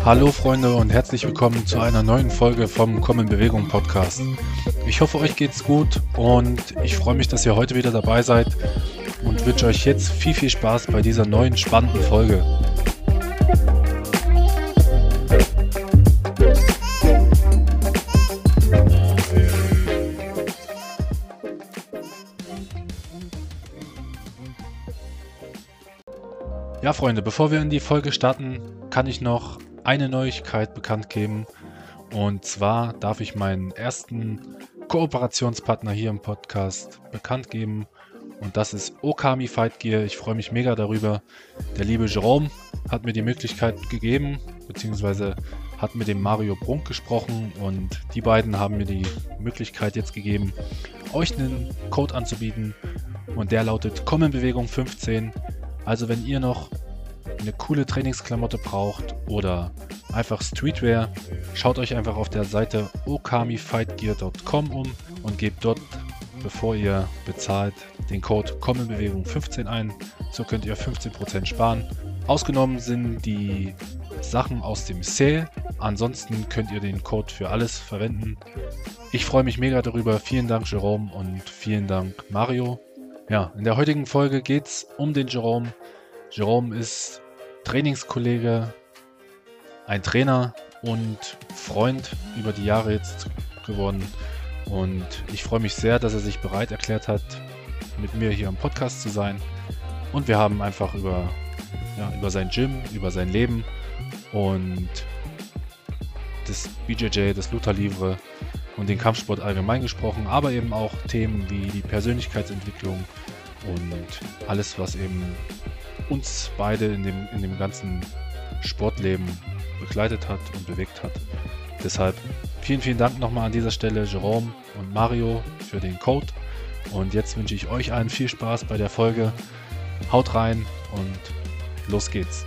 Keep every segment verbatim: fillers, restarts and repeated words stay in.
Hallo Freunde und herzlich willkommen zu einer neuen Folge vom Komm in Bewegung Podcast. Ich hoffe, euch geht's gut und ich freue mich, dass ihr heute wieder dabei seid und wünsche euch jetzt viel, viel Spaß bei dieser neuen spannenden Folge. Ja, Freunde, bevor wir in die Folge starten, kann ich noch eine Neuigkeit bekannt geben. Und zwar darf ich meinen ersten Kooperationspartner hier im Podcast bekannt geben. Und das ist Okami Fight Gear. Ich freue mich mega darüber. Der liebe Jerome hat mir die Möglichkeit gegeben, beziehungsweise hat mit dem Mario Brunk gesprochen. Und die beiden haben mir die Möglichkeit jetzt gegeben, euch einen Code anzubieten. Und der lautet Komm in Bewegung fünfzehn. Also wenn ihr noch eine coole Trainingsklamotte braucht oder einfach Streetwear, schaut euch einfach auf der Seite okami fight gear punkt com um und gebt dort, bevor ihr bezahlt, den Code Komm in Bewegung fünfzehn ein. So könnt ihr fünfzehn Prozent sparen. Ausgenommen sind die Sachen aus dem Sale. Ansonsten könnt ihr den Code für alles verwenden. Ich freue mich mega darüber. Vielen Dank Jerome und vielen Dank Mario. Ja, in der heutigen Folge geht es um den Jerome. Jerome ist Trainingskollege, ein Trainer und Freund über die Jahre jetzt geworden. Und ich freue mich sehr, dass er sich bereit erklärt hat, mit mir hier im Podcast zu sein. Und wir haben einfach über, ja, über sein Gym, über sein Leben und das B J J, das Luta Livre und den Kampfsport allgemein gesprochen, aber eben auch Themen wie die Persönlichkeitsentwicklung und alles, was eben uns beide in dem, in dem ganzen Sportleben begleitet hat und bewegt hat. Deshalb vielen, vielen Dank nochmal an dieser Stelle Jerome und Mario für den Code. Und jetzt wünsche ich euch allen viel Spaß bei der Folge. Haut rein und los geht's.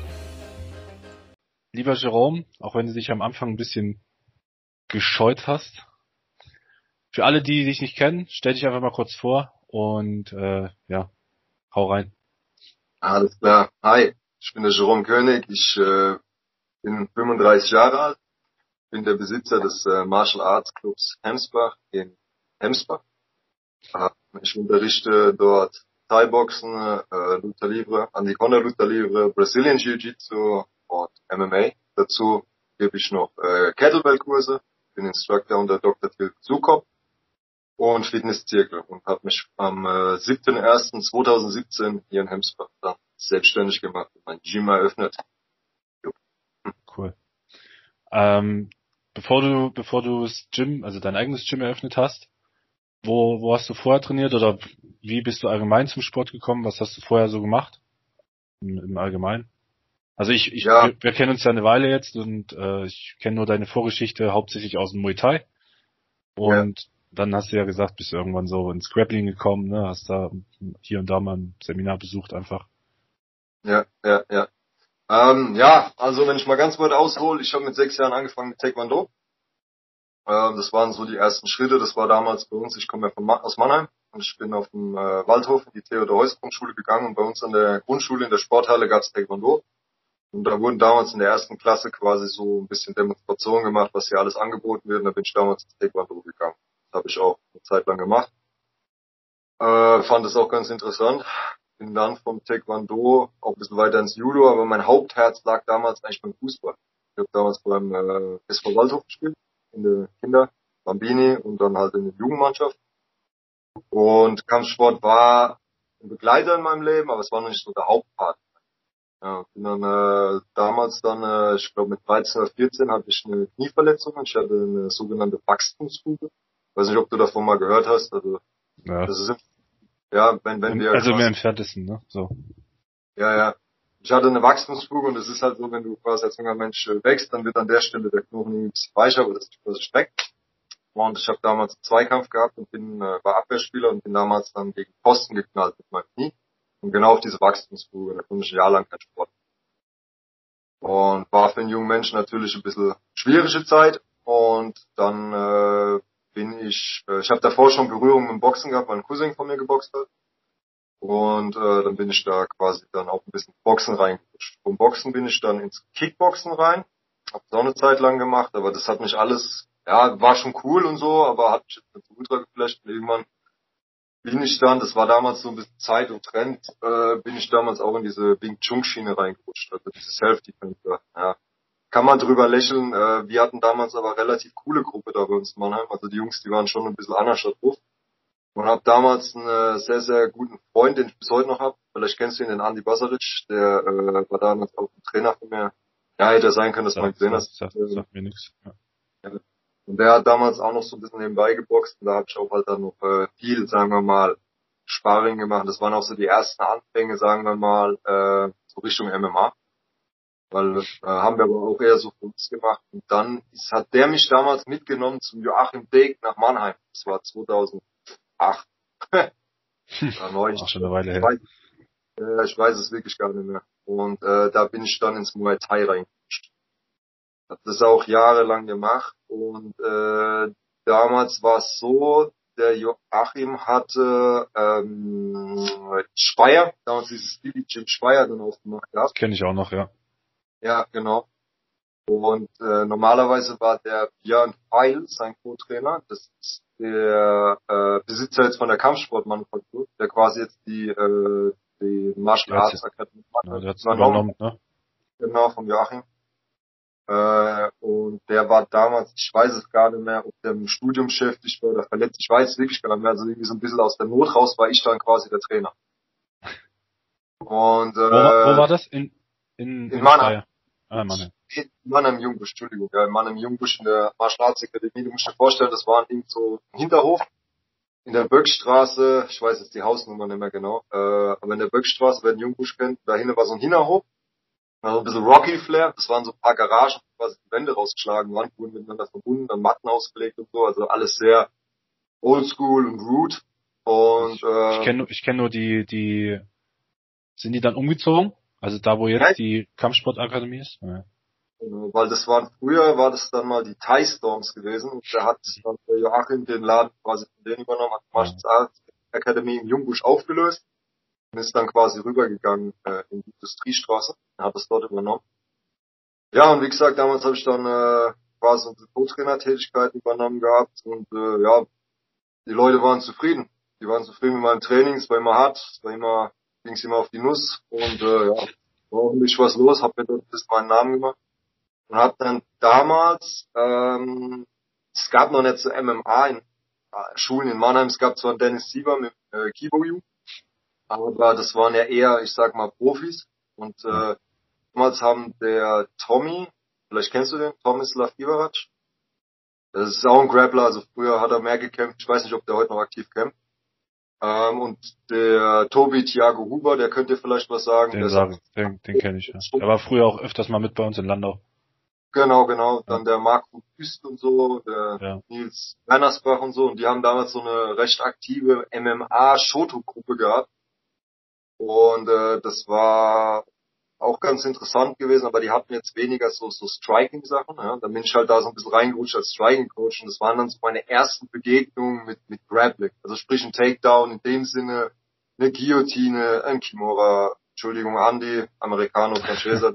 Lieber Jerome, auch wenn du dich am Anfang ein bisschen gescheut hast, für alle, die dich nicht kennen, stell dich einfach mal kurz vor und äh, ja, hau rein. Alles klar. Hi, ich bin der Jerome König. Ich äh, bin fünfunddreißig Jahre alt, bin der Besitzer des äh, Martial Arts Clubs Hemsbach in Hemsbach. Äh, ich unterrichte dort Thai-Boxen, äh, Luta Livre, Anaconda Luta Livre, Brazilian Jiu-Jitsu und M M A. Dazu gebe ich noch äh, Kettlebell-Kurse, bin Instructor unter Doktor Tilk Zukop und Fitnesszirkel und habe mich am äh, siebten ersten zweitausendsiebzehn hier in Hemsbach dann selbstständig gemacht und mein Gym eröffnet. Hm. Cool. Ähm, bevor du bevor du das Gym, also dein eigenes Gym eröffnet hast, wo wo hast du vorher trainiert oder wie bist du allgemein zum Sport gekommen? Was hast du vorher so gemacht im, im Allgemeinen? Also ich, ich Ja. wir, wir kennen uns ja eine Weile jetzt und äh, ich kenne nur deine Vorgeschichte hauptsächlich aus dem Muay Thai und ja. Dann hast du ja gesagt, bist du irgendwann so ins Grappling gekommen, ne? Hast da hier und da mal ein Seminar besucht einfach. Ja, ja, ja. Ähm, ja, also wenn ich mal ganz weit aushole, ich habe mit sechs Jahren angefangen mit Taekwondo. Ähm, das waren so die ersten Schritte, das war damals bei uns, ich komme ja von Ma- aus Mannheim und ich bin auf dem äh, Waldhof in die Theodor-Heuss-Grundschule gegangen und bei uns an der Grundschule in der Sporthalle gab es Taekwondo. Und da wurden damals in der ersten Klasse quasi so ein bisschen Demonstrationen gemacht, was hier alles angeboten wird und da bin ich damals ins Taekwondo gegangen. Das habe ich auch eine Zeit lang gemacht. Äh, fand es auch ganz interessant. Bin dann vom Taekwondo auch ein bisschen weiter ins Judo, aber mein Hauptherz lag damals eigentlich beim Fußball. Ich habe damals beim äh, S V Waldhof gespielt, in der Kinder, Bambini und dann halt in der Jugendmannschaft. Und Kampfsport war ein Begleiter in meinem Leben, aber es war noch nicht so der Hauptpart. Ja, bin dann äh, damals dann, äh, ich glaube mit dreizehn oder vierzehn hatte ich eine Knieverletzung. Ich hatte eine sogenannte Wachstumsfuge. Weiß nicht, ob du davon mal gehört hast. Also ja. das ist ja, wenn wenn wir also im entferntesten, ne? So. Ja, ja. Ich hatte eine Wachstumsfuge und es ist halt so, wenn du quasi als junger Mensch wächst, dann wird an der Stelle der Knochen ein bisschen weicher, aber das ist quasi streckt. Und ich habe damals einen Zweikampf gehabt und bin äh, war Abwehrspieler und bin damals dann gegen Pfosten geknallt mit meinem Knie. Und genau auf diese Wachstumsfuge, da konnte ich ein Jahr lang keinen Sport. Und war für einen jungen Menschen natürlich ein bisschen schwierige Zeit. Und dann äh, bin ich, äh, ich habe davor schon Berührung mit dem Boxen gehabt, weil ein Cousin von mir geboxt hat. Und äh, dann bin ich da quasi dann auch ein bisschen Boxen reingerutscht. Vom Boxen bin ich dann ins Kickboxen rein. Hab das auch eine Zeit lang gemacht, aber das hat mich alles, ja, war schon cool und so, aber hat mich jetzt nicht so ultra geflasht. Und irgendwann bin ich dann, das war damals so ein bisschen Zeit und Trend, äh, bin ich damals auch in diese Wing Chun Schiene reingerutscht, also diese Self-Defense. Ja, kann man drüber lächeln. Äh, wir hatten damals aber relativ coole Gruppe da bei uns in Mannheim. Also die Jungs, die waren schon ein bisschen anders drauf. Und habe damals einen sehr, sehr guten Freund, den ich bis heute noch habe. Vielleicht kennst du ihn, den Andi Basaric. Der äh, war damals auch ein Trainer von mir. Ja, hätte sein können, dass man gesehen Sagt, hast. sagt, Ähm, sagt mir nichts. Ja. ja. Und der hat damals auch noch so ein bisschen nebenbei geboxt. Und da habe ich auch halt dann noch äh, viel, sagen wir mal, Sparring gemacht. Das waren auch so die ersten Anfänge, sagen wir mal, äh, so Richtung M M A. Weil äh, haben wir aber auch eher so für uns gemacht. Und dann ist, hat der mich damals mitgenommen zum Joachim Deeg nach Mannheim. Das war zweitausendacht. Oder neun. Auch schon eine Weile Ich her. weiß, äh, ich weiß es wirklich gar nicht mehr. Und äh, da bin ich dann ins Muay Thai reingerutscht. Hab das auch jahrelang gemacht. Und äh, damals war es so, der Joachim hatte ähm, Speyer, damals dieses Billy Jim Speyer dann aufgemacht gehabt. Kenne ich auch noch, ja. Ja, genau. Und äh, normalerweise war der Björn Feil sein Co-Trainer. Das ist der äh, Besitzer jetzt von der Kampfsportmanufaktur, der quasi jetzt die äh, die Martial Der hat's- Arts Academy Ja, der hat's übernommen, übernommen, ne? genau, von Joachim. Äh, und der war damals, ich weiß es gar nicht mehr, ob der im Studium beschäftigt war oder verletzt, ich weiß es wirklich gar nicht mehr, also irgendwie so ein bisschen aus der Not raus war ich dann quasi der Trainer. Und äh, Wo, war- wo war das? In, in, in in Mannheim. Speyer. Ah, Mannheim. In Mannheim Jungbusch, Entschuldigung, ja, in Mannheim Jungbusch in der Martial Arts Akademie. Du musst dir vorstellen, das war irgend so ein Hinterhof in der Böckstraße, ich weiß jetzt die Hausnummer nicht mehr genau, äh, aber in der Böckstraße, wer den Jungbusch kennt, dahinter war so ein Hinterhof, war so ein bisschen Rocky Flair, das waren so ein paar Garagen, wo quasi die Wände rausgeschlagen waren, wurden miteinander verbunden, dann Matten ausgelegt und so, also alles sehr oldschool und rude. Und Ich, äh, ich kenne ich kenn nur die, die, sind die dann umgezogen? Also da, wo ja, jetzt die Kampfsportakademie ist? Ja. weil das waren früher, war das dann mal die Thai Storms gewesen und da hat dann der Joachim den Laden quasi von denen übernommen, hat die Martial Arts Academy in Jungbusch aufgelöst und ist dann quasi rübergegangen äh, in die Industriestraße, er hat das dort übernommen. Ja, und wie gesagt, damals habe ich dann äh, quasi unsere Co-Trainer-Tätigkeiten übernommen gehabt und äh, ja, die Leute waren zufrieden. Die waren zufrieden mit meinem Training, es war immer hart, es war immer, ging's immer auf die Nuss und äh, ja, war ordentlich was los, hab mir dort bis meinen Namen gemacht. Und habe dann damals, ähm, es gab noch nicht so M M A in äh, Schulen in Mannheim, es gab zwar Dennis Sieber mit äh, Kiboyu, aber das waren ja eher, ich sag mal, Profis. Und äh, damals haben der Tommy, vielleicht kennst du den, Tomislav Ivarac, das ist auch ein Grappler, also früher hat er mehr gekämpft, ich weiß nicht, ob der heute noch aktiv kämpft. Ähm, und der Tobi Thiago Huber, der könnte vielleicht was sagen. Den der sage den, den kenne ich, ja. Der war früher auch öfters mal mit bei uns in Landau. Genau, genau. Dann Ja. der Marco Büst und so, der Ja. Nils Wernersbach und so. Und die haben damals so eine recht aktive M M A-Shoto-Gruppe gehabt. Und äh, das war auch ganz interessant gewesen, aber die hatten jetzt weniger so so Striking-Sachen. Ja. Dann bin ich halt da so ein bisschen reingerutscht als Striking-Coach. Und das waren dann so meine ersten Begegnungen mit mit Grappling. Also sprich ein Takedown in dem Sinne, eine Guillotine, ein Kimura. Entschuldigung, Andy, Americano, Franceser.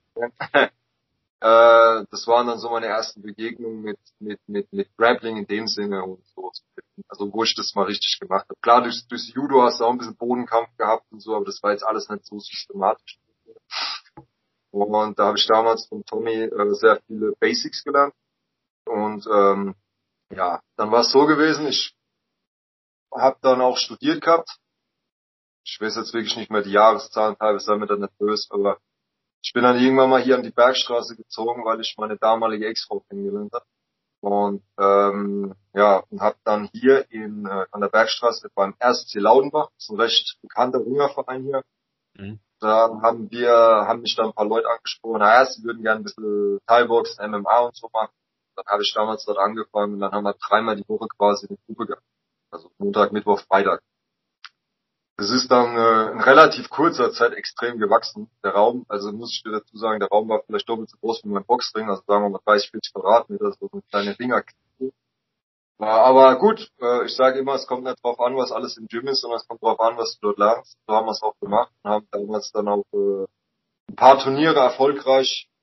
Äh, das waren dann so meine ersten Begegnungen mit mit mit mit Grappling in dem Sinne und so. Also wo ich das mal richtig gemacht habe. Klar, durch, durch Judo hast du auch ein bisschen Bodenkampf gehabt und so, aber das war jetzt alles nicht so systematisch. Und da habe ich damals von Tommy äh, sehr viele Basics gelernt. Und ähm, ja, dann war es so gewesen, ich habe dann auch studiert gehabt. Ich weiß jetzt wirklich nicht mehr die Jahreszahlen, teilweise sei mir dann nicht böse, aber ich bin dann irgendwann mal hier an die Bergstraße gezogen, weil ich meine damalige Ex-Frau kennengelernt habe. Und ähm, ja, und habe dann hier in äh, an der Bergstraße beim R S C Laudenbach, das ist ein recht bekannter Ringerverein hier. Mhm. Da haben wir, haben mich dann ein paar Leute angesprochen, naja, sie würden gerne ein bisschen Thai-Boxen, M M A und so machen. Dann habe ich damals dort angefangen und dann haben wir dreimal die Woche quasi eine Gruppe gehabt. Also Montag, Mittwoch, Freitag. Es ist dann äh, in relativ kurzer Zeit extrem gewachsen, der Raum. Also muss ich dir dazu sagen, der Raum war vielleicht doppelt so groß wie mein Boxring, also sagen wir mal dreißig, vierzig Quadratmeter, so eine kleine Ringer. Aber gut, äh, ich sage immer, es kommt nicht drauf an, was alles im Gym ist, sondern es kommt drauf an, was du dort lernst. So haben wir es auch gemacht und haben damals dann auch äh, ein paar Turniere erfolgreich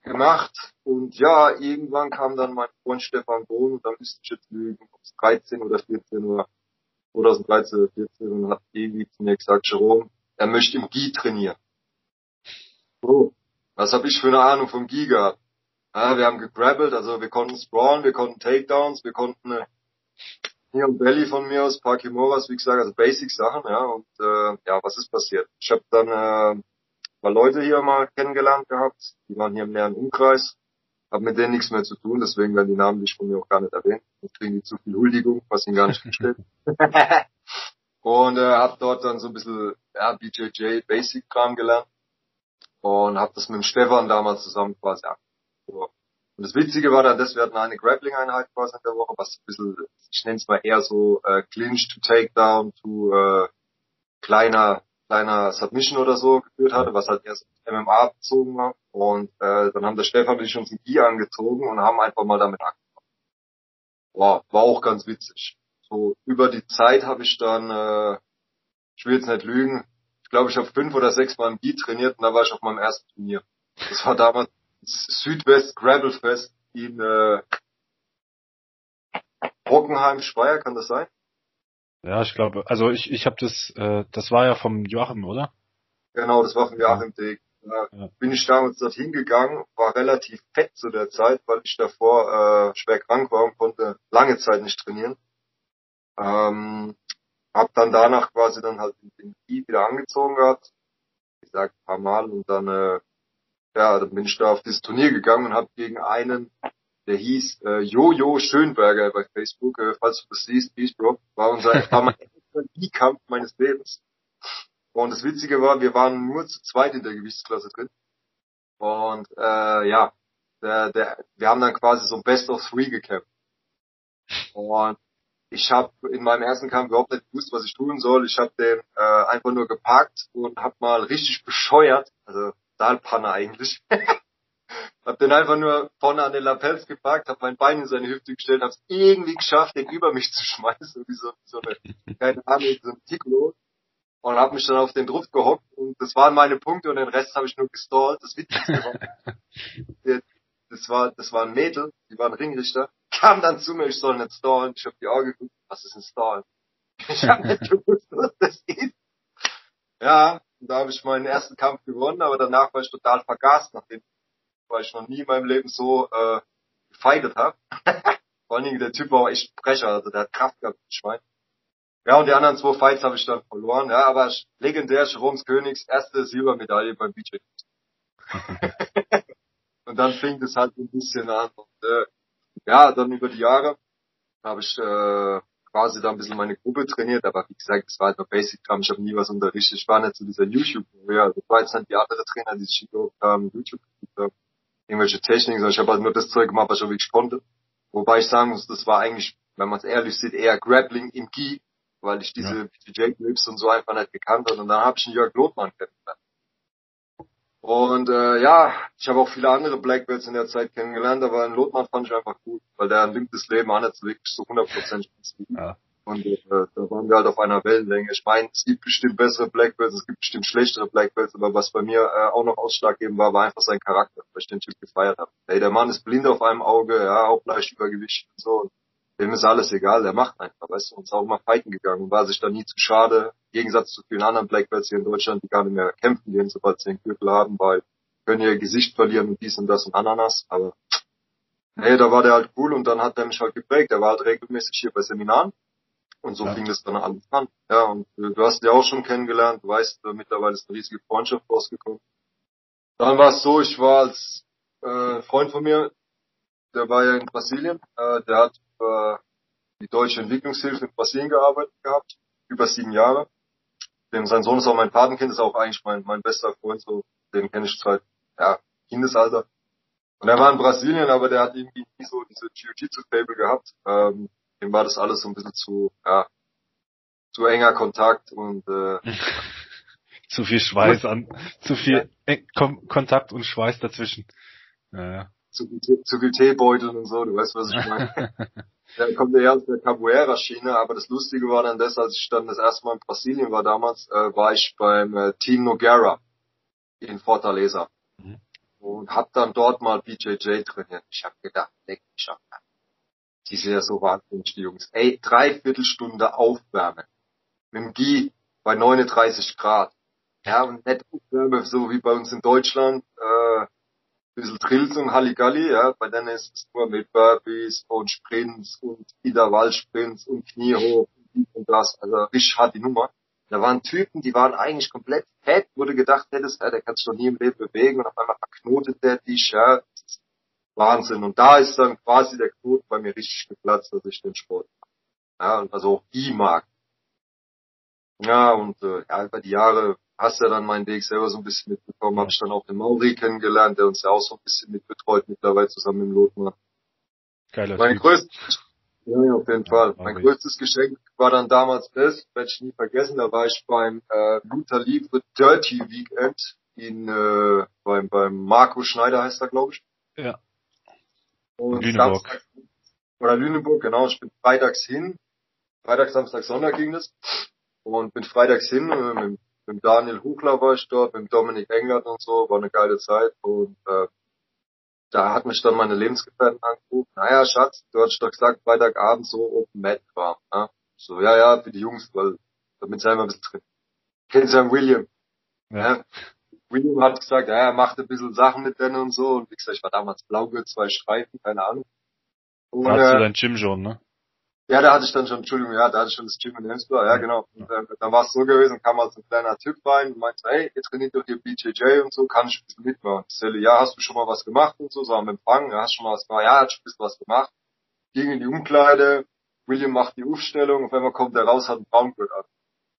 gemacht. Und ja, irgendwann kam dann mein Freund Stefan Bohn, und da müsste ich jetzt lügen, ob es dreizehn oder vierzehn oder zweitausenddreizehn oder vierzehn, und hat irgendwie zu mir gesagt, Jerome, er möchte im Gi trainieren. So, was habe ich für eine Ahnung vom Gi gehabt? Ja, wir haben gegrabbelt, also wir konnten sprawlen, wir konnten Takedowns, wir konnten äh, hier und Belly von mir aus, paar Kimoras, wie gesagt, also Basic-Sachen, ja, und äh, ja, was ist passiert? Ich habe dann äh, paar Leute hier mal kennengelernt gehabt, die waren hier im näheren Umkreis, habe mit denen nichts mehr zu tun, deswegen werden die Namen von mir auch gar nicht erwähnt, dann kriegen die zu viel Huldigung, was ihnen gar nicht steht. Und äh, habe dort dann so ein bisschen ja, B J J Basic-Kram gelernt und habe das mit dem Stefan damals zusammen quasi angefangen. Und das Witzige war dann, dass wir hatten eine Grappling-Einheit quasi in der Woche, was ein bisschen, ich nenne es mal eher so äh, Clinch to Takedown to äh, kleiner kleiner Submission oder so geführt hatte, was halt erst M M A bezogen war. Und äh, dann haben der Stefan und ich uns ein Gi angezogen und haben einfach mal damit angefangen. Wow, war auch ganz witzig. So über die Zeit habe ich dann, äh, ich will jetzt nicht lügen, ich glaube, ich habe fünf oder sechs Mal im Gi trainiert und da war ich auf meinem ersten Turnier. Das war damals Südwest Gravelfest in äh, Bockenheim, Speyer, kann das sein? Ja, ich glaube, also ich ich habe das, äh, das war ja vom Joachim, oder? Genau, das war vom Joachim Deg. Da Ja. bin ich damals dorthin gegangen, war relativ fett zu der Zeit, weil ich davor äh, schwer krank war und konnte lange Zeit nicht trainieren. Ähm, hab dann danach quasi dann halt den Gi wieder angezogen gehabt, wie gesagt, ein paar Mal, und dann äh, ja, dann bin ich da auf dieses Turnier gegangen und habe gegen einen, der hieß äh, Jojo Schönberger bei Facebook, äh, falls du das siehst, Peace Bro, war unser war mein erster Gi-Kampf meines Lebens. Und das Witzige war, wir waren nur zu zweit in der Gewichtsklasse drin. Und äh, ja, der, der, wir haben dann quasi so ein Best of Three gekämpft. Und ich habe in meinem ersten Kampf überhaupt nicht gewusst, was ich tun soll. Ich habe den äh, einfach nur gepackt und habe mal richtig bescheuert, also Stahlpanne eigentlich, habe den einfach nur vorne an den Lapels gepackt, habe mein Bein in seine Hüfte gestellt, habe es irgendwie geschafft, den über mich zu schmeißen, wie so, so eine, keine Ahnung, so ein Piccolo. Und habe mich dann auf den Druck gehockt und das waren meine Punkte und den Rest habe ich nur gestallt. Das Witzigste war, das war, das war ein Mädel, die war ein Ringrichter, kam dann zu mir, ich soll nicht stallen. Ich habe die Augen geguckt, was ist ein Stallen? Ich habe nicht gewusst, was das ist. Ja, und da habe ich meinen ersten Kampf gewonnen, aber danach war ich total vergast, nachdem weil ich noch nie in meinem Leben so äh, gefeitet habe. Vor allen Dingen der Typ war auch echt Brecher, also der hat Kraft gehabt, das Schwein. Ja, und die anderen zwei Fights habe ich dann verloren. Ja, aber legendär, Jeroms Königs erste Silbermedaille beim B J. Und dann fing das halt ein bisschen an. Und, äh, ja, dann über die Jahre habe ich äh, quasi da ein bisschen meine Gruppe trainiert. Aber wie gesagt, das war halt nur Basic-Kram. Ich habe nie was unterrichtet. Ich war nicht so dieser YouTube-Warrior. Also das war jetzt nicht die andere Trainer, die sich geguckt haben, YouTube geguckt haben, irgendwelche Techniken, sondern ich habe halt nur das Zeug gemacht, was ich auch wirklich konnte. Wobei ich sagen muss, das war eigentlich, wenn man es ehrlich sieht, eher Grappling im Gi, weil ich diese Ja. B J J-Clips und so einfach nicht gekannt habe. Und dann habe ich einen Jörg Lothmann kennengelernt. Und äh, ja, ich habe auch viele andere Black Belts in der Zeit kennengelernt, aber einen Lothmann fand ich einfach gut, weil der ein linkes Leben auch nicht so wirklich so hundert Prozent Ja. Und äh, da waren wir halt auf einer Wellenlänge. Ich meine, es gibt bestimmt bessere Black Belts, es gibt bestimmt schlechtere Black Belts, aber was bei mir äh, auch noch ausschlaggebend war, war einfach sein Charakter, weil ich den Typ gefeiert habe. Hey, der Mann ist blind auf einem Auge, ja, auch leicht Übergewicht und so. Und dem ist alles egal, der macht einfach, weißt du, und ist auch mal fighten gegangen und war sich da nie zu schade. Im Gegensatz zu vielen anderen Black Belts hier in Deutschland, die gar nicht mehr kämpfen gehen, sobald sie den Gürtel haben, weil können ihr Gesicht verlieren und dies und das und Ananas, aber nee, da war der halt cool und dann hat der mich halt geprägt. Der war halt regelmäßig hier bei Seminaren. Und so Ja. fing das dann alles an. Ja, und äh, du hast ihn ja auch schon kennengelernt, du weißt, äh, mittlerweile ist eine riesige Freundschaft rausgekommen. Dann war es so, ich war als äh, Freund von mir, der war ja in Brasilien, äh, der hat äh, die deutsche Entwicklungshilfe in Brasilien gearbeitet gehabt, über sieben Jahre. Dem, sein Sohn ist auch mein Patenkind, ist auch eigentlich mein, mein bester Freund, so, den kenne ich seit, ja, Kindesalter. Und er war in Brasilien, aber der hat irgendwie nie so diese Jiu-Jitsu-Fable gehabt. Ähm, dem war das alles so ein bisschen zu, ja, zu enger Kontakt und äh, Zu viel Schweiß an, zu viel Eng- Kom Kontakt und Schweiß dazwischen. Ja, ja. zu viel, Tee- zu viel Teebeutel und so, du weißt, was ich meine. Der kommt ja eher aus der Capoeira-Schiene, aber das Lustige war dann das, als ich dann das erste Mal in Brasilien war damals, äh, war ich beim äh, Team Nogueira in Fortaleza. Mhm. und hab dann dort mal B J J trainiert. Ich hab gedacht, leck mich ab. Die sind ja so wahnsinnig, die Jungs. Ey, dreiviertel Stunde aufwärmen. Mit dem Gi bei neununddreißig Grad. Ja, und nicht aufwärmen, so wie bei uns in Deutschland, äh, bisschen Drills und Halligalli, ja, bei denen ist es nur mit Burpees und Sprints und Intervallsprints und Knie hoch und dies und das, also richtig hart die Nummer. Da waren Typen, die waren eigentlich komplett fett, wo du gedacht hättest, ja, der kann sich doch nie im Leben bewegen und auf einmal verknotet der dich, ja, das ist Wahnsinn. Und da ist dann quasi der Knoten bei mir richtig geplatzt, dass ich den Sport mache. Ja, und also auch die mag. Ja, und äh, ja, über die Jahre hast du ja dann meinen Weg selber so ein bisschen mitbekommen, Ja. habe ich dann auch den Mauri kennengelernt, der uns ja auch so ein bisschen mitbetreut mittlerweile zusammen im Lotmann. Geiler Mein Typ. größtes, ja, ja, auf jeden Ja, Fall. Mauri. Mein größtes Geschenk war dann damals das, werde ich nie vergessen, da war ich beim äh, Luther Livre Dirty Weekend in äh, beim beim Marco Schneider heißt er, glaube ich. Ja. Und Lüneburg. Samstag oder Lüneburg, genau, ich bin freitags hin. Freitag, Samstag, Sonntag ging das. Und bin freitags hin, äh, mit, mit Daniel Huchler war ich dort, mit Dominik Englert und so, war eine geile Zeit. Und äh, da hat mich dann meine Lebensgefährtin angerufen, naja, Schatz, du hast doch gesagt, Freitagabend so Open Mat war. Ne? So, ja, ja, für die Jungs, weil damit sie einmal ein bisschen drin. Kennst du ja William? Ja. Ne? William hat gesagt, ja, er macht ein bisschen Sachen mit denen und so. Und wie gesagt, ich war damals Blaugurt, zwei Streifen, keine Ahnung. Und, Da hast du äh, dein Gym schon, ne? Ja, da hatte ich dann schon, Entschuldigung, ja, da hatte ich schon das Gym in Hemsbach, ja, genau. Und äh, dann war es so gewesen, kam halt so ein kleiner Typ rein und meinte, hey, ihr trainiert doch hier B J J und so, kann ich ein bisschen mitmachen? Ich sage, ja, hast du schon mal was gemacht und so, so am Empfang, ja, hast du schon mal was gemacht? Ja, hat schon ein bisschen was gemacht. Ging in die Umkleide, William macht die Aufstellung, auf einmal kommt er raus, hat einen Braungurt an.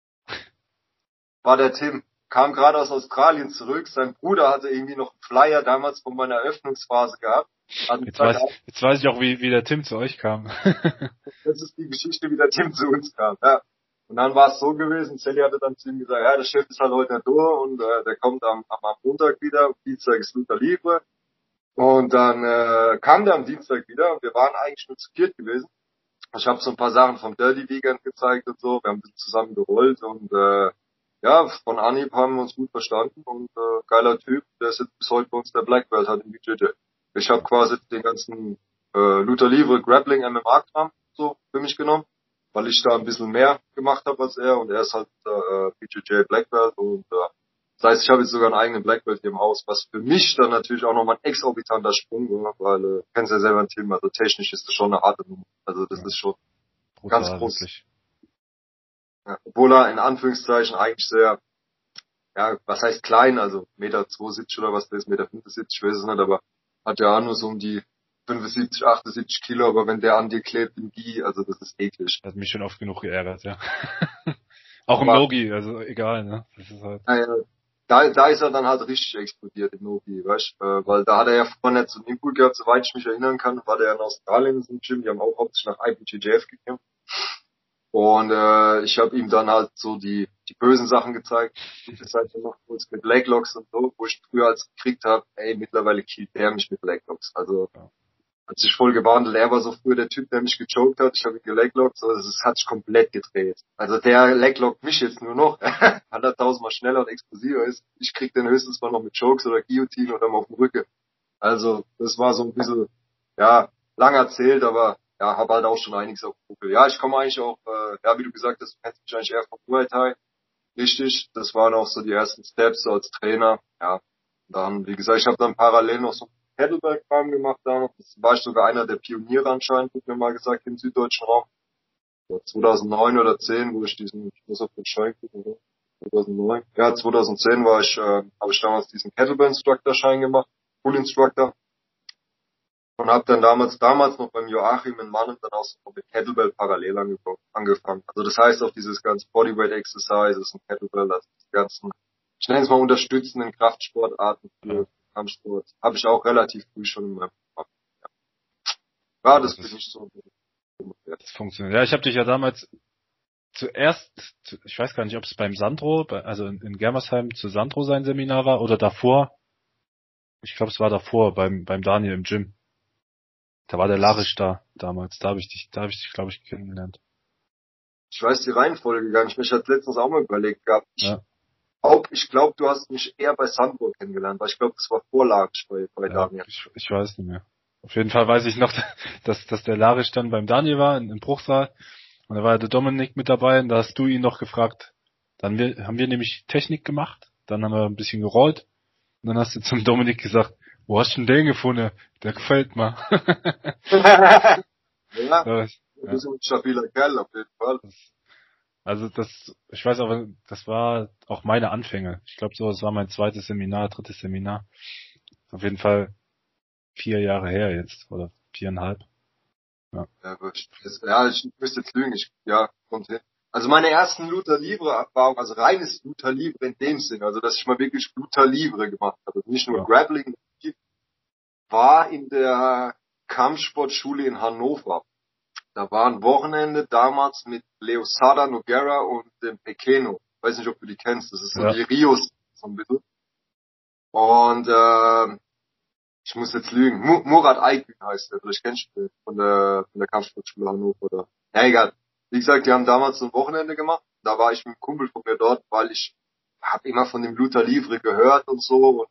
War der Tim, kam gerade aus Australien zurück, sein Bruder hatte irgendwie noch einen Flyer damals von meiner Eröffnungsphase gehabt. Hat Jetzt gesagt, weiß, jetzt weiß ich auch, wie, wie der Tim zu euch kam. das ist die Geschichte, wie der Tim zu uns kam. Ja. Und dann war es so gewesen, Sally hatte dann zu ihm gesagt, ja, der Chef ist halt heute nicht da und äh, der kommt am, am, am Montag wieder, Dienstag ist Luther Livre. Und dann äh, kam der am Dienstag wieder und wir waren eigentlich nur zu viert gewesen. Ich habe so ein paar Sachen vom Dirty Weekend gezeigt und so, wir haben ein bisschen zusammen gerollt und äh, ja, von Anhieb haben wir uns gut verstanden und äh, geiler Typ, der ist jetzt bis heute bei uns der Black Belt hat im B J J. Ich habe quasi den ganzen äh, Luther Livre Grappling M M A-Kram so für mich genommen, weil ich da ein bisschen mehr gemacht habe als er und er ist halt äh, B J J Black Belt und äh, das heißt, ich habe jetzt sogar einen eigenen Black Belt hier im Haus, was für mich dann natürlich auch nochmal ein exorbitanter Sprung war, weil äh, kennst ja selber ein Team, also technisch ist das schon eine harte Nummer. Also das Ja. ist schon Brutal, ganz groß. wirklich. Ja, obwohl er in Anführungszeichen eigentlich sehr, ja, was heißt klein, also Meter zweiundsiebzig oder was das ist, Meter fünfundsiebzig, ich weiß es nicht, aber hat ja auch nur so um die fünfundsiebzig, achtundsiebzig Kilo, aber wenn der an dir klebt im Gi, also das ist eklig. Hat mich schon oft genug geärgert, ja. Auch im Aber- Nogi, also egal, ne? Das ist halt. Naja, da, da ist er dann halt richtig explodiert im Nogi, weißt du, äh, weil da hat er ja vorher nicht so einen Input gehabt, soweit ich mich erinnern kann, war der ja in Australien in so einem Gym, die haben auch hauptsächlich nach I B J J F gekämpft. Und äh, ich habe ihm dann halt so die die bösen Sachen gezeigt, die ich halt gemacht kurz mit Leglocks und so, wo ich früher als gekriegt habe, ey, mittlerweile killt der mich mit Leglocks. Also Ja. hat sich voll gewandelt. Er war so früher der Typ, der mich gechoked hat. Ich habe ihn geleglockt, so, also es hat sich komplett gedreht. Also der leglockt mich jetzt nur noch, weil er tausendmal schneller und explosiver ist. Ich krieg den höchstens mal noch mit Chokes oder Guillotine oder mal auf dem Rücken. Also das war so ein bisschen, ja, lang erzählt, aber ja, habe halt auch schon einiges auf dem Buckel. Ja, ich komme eigentlich auch, äh, ja, wie du gesagt hast, du kennst mich eigentlich eher vom Muay Thai. Richtig, das waren auch so die ersten Steps so als Trainer. Ja, dann, wie gesagt, ich habe dann parallel noch so Kettlebell-Kram gemacht damals. Das war ich sogar einer der Pioniere anscheinend, wird mir mal gesagt, im süddeutschen Raum. So zweitausendneun oder zehn, wo ich diesen, ich muss auf den Schein gucken, oder? zweitausendneun. Ja, zweitausendzehn war ich, äh, habe ich damals diesen Kettlebell-Instructor-Schein gemacht, Full Instructor. Und habe dann damals, damals noch beim Joachim in Mannheim dann auch so mit Kettlebell parallel angefangen. angefangen. Also das heißt auch dieses ganze Bodyweight Exercises und Kettlebell, also die ganzen, ich nenne es mal unterstützenden Kraftsportarten für Ja. Kampfsport, habe ich auch relativ früh schon in meinem Programm. Ja, Ja, das das bin ist- ich so. Das funktioniert. Ja, ich habe dich ja damals zuerst, zu- ich weiß gar nicht, ob es beim Sandro, bei- also in, in Germersheim zu Sandro sein Seminar war oder davor. Ich glaube, es war davor beim beim Daniel im Gym. Da war der Larisch da damals. Da habe ich dich, da habe ich dich, glaube ich, kennengelernt. Ich weiß die Reihenfolge gar nicht mehr. Ich hatte letztens auch mal überlegt gehabt. Ich, Ja. Auch, ich glaube, du hast mich eher bei Sandburg kennengelernt, weil ich glaube, das war Vorlage bei, bei Ja, Daniel. ich, ich weiß nicht mehr. Auf jeden Fall weiß ich noch, dass, dass der Larisch dann beim Daniel war, im Bruchsaal. Und da war der Dominik mit dabei und da hast du ihn noch gefragt. Dann wir, haben wir nämlich Technik gemacht, dann haben wir ein bisschen gerollt und dann hast du zum Dominik gesagt, wo hast du denn den gefunden? Der gefällt mir. ja, Ja, das ja. ist ein stabiler Kerl auf jeden Fall. Also das, ich weiß aber, das war auch meine Anfänge. Ich glaube so, das war mein zweites Seminar, drittes Seminar. Auf jeden Fall vier Jahre her jetzt oder viereinhalb. Ja. Ja, gut. Das, ja, ich müsste jetzt lügen, ich, ja, kommt hin. Also meine ersten Luther Livre Erfahrungen, also reines Luther Livre in dem Sinn, also dass ich mal wirklich Luther Livre gemacht habe, also nicht nur Ja. Grappling, war in der Kampfsportschule in Hannover. Da war ein Wochenende damals mit Leosada Noguera und dem Pequeno. Weiß nicht, ob du die kennst, das ist so Ja. die Rios, so ein bisschen. Und, äh, ich muss jetzt lügen. Mu- Murat Aygün heißt der, vielleicht kennst du den von der, von der Kampfsportschule Hannover, oder? Ja, egal. Wie gesagt, die haben damals so ein Wochenende gemacht. Da war ich mit einem Kumpel von mir dort, weil ich habe immer von dem Luther Livre gehört und so. Und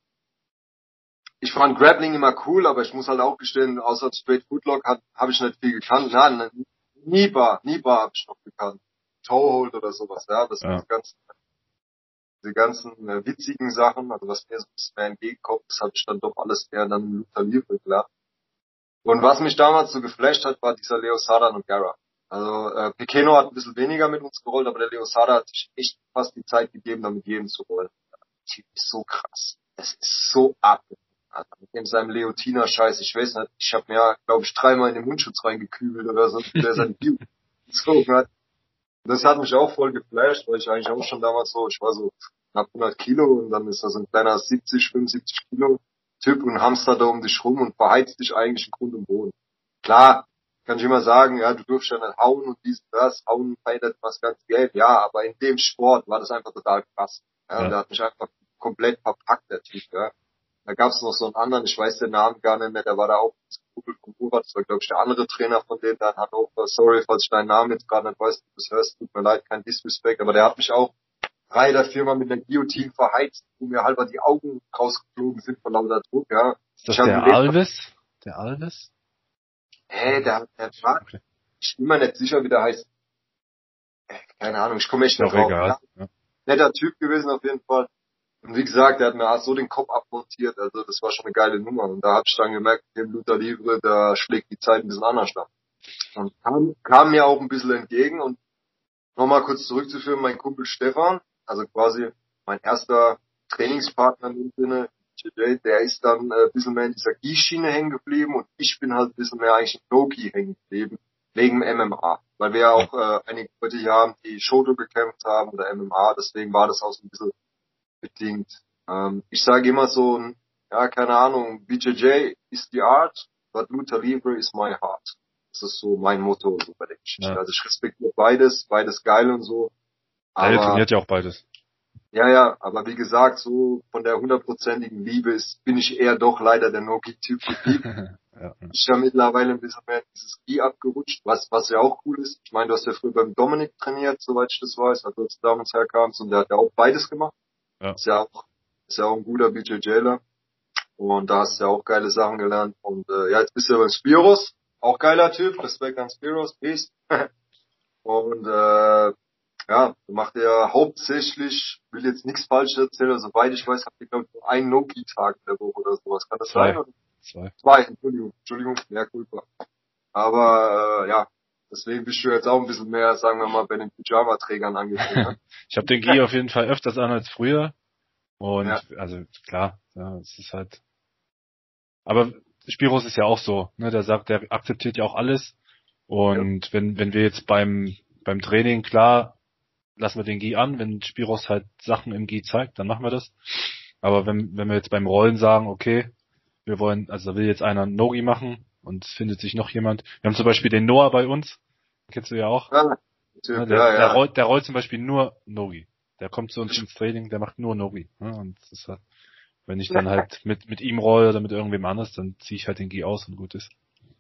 ich fand Grappling immer cool, aber ich muss halt auch gestehen, außer Straight Footlock habe hab ich nicht viel gekannt. Nein, nein, Niba, Niba habe ich noch gekannt. Toehold oder sowas, ja. Das Ja. sind die ganzen, diese ganzen äh, witzigen Sachen, also was mir so ein bisschen mehr entgegenkommt, das habe ich dann doch alles eher dann im Luther Livre, klar. Und was mich damals so geflasht hat, war dieser Leo Sada Noguera. Also äh, Pequeno hat ein bisschen weniger mit uns gerollt, aber der Leo Sada hat sich echt fast die Zeit gegeben, da mit jedem zu rollen. Der Typ ist so krass. Es ist so ab. Also mit dem seinem Leotina-Scheiß, ich weiß nicht, ich habe mir, glaube ich, dreimal in den Mundschutz reingekübelt oder so, der sein View gezogen hat. Und das hat mich auch voll geflasht, weil ich eigentlich auch schon damals so, ich war so knapp hundert Kilo und dann ist da so ein kleiner siebzig, fünfundsiebzig Kilo Typ und Hamster da um dich rum und verheizt dich eigentlich im Grund und Boden. Klar, kann ich immer sagen, ja, du dürfst ja nicht hauen und dies und das, hauen feiert was ganz Geld, ja, aber in dem Sport war das einfach total krass. Ja, und Ja. der hat mich einfach komplett verpackt, der Typ, ja. Da gab's noch so einen anderen, ich weiß den Namen gar nicht mehr, der war da auch ein Kumpel von Murat, das war, glaube ich, der andere Trainer von denen da in Hannover. Sorry, falls ich deinen Namen jetzt gerade nicht weiß, du das hörst, tut mir leid, kein Disrespect, aber der hat mich auch drei oder viermal mit einer Guillotine verheizt, wo mir halber die Augen rausgeflogen sind von lauter Druck, ja. Ist das Ich hab der überlegt, Alves? Der Alves? hä, der, der war, Okay. ich bin mir nicht sicher, wie der heißt. Äh, Keine Ahnung, ich komme echt Ist nicht auch drauf. egal. Ja, Ja. netter Typ gewesen auf jeden Fall. Und wie gesagt, der hat mir auch so den Kopf abmontiert, also das war schon eine geile Nummer. Und da hab ich dann gemerkt, dem Luther Livre, da schlägt die Zeit ein bisschen anders nach. Und kam, kam mir auch ein bisschen entgegen. Und nochmal kurz zurückzuführen, mein Kumpel Stefan, also quasi mein erster Trainingspartner in dem Sinne, J J, der ist dann äh, ein bisschen mehr in dieser Gi-Schiene hängen geblieben und ich bin halt ein bisschen mehr eigentlich im No-Gi hängen geblieben, wegen M M A. Weil wir ja auch äh, einige Leute hier haben, die Shoto gekämpft haben oder M M A, deswegen war das auch so ein bisschen bedingt. Ähm, ich sage immer so, ja, keine Ahnung, B J J is the art, but Luther Livre is my heart. Das ist so mein Motto so bei der Geschichte. Ja. Also ich respektiere beides, beides geil und so. Ja, ihr Aber trainiert ja auch beides. ja, ja, aber wie gesagt, so von der hundertprozentigen Liebe ist, bin ich eher doch leider der No-Gi-Typ geblieben. Ja. Ich bin ja mittlerweile ein bisschen mehr in dieses Gi abgerutscht, was, was ja auch cool ist. Ich meine, du hast ja früher beim Dominik trainiert, soweit ich das weiß, als du jetzt damals herkamst und der hat ja auch beides gemacht. Ja. Ist ja auch, ist ja auch ein guter B J J-ler. Und da hast du ja auch geile Sachen gelernt. Und äh, ja, jetzt bist du ja beim Spiros. Auch geiler Typ. Respekt an Spiros. Peace. Und äh, ja, macht er hauptsächlich, will jetzt nichts Falsches erzählen, also soweit ich weiß, habt ihr, glaube ich, nur einen No-Key-Tag in der Woche oder sowas. Kann das Zwei. sein? Oder? Zwei. Zwei, Entschuldigung, Entschuldigung, mehr Culpa. Aber äh, ja, deswegen bist du jetzt auch ein bisschen mehr, sagen wir mal, bei den Pyjama-Trägern angekommen. Ich habe den Gi auf jeden Fall öfters an als früher. Und Ja. also klar, ja, es ist halt. Aber Spiros ist ja auch so, ne? Der sagt, der akzeptiert ja auch alles. Und ja. wenn wenn wir jetzt beim beim Training, klar, lassen wir den Gi an, wenn Spiros halt Sachen im Gi zeigt, dann machen wir das. Aber wenn wenn wir jetzt beim Rollen sagen, okay, wir wollen, also da will jetzt einer No-Gi machen und es findet sich noch jemand. Wir haben zum Beispiel den Noah bei uns, kennst du ja auch. Ja, typ, Ne, der, ja, ja. der rollt, der rollt zum Beispiel nur No-Gi. Der kommt zu uns ins Training, der macht nur No-Gi. Ne? Und das ist halt, wenn ich dann halt mit mit ihm roll oder mit irgendwem anders, dann ziehe ich halt den Gi aus und gut ist.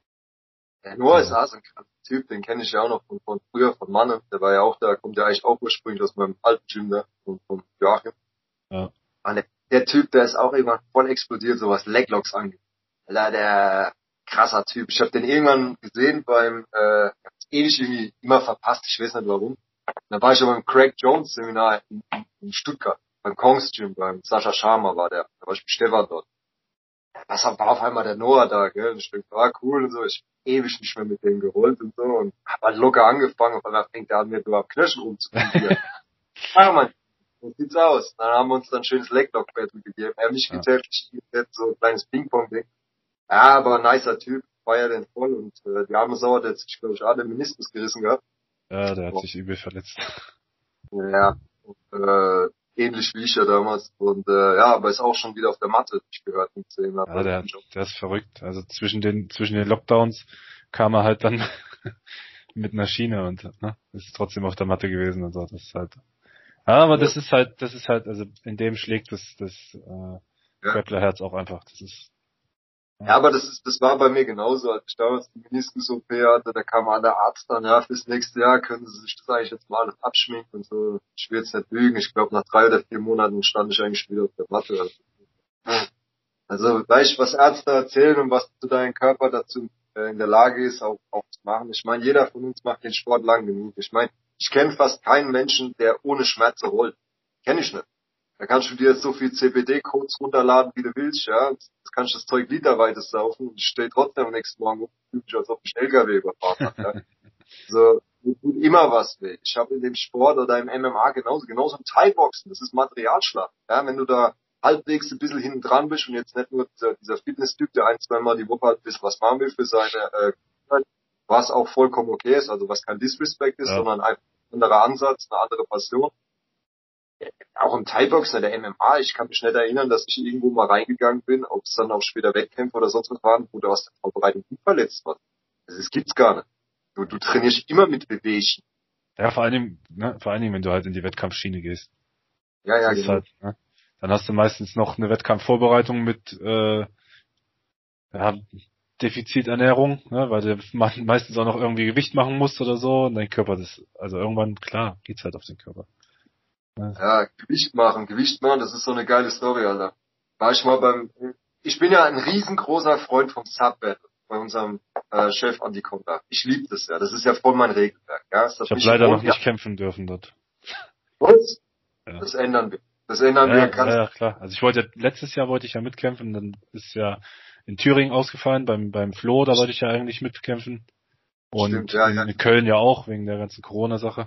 Der Noah ist auch so ein krasser Typ, den kenne ich ja auch noch von, von früher, von Manne. Der war ja auch da, kommt ja eigentlich auch ursprünglich aus meinem alten Gym da, von, von Joachim. Ja. Und der, der Typ, der ist auch irgendwann voll explodiert, so was Leglocks angeht. Alter, der krasser Typ. Ich habe den irgendwann gesehen beim, äh, ewig irgendwie immer verpasst, ich weiß nicht warum. Da war ich aber beim Craig Jones Seminar in, in Stuttgart, beim Kongs Gym, beim Sascha Sharma war der. Da war ich mit Stefan dort. Was war auf einmal der Noah da, gell? Und ich denke, ah, cool und so. Ich hab ewig nicht mehr mit dem geholt und so und hab halt locker angefangen und dann fängt er an, mir über Knöchel rumzuprobieren. Ah, Mann, so sieht's aus. Dann haben wir uns dann ein schönes Leglock-Battle gegeben. Er hat mich Ja. getappt, ich getappt, so ein kleines Ping-Pong-Ding. Ja, aber ein nicer Typ, feier den voll und äh, die arme Sau hat jetzt, ich glaube, ich alle Meniskus gerissen gehabt. Ja, der hat sich übel verletzt. Ja, und, äh, ähnlich wie ich ja damals. Und äh, ja, aber ist auch schon wieder auf der Matte, hab ich gehört. Mit zehn Ja, der, der ist verrückt. Also zwischen den zwischen den Lockdowns kam er halt dann mit einer Schiene und ne, ist trotzdem auf der Matte gewesen und so. Das ist halt. Ja, aber das ist halt, das ist halt, also in dem schlägt das das äh, Ja. Grapplerherz auch einfach. Das ist. Ja, aber das ist, das war bei mir genauso, als ich damals die Meniskus-O P hatte, da kam an der Arzt dann, ja, fürs nächste Jahr können Sie sich das eigentlich jetzt mal alles abschminken und so. Ich will jetzt nicht lügen, ich glaube nach drei oder vier Monaten stand ich eigentlich wieder auf der Matte. Also, weißt du, was Ärzte erzählen und was zu deinem Körper dazu äh, in der Lage ist, auch, auch zu machen. Ich meine, jeder von uns macht den Sport lang genug. Ich meine, ich kenne fast keinen Menschen, der ohne Schmerzen rollt. Kenn ich nicht. Da kannst du dir so viel C B D-Codes runterladen, wie du willst, ja. Das kannst du das Zeug literweise saufen und ich stehe trotzdem am nächsten Morgen auf, fühle mich, als ob ich einen L K W überfahren habe, ja. Also, mir tut immer was weh. Ich habe in dem Sport oder im M M A genauso, genauso im Thai-Boxen, das ist Materialschlag. Ja, wenn du da halbwegs ein bisschen hinten dran bist und jetzt nicht nur dieser, dieser Fitness-Typ, der ein, zweimal die Woche halt ein bisschen was machen will für seine, äh, was auch vollkommen okay ist, also was kein Disrespect ist, Ja. sondern einfach ein anderer Ansatz, eine andere Passion. Auch im Thai-Boxen, der M M A, ich kann mich nicht erinnern, dass ich irgendwo mal reingegangen bin, ob es dann auch später Wettkämpfe oder sonst was waren, wo du aus der Vorbereitung gut verletzt warst. Also, das gibt's gar nicht. Du, du trainierst immer mit Bewegungen. Ja, vor allen Dingen, ne, vor allen Dingen, wenn du halt in die Wettkampfschiene gehst. Ja, ja, Das ist genau. halt, ne, dann hast du meistens noch eine Wettkampfvorbereitung mit äh, ja, Defiziternährung, ne, weil du me- meistens auch noch irgendwie Gewicht machen musst oder so und dein Körper das, also irgendwann, klar, geht's halt auf den Körper. Ne. Ja, Gewicht machen, Gewicht machen, das ist so eine geile Story, Alter. War ich mal beim, ich bin ja ein riesengroßer Freund vom Sub-Battle bei unserem äh, Chef Andi Konda. Ich liebe das ja, das ist ja voll mein Regelwerk, ja. Das Ich habe leider noch nicht kämpfen dürfen dort. Was? Ja. Das ändern wir. Das ändern Ja, wir ja, ganz. ja, klar. Also ich wollte, letztes Jahr wollte ich ja mitkämpfen, dann ist ja in Thüringen ausgefallen, beim beim Flo, da wollte ich ja eigentlich mitkämpfen. Und Stimmt, ja, in, ja. in Köln ja auch, wegen der ganzen Corona-Sache.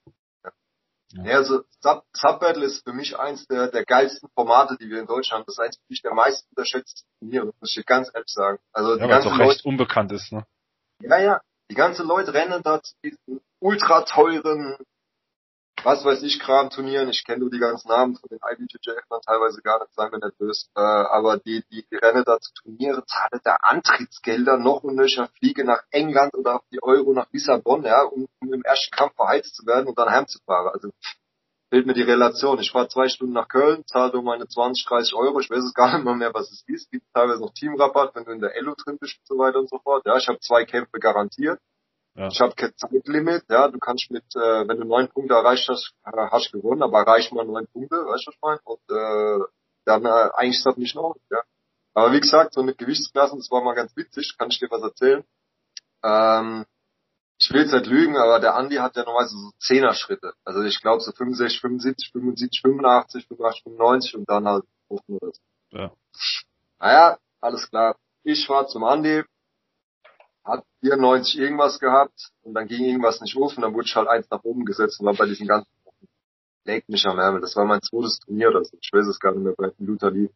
Ja, also Sub, Sub-Battle ist für mich eins der, der geilsten Formate, die wir in Deutschland haben. Das ist eins für mich der meist unterschätzten Turniere, muss ich dir ganz ehrlich sagen. Also Ja, die weil es ganzen auch Leute, recht unbekannt ist, ne? ja, ja, die ganzen Leute rennen da zu diesen ultra teuren, was weiß ich, Kram-Turnieren. Ich kenne nur die ganzen Namen von den I B J J F teilweise gar nicht, seien wir nicht böse. Äh, aber die, die, die rennen da zu Turniere, zahlen da Antrittsgelder noch und nöcher, fliege nach England oder auf die Euro nach Lissabon, ja, um, um im ersten Kampf verheizt zu werden und dann heimzufahren. Also fehlt mir die Relation. Ich fahre zwei Stunden nach Köln, zahle um meine zwanzig, dreißig Euro. Ich weiß es gar nicht mal mehr, was es ist. Gibt teilweise noch Teamrabatt, wenn du in der Elo drin bist und so weiter und so fort. Ja, ich habe zwei Kämpfe garantiert. Ja. Ich habe kein Zeitlimit. Ja, du kannst mit, äh, wenn du neun Punkte erreicht hast, äh, hast du gewonnen, aber erreich mal neun Punkte, weißt du, was ich meine? Und äh, dann äh, eigentlich ist das nicht noch. Ja. Aber wie gesagt, so mit Gewichtsklassen, das war mal ganz witzig. Kann ich dir was erzählen? Ähm, Ich will jetzt nicht lügen, aber der Andi hat ja normalerweise so Zehner-Schritte. Also ich glaube so fünfundsechzig, fünfundsiebzig, fünfundsiebzig, fünfundachtzig, fünfundachtzig, fünfundneunzig und dann halt hoffen oder so. Ja. Naja, alles klar. Ich war zum Andi, hat vierundneunzig irgendwas gehabt und dann ging irgendwas nicht auf und dann wurde ich halt eins nach oben gesetzt und war bei diesem ganzen Leg mich am Ärmel. Das war mein zweites Turnier oder so. Ich weiß es gar nicht mehr bei Luther Lee.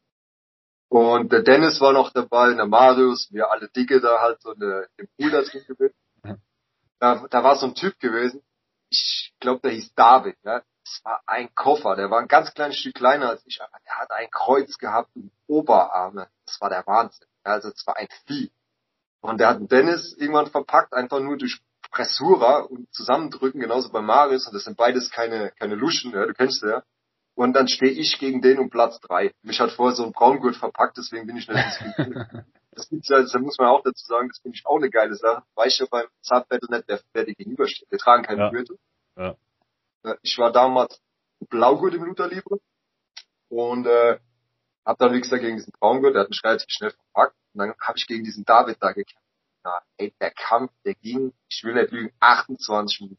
Und der Dennis war noch dabei, der Marius, wir alle Dicke da halt so in der, im Pool da drin gewesen. Da, da war so ein Typ gewesen, ich glaube, der hieß David, ja. Das war ein Koffer, der war ein ganz kleines Stück kleiner als ich, aber der hat ein Kreuz gehabt und Oberarme. Das war der Wahnsinn. Ja, also das war ein Vieh. Und der hat den Dennis irgendwann verpackt, einfach nur durch Pressura und Zusammendrücken, genauso bei Marius. Und das sind beides keine keine Luschen, ja, du kennst ja. Und dann stehe ich gegen den um Platz drei. Mich hat vorher so ein Braungurt verpackt, deswegen bin ich nicht ins Finale. Das gibt's ja, da muss man auch dazu sagen, das finde ich auch eine geile Sache. Weiß ja beim Sub-Battle nicht, wer, wer dir gegenübersteht. Wir tragen keine Ja. Gürtel. Ja. Ich war damals Blaugurt im Luther Libre. und äh, hab dann, wie gesagt, gegen diesen Braun gehört, der hat mich relativ schnell verpackt und dann habe ich gegen diesen David da gekämpft. Ja, ey, der Kampf, der ging, ich will nicht lügen, achtundzwanzig Minuten.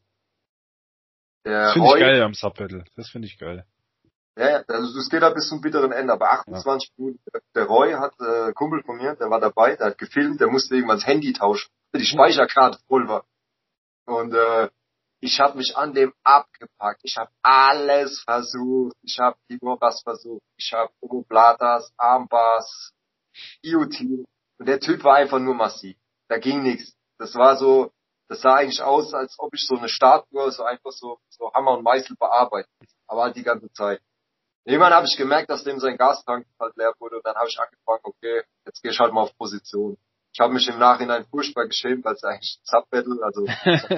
Der Das finde ich Roy, geil am Subbattle. Das finde ich geil. ja, ja, also es geht da bis zum bitteren Ende, aber achtundzwanzig ja. Minuten. Der Roy hat, äh, Kumpel von mir, der war dabei, der hat gefilmt, der musste irgendwann das Handy tauschen, weil die Speicherkarte voll war. Und äh, ich habe mich an dem abgepackt. Ich habe alles versucht. Ich habe Tiboras versucht. Ich habe Omoplatas, Armbars, Guillotine. Und der Typ war einfach nur massiv. Da ging nichts. Das war so, das sah eigentlich aus, als ob ich so eine Statue, so einfach so, so Hammer und Meißel bearbeitet. Aber halt die ganze Zeit. Irgendwann habe ich gemerkt, dass dem sein Gastank halt leer wurde. Und dann habe ich angefangen, okay, jetzt gehe ich halt mal auf Position. Ich habe mich im Nachhinein furchtbar geschämt, weil es eigentlich ein Subbattle, also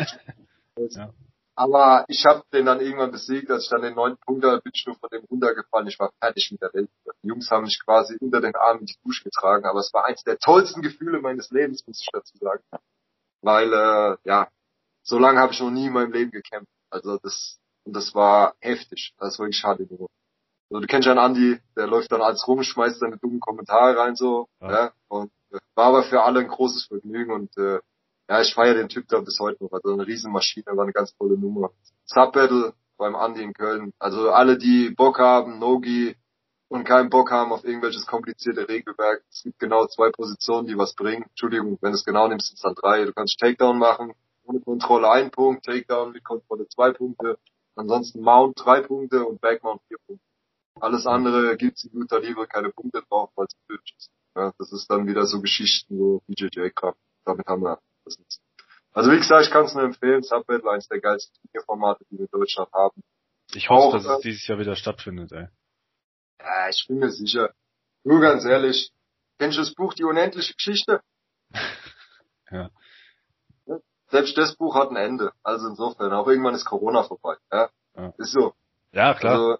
ja. Aber ich habe den dann irgendwann besiegt, als ich dann den neunten Punkt hatte, bin ich nur von dem runtergefallen. Ich war fertig mit der Welt. Die Jungs haben mich quasi unter den Arm in die Dusche getragen, aber es war eins der tollsten Gefühle meines Lebens, muss ich dazu sagen. Weil, äh, ja, so lange habe ich noch nie in meinem Leben gekämpft. Also das, und das war heftig. Das ist wirklich schade nur. Also du kennst ja einen Andi, der läuft dann alles rum, schmeißt seine dummen Kommentare rein so, ja, ja und äh, war aber für alle ein großes Vergnügen und äh, ja, ich feiere den Typ da bis heute noch, also eine Riesenmaschine, war eine ganz tolle Nummer. Subbattle beim Andi in Köln, also alle, die Bock haben, Nogi und keinen Bock haben auf irgendwelches komplizierte Regelwerk, es gibt genau zwei Positionen, die was bringen, Entschuldigung, wenn du es genau nimmst, sind es dann drei, du kannst Takedown machen, ohne Kontrolle ein Punkt, Takedown mit Kontrolle zwei Punkte, ansonsten Mount drei Punkte und Backmount vier Punkte. Alles andere gibt's in Luther Libre keine Punkte drauf, weil es blöd ist. Ja, das ist dann wieder so Geschichten, so B J J-Kraft. Damit haben wir das nicht. Also wie gesagt, ich kann es nur empfehlen. Subbattle, eines der geilsten Turnierformate, die wir in Deutschland haben. Ich hoffe, Auch, dass es äh, dieses Jahr wieder stattfindet, ey. Ja, ich bin mir sicher. Nur ganz ehrlich, kennst du das Buch Die unendliche Geschichte? Ja. Selbst das Buch hat ein Ende. Also insofern, auch irgendwann ist Corona vorbei. Ja, ja. Ist so. Ja, klar. Also,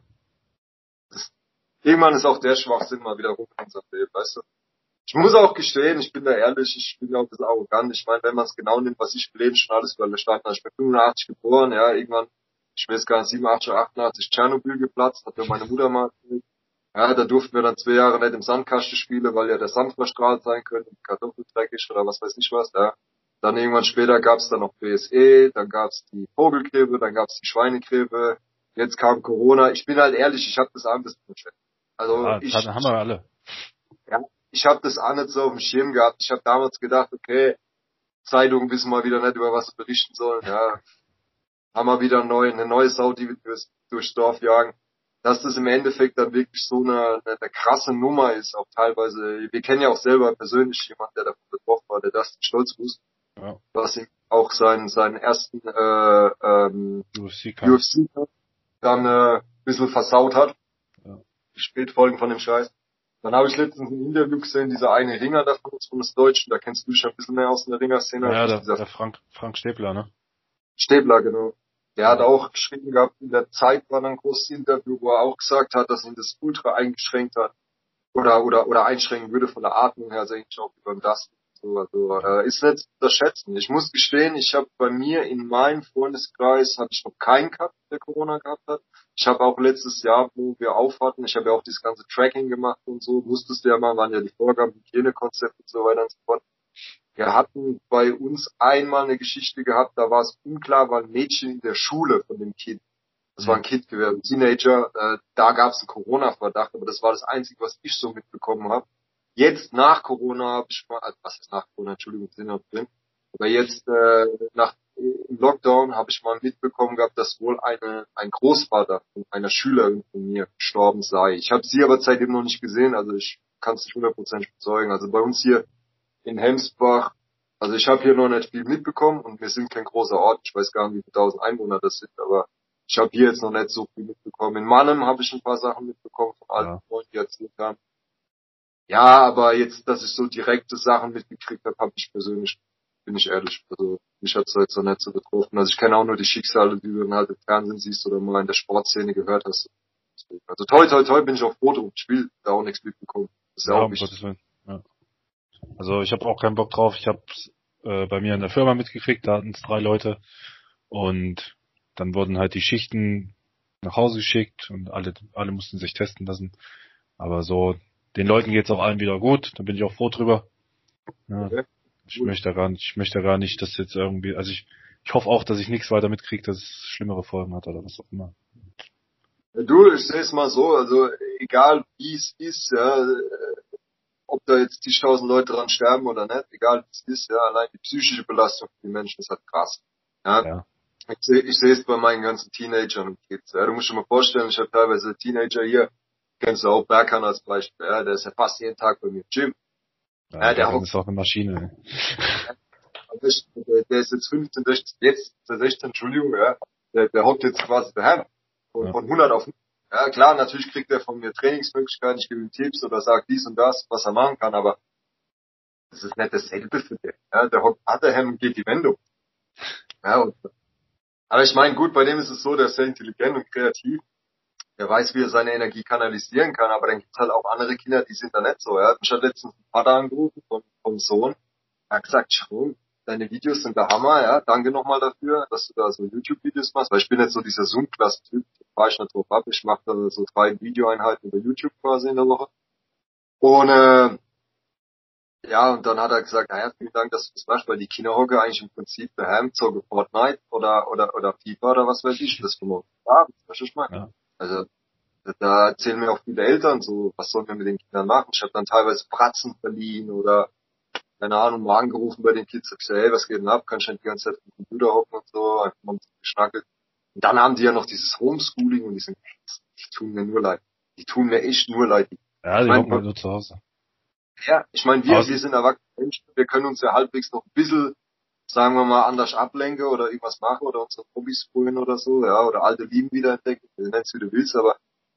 das, irgendwann ist auch der Schwachsinn mal wieder rum in unserem Leben, weißt du? Ich muss auch gestehen, ich bin da ehrlich, ich bin ja auch ein bisschen arrogant. Ich meine, wenn man es genau nimmt, was ich im Leben schon alles überstanden habe. Ich bin fünfundachtzig geboren, ja, irgendwann, ich weiß gar nicht, siebenundachtzig oder achtundachtzig Tschernobyl geplatzt, hat mir meine Mutter mal erzählt. Ja, da durften wir dann zwei Jahre nicht im Sandkasten spielen, weil ja der Sand verstrahlt sein könnte, die Kartoffel dreckig oder was weiß ich was, ja. Dann irgendwann später gab's dann noch B S E, dann gab's die Vogelgrippe, dann gab's die Schweinegrippe, jetzt kam Corona. Ich bin halt ehrlich, ich habe das auch ein bisschen unterschätzt. Also ja, ich, das haben wir alle. Ja, ich habe das auch nicht so auf dem Schirm gehabt. Ich habe damals gedacht, okay, Zeitungen wissen mal wieder nicht, über was sie berichten sollen. Ja, haben wir wieder neu, eine neue Sau, die wir durchs, durchs Dorf jagen. Dass das im Endeffekt dann wirklich so eine, eine, eine krasse Nummer ist, auch teilweise. Wir kennen ja auch selber persönlich jemanden, der davon betroffen war, der Dustin Stolzfuß, ja. Was ihm auch seinen, seinen ersten äh, ähm, U F C-Kampf U F C dann äh, ein bisschen versaut hat. Ja. Die Spätfolgen von dem Scheiß. Dann habe ich letztens ein Interview gesehen, dieser eine Ringer da von uns, von uns Deutschen, da kennst du dich ja ein bisschen mehr aus in der Ringerszene. Ja, der, der Frank, Frank Stäbler, ne? Stäbler, genau. Der ja. hat auch geschrieben gehabt, in der Zeit war dann ein großes Interview, wo er auch gesagt hat, dass ihn das ultra eingeschränkt hat. Oder, oder, oder einschränken würde von der Atmung her, also eigentlich auch wie beim Dustin. So, also, äh, ist nicht zu unterschätzen. Ich muss gestehen, ich habe bei mir in meinem Freundeskreis hatte ich noch keinen gehabt, der Corona gehabt hat. Ich habe auch letztes Jahr, wo wir auf hatten, ich habe ja auch dieses ganze Tracking gemacht und so, musstest du ja mal, waren ja die Vorgaben, Hygienekonzepte und so weiter und so fort. Wir hatten bei uns einmal eine Geschichte gehabt, da war es unklar, war ein Mädchen in der Schule von dem Kind. Das war ein Kind gewesen, ein Teenager, äh, da gab es einen Corona-Verdacht, aber das war das Einzige, was ich so mitbekommen habe. Jetzt nach Corona habe ich mal, also was ist nach Corona, Entschuldigung, sind noch drin, aber jetzt äh, nach im Lockdown habe ich mal mitbekommen gehabt, dass wohl eine ein Großvater von einer Schülerin von mir gestorben sei. Ich habe sie aber seitdem noch nicht gesehen, also ich kann es nicht hundertprozentig bezeugen. Also bei uns hier in Hemsbach, also ich habe hier noch nicht viel mitbekommen und wir sind kein großer Ort, ich weiß gar nicht, wie viele tausend Einwohner das sind, aber ich habe hier jetzt noch nicht so viel mitbekommen. In Mannheim habe ich ein paar Sachen mitbekommen von alten ja. Freunden, die erzählt haben. Ja, aber jetzt, dass ich so direkte Sachen mitgekriegt habe, habe ich persönlich, bin ich ehrlich, also mich hat's jetzt noch nicht so betroffen. Also ich kenne auch nur die Schicksale, die du dann halt im Fernsehen siehst oder mal in der Sportszene gehört hast. Also toi, toi, toi bin ich auch froh drum. Ich will da auch nichts mitbekommen. Das ist ja, ja auch wichtig. Ja. Also ich habe auch keinen Bock drauf. Ich habe äh, bei mir in der Firma mitgekriegt, da hatten es drei Leute und dann wurden halt die Schichten nach Hause geschickt und alle, alle mussten sich testen lassen. Aber so, den Leuten geht's auch allen wieder gut, da bin ich auch froh drüber. Ja, Okay. ich möchte gar nicht, ich möchte gar nicht, dass jetzt irgendwie, also ich, ich hoffe auch, dass ich nichts weiter mitkriege, dass es schlimmere Folgen hat oder was auch immer. Du, ich sehe es mal so, also egal wie es ist, ja, ob da jetzt zigtausend Leute dran sterben oder nicht, egal wie es ist, ja, allein die psychische Belastung für die Menschen ist halt krass. Ja. Ja, Ich sehe ich sehe es bei meinen ganzen Teenagern und Kids. Ja. Du musst dir mal vorstellen, ich habe teilweise Teenager hier, kennst du auch Berkan als Beispiel, ja, der ist ja fast jeden Tag bei mir im Gym. ja, Ja, der der hockt, ist auch eine Maschine. der, der ist jetzt fünfzehn, sechzehn, jetzt ist er sechzehn, Entschuldigung, ja, der, der hockt jetzt quasi daheim. Von, Ja. von hundert auf, ja klar, natürlich kriegt er von mir Trainingsmöglichkeiten, ich gebe ihm Tipps oder sage dies und das, was er machen kann, aber das ist nicht dasselbe für den. Ja, der hockt daheim und geht die Wendung. Ja, und, aber ich meine, gut, bei dem ist es so, der ist sehr intelligent und kreativ. Der weiß, wie er seine Energie kanalisieren kann, aber dann gibt's halt auch andere Kinder, die sind da nicht so. Er hat mich halt letztens einen Vater angerufen vom, vom Sohn. Er hat gesagt, Sharon, deine Videos sind der Hammer, ja, danke nochmal dafür, dass du da so YouTube-Videos machst, weil ich bin jetzt so dieser Zoom-Klasse-Typ, da fahr ich nicht drauf ab, ich mache da so drei Videoeinheiten über YouTube quasi in der Woche. Und äh, ja, und dann hat er gesagt, naja, vielen Dank, dass du das machst, weil die Kinder hocken eigentlich im Prinzip daheim zocken Fortnite oder oder oder FIFA oder was weiß ich, das von morgens bis abends, weißt du, was ich meine? Ja. Also da erzählen mir auch viele Eltern so, was sollen wir mit den Kindern machen? Ich habe dann teilweise Bratzen verliehen oder, keine Ahnung, mal angerufen bei den Kids, hab gesagt, hey, was geht denn ab? Kannst du nicht die ganze Zeit auf dem Computer hocken und so, einfach mal ein bisschen geschnackelt. Und dann haben die ja noch dieses Homeschooling und die sind, die tun mir nur leid. Die tun mir echt nur leid. Ja, Ich die hocken halt meine, nur zu Hause. ja, ich meine, wir, Außen, wir sind erwachsene Menschen, wir können uns ja halbwegs noch ein bisschen, sagen wir mal, anders ablenken oder irgendwas machen oder unsere Hobbys frühen oder so, ja, oder alte Lieben wiederentdecken, nenn's wie du willst, aber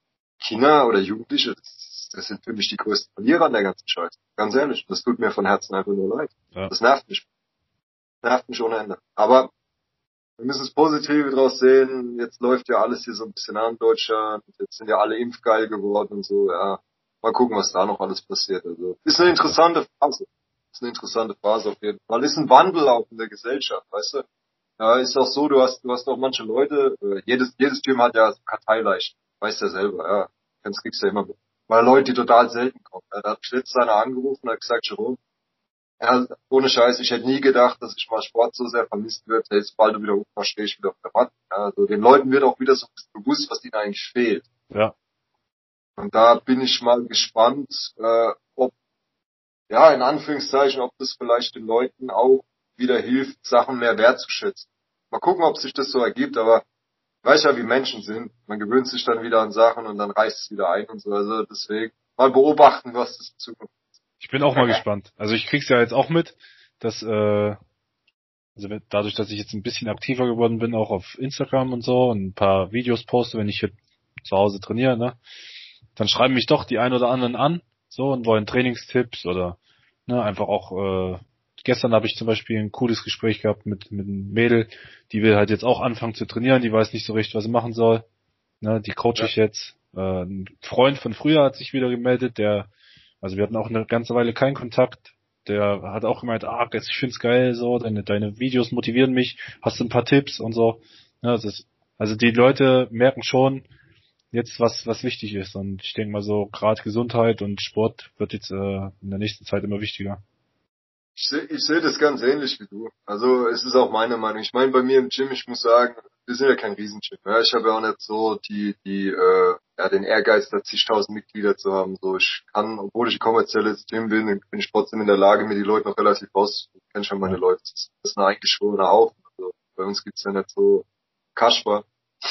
Kinder oder Jugendliche, das, das sind für mich die größten Verlierer an der ganzen Scheiße. Ganz ehrlich, das tut mir von Herzen einfach nur leid. ja. Das nervt mich. Nervt mich ohne Ende. Aber wir müssen das Positive draus sehen. Jetzt läuft ja alles hier so ein bisschen an in Deutschland. Jetzt sind ja alle impfgeil geworden und so, ja. Mal gucken, was da noch alles passiert. Also, ist eine interessante Phase. Ist eine interessante Phase auf jeden Fall. Ist ein Wandel auch in der Gesellschaft, weißt du? Ja, ist auch so, du hast, du hast auch manche Leute, äh, jedes, jedes Team hat ja so Karteileichen. Weißt ja selber, ja. Kennst, kriegst ja immer mit. Weil Leute, die total selten kommen. Ja, da hat mich letztens einer angerufen und hat gesagt, Jerome, ja, ohne Scheiß, ich hätte nie gedacht, dass ich mal Sport so sehr vermisst wird. Hey, sobald du wieder hochmachst, stehe ich wieder auf der Matte. Ja, also den Leuten wird auch wieder so bewusst, was ihnen eigentlich fehlt. Ja. Und da bin ich mal gespannt, äh, ob, ja, in Anführungszeichen, ob das vielleicht den Leuten auch wieder hilft, Sachen mehr wertzuschätzen. Mal gucken, ob sich das so ergibt, aber ich weiß ja, wie Menschen sind. Man gewöhnt sich dann wieder an Sachen und dann reißt es wieder ein und so. Also deswegen mal beobachten, was das in Zukunft. Ich bin auch mal gespannt. Also ich krieg's ja jetzt auch mit, dass, äh, also dadurch, dass ich jetzt ein bisschen aktiver geworden bin, auch auf Instagram und so und ein paar Videos poste, wenn ich hier zu Hause trainiere, ne, dann schreiben mich doch die ein oder anderen an, so, und wollen Trainingstipps oder, ne, einfach auch, äh, gestern habe ich zum Beispiel ein cooles Gespräch gehabt mit, mit einem Mädel, die will halt jetzt auch anfangen zu trainieren, die weiß nicht so richtig, was sie machen soll, ne, die coach ich jetzt. Äh, ein Freund von früher hat sich wieder gemeldet, der, also wir hatten auch eine ganze Weile keinen Kontakt, der hat auch gemeint, ah, ich find's geil, so, deine, deine Videos motivieren mich, hast du ein paar Tipps und so. Ja, das ist, also die Leute merken schon jetzt, was, was wichtig ist. Und ich denke mal so, gerade Gesundheit und Sport wird jetzt äh, in der nächsten Zeit immer wichtiger. Ich sehe ich seh das ganz ähnlich wie du. Also es ist auch meine Meinung. Ich meine, bei mir im Gym, ich muss sagen, wir sind ja kein Riesengym. Ja, ich habe ja auch nicht so die, die, äh, ja, den Ehrgeiz, da zigtausend Mitglieder zu haben. So, ich kann, obwohl ich ein kommerzielles Gym bin, bin ich trotzdem in der Lage, mir die Leute noch relativ raus. Ich kenne schon meine Ja. Leute. Das ist ein eingeschworener Haufen. Also, bei uns gibt's ja nicht so Kasper.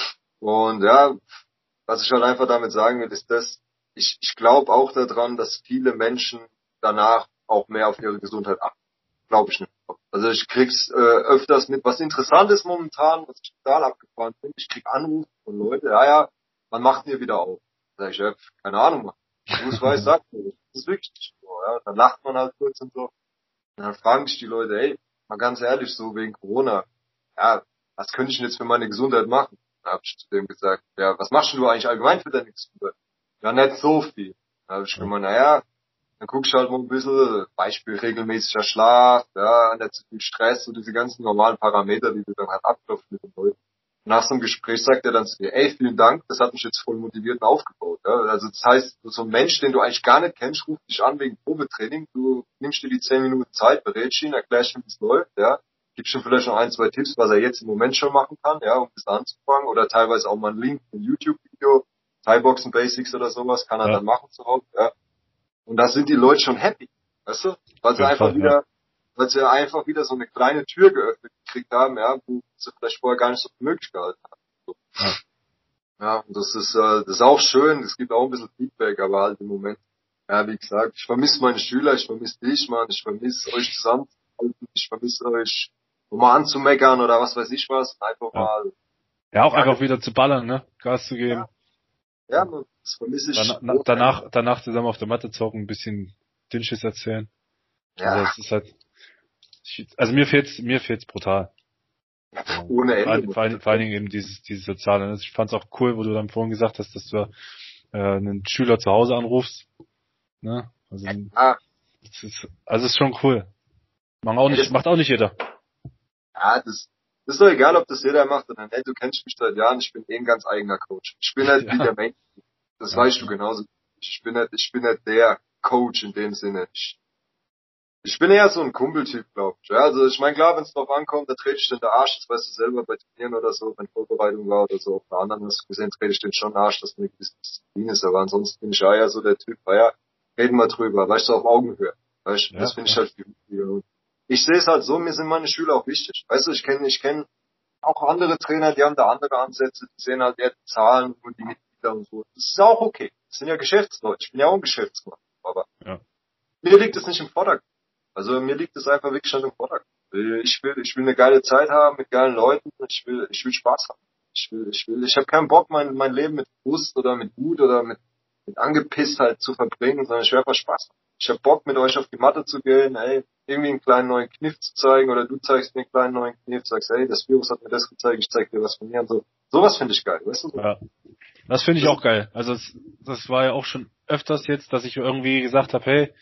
Und ja, was ich halt einfach damit sagen will, ist das, ich, ich glaube auch daran, dass viele Menschen danach auch mehr auf ihre Gesundheit achten. Glaube ich nicht. Also ich krieg's äh, öfters mit, was interessant ist momentan, was ich total abgefahren finde. Ich krieg Anrufe von Leuten, ja, ja, wann macht ihr wieder auf? Sag ich, ja, keine Ahnung, du es weiß, sagt mir, das ist wirklich so, ja. Dann lacht man halt kurz und so. Und dann fragen sich die Leute, ey, mal ganz ehrlich, so wegen Corona, ja, was könnte ich denn jetzt für meine Gesundheit machen? Da hab ich zu dem gesagt, ja, was machst du eigentlich allgemein für deine Gesundheit? Ja, nicht so viel. Da habe ich Ja. gemeint, naja, dann guckst du halt mal ein bisschen, Beispiel regelmäßiger Schlaf, ja, nicht zu viel Stress, so diese ganzen normalen Parameter, die du dann halt abklopfst mit den Leuten. Nach so einem Gespräch sagt er dann zu mir, ey, vielen Dank, das hat mich jetzt voll motiviert und aufgebaut. Ja? Also das heißt, so ein Mensch, den du eigentlich gar nicht kennst, ruft dich an wegen Probetraining, du nimmst dir die zehn Minuten Zeit, berätst ihn, erklärst ihm, wie es läuft, ja, gibst ihm vielleicht noch ein, zwei Tipps, was er jetzt im Moment schon machen kann, ja, um bis anzufangen, oder teilweise auch mal einen Link, ein YouTube-Video, Thai-Boxen Basics oder sowas, kann er Ja. dann machen zu Hause, ja. Und da sind die Leute schon happy, weißt du, weil sie jeden einfach Fall, wieder, ja. weil sie einfach wieder so eine kleine Tür geöffnet gekriegt haben, ja, wo sie vielleicht vorher gar nicht so für möglich gehalten haben. So. Ja. Ja, und das ist, äh, das ist auch schön, es gibt auch ein bisschen Feedback, aber halt im Moment, ja, wie gesagt, ich vermisse meine Schüler, ich vermisse dich, Mann, ich vermisse euch zusammenzuhalten, ich vermisse euch, um mal anzumeckern oder was weiß ich was, einfach Ja. mal, Ja, auch ja, einfach wieder zu ballern, ne? Gas zu geben. ja, man, das vermisse ich. Dann, na, danach, danach zusammen auf der Matte zocken, ein bisschen Dünnschiss erzählen. Also Ja, das ist halt, also mir fehlt's, mir fehlt's brutal. ohne Vor, Ende. allen- vor, allen- vor allen Dingen eben dieses, dieses Soziale. ne? Ich fand's auch cool, wo du dann vorhin gesagt hast, dass du äh, einen Schüler zu Hause anrufst. Ne? Also, Ja, das ist, also ist schon cool. Macht auch ja, nicht, das, macht auch nicht jeder. ja, das, das ist doch egal, ob das jeder macht oder nicht, du kennst mich seit Jahren, ich bin eh ein ganz eigener Coach. Ich bin nicht wie Ja, der Mensch, das ja, weißt du ja. genauso. Ich bin nicht, ich bin nicht der Coach in dem Sinne. Ich, Ich bin eher so ein Kumpeltyp, glaube ich. Ja, also ich meine, klar, wenn es drauf ankommt, da trete ich den der Arsch, das weißt du selber bei Turnieren oder so, wenn Vorbereitung war oder so, auf der anderen hast du gesehen, trete ich den schon den Arsch, dass eine gewisse Disziplin ist, aber ansonsten bin ich ja eher so der Typ, ja, reden wir drüber, weißt du, auf Augenhöhe. Weißt du, Ja, das finde ich klar. halt viel wichtiger. Und ich sehe es halt so, mir sind meine Schüler auch wichtig. Weißt du, ich kenne ich kenne auch andere Trainer, die haben da andere Ansätze, die sehen halt eher die Zahlen und die Mitglieder und so. Das ist auch okay. Das sind ja Geschäftsleute. Ich bin ja auch ein Geschäftsmann. Aber Ja. mir liegt es nicht im Vordergrund. Also mir liegt es einfach wirklich schon im Vordergrund. Ich will, ich will eine geile Zeit haben mit geilen Leuten. Ich will, ich will Spaß haben. Ich will, ich will, ich habe keinen Bock, mein, mein Leben mit Frust oder mit Wut oder mit, mit Angepisstheit zu verbringen, sondern ich will einfach Spaß haben. Ich habe Bock, mit euch auf die Matte zu gehen, ey, irgendwie einen kleinen neuen Kniff zu zeigen oder du zeigst mir einen kleinen neuen Kniff, sagst, ey, das Virus hat mir das gezeigt, ich zeig dir was von mir und so. Sowas finde ich geil, weißt du? So. Ja. Das finde ich Das, auch geil. Also es, das war ja auch schon öfters jetzt, dass ich irgendwie gesagt habe, hey,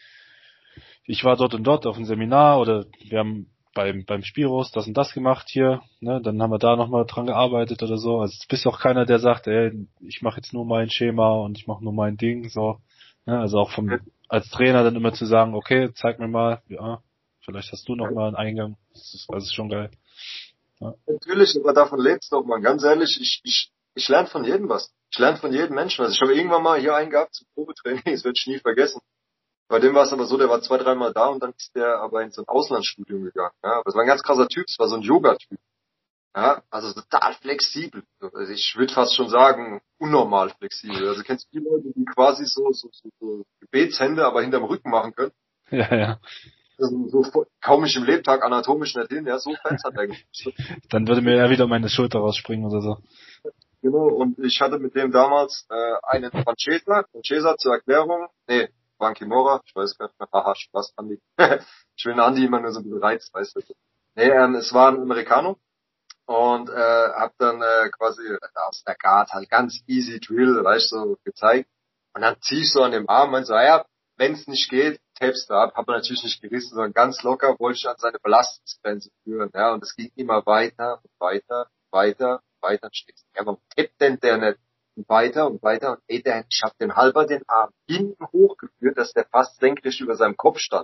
ich war dort und dort auf einem Seminar oder wir haben beim beim Spiros das und das gemacht hier, ne, dann haben wir da nochmal dran gearbeitet oder so. Also es bist auch keiner, der sagt, ey, ich mache jetzt nur mein Schema und ich mache nur mein Ding, so. Ne, also auch vom als Trainer dann immer zu sagen, okay, zeig mir mal, ja, vielleicht hast du noch mal einen Eingang. Das ist, das ist schon geil. Ja. Natürlich, aber davon lebst du doch, man. Ganz ehrlich, ich, ich, ich lerne von jedem was. Ich lerne von jedem Menschen was. Ich habe irgendwann mal hier einen gehabt zum Probetraining, das werde ich nie vergessen. Bei dem war es aber so, der war zwei, dreimal da und dann ist der aber in so ein Auslandsstudium gegangen. Ja, aber es war ein ganz krasser Typ, es war so ein Yoga-Typ. Ja, also total flexibel. Also ich würde fast schon sagen, unnormal flexibel. Also kennst du die Leute, die quasi so, so, so, so Gebetshände, aber hinterm Rücken machen können? Ja, ja. Also so voll- kaum ich im Lebtag anatomisch nicht hin, ja, so Fans hat er gemacht. Dann würde mir ja wieder meine Schulter rausspringen oder so. Genau, und ich hatte mit dem damals äh, einen Francesa, Francesa zur Erklärung, nee, Juan Kimura, ich weiß gar nicht mehr, haha, Spaß, Andi. Ich will den Andi immer nur so ein bisschen reizt, weißt du. Nee, ähm, es war ein Americano und äh, hab dann äh, quasi aus der Guard halt ganz easy Drill, weißt du, so gezeigt. Und dann zieh ich so an dem Arm und so, ja, wenn es nicht geht, tapst du ab. Hab er natürlich nicht gerissen, sondern ganz locker wollte ich an seine Belastungsgrenze führen, ja, und es ging immer weiter und weiter, weiter, weiter. Und stehst du, ja, warum tappt denn der nicht? Und weiter und weiter und ey, der, ich hab den halber den Arm hinten hochgeführt, dass der fast senkrecht über seinem Kopf stand.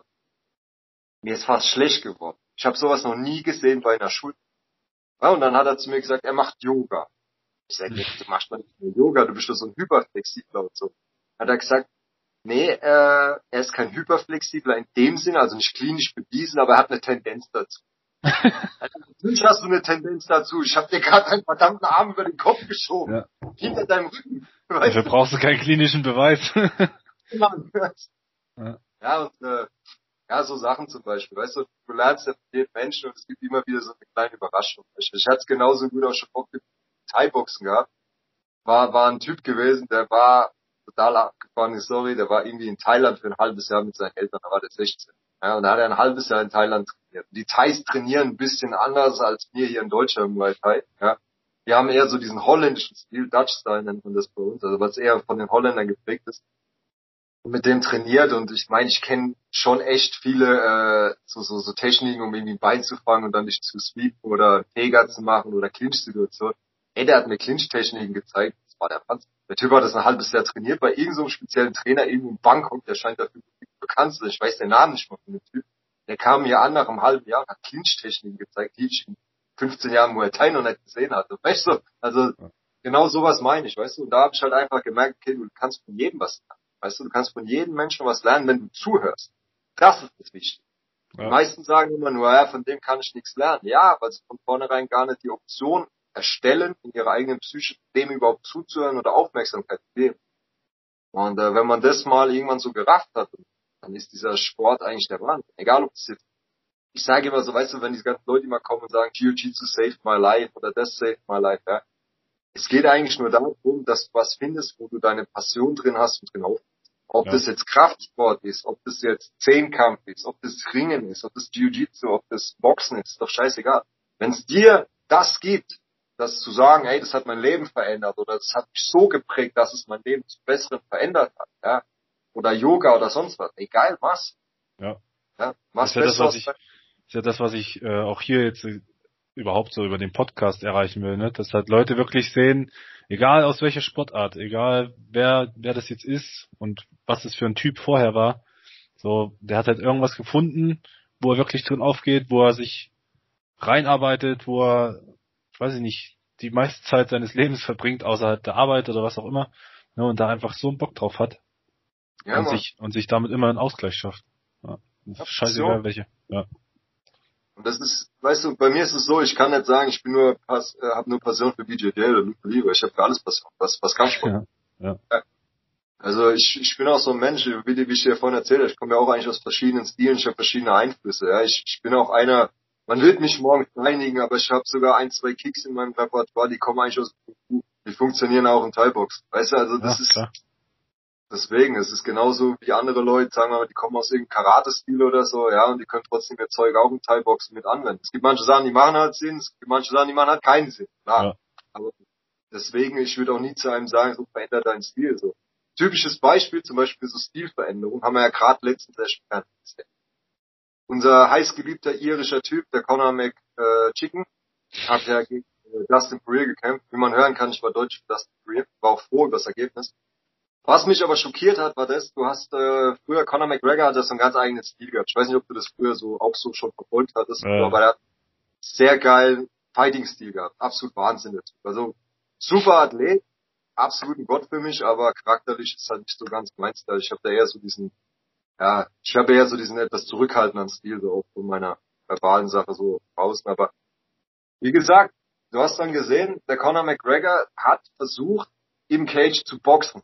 Mir ist fast schlecht geworden. Ich habe sowas noch nie gesehen bei einer Schulter. Ja, und dann hat er zu mir gesagt, er macht Yoga. Ich sag, nee, du machst mal nicht nur Yoga, du bist doch so ein Hyperflexibler und so. Hat er gesagt, nee, äh, er ist kein Hyperflexibler in dem Sinne, also nicht klinisch bewiesen, aber er hat eine Tendenz dazu. Also, natürlich hast du eine Tendenz dazu. Ich habe dir gerade einen verdammten Arm über den Kopf geschoben. Ja. Hinter deinem Rücken. Dafür Weißt brauchst du keinen klinischen Beweis. du, Mann? Ja. Ja, und äh, ja, so Sachen zum Beispiel. Weißt du, du lernst ja von jedem Menschen und es gibt immer wieder so eine kleine Überraschung. Ich, ich hatte es genauso gut auch schon Bock mit Thai-Boxen gehabt. War, war ein Typ gewesen, der war total abgefahrene Story, der war irgendwie in Thailand für ein halbes Jahr mit seinen Eltern, da war der sechzehn. Ja, und da hat er ein halbes Jahr in Thailand trainiert. Die Thais trainieren ein bisschen anders als wir hier in Deutschland im Muay Thai. Ja. Die haben eher so diesen holländischen Stil, Dutch Style nennt man das bei uns, also was eher von den Holländern geprägt ist. Und mit dem trainiert und ich meine, ich kenne schon echt viele äh, so, so, so Techniken, um irgendwie ein Bein zu fangen und dann nicht zu sweepen oder Pega zu machen oder Clinch-Situation. ey, der hat mir Clinch-Techniken gezeigt, das war der Wahnsinn. Der Typ hat das ein halbes Jahr trainiert bei irgendeinem so speziellen Trainer irgendwo in Bangkok, der scheint dafür bekannt zu sein, ich weiß den Namen nicht mehr von dem Typ. Der kam hier an nach einem halben Jahr, hat Clinch-Techniken gezeigt, die ich in fünfzehn Jahren Muay Thai noch nicht gesehen hatte. Weißt du, also genau sowas meine ich, weißt du. Und da habe ich halt einfach gemerkt, okay, du kannst von jedem was lernen. Weißt du, du kannst von jedem Menschen was lernen, wenn du zuhörst. Das ist das Wichtige. Ja. Die meisten sagen immer nur, ja, von dem kann ich nichts lernen. Ja, weil sie von vornherein gar nicht die Option erstellen, in ihrer eigenen Psyche dem überhaupt zuzuhören oder Aufmerksamkeit zu geben. Und äh, wenn man das mal irgendwann so gerafft hat, dann ist dieser Sport eigentlich der Wahnsinn. Egal ob es jetzt, ich sage immer so, weißt du, wenn diese ganzen Leute immer kommen und sagen, Jiu-Jitsu saved my life oder das saved my life, ja. Es geht eigentlich nur darum, dass du was findest, wo du deine Passion drin hast und drin aufhörst. Ob ja. das jetzt Kraftsport ist, ob das jetzt Zehnkampf ist, ob das Ringen ist, ob das Jiu-Jitsu, ob das Boxen ist, ist doch scheißegal. Wenn es dir das gibt, das zu sagen, hey, das hat mein Leben verändert oder das hat mich so geprägt, dass es mein Leben zum Besseren verändert hat, ja, oder Yoga oder sonst was, egal was. Ja. Ja, was das ist ja das, was ich, ist ja das, was ich äh, auch hier jetzt äh, überhaupt so über den Podcast erreichen will, ne? Dass halt Leute wirklich sehen, egal aus welcher Sportart, egal wer wer das jetzt ist und was das für ein Typ vorher war, so, der hat halt irgendwas gefunden, wo er wirklich drin aufgeht, wo er sich reinarbeitet, wo er, ich weiß nicht, die meiste Zeit seines Lebens verbringt, außerhalb der Arbeit oder was auch immer, ne? Und da einfach so einen Bock drauf hat. Ja, und sich und sich damit immer einen Ausgleich schafft. Ja. Scheißegal welche. Ja. Und das ist, weißt du, bei mir ist es so, ich kann nicht sagen, ich bin nur, pass, äh, habe nur Passion für B J J oder Luke Lever. Ich habe für alles Passion, was, was Kampfsport. Ja, ja. Also ich, ich bin auch so ein Mensch, wie, wie ich dir vorhin erzählt habe, ich komme ja auch eigentlich aus verschiedenen Stilen, ich habe verschiedene Einflüsse. Ja, ich, ich bin auch einer, man wird mich morgen reinigen, aber ich habe sogar ein, zwei Kicks in meinem Repertoire, die kommen eigentlich aus dem Kung Fu. Die funktionieren auch in Thai-Box. Weißt du, also das ja, ist klar. Deswegen, es ist genauso wie andere Leute, sagen wir mal, die kommen aus irgendeinem Karate-Stil oder so, ja, und die können trotzdem ihr Zeug auch im Thai-Boxen mit anwenden. Es gibt manche Sachen, die machen halt Sinn, es gibt manche Sachen, die machen halt keinen Sinn, klar. Ja. Aber deswegen, ich würde auch nie zu einem sagen, so verändert deinen Stil, so. Typisches Beispiel, zum Beispiel so Stilveränderung, haben wir ja gerade letztens erst bekannt. Unser heißgeliebter irischer Typ, der Conor McChicken, hat ja gegen Dustin Poirier gekämpft. Wie man hören kann, ich war deutsch für Dustin Poirier, war auch froh über das Ergebnis. Was mich aber schockiert hat, war das, du hast äh, früher, Conor McGregor hat das so einen ganz eigenen Stil gehabt. Ich weiß nicht, ob du das früher so auch so schon verfolgt hattest, äh. aber er hat sehr geilen Fighting-Stil gehabt. Absolut Wahnsinn. Also super Athlet, absolut ein Gott für mich, aber charakterlich ist halt nicht so ganz meins. Ich habe da eher so diesen, ja, ich habe eher so diesen etwas zurückhaltenden Stil, so auch von meiner verbalen Sache so draußen. Aber wie gesagt, du hast dann gesehen, der Conor McGregor hat versucht, im Cage zu boxen.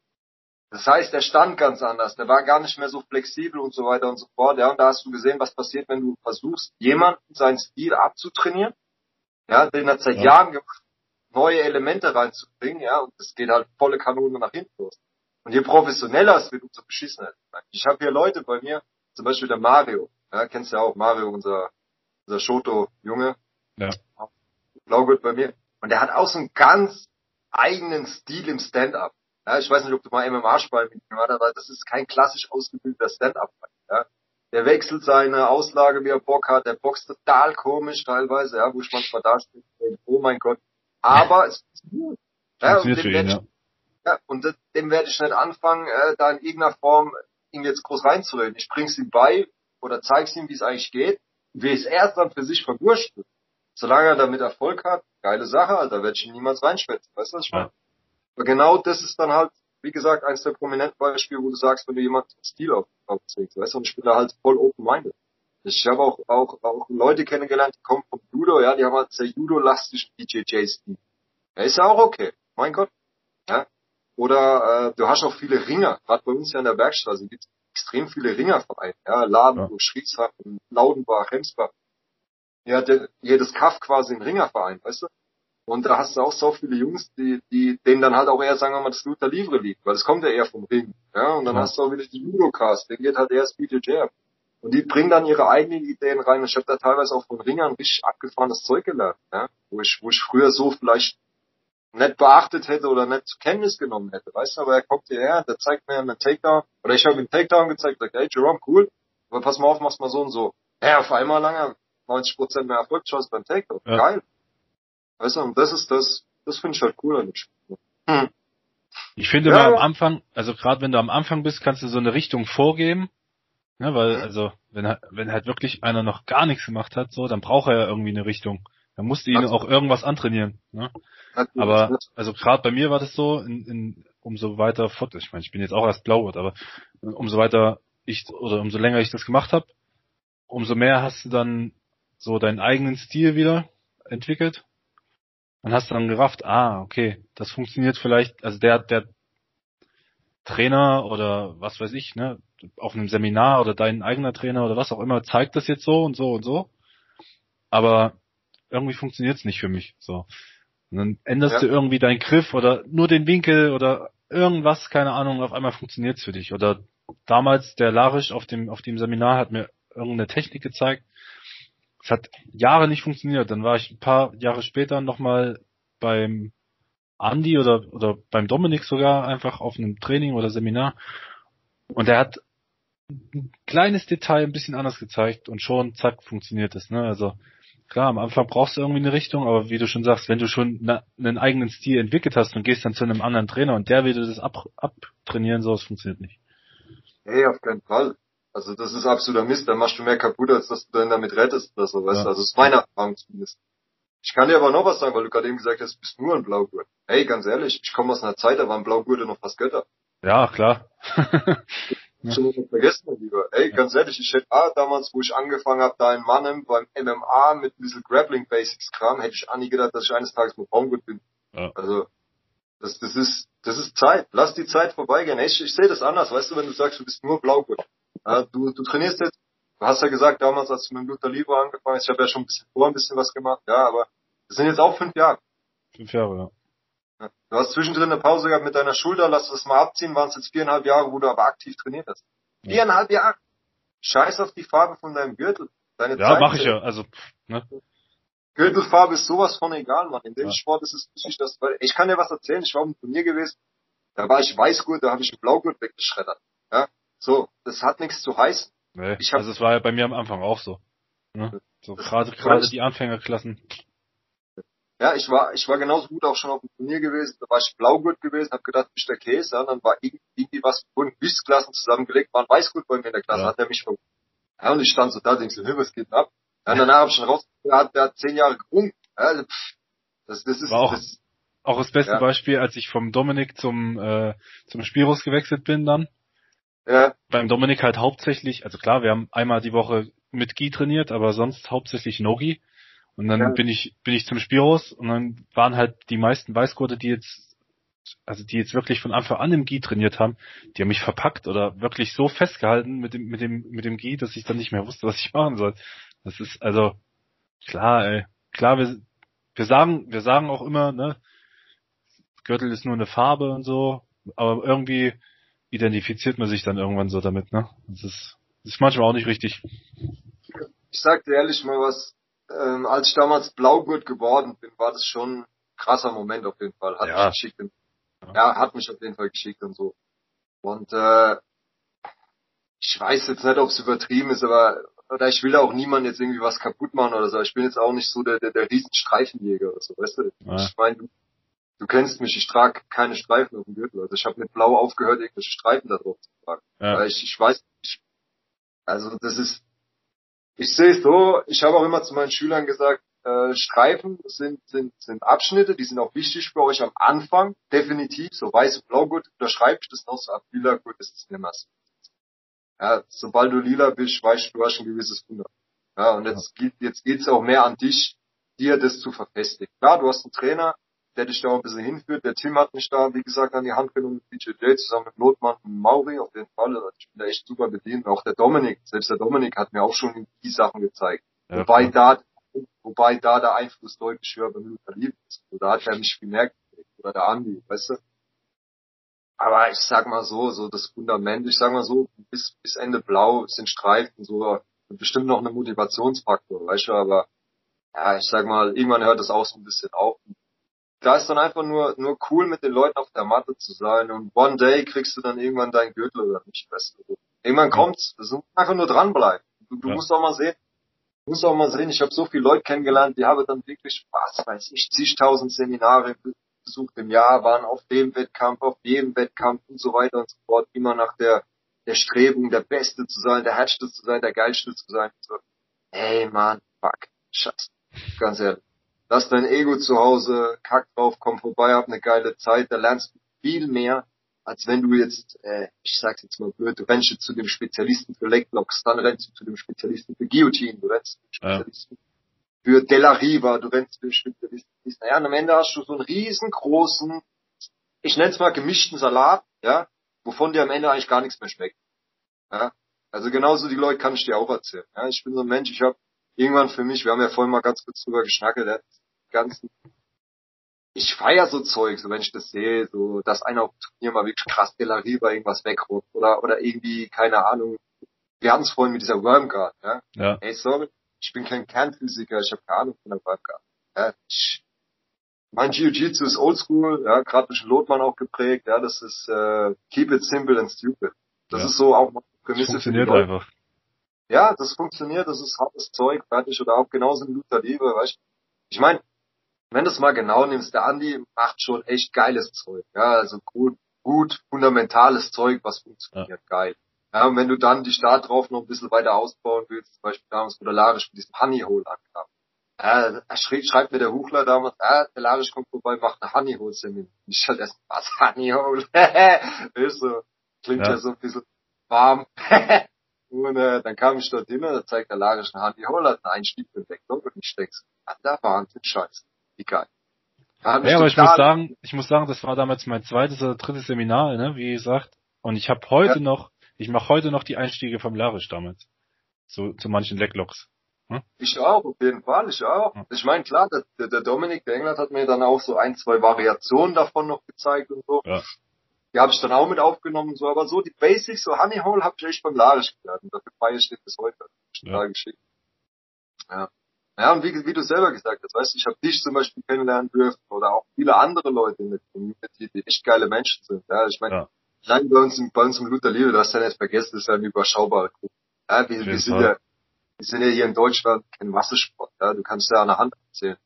Das heißt, er stand ganz anders, der war gar nicht mehr so flexibel und so weiter und so fort. Ja, und da hast du gesehen, was passiert, wenn du versuchst, jemanden seinen Stil abzutrainieren. Ja, den hat seit ja. Jahren gemacht, neue Elemente reinzubringen, ja, und das geht halt volle Kanone nach hinten los. Und je professioneller es wird, umso beschissener. Ich habe hier Leute bei mir, zum Beispiel der Mario, ja, kennst du ja auch, Mario, unser, unser Shoto-Junge. Ja. Blaugurt bei mir. Und der hat auch so einen ganz eigenen Stil im Stand-up. Ja, ich weiß nicht, ob du mal M M A-Spalten mit ihm gemacht hast, aber das ist kein klassisch ausgebildeter Stand-up-Fight. Ja. Der wechselt seine Auslage, wie er Bock hat, der boxt total komisch teilweise, ja, wo ich manchmal da stehe, oh mein Gott. Aber es ist gut. Ja, und dem werde ich, ja, und dem werde ich nicht anfangen, äh, da in irgendeiner Form ihm jetzt groß reinzureden. Ich bring's ihm bei oder zeig's ihm, wie es eigentlich geht, wie es erst dann für sich verwurschtelt. Solange er damit Erfolg hat, geile Sache, Alter, werde ich ihn niemals reinschwätzen. Weißt du, was ich meine? Aber genau das ist dann halt, wie gesagt, eines der prominenten Beispiele, wo du sagst, wenn du jemanden Stil auf, aufzwingst, weißt du, und ich bin da halt voll open-minded. Ich habe auch, auch, auch Leute kennengelernt, die kommen vom Judo, ja, die haben halt sehr Judo-lastischen B J J-Stil. Ja, ist ja auch okay. Mein Gott. Ja. Oder, äh, du hast auch viele Ringer. Gerade bei uns ja in der Bergstraße gibt es extrem viele Ringervereine, ja, Ladenburg, ja. Schrieshafen, Laudenbach, Hemsbach. Ja, der, jedes Kaff quasi ein Ringerverein, weißt du? Und da hast du auch so viele Jungs, die, die, denen dann halt auch eher, sagen wir mal, das Luther Livre liegt, weil es kommt ja eher vom Ring, ja, und dann ja. hast du auch wieder die Judo-Cast, denen geht halt eher das B J J ab. Und die bringen dann ihre eigenen Ideen rein, und ich habe da teilweise auch von Ringern richtig abgefahrenes Zeug gelernt, ja, wo ich, wo ich früher so vielleicht nicht beachtet hätte oder nicht zur Kenntnis genommen hätte, weißt du, aber er kommt hierher, der zeigt mir einen Takedown, oder ich habe ihm einen Takedown gezeigt, sagt, hey Jerome, cool, aber pass mal auf, mach's mal so und so. Ja, auf einmal lange neunzig Prozent mehr Erfolgschance beim Takedown, ja. Geil. Weißt du, und das ist das, das finde ich halt cool an dem Spiel. Hm. Ich finde Ja, mal am ja. Anfang, also gerade wenn du am Anfang bist, kannst du so eine Richtung vorgeben, ne, weil, Mhm. also, wenn halt- wenn halt wirklich einer noch gar nichts gemacht hat, so, dann braucht er ja irgendwie eine Richtung. Dann musst du ihn auch Natürlich, irgendwas antrainieren, ne? natürlich, Aber, ne? also gerade bei mir war das so, in, in, umso weiter fort, ich meine, ich bin jetzt auch erst Blaugurt, aber umso weiter ich, oder umso länger ich das gemacht habe, umso mehr hast du dann so deinen eigenen Stil wieder entwickelt und hast dann gerafft, ah, okay, das funktioniert vielleicht, also der, der Trainer oder was weiß ich, ne, auf einem Seminar oder dein eigener Trainer oder was auch immer zeigt das jetzt so und so und so, aber irgendwie funktioniert es nicht für mich, so. Und dann änderst du Ja, irgendwie deinen Griff oder nur den Winkel oder irgendwas, keine Ahnung, auf einmal funktioniert es für dich. Oder damals der Larisch auf dem, auf dem Seminar hat mir irgendeine Technik gezeigt. Es hat Jahre nicht funktioniert. Dann war ich ein paar Jahre später nochmal beim Andi oder, oder beim Dominik sogar einfach auf einem Training oder Seminar. Und er hat ein kleines Detail ein bisschen anders gezeigt und schon, zack, funktioniert es, ne? Also, klar, am Anfang brauchst du irgendwie eine Richtung, aber wie du schon sagst, wenn du schon na, einen eigenen Stil entwickelt hast und gehst dann zu einem anderen Trainer und der will dir das ab, abtrainieren, so, das funktioniert nicht. hey, auf keinen Fall. Also das ist absoluter Mist, da machst du mehr kaputt, als dass du dann damit rettest oder so, weißt du. Ja, Also das ist meine Erfahrung zumindest. Ich kann dir aber noch was sagen, weil du gerade eben gesagt hast, du bist nur ein Blaugurt. Hey, ganz ehrlich, ich komme aus einer Zeit, da waren Blaugurte noch fast Götter. ja klar. Ja, Schon nicht vergessen, mein Lieber. Ey, ja, ganz ehrlich, ich hätte ah, damals, wo ich angefangen habe, da in Mannheim beim M M A mit ein bisschen Grappling Basics Kram, hätte ich auch nie gedacht, dass ich eines Tages mit Baumgurt bin. ja, Also, das, das ist, das ist Zeit. Lass die Zeit vorbeigehen. Ey, ich, ich sehe das anders, weißt du, wenn du sagst, du bist nur Blaugurt. Ja, du, du trainierst jetzt, du hast ja gesagt, damals, als du mit dem Luther Libre angefangen hast, ich habe ja schon ein bisschen vor, ein bisschen was gemacht, ja, aber das sind jetzt auch fünf Jahre. fünf Jahre, ja. Ja. Du hast zwischendrin eine Pause gehabt mit deiner Schulter, lass das mal abziehen, waren es jetzt viereinhalb Jahre, wo du aber aktiv trainiert hast. Ja, Viereinhalb Jahre. Scheiß auf die Farbe von deinem Gürtel. Deine ja Zeit mache ich zählt. ja, also, ne, Gürtelfarbe ist sowas von egal, Mann. In dem ja, Sport ist es wichtig, dass, weil ich kann dir was erzählen, ich war auf einem Turnier gewesen, da war ich Weißgurt, da habe ich einen Blaugurt weggeschreddert. Ja, so, das hat nichts zu heißen. ne, Ich habe, also es war ja bei mir am Anfang auch so, ne, so das, gerade, weil gerade ich, die Anfängerklassen, ja, ich war, ich war genauso gut auch schon auf dem Turnier gewesen, da war ich Blaugurt gewesen, habe gedacht, ich der Käse, ja, dann war irgendwie, irgendwie was, wurden Gewichtsklassen zusammengelegt, war ein Weißgurt bei mir in der Klasse, ja, hat er mich verwundert. Ja, und ich stand so da, denkst du, hey, was geht denn ab? Ja, und danach habe ich schon raus, der hat, der hat zehn Jahre gerungen. Ja, also, pff, das, das war ist, auch, das, auch das beste ja, Beispiel, als ich vom Dominik zum, äh, zum Spiros gewechselt bin dann. ja, Beim Dominik halt hauptsächlich, also klar, wir haben einmal die Woche mit Gi trainiert, aber sonst hauptsächlich No-Gi. Und dann ja, bin ich, bin ich zum Spiros und dann waren halt die meisten Weißgurte, die jetzt, also die jetzt wirklich von Anfang an im Gi trainiert haben, die haben mich verpackt oder wirklich so festgehalten mit dem, mit dem, mit dem Gi, dass ich dann nicht mehr wusste, was ich machen soll. Das ist, also, klar, ey. Klar, wir, wir sagen, wir sagen auch immer, ne, Gürtel ist nur eine Farbe und so, aber irgendwie identifiziert man sich dann irgendwann so damit, ne? Das ist, das ist manchmal auch nicht richtig. ich sag dir ehrlich mal was, ähm, als ich damals Blaugurt geworden bin, war das schon ein krasser Moment auf jeden Fall. Hat mich Ja. geschickt. Ja, hat mich auf jeden Fall geschickt und so. Und äh, ich weiß jetzt nicht, ob es übertrieben ist, aber oder ich will auch niemand jetzt irgendwie was kaputt machen oder so. Ich bin jetzt auch nicht so der, der, der Riesenstreifenjäger oder so, weißt du? Ja, Ich meine, du, du kennst mich, ich trage keine Streifen auf dem Gürtel. Also ich habe mit Blau aufgehört, irgendwelche Streifen da drauf zu tragen. ja, Weil ich, ich weiß, ich, also das ist, ich sehe es so, ich habe auch immer zu meinen Schülern gesagt, äh, Streifen sind, sind, sind Abschnitte, die sind auch wichtig für euch am Anfang, definitiv. So weiß und blau gut, unterschreibe ich das noch so ab lila gut, ist es nicht mehr so. Ja, sobald du lila bist, weißt du, du hast ein gewisses Wunder. Ja, und ja, jetzt geht, jetzt geht's auch mehr an dich, dir das zu verfestigen. Klar, du hast einen Trainer, der dich da auch ein bisschen hinführt. Der Tim hat mich da, wie gesagt, an die Hand genommen mit D J J zusammen mit Notmann und Mauri auf jeden Fall. Also ich bin da echt super bedient. Und auch der Dominik, selbst der Dominik hat mir auch schon die Sachen gezeigt. ja, Wobei klar. da, wobei da der Einfluss deutlich höher beim Luther Lieb ist. Also da hat er mich viel mehr gekriegt. Oder der Andi, weißt du? Aber ich sag mal so, so das Fundament, ich sag mal so, bis, bis Ende blau sind Streifen so bestimmt noch eine Motivationsfaktor, weißt du, aber ja, ich sag mal, irgendwann hört es auch so ein bisschen auf. Da ist dann einfach nur, nur cool mit den Leuten auf der Matte zu sein und one day kriegst du dann irgendwann deinen Gürtel oder nicht, weißt du. Irgendwann Ja, kommt's, du musst einfach nur dranbleiben. Du, du ja, musst auch mal sehen, muss auch mal sehen, ich habe so viele Leute kennengelernt, die haben dann wirklich, was weiß ich, zigtausend Seminare besucht im Jahr, waren auf dem Wettkampf, auf jedem Wettkampf und so weiter und so fort, immer nach der, der Strebung, der Beste zu sein, der Härteste zu sein, der Geilste zu sein. So, hey man, fuck, scheiße, ganz ehrlich. Lass dein Ego zu Hause, kack drauf, komm vorbei, hab eine geile Zeit, da lernst du viel mehr, als wenn du jetzt, äh, ich sag's jetzt mal blöd, du rennst jetzt zu dem Spezialisten für Leglocks, dann rennst du zu dem Spezialisten für Guillotine, du rennst zu dem Spezialisten ja. für Della Riva, du rennst zu dem Spezialisten. Naja, und am Ende hast du so einen riesengroßen, ich nenn's mal gemischten Salat, ja, wovon dir am Ende eigentlich gar nichts mehr schmeckt. Ja. Also genauso die Leute kann ich dir auch erzählen. Ja. Ich bin so ein Mensch, ich habe irgendwann für mich, wir haben ja vorhin mal ganz kurz drüber geschnackelt, ja, die ganzen ich feier so Zeug, so wenn ich das sehe, so, dass einer auf dem Turnier mal wirklich krass Della Riva irgendwas wegrockt oder, oder irgendwie, keine Ahnung. Wir hatten es vorhin mit dieser Wormguard, ja. Ja. Ey, sorry, ich bin kein Kernphysiker, ich habe keine Ahnung von der Wormguard. Ja, ich, mein Jiu-Jitsu ist oldschool, ja, gerade durch den Lotmann auch geprägt, ja, das ist, äh, keep it simple and stupid. Das ja. ist so auch eine Prämisse das funktioniert für die Leute. Einfach. Ja, das funktioniert, das ist hartes Zeug, fertig, oder auch genauso in Luther Liebe, weißt du. Ich meine, wenn du es mal genau nimmst, der Andi macht schon echt geiles Zeug. Ja, also gut, gut fundamentales Zeug, was funktioniert, ja. geil. Ja, und wenn du dann die Start drauf noch ein bisschen weiter ausbauen willst, zum Beispiel damals, wo der Larisch mit diesem Honeyhole ankam. Ja, er schreibt, schreibt mir der Huchler damals, ah, der Larisch kommt vorbei, macht eine Honeyhole-Seminar. Ich halt erst, was, Honeyhole? Ist so, klingt ja. ja so ein bisschen warm. Und äh, dann kam ich dort hin, da zeigt der Larisch eine Honeyhole, hat einen Einstieg für den Backlock und ich denke, da Wahnsinn, scheiße. Egal. Ja, aber ich muss sagen, ich muss sagen, das war damals mein zweites oder drittes Seminar, ne, wie gesagt. Und ich habe heute ja. noch, ich mache heute noch die Einstiege vom Larisch damals. So, zu manchen Leglocks. Hm? Ich auch, auf jeden Fall, ich auch. Ja. Ich meine, klar, der, der Dominik, der England hat mir dann auch so ein, zwei Variationen davon noch gezeigt und so. Ja. Die habe ich dann auch mit aufgenommen und so, aber so die Basics, so Honeyhole, habe ich echt beim Larisch gelernt. Und dafür feiere ich bis heute. Ja. Geschickt. Ja. Ja, und wie, wie du selber gesagt hast, weißt du, ich habe dich zum Beispiel kennenlernen dürfen oder auch viele andere Leute in der Community, die echt geile Menschen sind. Ja, ich meine, ja. Nein, bei uns, im, bei uns im Luther Liebe, du hast ja nicht vergessen, das ist ja eine überschaubare Gruppe. Ja, wir, wir sind ja, wir sind ja hier in Deutschland kein Massensport. Ja, du kannst ja an der Hand erzählen.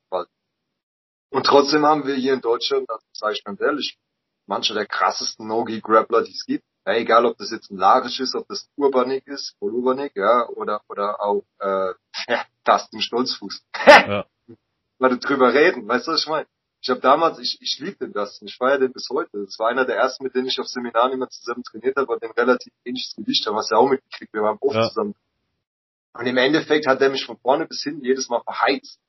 Und trotzdem haben wir hier in Deutschland, das sage ich ganz ehrlich, manche der krassesten No-Gi-Grappler, die es gibt. Ja, egal, ob das jetzt ein Larisch ist, ob das ein Urbanik ist, Paul Urbanik, ja, oder, oder auch, äh, ja, Dustin Stolzfuß. Ja. Weil du drüber reden, weißt du, was ich meine? Ich habe damals, ich, ich liebe den Dustin, ich feiere den bis heute. Das war einer der ersten, mit denen ich auf Seminaren immer zusammen trainiert habe, weil den relativ ähnliches Gewicht haben, was ja auch mitgekriegt, wir waren oft ja. zusammen. Und im Endeffekt hat der mich von vorne bis hinten jedes Mal verheizt.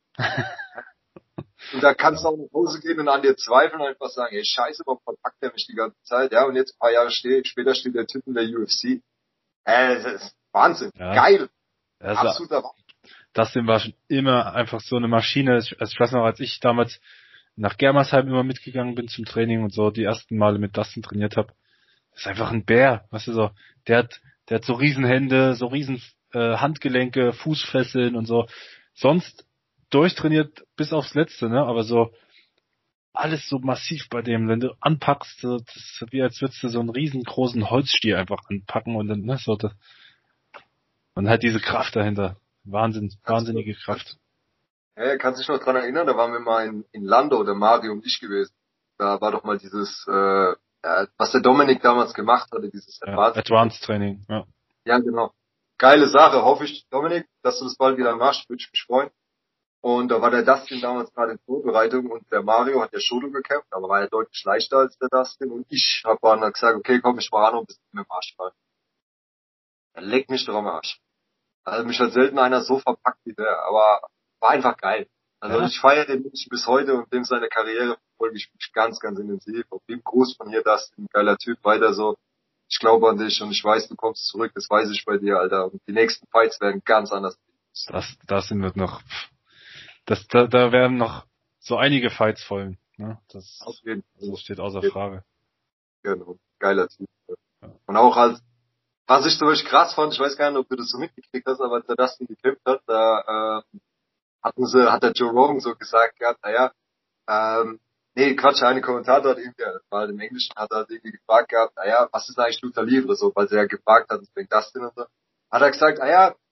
Und da kannst du auch nach Hause gehen und an dir zweifeln und einfach sagen, ey, scheiße, warum verpackt der mich die ganze Zeit? Ja, und jetzt ein paar Jahre steht, später steht der Typ in der U F C. Äh, das ist Wahnsinn. Ja. Geil. Absoluter Wahnsinn. Dustin war schon immer einfach so eine Maschine. Also ich weiß noch, als ich damals nach Germersheim immer mitgegangen bin zum Training und so die ersten Male mit Dustin trainiert habe, das ist einfach ein Bär. Weißt du so, der hat, der hat so riesen Hände, so riesen äh, Handgelenke, Fußfesseln und so. Sonst durchtrainiert bis aufs Letzte, ne? Aber so alles so massiv bei dem, wenn du anpackst, so, das ist wie als würdest du so einen riesengroßen Holzstier einfach anpacken und dann, ne, so das, und halt diese Kraft dahinter. Wahnsinn, wahnsinnige Kraft. Ja, kannst dich noch dran erinnern, da waren wir mal in, in Landau, der Mario und ich gewesen. Da war doch mal dieses, äh, ja, was der Dominik damals gemacht hatte, dieses Advanced, ja, Advanced Training. Ja. Ja, genau. Geile Sache, hoffe ich, Dominik, dass du das bald wieder machst, würde ich mich freuen. Und da war der Dustin damals gerade in Vorbereitung und der Mario hat ja Shodo gekämpft, aber war ja deutlich leichter als der Dustin und ich habe dann gesagt, okay, komm, ich war noch ein bisschen mit dem Arsch fallen. Er legt mich doch am Arsch. Also mich hat selten einer so verpackt wie der, aber war einfach geil. Also ja. Ich feiere den Menschen bis heute und dem seine Karriere verfolge ich mich ganz, ganz intensiv. Auf dem Gruß von hier, Dustin, geiler Typ, weiter so. Ich glaube an dich und ich weiß, du kommst zurück, das weiß ich bei dir, Alter. Und die nächsten Fights werden ganz anders. Das, das sind wir noch... Das, da, da werden noch so einige Fights folgen. Ne? Das, Auf jeden Fall. Das steht außer Frage. Genau, geiler Typ. Ja. Und auch als, was ich zum Beispiel krass fand, ich weiß gar nicht, ob du das so mitgekriegt hast, aber als der Dustin gekämpft hat, da äh, hatten sie, hat der Joe Rogan so gesagt gehabt, naja, ähm, nee, Quatsch, eine Kommentator hat irgendwie, weil im Englischen hat er halt irgendwie gefragt gehabt, naja, was ist eigentlich Luther Livre so, weil sie ja gefragt hat, wegen Dustin und so. Hat er gesagt, naja,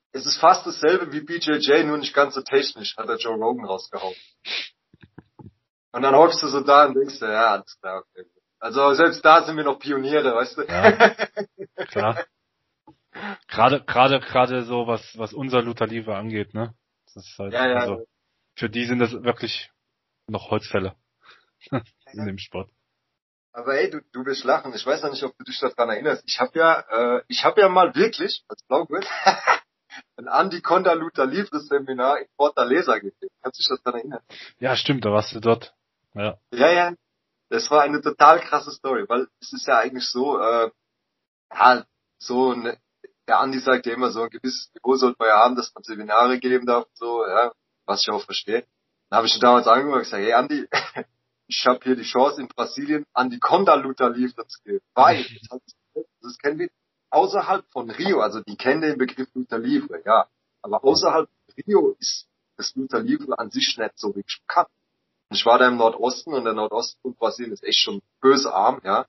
es ist fast dasselbe wie B J J, nur nicht ganz so technisch, hat der Joe Rogan rausgehauen. Und dann hockst du so da und denkst dir, ja, alles klar, okay. Also selbst da sind wir noch Pioniere, weißt du? Ja, klar. Gerade, gerade, gerade so, was, was unser Luther Livre angeht, ne? Das ist halt, ja, ja, also, für die sind das wirklich noch Holzfälle. In dem Sport. Aber ey, du, du wirst lachen. Ich weiß ja nicht, ob du dich daran erinnerst. Ich habe ja, äh, ich habe ja mal wirklich, als Blaugurt, ein Andi Conda Luther Livre Seminar in Fortaleza gegeben. Kannst du dich daran erinnern? Ja, stimmt, da warst du dort. Ja. Ja, ja. Das war eine total krasse Story, weil es ist ja eigentlich so, äh, ja, so, ne, der Andi sagt ja immer so, ein gewisses Niveau sollte man ja haben, dass man Seminare geben darf, so, ja, was ich auch verstehe. Dann habe ich schon damals angerufen und gesagt, hey Andi, ich habe hier die Chance in Brasilien an die Conda Luther Livre zu gehen. Weil, das, das kennen wir außerhalb von Rio, also die kennen den Begriff Luther Livre, ja. Aber außerhalb von Rio ist das Luther Livre an sich nicht so wirklich bekannt. Ich war da im Nordosten und der Nordosten von Brasilien ist echt schon böse arm, ja.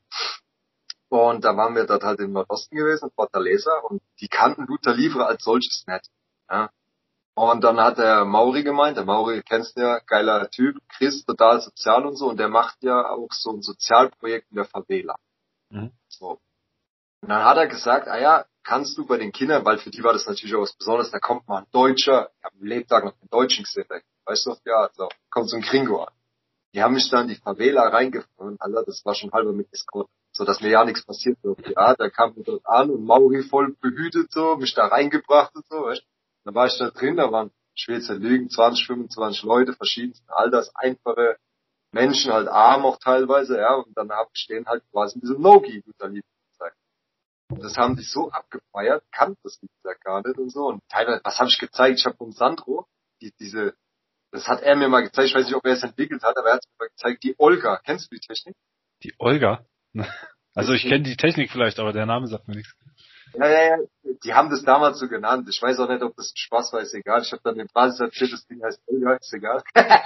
Und da waren wir dort halt im Nordosten gewesen, in Fortaleza, und die kannten Luther Livre als solches nicht, ja. Und dann hat der Mauri gemeint, der Mauri kennst du ja, geiler Typ, Chris, total sozial und so, und der macht ja auch so ein Sozialprojekt in der Favela. Mhm. So. Und dann hat er gesagt, ah ja, kannst du bei den Kindern, weil für die war das natürlich auch was Besonderes, da kommt mal ein Deutscher, ich habe am Lebtag noch einen Deutschen gesehen, weißt du, ja, so, kommt so ein Gringo an. Die haben mich dann in die Favela reingefahren, Alter, das war schon halber mit Escort, so dass mir ja nichts passiert wird. Ja, da kam mir dort an und Mauri voll behütet so, mich da reingebracht und so, weißt du. Dann war ich da drin, da waren Schweizer Lügen, zwanzig, fünfundzwanzig Leute, verschiedensten Alters, einfache Menschen, halt arm auch teilweise, ja, und dann hab ich denen halt quasi diese No-Gi Luther Livre gezeigt. Und das haben die so abgefeiert, kannte das wie gesagt gar nicht und so. Und teilweise, was habe ich gezeigt? Ich habe vom Sandro, die, diese, das hat er mir mal gezeigt, ich weiß nicht, ob er es entwickelt hat, aber er hat es mir mal gezeigt, die Olga. Kennst du die Technik? Die Olga? Also ich kenne die Technik vielleicht, aber der Name sagt mir nichts. Ja, ja, ja, die haben das damals so genannt. Ich weiß auch nicht, ob das ein Spaß war, ist egal. Ich habe dann den Basis erzählt, das Ding heißt Olga, ist egal.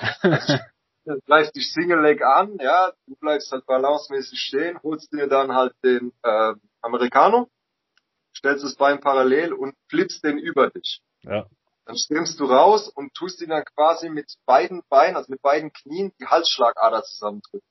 Dann bleibst dich Single Leg an, ja, du bleibst halt balancemäßig stehen, holst dir dann halt den äh, Americano, stellst das Bein parallel und flippst den über dich. Ja. Dann stemmst du raus und tust ihn dann quasi mit beiden Beinen, also mit beiden Knien, die Halsschlagader zusammendrücken.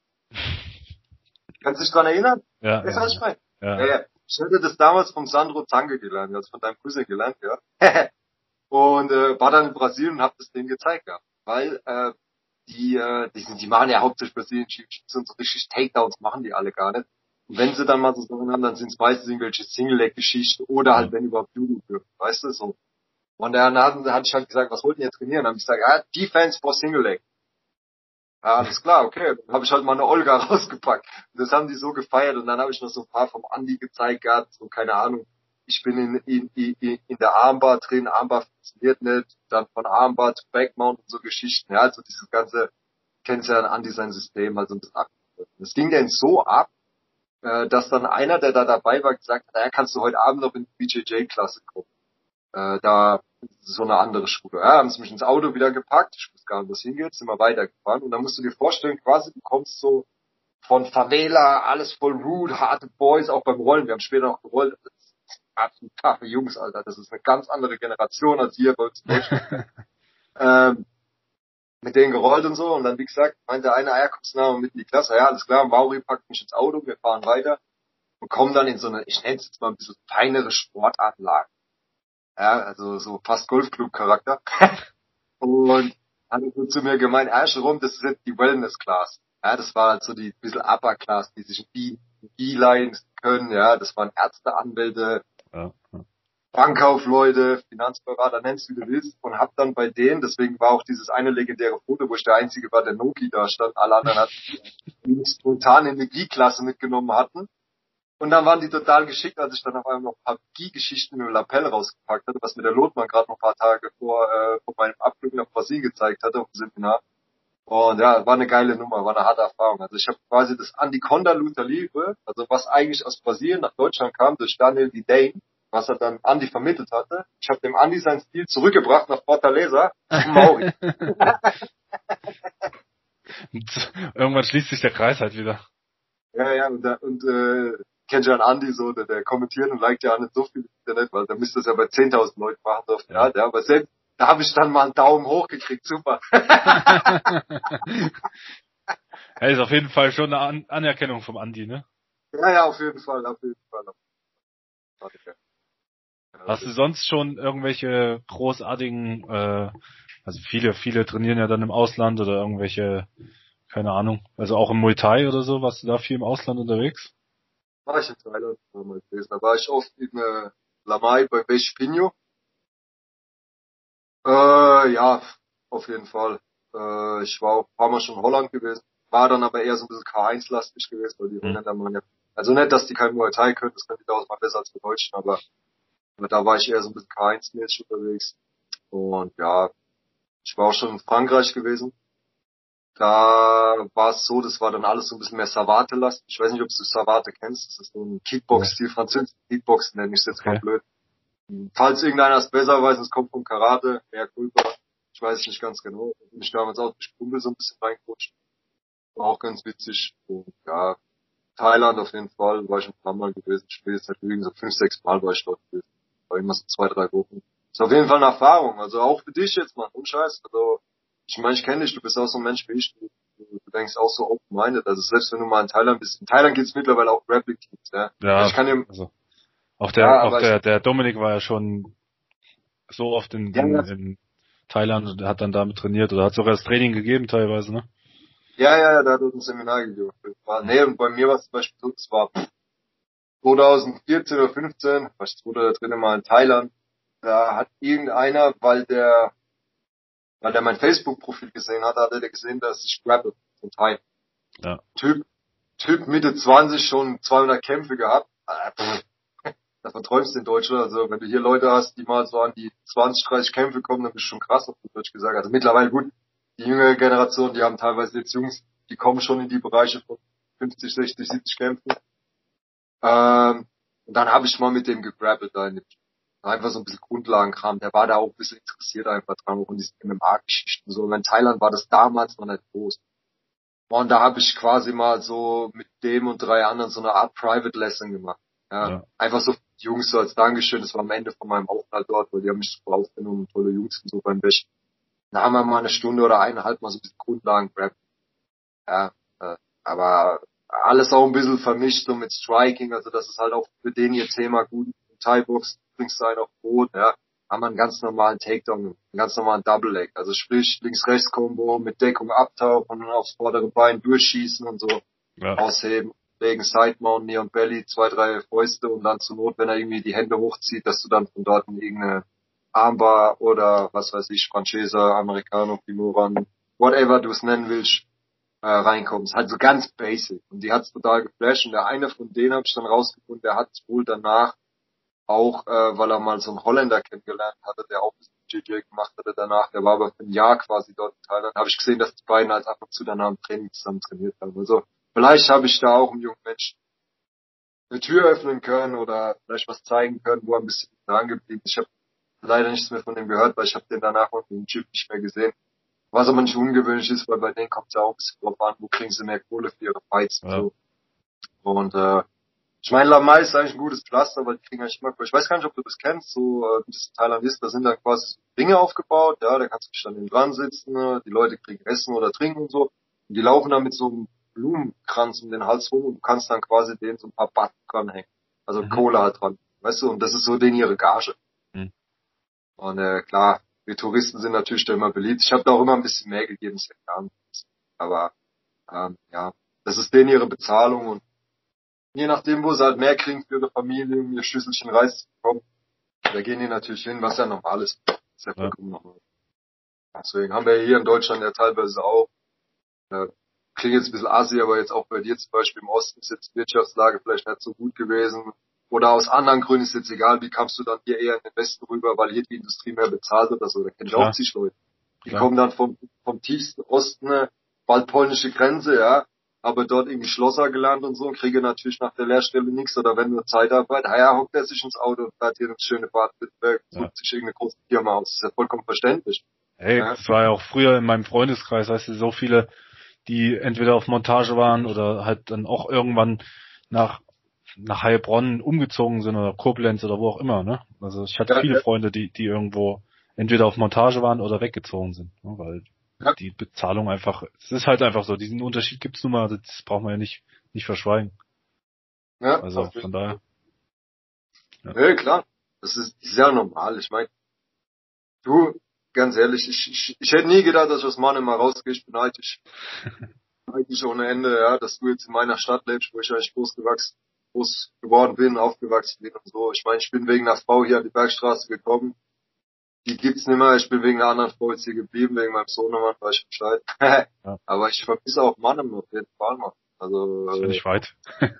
Kannst du dich dran erinnern? Ja. Das ja, was ich meine. ja. Ja, ja. Ich hatte das damals vom Sandro Zange gelernt, also von deinem Cousin gelernt, ja. Und äh, war dann in Brasilien und hab das denen gezeigt gehabt. Weil äh, die, äh, die, sind, die machen ja hauptsächlich Brasilien Jiu-Jitsu und so richtig Takedowns machen die alle gar nicht. Und wenn sie dann mal so Sachen haben, dann sind es meistens irgendwelche Single-Leg-Geschichten oder halt, wenn überhaupt Judo führen, weißt du, so. Und dann hatte ich halt gesagt, was wollt ihr jetzt trainieren? Dann habe ich gesagt, ah, Defense for Single-Leg. Ja, alles klar, okay. Dann habe ich halt mal eine Olga rausgepackt. Und das haben die so gefeiert. Und dann habe ich noch so ein paar vom Andi gezeigt gehabt, so keine Ahnung. Ich bin in, in, in, in der Armbar drin, Armbar funktioniert nicht, dann von Armbar zu Backmount und so Geschichten. Ja, also dieses ganze, kennst ja Andi sein System, halt so ein bisschen ab. Das ging dann so ab, äh, dass dann einer, der da dabei war, gesagt hat, naja, kannst du heute Abend noch in die B J J-Klasse gucken. Äh, da so eine andere Schule. Ja, haben sie mich ins Auto wieder gepackt, ich wusste gar nicht, wo es hingeht, sind wir weitergefahren. Und dann musst du dir vorstellen, quasi, du kommst so von Favela, alles voll rude, harte Boys, auch beim Rollen. Wir haben später noch gerollt. Das ist absolut taffe Jungs, Alter. Das ist eine ganz andere Generation als hier bei uns in Deutschland. ähm, mit denen gerollt und so. Und dann, wie gesagt, meinte einer, ja, kommst du nachher mit in die Klasse. Ja, alles klar, Mauri packt mich ins Auto, wir fahren weiter und kommen dann in so eine, ich nenne es jetzt mal ein bisschen feinere Sportartlagen. Ja, also so fast Golfclub-Charakter. Und hat er so zu mir gemeint, erst rum, das ist jetzt die Wellness-Class. Ja, das war halt so die bisschen Upper-Class, die sich in B-Line können, ja, das waren Ärzte, Anwälte, ja, ja. Bankkaufleute, Finanzberater, nennst wie du willst, und hab dann bei denen, deswegen war auch dieses eine legendäre Foto, wo ich der Einzige war, der Noki da stand, alle anderen hatten die spontan in eine G-Klasse mitgenommen hatten. Und dann waren die total geschickt, als ich dann auf einmal noch ein paar G-Geschichten mit dem Lapel rausgepackt hatte, was mir der Lotmann gerade noch ein paar Tage vor, äh, vor meinem Abflug nach Brasilien gezeigt hatte auf dem Seminar. Und ja, war eine geile Nummer, war eine harte Erfahrung. Also ich habe quasi das Andi Conda Luther Livre, also was eigentlich aus Brasilien nach Deutschland kam, durch Daniel Didane, was er dann Andi vermittelt hatte. Ich habe dem Andi seinen Stil zurückgebracht nach Fortaleza zu Mauri. Irgendwann schließt sich der Kreis halt wieder. Ja, ja, und, und äh, kennt ja einen Andi so, der, der kommentiert und liked ja auch nicht so viel im Internet, weil da müsste es ja bei zehntausend Leuten machen auf der Art, ja, aber selbst, da habe ich dann mal einen Daumen hoch gekriegt, super. Ja, ist auf jeden Fall schon eine An- Anerkennung vom Andi, ne? Ja, ja, auf jeden Fall, auf jeden Fall. Hast du sonst schon irgendwelche großartigen, äh, also viele, viele trainieren ja dann im Ausland oder irgendwelche, keine Ahnung, also auch im Muay Thai oder so, warst du da viel im Ausland unterwegs? War ich in Thailand mal gewesen. Da war ich oft in äh, Lamai bei Bechpinho. Äh, ja, auf jeden Fall. Äh, ich war auch ein paar Mal schon in Holland gewesen. War dann aber eher so ein bisschen K eins lastig gewesen, weil die Hm. Holländer waren ja, also nicht, dass die kein Muay Thai können, das können die tausendmal besser als wir Deutschen, aber, aber da war ich eher so ein bisschen K eins mäßig unterwegs. Und ja, ich war auch schon in Frankreich gewesen. Da war es so, das war dann alles so ein bisschen mehr Savate-lastig. Ich weiß nicht, ob du Savate kennst. Das ist so ein Kickbox-Stil, französisches Kickboxen nenne ich es jetzt Okay. mal blöd. Falls irgendeiner es besser weiß, es kommt vom Karate, mehr Kulpa. Ich weiß es nicht ganz genau. Da bin ich damals auch durch Kumpel so ein bisschen reingerutscht. War auch ganz witzig. Und ja, Thailand auf jeden Fall, war ich ein paar Mal gewesen. Ich will jetzt nicht lügen, so fünf, sechs Mal war ich dort gewesen. War immer so zwei, drei Wochen. Ist auf jeden Fall eine Erfahrung. Also auch für dich jetzt, Mann. Und Scheiß. Also, ich meine, ich kenne dich, du bist auch so ein Mensch wie ich. Du, du denkst auch so open-minded. Also selbst wenn du mal in Thailand bist. In Thailand gibt es mittlerweile auch Grappling-Teams, ja. Ja, Also ich kann dir, also auch der, ja, auch aber der, ich, der Dominik war ja schon so oft in, ja, in, in Thailand und hat dann damit trainiert oder hat sogar das Training gegeben teilweise, ne? ja, ja, ja, da hat uns ein Seminar gegeben. War, nee, und bei mir war es zum Beispiel so, das war zwanzig vierzehn oder fünfzehn, war ich zwei da drinnen mal in Thailand. Da hat irgendeiner, weil der, weil der mein Facebook-Profil gesehen hat, hat er gesehen, dass ich grapple von Thai. Ja. Typ, Typ Mitte zwanzig, schon zweihundert Kämpfe gehabt. Ah, pff, da verträumst du in Deutschland. Also wenn du hier Leute hast, die mal so an die zwanzig, dreißig Kämpfe kommen, dann bist du schon krass, auf Deutsch gesagt. Also mittlerweile gut, die jüngere Generation, die haben teilweise jetzt Jungs, die kommen schon in die Bereiche von fünfzig, sechzig, siebzig Kämpfen. Ähm, und dann habe ich mal mit dem gegrappelt da in dem, einfach so ein bisschen Grundlagenkram. Der war da auch ein bisschen interessiert einfach dran, auch in diesen M M A-Geschichten. So, und in Thailand war das damals noch nicht groß. Und da habe ich quasi mal so mit dem und drei anderen so eine Art Private Lesson gemacht. Ja, Ja. einfach so für die Jungs so als Dankeschön. Das war am Ende von meinem Aufenthalt dort, weil die haben mich super aufgenommen, tolle Jungs und so beim Bech. Da haben wir mal eine Stunde oder eineinhalb mal so ein bisschen Grundlagen-Rap. Ja, äh, aber alles auch ein bisschen vermischt so mit Striking, also das ist halt auch für den ihr Thema gut. In Thai-Box bringst du einen auf Brot, ja. Haben wir einen ganz normalen Takedown, einen ganz normalen Double Leg. Also sprich, Links-Rechts-Kombo mit Deckung abtauchen und dann aufs vordere Bein durchschießen und so Ja. ausheben, legen, Side Mount, Knee und Belly, zwei, drei Fäuste und dann zur Not, wenn er irgendwie die Hände hochzieht, dass du dann von dort in irgendeine Armbar oder was weiß ich, Franchesa, Americano, Fimoran, whatever du es nennen willst, äh, reinkommen. Ist halt so ganz basic. Und die hat's total geflasht. Und der eine von denen habe ich dann rausgefunden, der hat wohl danach auch, äh, weil er mal so einen Holländer kennengelernt hatte, der auch ein bisschen J J gemacht hatte danach, der war aber für ein Jahr quasi dort in Thailand, habe ich gesehen, dass die beiden halt ab und zu danach im Training zusammen trainiert haben. Also vielleicht habe ich da auch einem jungen Menschen eine Tür öffnen können oder vielleicht was zeigen können, wo er ein bisschen dran geblieben ist. Ich habe leider nichts mehr von dem gehört, weil ich habe den danach auch im Gym nicht mehr gesehen. Was aber nicht ungewöhnlich ist, weil bei denen kommt es ja auch ein bisschen drauf an, wo kriegen sie mehr Kohle für ihre Fights und Ja. so. Und äh, ich meine, Lamai ist eigentlich ein gutes Pflaster, weil die kriegen eigentlich immer, ich weiß gar nicht, ob du das kennst, so äh, wie das in Thailand ist, da sind dann quasi so Ringe aufgebaut, ja, da kannst du dich dann eben dran sitzen, ne? Die Leute kriegen Essen oder Trinken und so. Und die laufen dann mit so einem Blumenkranz um den Hals rum und du kannst dann quasi denen so ein paar Baht dranhängen. Also Mhm. Kohle halt dran. Weißt du, und das ist so denen ihre Gage. Mhm. Und äh, klar, wir Touristen sind natürlich da immer beliebt. Ich habe da auch immer ein bisschen mehr gegeben, ist ja klar. Aber ähm, ja, das ist denen ihre Bezahlung und je nachdem, wo sie halt mehr kriegen für ihre Familie, um ihr Schüsselchen Reis zu bekommen, da gehen die natürlich hin, was ja normal ist. Das ist ja vollkommen normal. Deswegen haben wir hier in Deutschland ja teilweise auch, äh, klingt jetzt ein bisschen assi, aber jetzt auch bei dir zum Beispiel im Osten ist jetzt die Wirtschaftslage vielleicht nicht so gut gewesen. Oder aus anderen Gründen ist jetzt egal, wie kamst du dann hier eher in den Westen rüber, weil hier die Industrie mehr bezahlt oder so. Da kenne ich Klar. auch zig Leute. Die Klar. kommen dann vom, vom tiefsten Osten, ne, bald polnische Grenze, ja, aber dort irgendwie Schlosser gelernt und so und kriege natürlich nach der Lehrstelle nichts oder wenn nur Zeitarbeit, ah ja, hockt er sich ins Auto und fährt hier eine schöne Fahrt mit, äh, sucht Ja. sich irgendeine große Firma aus. Das ist ja vollkommen verständlich. Hey, Ja. das war ja auch früher in meinem Freundeskreis, weißt du, so viele, die entweder auf Montage waren oder halt dann auch irgendwann nach nach Heilbronn umgezogen sind oder Koblenz oder wo auch immer, ne? Also ich hatte Ja, viele ja, Freunde, die, die irgendwo entweder auf Montage waren oder weggezogen sind, ne? Weil ja, die Bezahlung einfach, es ist halt einfach so, diesen Unterschied gibt's nun mal, das braucht man ja nicht, nicht verschweigen. ja, Also auf jeden von Fall. daher, ja. Ja, klar. Das ist sehr normal. Ich meine, du, ganz ehrlich, ich, ich, ich hätte nie gedacht, dass ich aus Mannheim mal rausgehe. Ich bin eigentlich, eigentlich ohne Ende, ja, dass du jetzt in meiner Stadt lebst, wo ich eigentlich groß gewachsen, groß geworden bin, aufgewachsen bin und so. Ich meine, ich bin wegen einer Frau hier an die Bergstraße gekommen. Die gibt's nicht mehr. Ich bin wegen einer anderen Frau jetzt hier geblieben, wegen meinem Sohnemann, weiß ich Bescheid. Ja, Aber ich vermisse auch Mannheim auf jeden Fall mal. Also, ist ja äh, nicht weit.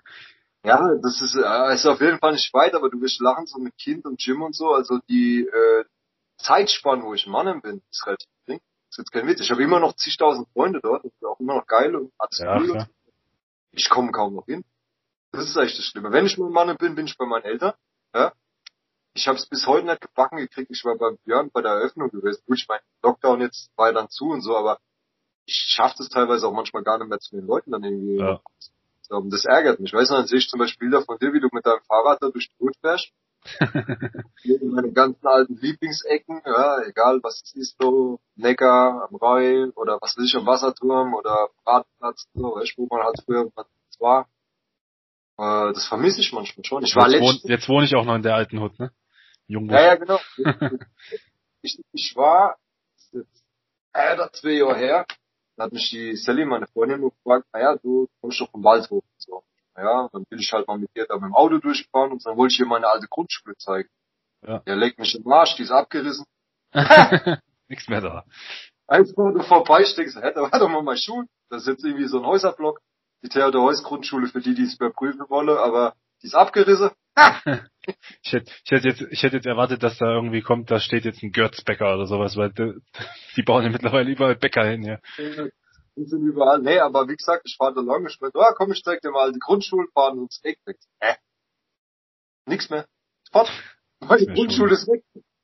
ja, das ist, äh, ist auf jeden Fall nicht weit, aber du wirst lachen, so mit Kind und Gym und so. Also die äh, Zeitspanne, wo ich in Mannheim bin, ist relativ gering. Das ist jetzt kein Witz. Ich habe immer noch zigtausend Freunde dort. Das ist auch immer noch geil und alles Ja, cool. Und so. klar. Ich komme kaum noch hin. Das ist echt das Schlimme. Wenn ich mal in Mannheim bin, bin ich bei meinen Eltern. Ja? Ich habe es bis heute nicht gebacken gekriegt. Ich war beim Björn bei der Eröffnung gewesen. Gut, ich meine, Lockdown jetzt war ja dann zu und so, aber ich schaffe das teilweise auch manchmal gar nicht mehr zu den Leuten dann irgendwie Ja. noch. So, und das ärgert mich. Weißt du, dann sehe ich zum Beispiel Bilder von dir, wie du mit deinem Fahrrad da durch die Wut fährst. Hier in meine ganzen alten Lieblingsecken, ja, egal was es ist, so, Neckar am Rhein oder was weiß ich, am Wasserturm oder Radplatz, so, weißt du, wo man halt früher was war. Äh, das vermisse ich manchmal schon. Ich war Jetzt wohne, letztens, jetzt wohne ich auch noch in der alten Hut, ne? ja, Jungbusch. ja, genau. Ich, ich war, das ist jetzt, äh, das zwei Jahre her, da hat mich die Sally, meine Freundin, nur gefragt, naja, du kommst doch vom Waldhof und so. Ja, dann bin ich halt mal mit ihr da mit dem Auto durchgefahren und dann wollte ich ihr meine alte Grundschule zeigen. Ja. Der legt mich im Arsch, die ist abgerissen. Nichts mehr da. Eins Foto vorbei, ich denke so, hä, da war doch mal mein Schul. Das ist jetzt irgendwie so ein Häuserblock. Die Theodor-Heuss-Grundschule für die, die es überprüfen wollen, aber die ist abgerissen. Ich hätte, ich hätte jetzt, ich hätte jetzt erwartet, dass da irgendwie kommt, da steht jetzt ein Görzbäcker oder sowas, weil die, die bauen ja mittlerweile überall Bäcker hin, ja. Die sind überall. Nee, aber wie gesagt, ich fahre da lang, ich meinte, ah, komm, ich zeig dir mal die Grundschule, fahren ums Eck weg. Hä? Nix mehr. Fort. Meine Mehr Grundschule Schule. ist weg.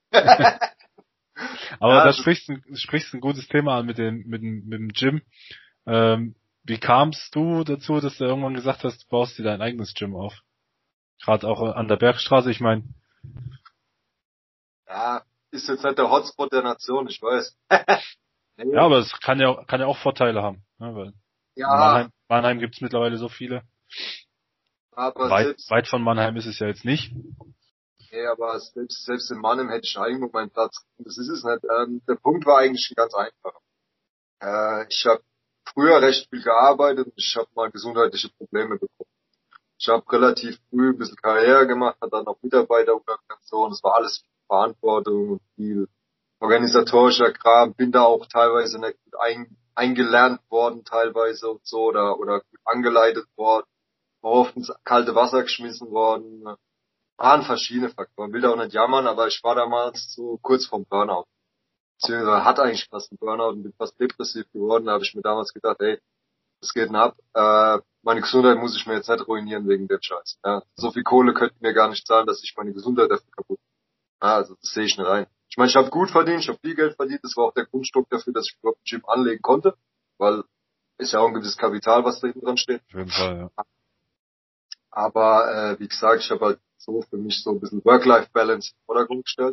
Aber Ja, da das, sprichst du, sprichst ein gutes Thema an mit dem, mit dem, mit dem Gym. Ähm, wie kamst du dazu, dass du irgendwann gesagt hast, du baust dir dein eigenes Gym auf? Gerade auch an der Bergstraße, ich meine, ja, ist jetzt nicht der Hotspot der Nation, ich weiß. Nee, ja, aber es kann ja, kann ja auch Vorteile haben, ne, weil in ja, Mannheim, Mannheim gibt's mittlerweile so viele. aber Weit, selbst, weit von Mannheim ist es ja jetzt nicht. nee, aber selbst, selbst in Mannheim hätte ich eigentlich meinen Platz. Das ist es nicht. Ähm, der Punkt war eigentlich ganz einfach. Äh, ich habe früher recht viel gearbeitet und ich habe mal gesundheitliche Probleme bekommen. Ich habe relativ früh ein bisschen Karriere gemacht, hatte dann auch Mitarbeiterorganisation, es war alles viel Verantwortung und viel organisatorischer Kram, bin da auch teilweise nicht gut ein, eingelernt worden teilweise und so oder oder gut angeleitet worden, oft ins kalte Wasser geschmissen worden, waren verschiedene Faktoren. Will da auch nicht jammern, aber ich war damals so kurz vorm Burnout. Beziehungsweise hatte eigentlich fast einen Burnout und bin fast depressiv geworden. Da habe ich mir damals gedacht, ey, das geht denn ab. Äh, meine Gesundheit muss ich mir jetzt nicht ruinieren wegen dem Scheiß. Ja, so viel Kohle könnten mir gar nicht zahlen, dass ich meine Gesundheit dafür kaputt mache. Ja, also das sehe ich nicht rein. Ich meine, ich habe gut verdient, ich habe viel Geld verdient. Das war auch der Grundstock dafür, dass ich überhaupt ein Gym anlegen konnte, weil ist ja auch ein gewisses Kapital, was da hinten dran steht. Auf jeden Fall, ja. Aber äh, wie gesagt, ich habe halt so für mich so ein bisschen Work-Life-Balance im Vordergrund gestellt.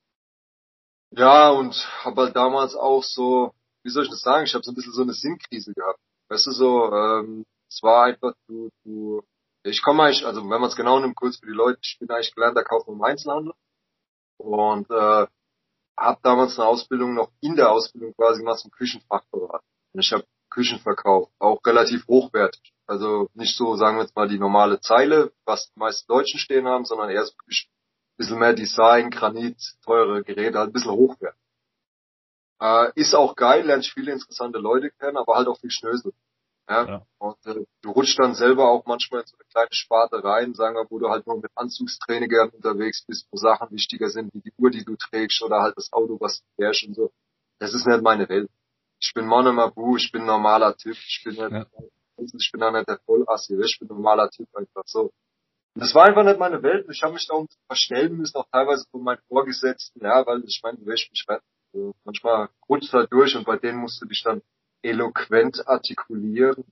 Ja, und habe halt damals auch so, wie soll ich das sagen, ich habe so ein bisschen so eine Sinnkrise gehabt. Weißt du so, ähm, es war einfach, du, du, ich komme eigentlich, also wenn man es genau nimmt, kurz für die Leute, ich bin eigentlich gelernter Kaufmann im Einzelhandel und äh, habe damals eine Ausbildung noch in der Ausbildung quasi gemacht zum Küchenfachberater. Und ich habe Küchen verkauft, auch relativ hochwertig. Also nicht so, sagen wir jetzt mal, die normale Zeile, was die meisten Deutschen stehen haben, sondern eher so Küchen. Bisschen mehr Design, Granit, teure Geräte, halt ein bisschen hochwertig. Äh, ist auch geil, lernst viele interessante Leute kennen, aber halt auch viel Schnösel. Ja? Ja. Und äh, du rutschst dann selber auch manchmal in so eine kleine Sparte rein, sagen wir, wo du halt nur mit Anzugstrainern unterwegs bist, wo Sachen wichtiger sind, wie die Uhr, die du trägst, oder halt das Auto, was du fährst und so. Das ist nicht meine Welt. Ich bin Monem Abu, ich bin ein normaler Typ, ich bin nicht, Ja. ich bin auch nicht der Vollassi, ich bin ein normaler Typ einfach so. Und das war einfach nicht meine Welt. Ich habe mich da irgendwie verstellen müssen, auch teilweise von meinen Vorgesetzten, ja, weil ich meine, du wäschst mich rein. Also manchmal rutscht halt durch und bei denen musst du dich dann eloquent artikulieren.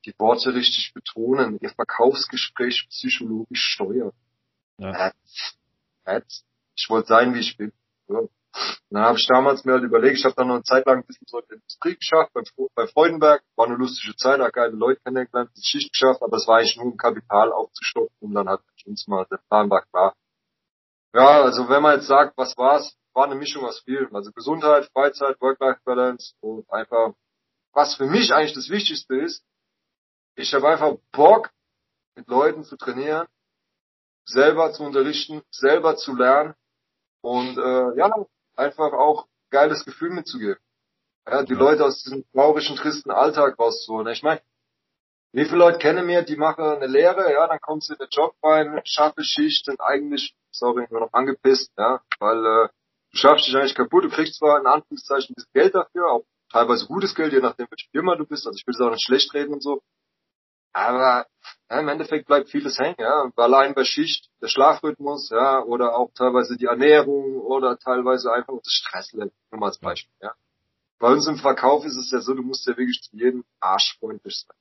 die Worte richtig betonen, ihr Verkaufsgespräch psychologisch steuern. Ja. Äh, äh, ich wollte sein, wie ich bin. So. Dann habe ich damals mir halt überlegt, ich habe dann noch eine Zeit lang ein bisschen so in der Industrie geschafft, bei, bei Freudenberg, war eine lustige Zeit, da geile Leute kennengelernt, die Schicht geschafft, aber es war eigentlich nur um Kapital aufzustocken, um dann halt uns mal, der Plan war klar. Ja, also wenn man jetzt sagt, was war's, war eine Mischung aus vielem, also Gesundheit, Freizeit, Work-Life-Balance und einfach, was für mich eigentlich das Wichtigste ist, ich habe einfach Bock, mit Leuten zu trainieren, selber zu unterrichten, selber zu lernen und äh, ja, einfach auch geiles Gefühl mitzugeben. Ja, die Ja. Leute aus diesem traurigen, tristen Alltag rauszuholen. Ich meine, wie viele Leute kennen mir, die machen eine Lehre, ja, dann kommen sie in den Job rein, schaffen Schicht, sind eigentlich, sorry, nur noch angepisst, ja, weil äh, du schaffst dich eigentlich kaputt, du kriegst zwar in Anführungszeichen ein bisschen Geld dafür, auch teilweise gutes Geld, je nachdem, welche Firma du bist, also ich will es auch nicht schlecht reden und so, aber ja, im Endeffekt bleibt vieles hängen, ja, allein bei Schicht, der Schlafrhythmus, ja, oder auch teilweise die Ernährung oder teilweise einfach das Stresslevel, nur mal als Beispiel, ja. Bei uns im Verkauf ist es ja so, du musst ja wirklich zu jedem Arsch freundlich sein.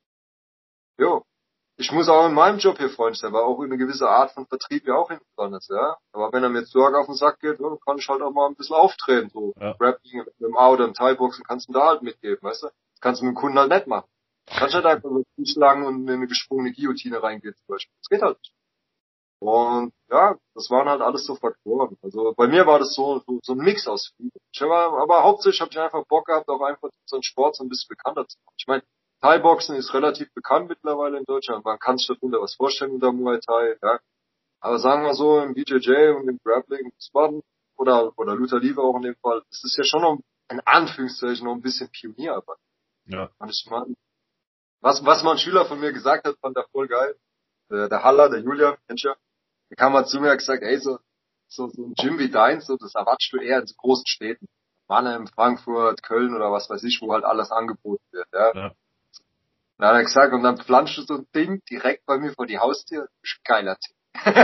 Jo. Ich muss auch in meinem Job hier freundlich sein, weil auch eine gewisse Art von Vertrieb ja auch hinten dran ist, ja. Aber wenn er mir zu arg auf den Sack geht, ja, dann kann ich halt auch mal ein bisschen auftreten, so. Ja. Rapping mit einem A oder einem Thai-Boxen kannst du da halt mitgeben, weißt du. Das kannst du mit dem Kunden halt nicht machen. Du kannst halt einfach so zuschlagen und in eine gesprungene Guillotine reingehen zum Beispiel. Das geht halt nicht. Und ja, das waren halt alles so Faktoren. Also bei mir war das so so, so ein Mix aus viel. Ich hab, aber hauptsächlich habe ich einfach Bock gehabt, auch einfach so einen Sport so ein bisschen bekannter zu machen. Ich meine, Thai-Boxen ist relativ bekannt mittlerweile in Deutschland. Man kann sich darunter was vorstellen unter Muay Thai, ja. Aber sagen wir so, im B J J und im Grappling, das war, oder, oder Luther Lieber auch in dem Fall, das ist ja schon noch, in Anführungszeichen, noch ein bisschen Pionierarbeit. Ja. Und ich meine, was, was mal ein Schüler von mir gesagt hat, fand er voll geil. Der, der Haller, der Julian, kennst du ja. Der kam mal zu mir und gesagt, ey, so, so, so ein Gym wie deins, so, das erwartest du eher in so großen Städten. Mannheim, Frankfurt, Köln oder was weiß ich, wo halt alles angeboten wird, ja. Ja. Dann hat er gesagt, und dann pflanzt du so ein Ding direkt bei mir vor die Haustür. Das ist ein geiler Tipp.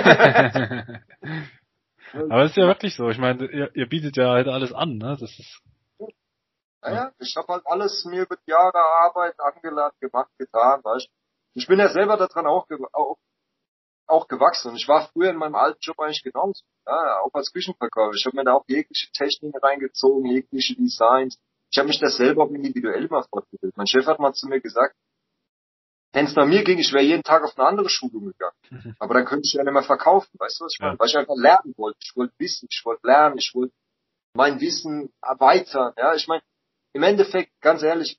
Aber es ist ja wirklich so. Ich meine, ihr, ihr bietet ja halt alles an, ne? Das ist. Naja, ich habe halt alles mir über die Jahre Arbeit angelernt, gemacht, getan, weißt du. Ich bin ja selber daran auch, auch, auch gewachsen. Und ich war früher in meinem alten Job eigentlich genauso. Ja, auch als Küchenverkäufer. Ich habe mir da auch jegliche Techniken reingezogen, jegliche Designs. Ich habe mich da selber auch individuell mal fortgebildet. Mein Chef hat mal zu mir gesagt, wenn es nach mir ging, ich wäre jeden Tag auf eine andere Schulung gegangen. Aber dann könnte ich ja nicht mehr verkaufen, weißt du, was ich meine? Ja. Weil ich einfach lernen wollte. Ich wollte wissen, ich wollte lernen, ich wollte mein Wissen erweitern. Ja, ich meine, im Endeffekt, ganz ehrlich,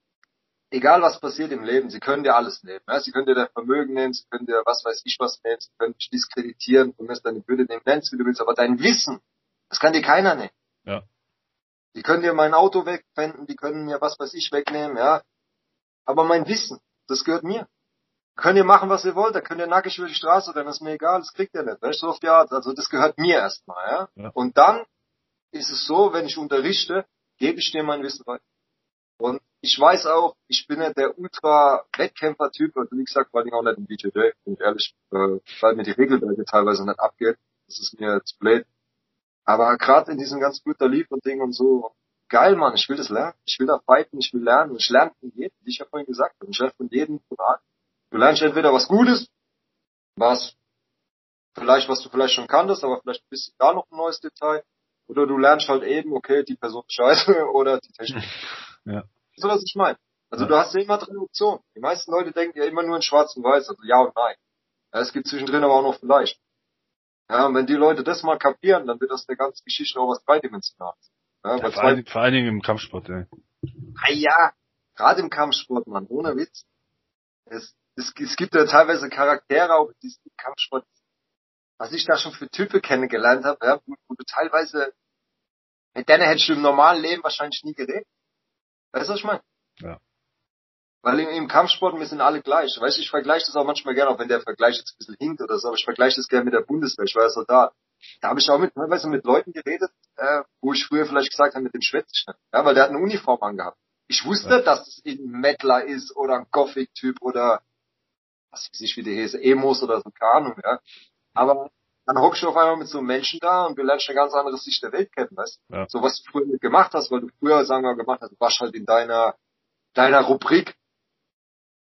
egal was passiert im Leben, sie können dir alles nehmen. Ja? Sie können dir dein Vermögen nehmen, sie können dir was weiß ich was nehmen, sie können dich diskreditieren, du wirst deine Würde nehmen, nennst wie du willst, aber dein Wissen, das kann dir keiner nehmen. Ja. Die können dir mein Auto wegpfänden, die können mir was weiß ich wegnehmen, ja. Aber mein Wissen, das gehört mir. Könnt ihr machen, was ihr wollt, da könnt ihr nackig über die Straße rennen, ist mir egal, das kriegt ihr nicht, weißt du, so auf die Art. Also das gehört mir erstmal, ja? Ja. Und dann ist es so, wenn ich unterrichte, gebe ich dir mein Wissen weiter. Und ich weiß auch, ich bin nicht der Ultra-Wettkämpfer-Typ, also wie gesagt, vor allem auch nicht im B J J, bin ich ehrlich, äh, weil mir die Regelwerke teilweise nicht abgeht, das ist mir zu blöd. Aber gerade in diesem ganz guter Lieb und Ding und so, geil, Mann, ich will das lernen, ich will da fighten, ich will lernen, ich lerne von jedem, wie ich ja vorhin gesagt habe, ich lerne von jedem, von allen. Du lernst entweder was Gutes, was vielleicht, was du vielleicht schon kanntest, aber vielleicht bist du da noch ein neues Detail, oder du lernst halt eben, okay, die Person ist scheiße, oder die Technik. Ja. So, was ich meine. Also Ja. du hast ja immer drei Optionen. Die meisten Leute denken ja immer nur in schwarz und weiß, also ja und nein. Ja, es gibt zwischendrin aber auch noch vielleicht. Ja, und wenn die Leute das mal kapieren, dann wird das der ganzen Geschichte auch was Dreidimensionales. Ja, Ja, weil vor, zwei, allen, vor allen Dingen im Kampfsport, ey. ah ja, gerade im Kampfsport, Mann, ohne Witz. Es, es, es gibt ja teilweise Charaktere auch in diesem Kampfsport, was ich da schon für Typen kennengelernt habe, ja, wo, wo du teilweise, mit denen hättest du im normalen Leben wahrscheinlich nie geredet. Weißt du, was ich meine? Ja. Weil im, im Kampfsport, wir sind alle gleich. Weißt du, ich vergleiche das auch manchmal gerne, auch wenn der Vergleich jetzt ein bisschen hinkt oder so, aber ich vergleiche das gerne mit der Bundeswehr. Ich war ja Soldat. Da habe ich auch mit, teilweise mit Leuten geredet, äh, wo ich früher vielleicht gesagt habe, mit dem schwätze ich nicht. Ja, weil der hat eine Uniform angehabt. Ich wusste, Ja. dass es ein Mettler ist oder ein Gothic-Typ oder was weiß ich, wie der hieß, Emos oder so, keine Ahnung, ja. Aber dann hockst du auf einmal mit so einem Menschen da und du lernst eine ganz andere Sicht der Welt kennen, weißt du? Ja. So was du früher mit gemacht hast, weil du früher, sagen wir mal, gemacht hast, du warst halt in deiner, deiner Rubrik.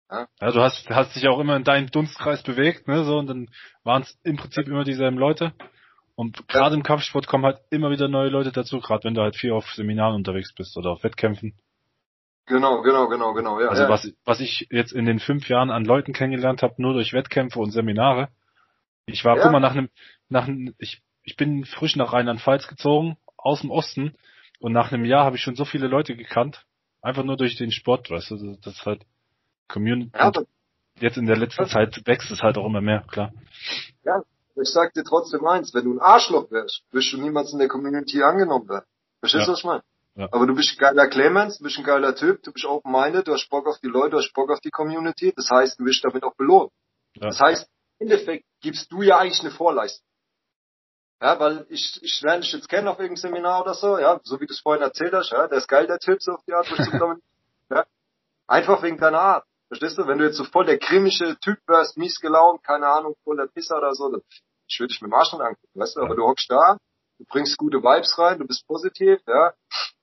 Ja, ja, du hast, hast dich auch immer in deinen Dunstkreis bewegt, ne, so, und dann waren es im Prinzip immer dieselben Leute. Und gerade ja, im Kampfsport kommen halt immer wieder neue Leute dazu, gerade wenn du halt viel auf Seminaren unterwegs bist oder auf Wettkämpfen. genau, genau, genau, genau, ja, Also ja, was, was ich jetzt in den fünf Jahren an Leuten kennengelernt habe, nur durch Wettkämpfe und Seminare. Ich war, guck ja, mal, nach einem, nach einem, ich, ich bin frisch nach Rheinland-Pfalz gezogen, aus dem Osten, und nach einem Jahr habe ich schon so viele Leute gekannt, einfach nur durch den Sport, weißt du, das ist halt Community, ja, und aber, jetzt in der letzten Zeit wächst es halt auch immer mehr, klar. ja, ich sag dir trotzdem eins, wenn du ein Arschloch wärst, wirst du niemals in der Community angenommen werden. Verstehst du, Ja, was ich meine? ja, Aber du bist ein geiler Clemens, du bist ein geiler Typ, du bist open-minded, du hast Bock auf die Leute, du hast Bock auf die Community, das heißt, du wirst damit auch belohnt. ja, Das heißt, im Endeffekt gibst du ja eigentlich eine Vorleistung. Ja, weil ich, ich lerne dich jetzt kennen auf irgendeinem Seminar oder so, ja, so wie du es vorhin erzählt hast, ja, der ist geil, der Typ, so auf die Art, wo ich zum Domin ja, einfach wegen deiner Art. Verstehst du? Wenn du jetzt so voll der krimische Typ wärst, mies gelaunt, keine Ahnung, voll der Pisser oder so, dann, ich würde dich mit dem Arsch nicht angucken, weißt du, aber ja, du hockst da, du bringst gute Vibes rein, du bist positiv, ja,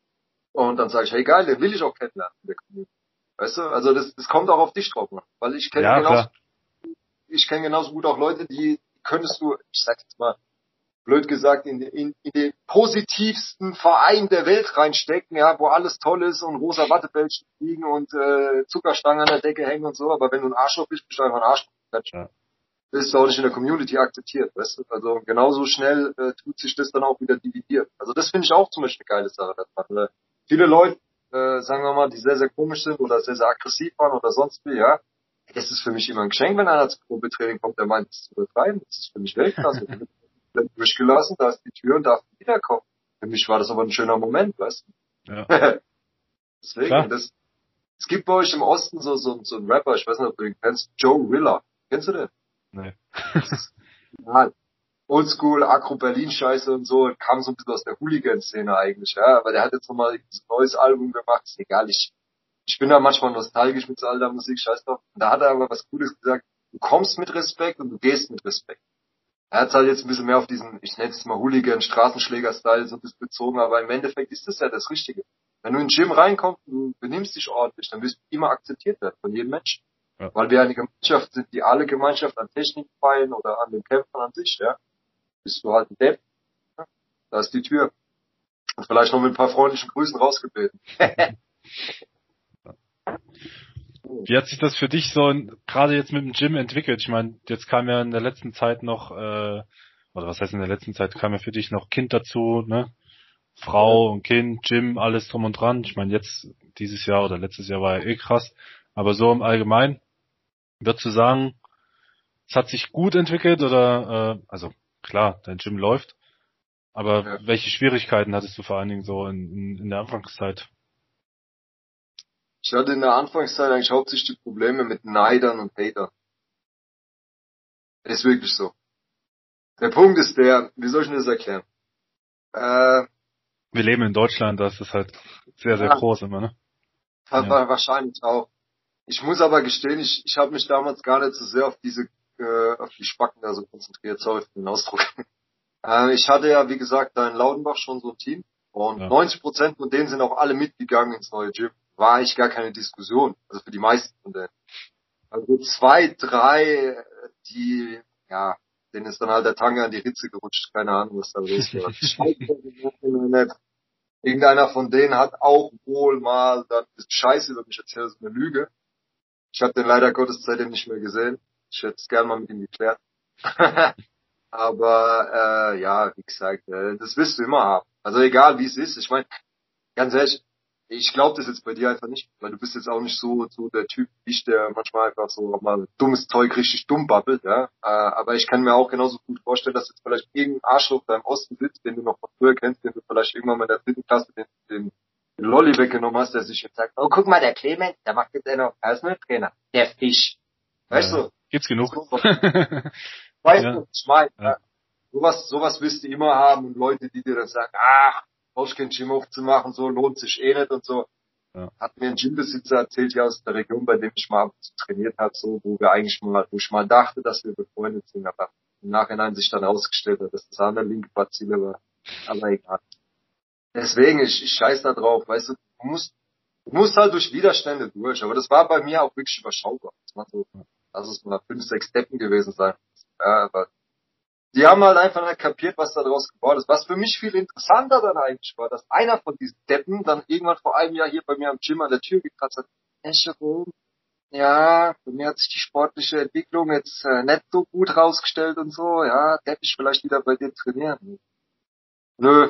und dann sage ich, hey geil, den will ich auch kennenlernen in der Community. Weißt du, also das, das kommt auch auf dich drauf an, weil ich kenne ja, genauso, klar, ich kenne genauso gut auch Leute, die könntest du, ich sag jetzt mal, blöd gesagt, in, in, in den positivsten Verein der Welt reinstecken, ja, wo alles toll ist und rosa Wattebällchen fliegen und äh, Zuckerstangen an der Decke hängen und so, aber wenn du ein Arschloch bist, bist du einfach ein Arschloch. ja, Bist du auch nicht in der Community akzeptiert, weißt du? Also genauso schnell äh, tut sich das dann auch wieder dividiert. Also das finde ich auch zum Beispiel eine geile Sache daran. Weil viele Leute, äh, sagen wir mal, die sehr, sehr komisch sind oder sehr, sehr aggressiv waren oder sonst wie, ja, es ist für mich immer ein Geschenk, wenn einer zum Probetraining kommt, der meint, das zu betreiben. Das ist für mich Weltklasse. Durchgelassen, da ist die Tür und darf wiederkommen. Für mich war das aber ein schöner Moment, weißt ja, du? Deswegen, klar, und das, es gibt bei euch im Osten so, so, so einen Rapper, ich weiß nicht, ob du ihn kennst, Joe Rilla. Kennst du den? nee. Das ist ja, Oldschool, Agro-Berlin-Scheiße und so, kam so ein bisschen aus der Hooligan-Szene eigentlich, ja, aber der hat jetzt nochmal ein neues Album gemacht, ist egal, ich, ich bin da manchmal nostalgisch mit so alter Musik, scheiß drauf. Und da hat er aber was Cooles gesagt, du kommst mit Respekt und du gehst mit Respekt. Er hat halt jetzt ein bisschen mehr auf diesen, ich nenne es mal Hooligan, Straßenschläger-Style so ein bisschen bezogen, aber im Endeffekt ist das ja das Richtige. Wenn du in den Gym reinkommst und du benimmst dich ordentlich, dann wirst du immer akzeptiert werden von jedem Menschen. Ja, Weil wir eine Gemeinschaft sind, die alle Gemeinschaft an Technik feilen oder an den Kämpfern an sich, ja. Bist du halt ein Depp, ja? Da ist die Tür. Und vielleicht noch mit ein paar freundlichen Grüßen rausgebeten. wie hat sich das für dich so in, gerade jetzt mit dem Gym entwickelt? Ich meine, jetzt kam ja in der letzten Zeit noch, äh, oder was heißt in der letzten Zeit, kam ja für dich noch Kind dazu, ne? Frau und Kind, Gym, alles drum und dran. Ich meine, jetzt, dieses Jahr oder letztes Jahr war ja eh krass. Aber so im Allgemeinen, würdest du sagen, es hat sich gut entwickelt oder, äh, also klar, dein Gym läuft, aber Ja. welche Schwierigkeiten hattest du vor allen Dingen so in, in, in der Anfangszeit? Ich hatte in der Anfangszeit eigentlich hauptsächlich die Probleme mit Neidern und Hatern. Ist wirklich so. Der Punkt ist der, wie soll ich denn das erklären? Äh, Wir leben in Deutschland, da ist es halt sehr, sehr ja, groß immer, ne? Ja, wahrscheinlich auch. Ich muss aber gestehen, ich, ich habe mich damals gar nicht so sehr auf diese, äh, auf die Spacken da so konzentriert, sorry für den Ausdruck. Äh, ich hatte ja, wie gesagt, da in Laudenbach schon so ein Team und ja, neunzig Prozent von denen sind auch alle mitgegangen ins neue Gym. War eigentlich gar keine Diskussion, also für die meisten von denen. Also zwei, drei, die, ja, denen ist dann halt der Tanga in die Ritze gerutscht, keine Ahnung, was da los war. Scheiße, irgendeiner von denen hat auch wohl mal dann ist Scheiße über mich erzählt, das ist eine Lüge. Ich habe den leider Gottes seitdem nicht mehr gesehen. Ich hätte es gern mal mit ihm geklärt. Aber äh, ja, wie gesagt, äh, das wirst du immer haben. Also egal wie es ist. Ich meine, ganz ehrlich, ich glaube das jetzt bei dir einfach nicht, weil du bist jetzt auch nicht so so der Typ wie ich, der manchmal einfach so auch mal dummes Zeug richtig dumm babbelt, ja. Äh, aber ich kann mir auch genauso gut vorstellen, dass jetzt vielleicht irgendein Arschloch da im Osten sitzt, den du noch von früher kennst, den du vielleicht irgendwann mal in der dritten Klasse den, den, den Lolli weggenommen hast, der sich jetzt sagt, oh guck mal, der Clemens, der macht jetzt einer Personal Trainer, der Fisch. Weißt ja, du? gibt's genug. So, weißt Ja, du, ich meine, ja, sowas, sowas wirst du immer haben und Leute, die dir dann sagen, ach, brauchst kein Gym aufzumachen, so lohnt sich eh nicht und so. ja, Hat mir ein Gymbesitzer erzählt, ja, aus der Region, bei dem ich mal ab und zu trainiert habe, so, wo wir eigentlich mal, wo ich mal dachte, dass wir befreundet sind, aber im Nachhinein sich dann herausgestellt hat, dass das andere linke Bazille war. Aber egal. Deswegen, ich, ich scheiß da drauf, weißt du, du musst, Du musst halt durch Widerstände durch, aber das war bei mir auch wirklich überschaubar. Das war so, lass es mal fünf, sechs Steppen gewesen sein. Ja, aber die haben halt einfach nicht kapiert, was da draus geworden ist. Was für mich viel interessanter dann eigentlich war, dass einer von diesen Deppen dann irgendwann vor einem Jahr hier bei mir am Gym an der Tür gekratzt hat. Hey, Jerome, ja, bei mir hat sich die sportliche Entwicklung jetzt äh, nicht so gut rausgestellt und so. Ja, darf ich vielleicht wieder bei dir trainieren? Nö,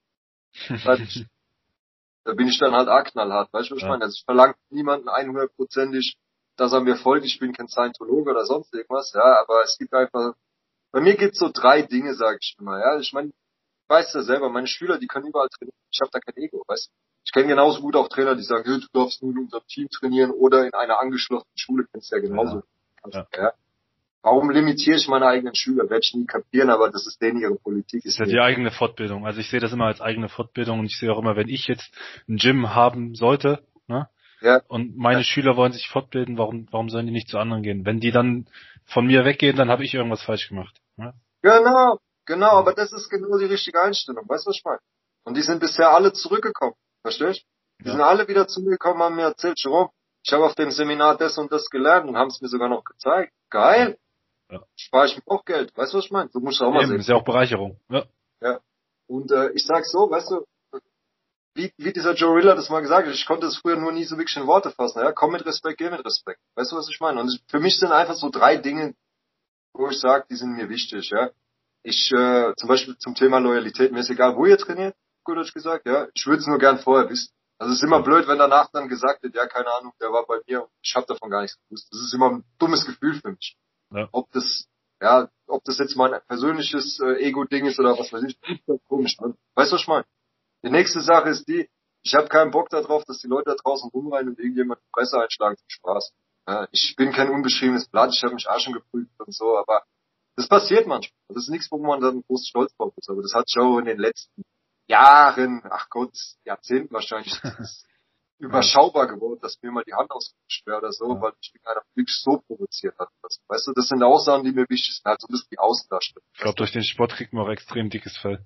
halt, da bin ich dann halt arg knallhart. Weißt du, was ich Ja. meine? Also ich verlange niemanden hundertprozentig, dass er mir folgt. Ich bin kein Scientologe oder sonst irgendwas. Ja, aber es gibt einfach, bei mir gibt's so drei Dinge, sage ich immer. Ja, ich meine, weißt ja selber, meine Schüler, die können überall trainieren. Ich habe da kein Ego, weißt du? Ich kenne genauso gut auch Trainer, die sagen, hey, du darfst nur in unserem Team trainieren oder in einer angeschlossenen Schule, kennst du ja genauso. Ja. Ja. Warum limitiere ich meine eigenen Schüler? Werde ich nie kapieren, aber das ist denen ihre Politik. Ist ja die eigene Fortbildung. Also ich sehe das immer als eigene Fortbildung und ich sehe auch immer, wenn ich jetzt ein Gym haben sollte, ne? Ja. Und meine Ja. Schüler wollen sich fortbilden, warum, warum sollen die nicht zu anderen gehen? Wenn die dann von mir weggehen, dann habe ich irgendwas falsch gemacht. Ne? Genau, genau, aber das ist genau die richtige Einstellung, weißt du, was ich meine? Und die sind bisher alle zurückgekommen, verstehst du? Die Ja. sind alle wieder zu mir gekommen, haben mir erzählt, Jerome, ich habe auf dem Seminar das und das gelernt und haben es mir sogar noch gezeigt. Geil, Ja. spare ich mir auch Geld, weißt du, was ich meine? So musst du auch mal Eben, sehen. ist ja auch Bereicherung. Ja. Ja. Und äh, ich sag so, weißt du, wie, wie dieser Joe Rilla das mal gesagt hat, ich konnte es früher nur nie so wirklich in Worte fassen. Ja, komm mit Respekt, geh mit Respekt. Weißt du, was ich meine? Und für mich sind einfach so drei Dinge, wo ich sage, die sind mir wichtig. Ja, ich äh, zum Beispiel zum Thema Loyalität, mir ist egal, wo ihr trainiert, gut Deutsch gesagt. Ja, ich würde es nur gern vorher wissen. Also es ist immer Ja. blöd, wenn danach dann gesagt wird, ja, keine Ahnung, der war bei mir und ich habe davon gar nichts gewusst. Das ist immer ein dummes Gefühl für mich. Ja. Ob das, ja, ob das jetzt mein persönliches äh, Ego-Ding ist oder was weiß ich, das ist komisch. Ne? Weißt du, was ich meine? Die nächste Sache ist die, ich habe keinen Bock darauf, dass die Leute da draußen rumrennen und irgendjemand die Presse einschlagen zum Spaß. Ja, ich bin kein unbeschriebenes Blatt, ich habe mich Arschen geprüft und so, aber das passiert manchmal. Das ist nichts, wo man dann groß stolz drauf ist. Aber das hat sich auch in den letzten Jahren, ach Gott, Jahrzehnten wahrscheinlich, das ist überschaubar geworden, dass mir mal die Hand ausgerutscht wäre oder so, Ja. weil mich einer wirklich so provoziert hat. Weißt du, das sind Aussagen, die mir wichtig sind, halt so ein bisschen die Außendarstellung. Ich glaube, durch den Sport kriegt man auch extrem dickes Fell.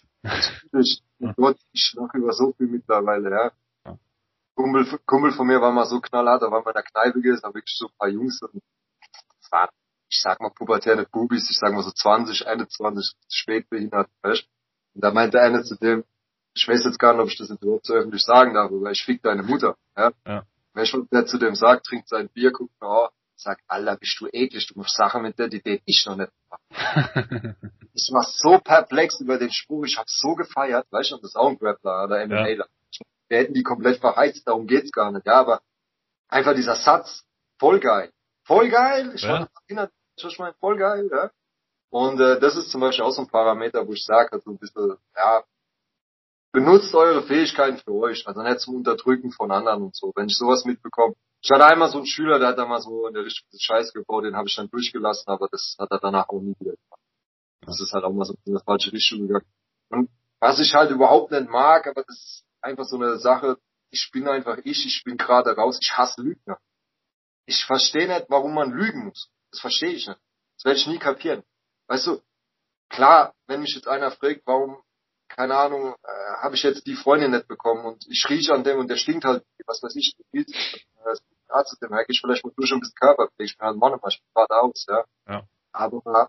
Ich, Ja. Gott, ich lache über so viel mittlerweile, ja. Ja. Kumpel, Kumpel von mir war mal so knallhart, da war mal in der Kneipe gewesen, da wirklich so ein paar Jungs, und das waren, ich sag mal, pubertäre Bubis, ich sag mal so zwanzig, einundzwanzig, spät behindert, weißt? Und da meinte einer zu dem, ich weiß jetzt gar nicht, ob ich das jetzt überhaupt so öffentlich sagen darf, aber ich fick deine Mutter, ja. Ja. Wenn ich der zu dem sagt, trinkt sein Bier, guckt mir an, sagt, Alter, bist du eklig, du machst Sachen mit der, die den ich noch nicht mache. Ich war so perplex über den Spruch, ich hab's so gefeiert, weißt du, das ist auch ein Grappler oder M M A. Ja. Wir hätten die komplett verheizt, darum geht's gar nicht, ja, aber einfach dieser Satz, voll geil. Voll geil, ich Ja. war erinnert, ich meine, voll geil, ja. Und äh, das ist zum Beispiel auch so ein Parameter, wo ich sage, also ein bisschen, ja, benutzt eure Fähigkeiten für euch, also nicht zum Unterdrücken von anderen und so. Wenn ich sowas mitbekomme. Ich hatte einmal so einen Schüler, der hat da mal so in der Richtung Scheiß gebaut, den habe ich dann durchgelassen, aber das hat er danach auch nie wieder gemacht. Das ist halt auch mal so in die falsche Richtung gegangen. Und was ich halt überhaupt nicht mag, aber das ist einfach so eine Sache, ich bin einfach ich, ich bin gerade raus, ich hasse Lügner. Ich verstehe nicht, warum man lügen muss. Das verstehe ich nicht. Das werde ich nie kapieren. Weißt du, klar, wenn mich jetzt einer fragt, warum, keine Ahnung, äh, habe ich jetzt die Freundin nicht bekommen und ich rieche an dem und der stinkt halt, was weiß ich, viel zu Arzt dem merke ich vielleicht mal durch ein bisschen Körperpflege, ich bin halt Mann, ich bin gerade aus, ja. Ja. Aber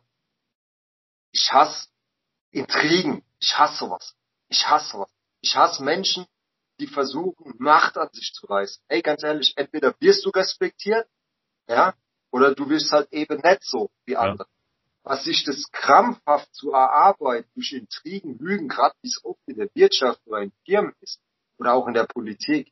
ich hasse Intrigen, ich hasse sowas. Ich hasse sowas. Ich hasse Menschen, die versuchen, Macht an sich zu reißen. Ey, ganz ehrlich, entweder wirst du respektiert, ja, oder du wirst halt eben nicht so wie andere. Ja. Was sich das krampfhaft zu erarbeiten durch Intrigen, Lügen, gerade wie es oft in der Wirtschaft oder in Firmen ist, oder auch in der Politik,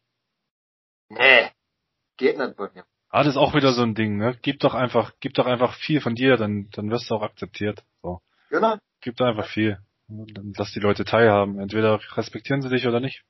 nee, geht nicht bei mir. Ah, das ist auch wieder so ein Ding, ne? Gib doch einfach, gib doch einfach viel von dir, dann, dann wirst du auch akzeptiert. So. Genau. Gib doch einfach viel. Dann lass die Leute teilhaben. Entweder respektieren sie dich oder nicht.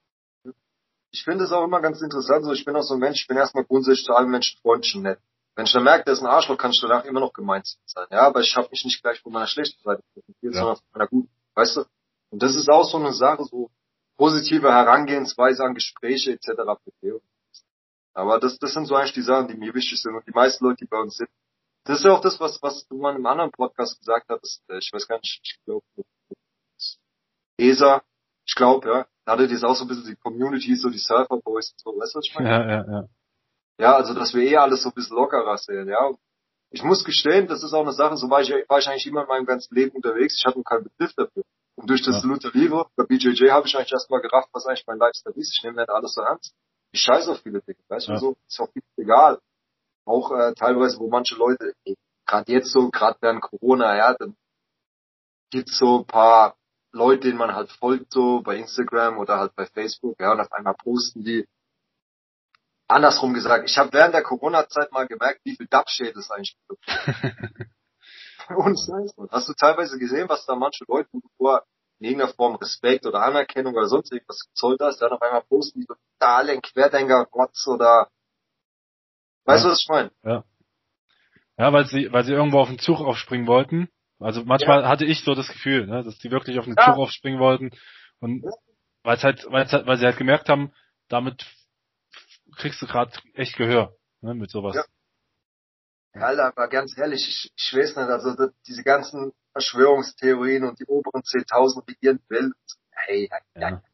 Ich finde es auch immer ganz interessant, so ich bin auch so ein Mensch, ich bin erstmal grundsätzlich zu allen Menschen freundlich und nett. Wenn ich dann merke, der ist ein Arschloch, kann ich danach immer noch gemein sein. Ja, aber ich habe mich nicht gleich von meiner schlechten Seite präsentiert, ja. sondern von meiner guten. Weißt du? Und das ist auch so eine Sache, so positive Herangehensweise an Gespräche et cetera pp. Aber das, das sind so eigentlich die Sachen, die mir wichtig sind. Und die meisten Leute, die bei uns sind, das ist ja auch das, was, was du mal in einem anderen Podcast gesagt hattest. Ich weiß gar nicht, ich glaube, E S A, ich glaube, ja. Da hattet ihr auch so ein bisschen die Community, so die Surfer Boys und so, weißt du, was ich meine? Ja, ja, ja. Ja, also, dass wir eh alles so ein bisschen lockerer sehen, ja. Ich muss gestehen, das ist auch eine Sache, so war ich, war ich eigentlich immer in meinem ganzen Leben unterwegs, ich hatte noch keinen Begriff dafür. Und durch das Ja. Luther Livre, bei B J J habe ich eigentlich erstmal gerafft, was eigentlich mein Lifestyle ist. Ich nehme nicht alles so ernst. Ich scheiße auf viele Dinge, weißt du, Ja. so, ist auch egal. Auch äh, teilweise, wo manche Leute, gerade jetzt so, gerade während Corona, ja, dann gibt's so ein paar Leute, denen man halt folgt, so bei Instagram oder halt bei Facebook, ja, und auf einmal posten die. Andersrum gesagt, ich habe während der Corona-Zeit mal gemerkt, wie viel Dubshade es eigentlich gibt. Und Scheiß, Mann. Hast du teilweise gesehen, was da manche Leute, wo du vor in irgendeiner Form Respekt oder Anerkennung oder sonst irgendwas gezollt hast, dann auf einmal posten die totalen Querdenker-Rotz oder, weißt du, Ja. was ich meine? Ja. Ja, weil sie, weil sie irgendwo auf den Zug aufspringen wollten. Also manchmal Ja. hatte ich so das Gefühl, ne, dass die wirklich auf den Ja. Zug aufspringen wollten und weil es halt, weil es halt, weil sie halt gemerkt haben, damit kriegst du gerade echt Gehör, ne, mit sowas. Ja. Alter, aber ganz ehrlich, ich, ich weiß nicht, also das, diese ganzen Verschwörungstheorien und die oberen zehntausend regieren die Welt, hey, ja. Ja.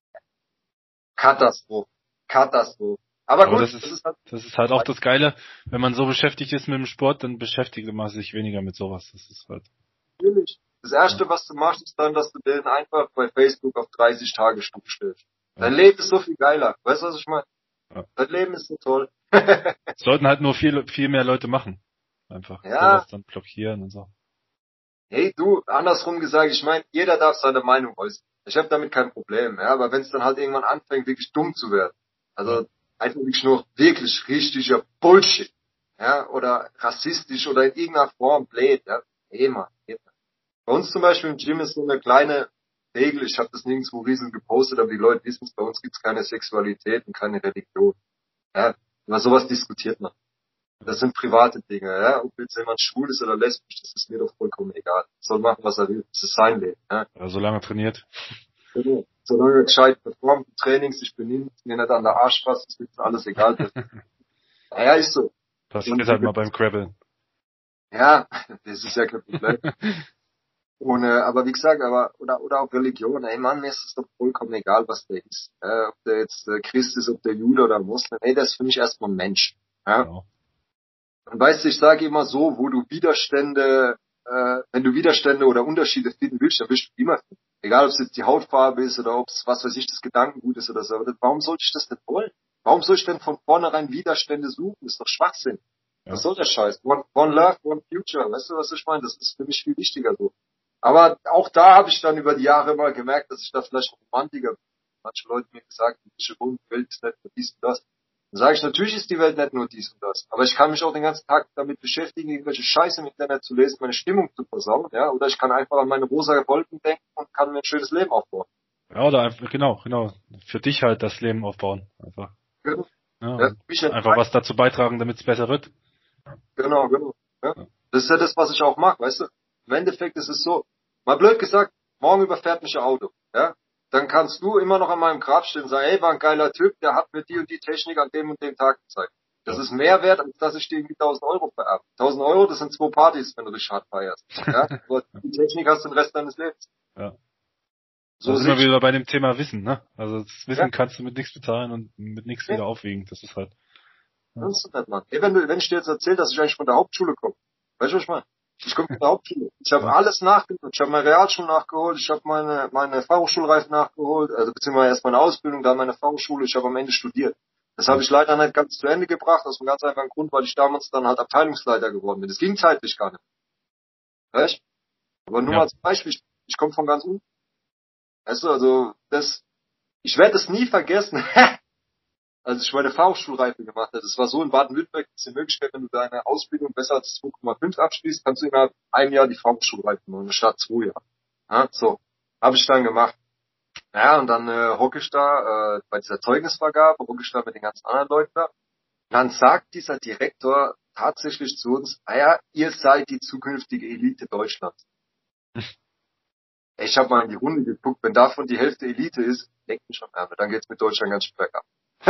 Katastrophe, Katastrophe. Aber, Aber gut, das das ist, ist halt, das ist halt auch das Geile, wenn man so beschäftigt ist mit dem Sport, dann beschäftigt man sich weniger mit sowas. Das ist halt. natürlich. Das Erste, was du machst, ist dann, dass du den einfach bei Facebook auf dreißig Tage stumm stellst. Dein Ja. Leben ist so viel geiler. Weißt du, was ich meine? Ja. Dein Leben ist so toll. Sollten halt nur viel, viel mehr Leute machen. Einfach Ja. sowas dann blockieren und so. Hey, du, andersrum gesagt, ich meine, jeder darf seine Meinung äußern. Ich habe damit kein Problem, ja, aber wenn es dann halt irgendwann anfängt, wirklich dumm zu werden, also Ja. einfach wirklich nur wirklich richtiger Bullshit, ja, oder rassistisch oder in irgendeiner Form blöd, ja, hey, Mann, geht nicht. Bei uns zum Beispiel im Gym ist so eine kleine Regel, ich habe das nirgendwo riesig gepostet, aber die Leute wissen es, bei uns gibt's keine Sexualität und keine Religion. Ja, über sowas diskutiert man. Das sind private Dinge, ja. Ob jetzt jemand schwul ist oder lesbisch, das ist mir doch vollkommen egal. Soll machen, was er will. Das ist sein Leben, ja. Ja, solange trainiert. Genau. Solange er gescheit performt, Training sich benimmt, mir nicht an der Arsch fasst, ist mir alles egal. Naja, ist so. Passiert halt mal beim Krabbeln. Ja, das ist ja kein Problem. Und, äh, aber wie gesagt, aber, oder, oder auch Religion, ey Mann, mir ist es doch vollkommen egal, was der ist. Äh, ob der jetzt äh, Christ ist, ob der Jude oder Muslim, ey, das ist für mich erstmal ein Mensch. Ja? Genau. Und weißt du, ich sage immer so, wo du Widerstände, äh, wenn du Widerstände oder Unterschiede finden willst, dann wirst du die immer finden. Egal, ob es jetzt die Hautfarbe ist oder ob es, was weiß ich, das Gedankengut ist oder so. Aber warum sollte ich das denn wollen? Warum soll ich denn von vornherein Widerstände suchen? Das ist doch Schwachsinn. Ja. Was soll der Scheiß? One, one love, one future. Weißt du, was ich meine? Das ist für mich viel wichtiger so. Aber auch da habe ich dann über die Jahre immer gemerkt, dass ich da vielleicht ein Romantiker bin. Manche Leute mir gesagt, die Welt ist nicht nur dies und das. Dann sage ich, natürlich ist die Welt nicht nur dies und das. Aber ich kann mich auch den ganzen Tag damit beschäftigen, irgendwelche Scheiße im Internet zu lesen, meine Stimmung zu versauen, ja. Oder ich kann einfach an meine rosa Wolken denken und kann mir ein schönes Leben aufbauen. Ja, oder einfach, genau, genau. Für dich halt das Leben aufbauen. Einfach. Genau. Ja, Ja, mich einfach was dazu beitragen, damit es besser wird. Genau, genau. Ja. Das ist ja das, was ich auch mache, weißt du. Im Endeffekt ist es so, mal blöd gesagt, morgen überfährt mich ein Auto, ja. Dann kannst du immer noch an meinem Grab stehen und sagen, ey, war ein geiler Typ, der hat mir die und die Technik an dem und dem Tag gezeigt. Das Ja. ist mehr wert, als dass ich dir irgendwie tausend Euro vererbe. tausend Euro, das sind zwei Partys, wenn du dich hart feierst. Ja? Aber die Technik hast du den Rest deines Lebens. Ja. So Da sind wir sehe ich- wieder bei dem Thema Wissen, ne? Also das Wissen Ja. kannst du mit nichts bezahlen und mit nichts Ja. wieder aufwiegen. Das ist halt. Kannst du nicht, Mann. Ey, wenn, du, wenn ich dir jetzt erzähle, dass ich eigentlich von der Hauptschule komme. Weißt du, was ich meine? Ich komme von der Hauptschule. Ich habe Ja. alles nachgeholt. Ich habe meine Realschule nachgeholt. Ich habe meine, meine Fachhochschulreife nachgeholt. Also beziehungsweise erst meine Ausbildung, dann meine Fachhochschule. Ich habe am Ende studiert. Das habe ich leider nicht ganz zu Ende gebracht, aus einem ganz einfachen Grund, weil ich damals dann halt Abteilungsleiter geworden bin. Das ging zeitlich gar nicht. Weißt? Aber nur Ja. mal zum Beispiel, ich, ich komme von ganz unten. Weißt du, also das, ich werde es nie vergessen. Als ich meine Fachhochschulreife gemacht habe, das war so in Baden-Württemberg, ist die Möglichkeit, wenn du deine Ausbildung besser als zwei Komma fünf abschließt, kannst du innerhalb einem Jahr die Fachhochschulreife machen, statt zwei Jahren. Ja, so. Habe ich dann gemacht. Ja, und dann äh, hocke ich da, äh, bei dieser Zeugnisvergabe, hocke ich da mit den ganzen anderen Leuten da. Und dann sagt dieser Direktor tatsächlich zu uns, ah ja, ihr seid die zukünftige Elite Deutschlands. Ich habe mal in die Runde geguckt, wenn davon die Hälfte Elite ist, denkt mich schon, ja, dann geht's mit Deutschland ganz schön bergab.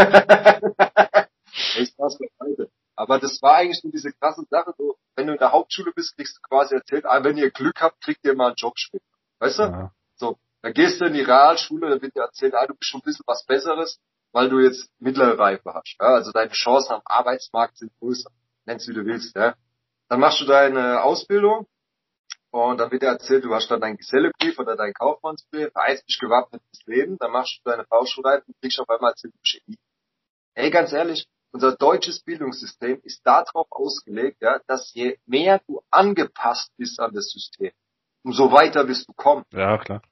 Echt Spaß beiseite. Aber das war eigentlich nur diese krasse Sache, so, wenn du in der Hauptschule bist, kriegst du quasi erzählt, ah, wenn ihr Glück habt, kriegt ihr mal einen Job später. Weißt du? Ja. So. Da gehst du in die Realschule, da wird dir erzählt, ah, du bist schon ein bisschen was Besseres, weil du jetzt mittlere Reife hast. Ja? Also deine Chancen am Arbeitsmarkt sind größer. Nennst wie du willst. Ja? Dann machst du deine Ausbildung und dann wird dir erzählt, du hast dann deinen Gesellebrief oder deinen Kaufmannsbrief, ah, jetzt bist du gewappnet fürs Leben, dann machst du deine Bauschulreife und kriegst auf einmal erzählt, du bist Chemie. Ey, ganz ehrlich, unser deutsches Bildungssystem ist darauf ausgelegt, ja, dass je mehr du angepasst bist an das System, umso weiter wirst du kommen. Ja, klar.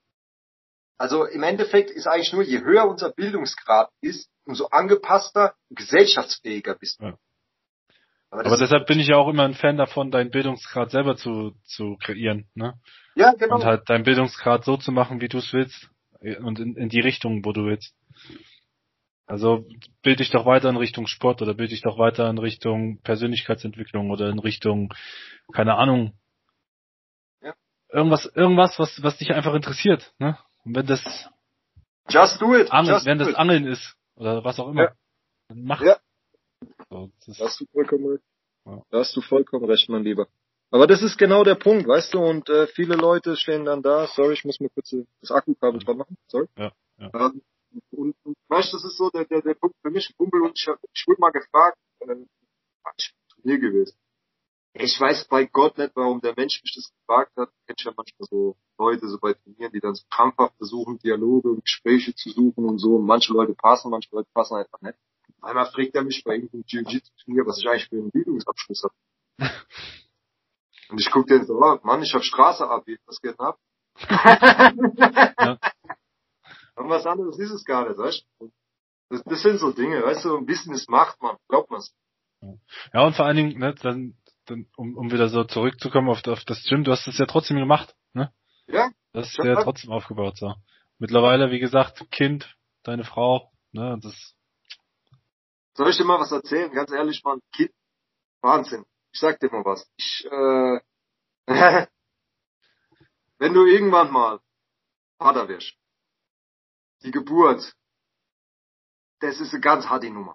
Also im Endeffekt ist eigentlich nur, je höher unser Bildungsgrad ist, umso angepasster und gesellschaftsfähiger bist du. Ja. Aber, Aber deshalb bin ich ja auch immer ein Fan davon, deinen Bildungsgrad selber zu, zu kreieren, ne? Ja, genau. Und halt deinen Bildungsgrad so zu machen, wie du es willst. Und in, in die Richtung, wo du willst. Also bild dich doch weiter in Richtung Sport oder bild dich doch weiter in Richtung Persönlichkeitsentwicklung oder in Richtung, keine Ahnung, Ja. irgendwas, irgendwas, was, was dich einfach interessiert, ne? Und wenn das Just do it. Angeln, Just wenn do das it. Angeln ist oder was auch immer, Ja. dann mach. Ja. So, das Da hast du vollkommen recht. Ja. Da hast du vollkommen recht, mein Lieber. Aber das ist genau der Punkt, weißt du, und äh, viele Leute stehen dann da, sorry, ich muss mal kurz das Akkukabel dran machen, sorry. Ja, ja. Ähm, und, und weißt du, das ist so der, der, der Punkt für mich, ein Kumpel, und ich, hab- ich wurde mal gefragt, äh, ich bin Turnier gewesen. Ich weiß bei Gott nicht, warum der Mensch mich das gefragt hat. Du kennst ja manchmal so Leute so bei Turnieren, die dann so krampfhaft versuchen, Dialoge und Gespräche zu suchen und so. Und manche Leute passen, manche Leute passen einfach nicht. Einmal fragt er mich bei irgendeinem Jiu-Jitsu-Turnier, was ich eigentlich für einen Bildungsabschluss habe. Und ich guck den so, oh, Mann, ich hab Straße ab, was geht denn ab? Ja. Und was anderes ist es gar nicht, weißt du? Das, das sind so Dinge, weißt du, Wissen ist Macht, man, glaubt man's. Ja, und vor allen Dingen, ne, dann, dann um, um wieder so zurückzukommen auf, auf das Gym, du hast es ja trotzdem gemacht, ne? Ja? Das ist Ich hab ja halt- trotzdem aufgebaut, so. Mittlerweile, wie gesagt, Kind, deine Frau, ne, das, Soll ich dir mal was erzählen? Ganz ehrlich, Mann, Kind, Wahnsinn. Ich sag dir mal was. Ich, äh, wenn du irgendwann mal Vater wirst, die Geburt, das ist eine ganz harte Nummer.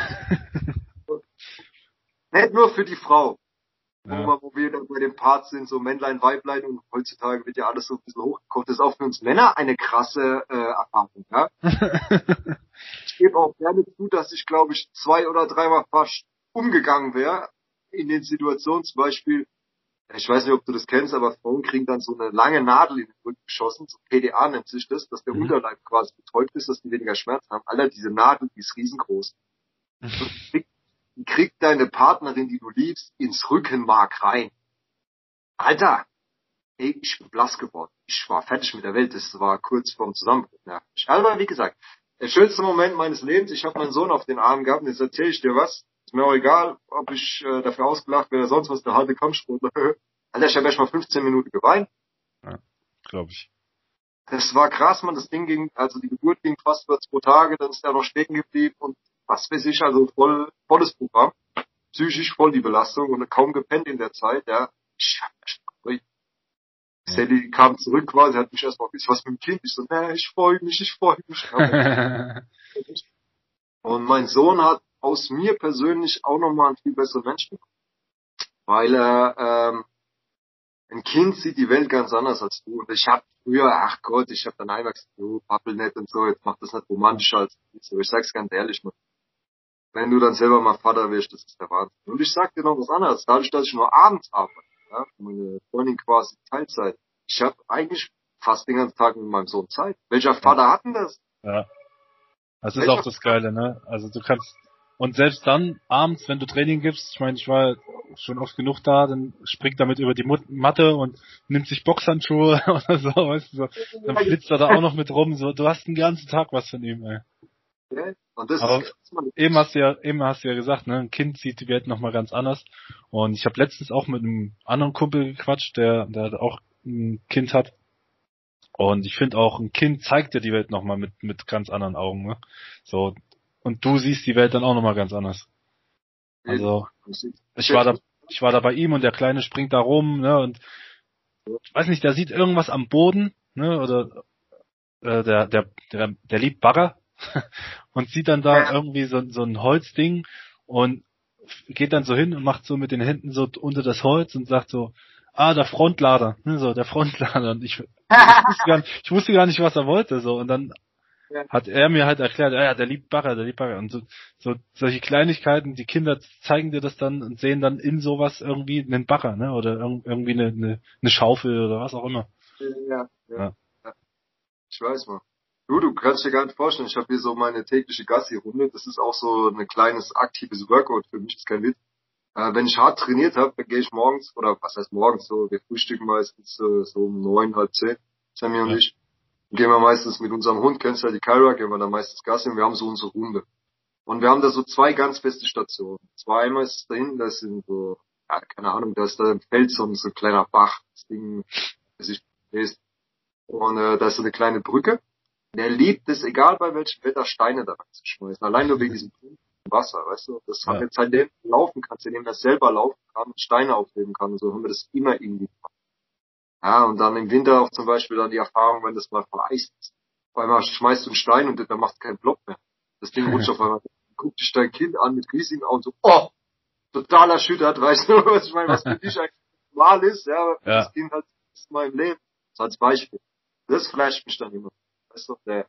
Nicht nur für die Frau, wo, ja. wir, wo wir dann bei den Parts sind, so Männlein, Weiblein, und heutzutage wird ja alles so ein bisschen hochgekocht. Das ist auch für uns Männer eine krasse äh, Erfahrung. Ja? Ich gebe auch gerne zu, dass ich, glaube ich, zwei oder dreimal fast umgegangen wäre in den Situationen, zum Beispiel, ich weiß nicht, ob du das kennst, aber Frauen kriegen dann so eine lange Nadel in den Rücken geschossen, so P D A nennt sich das, dass der Mhm. Unterleib quasi betäubt ist, dass die weniger Schmerzen haben. Alter, diese Nadel, die ist riesengroß. Die kriegt, die kriegt deine Partnerin, die du liebst, ins Rückenmark rein. Alter, ey, ich bin blass geworden. Ich war fertig mit der Welt. Das war kurz vorm Zusammenbruch. Ja. Aber wie gesagt, der schönste Moment meines Lebens, ich habe meinen Sohn auf den Arm gehabt, und jetzt erzähle ich dir was. Ist mir auch egal, ob ich äh, dafür ausgelacht werde oder sonst was, der halbe Kampfsportler. Alter, ich habe erst mal fünfzehn Minuten geweint. glaube ich. Das war krass, man. Das Ding ging, also die Geburt ging fast über zwei Tage, dann ist er noch stecken geblieben und was weiß ich, also voll, volles Programm. Psychisch voll die Belastung und kaum gepennt in der Zeit, ja. Ich hab echt Sally kam zurück quasi, hat mich erstmal gesagt, was mit dem Kind? Ich so, nee, ich freue mich, ich freue mich. Und mein Sohn hat aus mir persönlich auch nochmal einen viel besseren Mensch bekommen. Weil er, ähm, ein Kind sieht die Welt ganz anders als du. Und ich hab früher, ach Gott, ich hab dann einmal gesagt, oh, Pappel nicht und so, jetzt macht das nicht romantischer als so. Ich sag's ganz ehrlich, man. Wenn du dann selber mal Vater wirst, das ist der Wahnsinn. Und ich sag dir noch was anderes. Dadurch, dass ich nur abends arbeite, ja, meine Freundin quasi Teilzeit, ich habe eigentlich fast den ganzen Tag mit meinem Sohn Zeit. Welcher Vater hat denn das? Ja. Das ist Welcher auch das Geile, ne? Also du kannst, und selbst dann, abends, wenn du Training gibst, ich meine, ich war schon oft genug da, dann springt damit über die Mut- Matte und nimmt sich Boxhandschuhe oder so, weißt du, so. Dann flitzt er da auch noch mit rum, so, du hast den ganzen Tag was von ihm, ey. Ja, und das Aber ist krass, man. eben hast du ja, eben hast du ja gesagt, ne, ein Kind sieht die Welt nochmal ganz anders. Und ich habe letztens auch mit einem anderen Kumpel gequatscht, der, der auch ein Kind hat. Und ich finde auch, ein Kind zeigt dir die Welt nochmal mit, mit ganz anderen Augen, ne? So. Und du siehst die Welt dann auch nochmal ganz anders. Also, ich war da, ich war da bei ihm und der Kleine springt da rum, ne, und ich weiß nicht, der sieht irgendwas am Boden, ne, oder, äh, der, der, der, der liebt Bagger und sieht dann da irgendwie so, so ein Holzding und geht dann so hin und macht so mit den Händen so unter das Holz und sagt so, ah, der Frontlader, ne, so, der Frontlader. Und ich, Ich wusste, gar nicht, ich wusste gar nicht, was er wollte, so. Und dann Ja. hat er mir halt erklärt, ja, ja, der liebt Bagger, der liebt Bagger. Und so, so solche Kleinigkeiten, die Kinder zeigen dir das dann und sehen dann in sowas irgendwie einen Bagger, ne? Oder irg- irgendwie eine, eine, eine Schaufel oder was auch immer. Ja, ja, Ja. ja. Ich weiß mal. Du, du kannst dir gar nicht vorstellen, ich habe hier so meine tägliche Gassi-Runde. Das ist auch so ein kleines aktives Workout für mich, das ist kein Witz. Äh, wenn ich hart trainiert habe, dann gehe ich morgens, oder was heißt morgens, so, wir frühstücken meistens äh, so um neun, halb zehn, Sammy und Ja. ich. Dann gehen wir meistens mit unserem Hund, kennst du ja die Kyra, gehen wir dann meistens Gassi und wir haben so unsere Runde. Und wir haben da so zwei ganz feste Stationen. Zweimal ist es da hinten, das sind so, ja, keine Ahnung, da ist da im Feld so ein, so ein kleiner Bach, das Ding, das ich lese. Und äh, da ist so eine kleine Brücke. Der liebt es, egal bei welchem Wetter, Steine da reinzuschmeißen. Allein nur wegen diesem Wasser, weißt du. Das haben Ja. wir jetzt, seitdem er laufen kann, seitdem er selber laufen kann und Steine aufheben kann und so, haben wir das immer irgendwie gemacht. Ja, und dann im Winter auch zum Beispiel dann die Erfahrung, wenn das mal vereist ist. Auf einmal schmeißt du einen Stein und der macht keinen Block mehr. Das Ding rutscht auf einmal. Guckt dich dein Kind an mit riesigen Augen so, oh, total erschüttert, weißt du, was ich meine, was für dich eigentlich normal ist, ja, aber für Ja. das Kind halt das ist mal im Leben. So als Beispiel. Das flasht mich dann immer. Weißt du, der,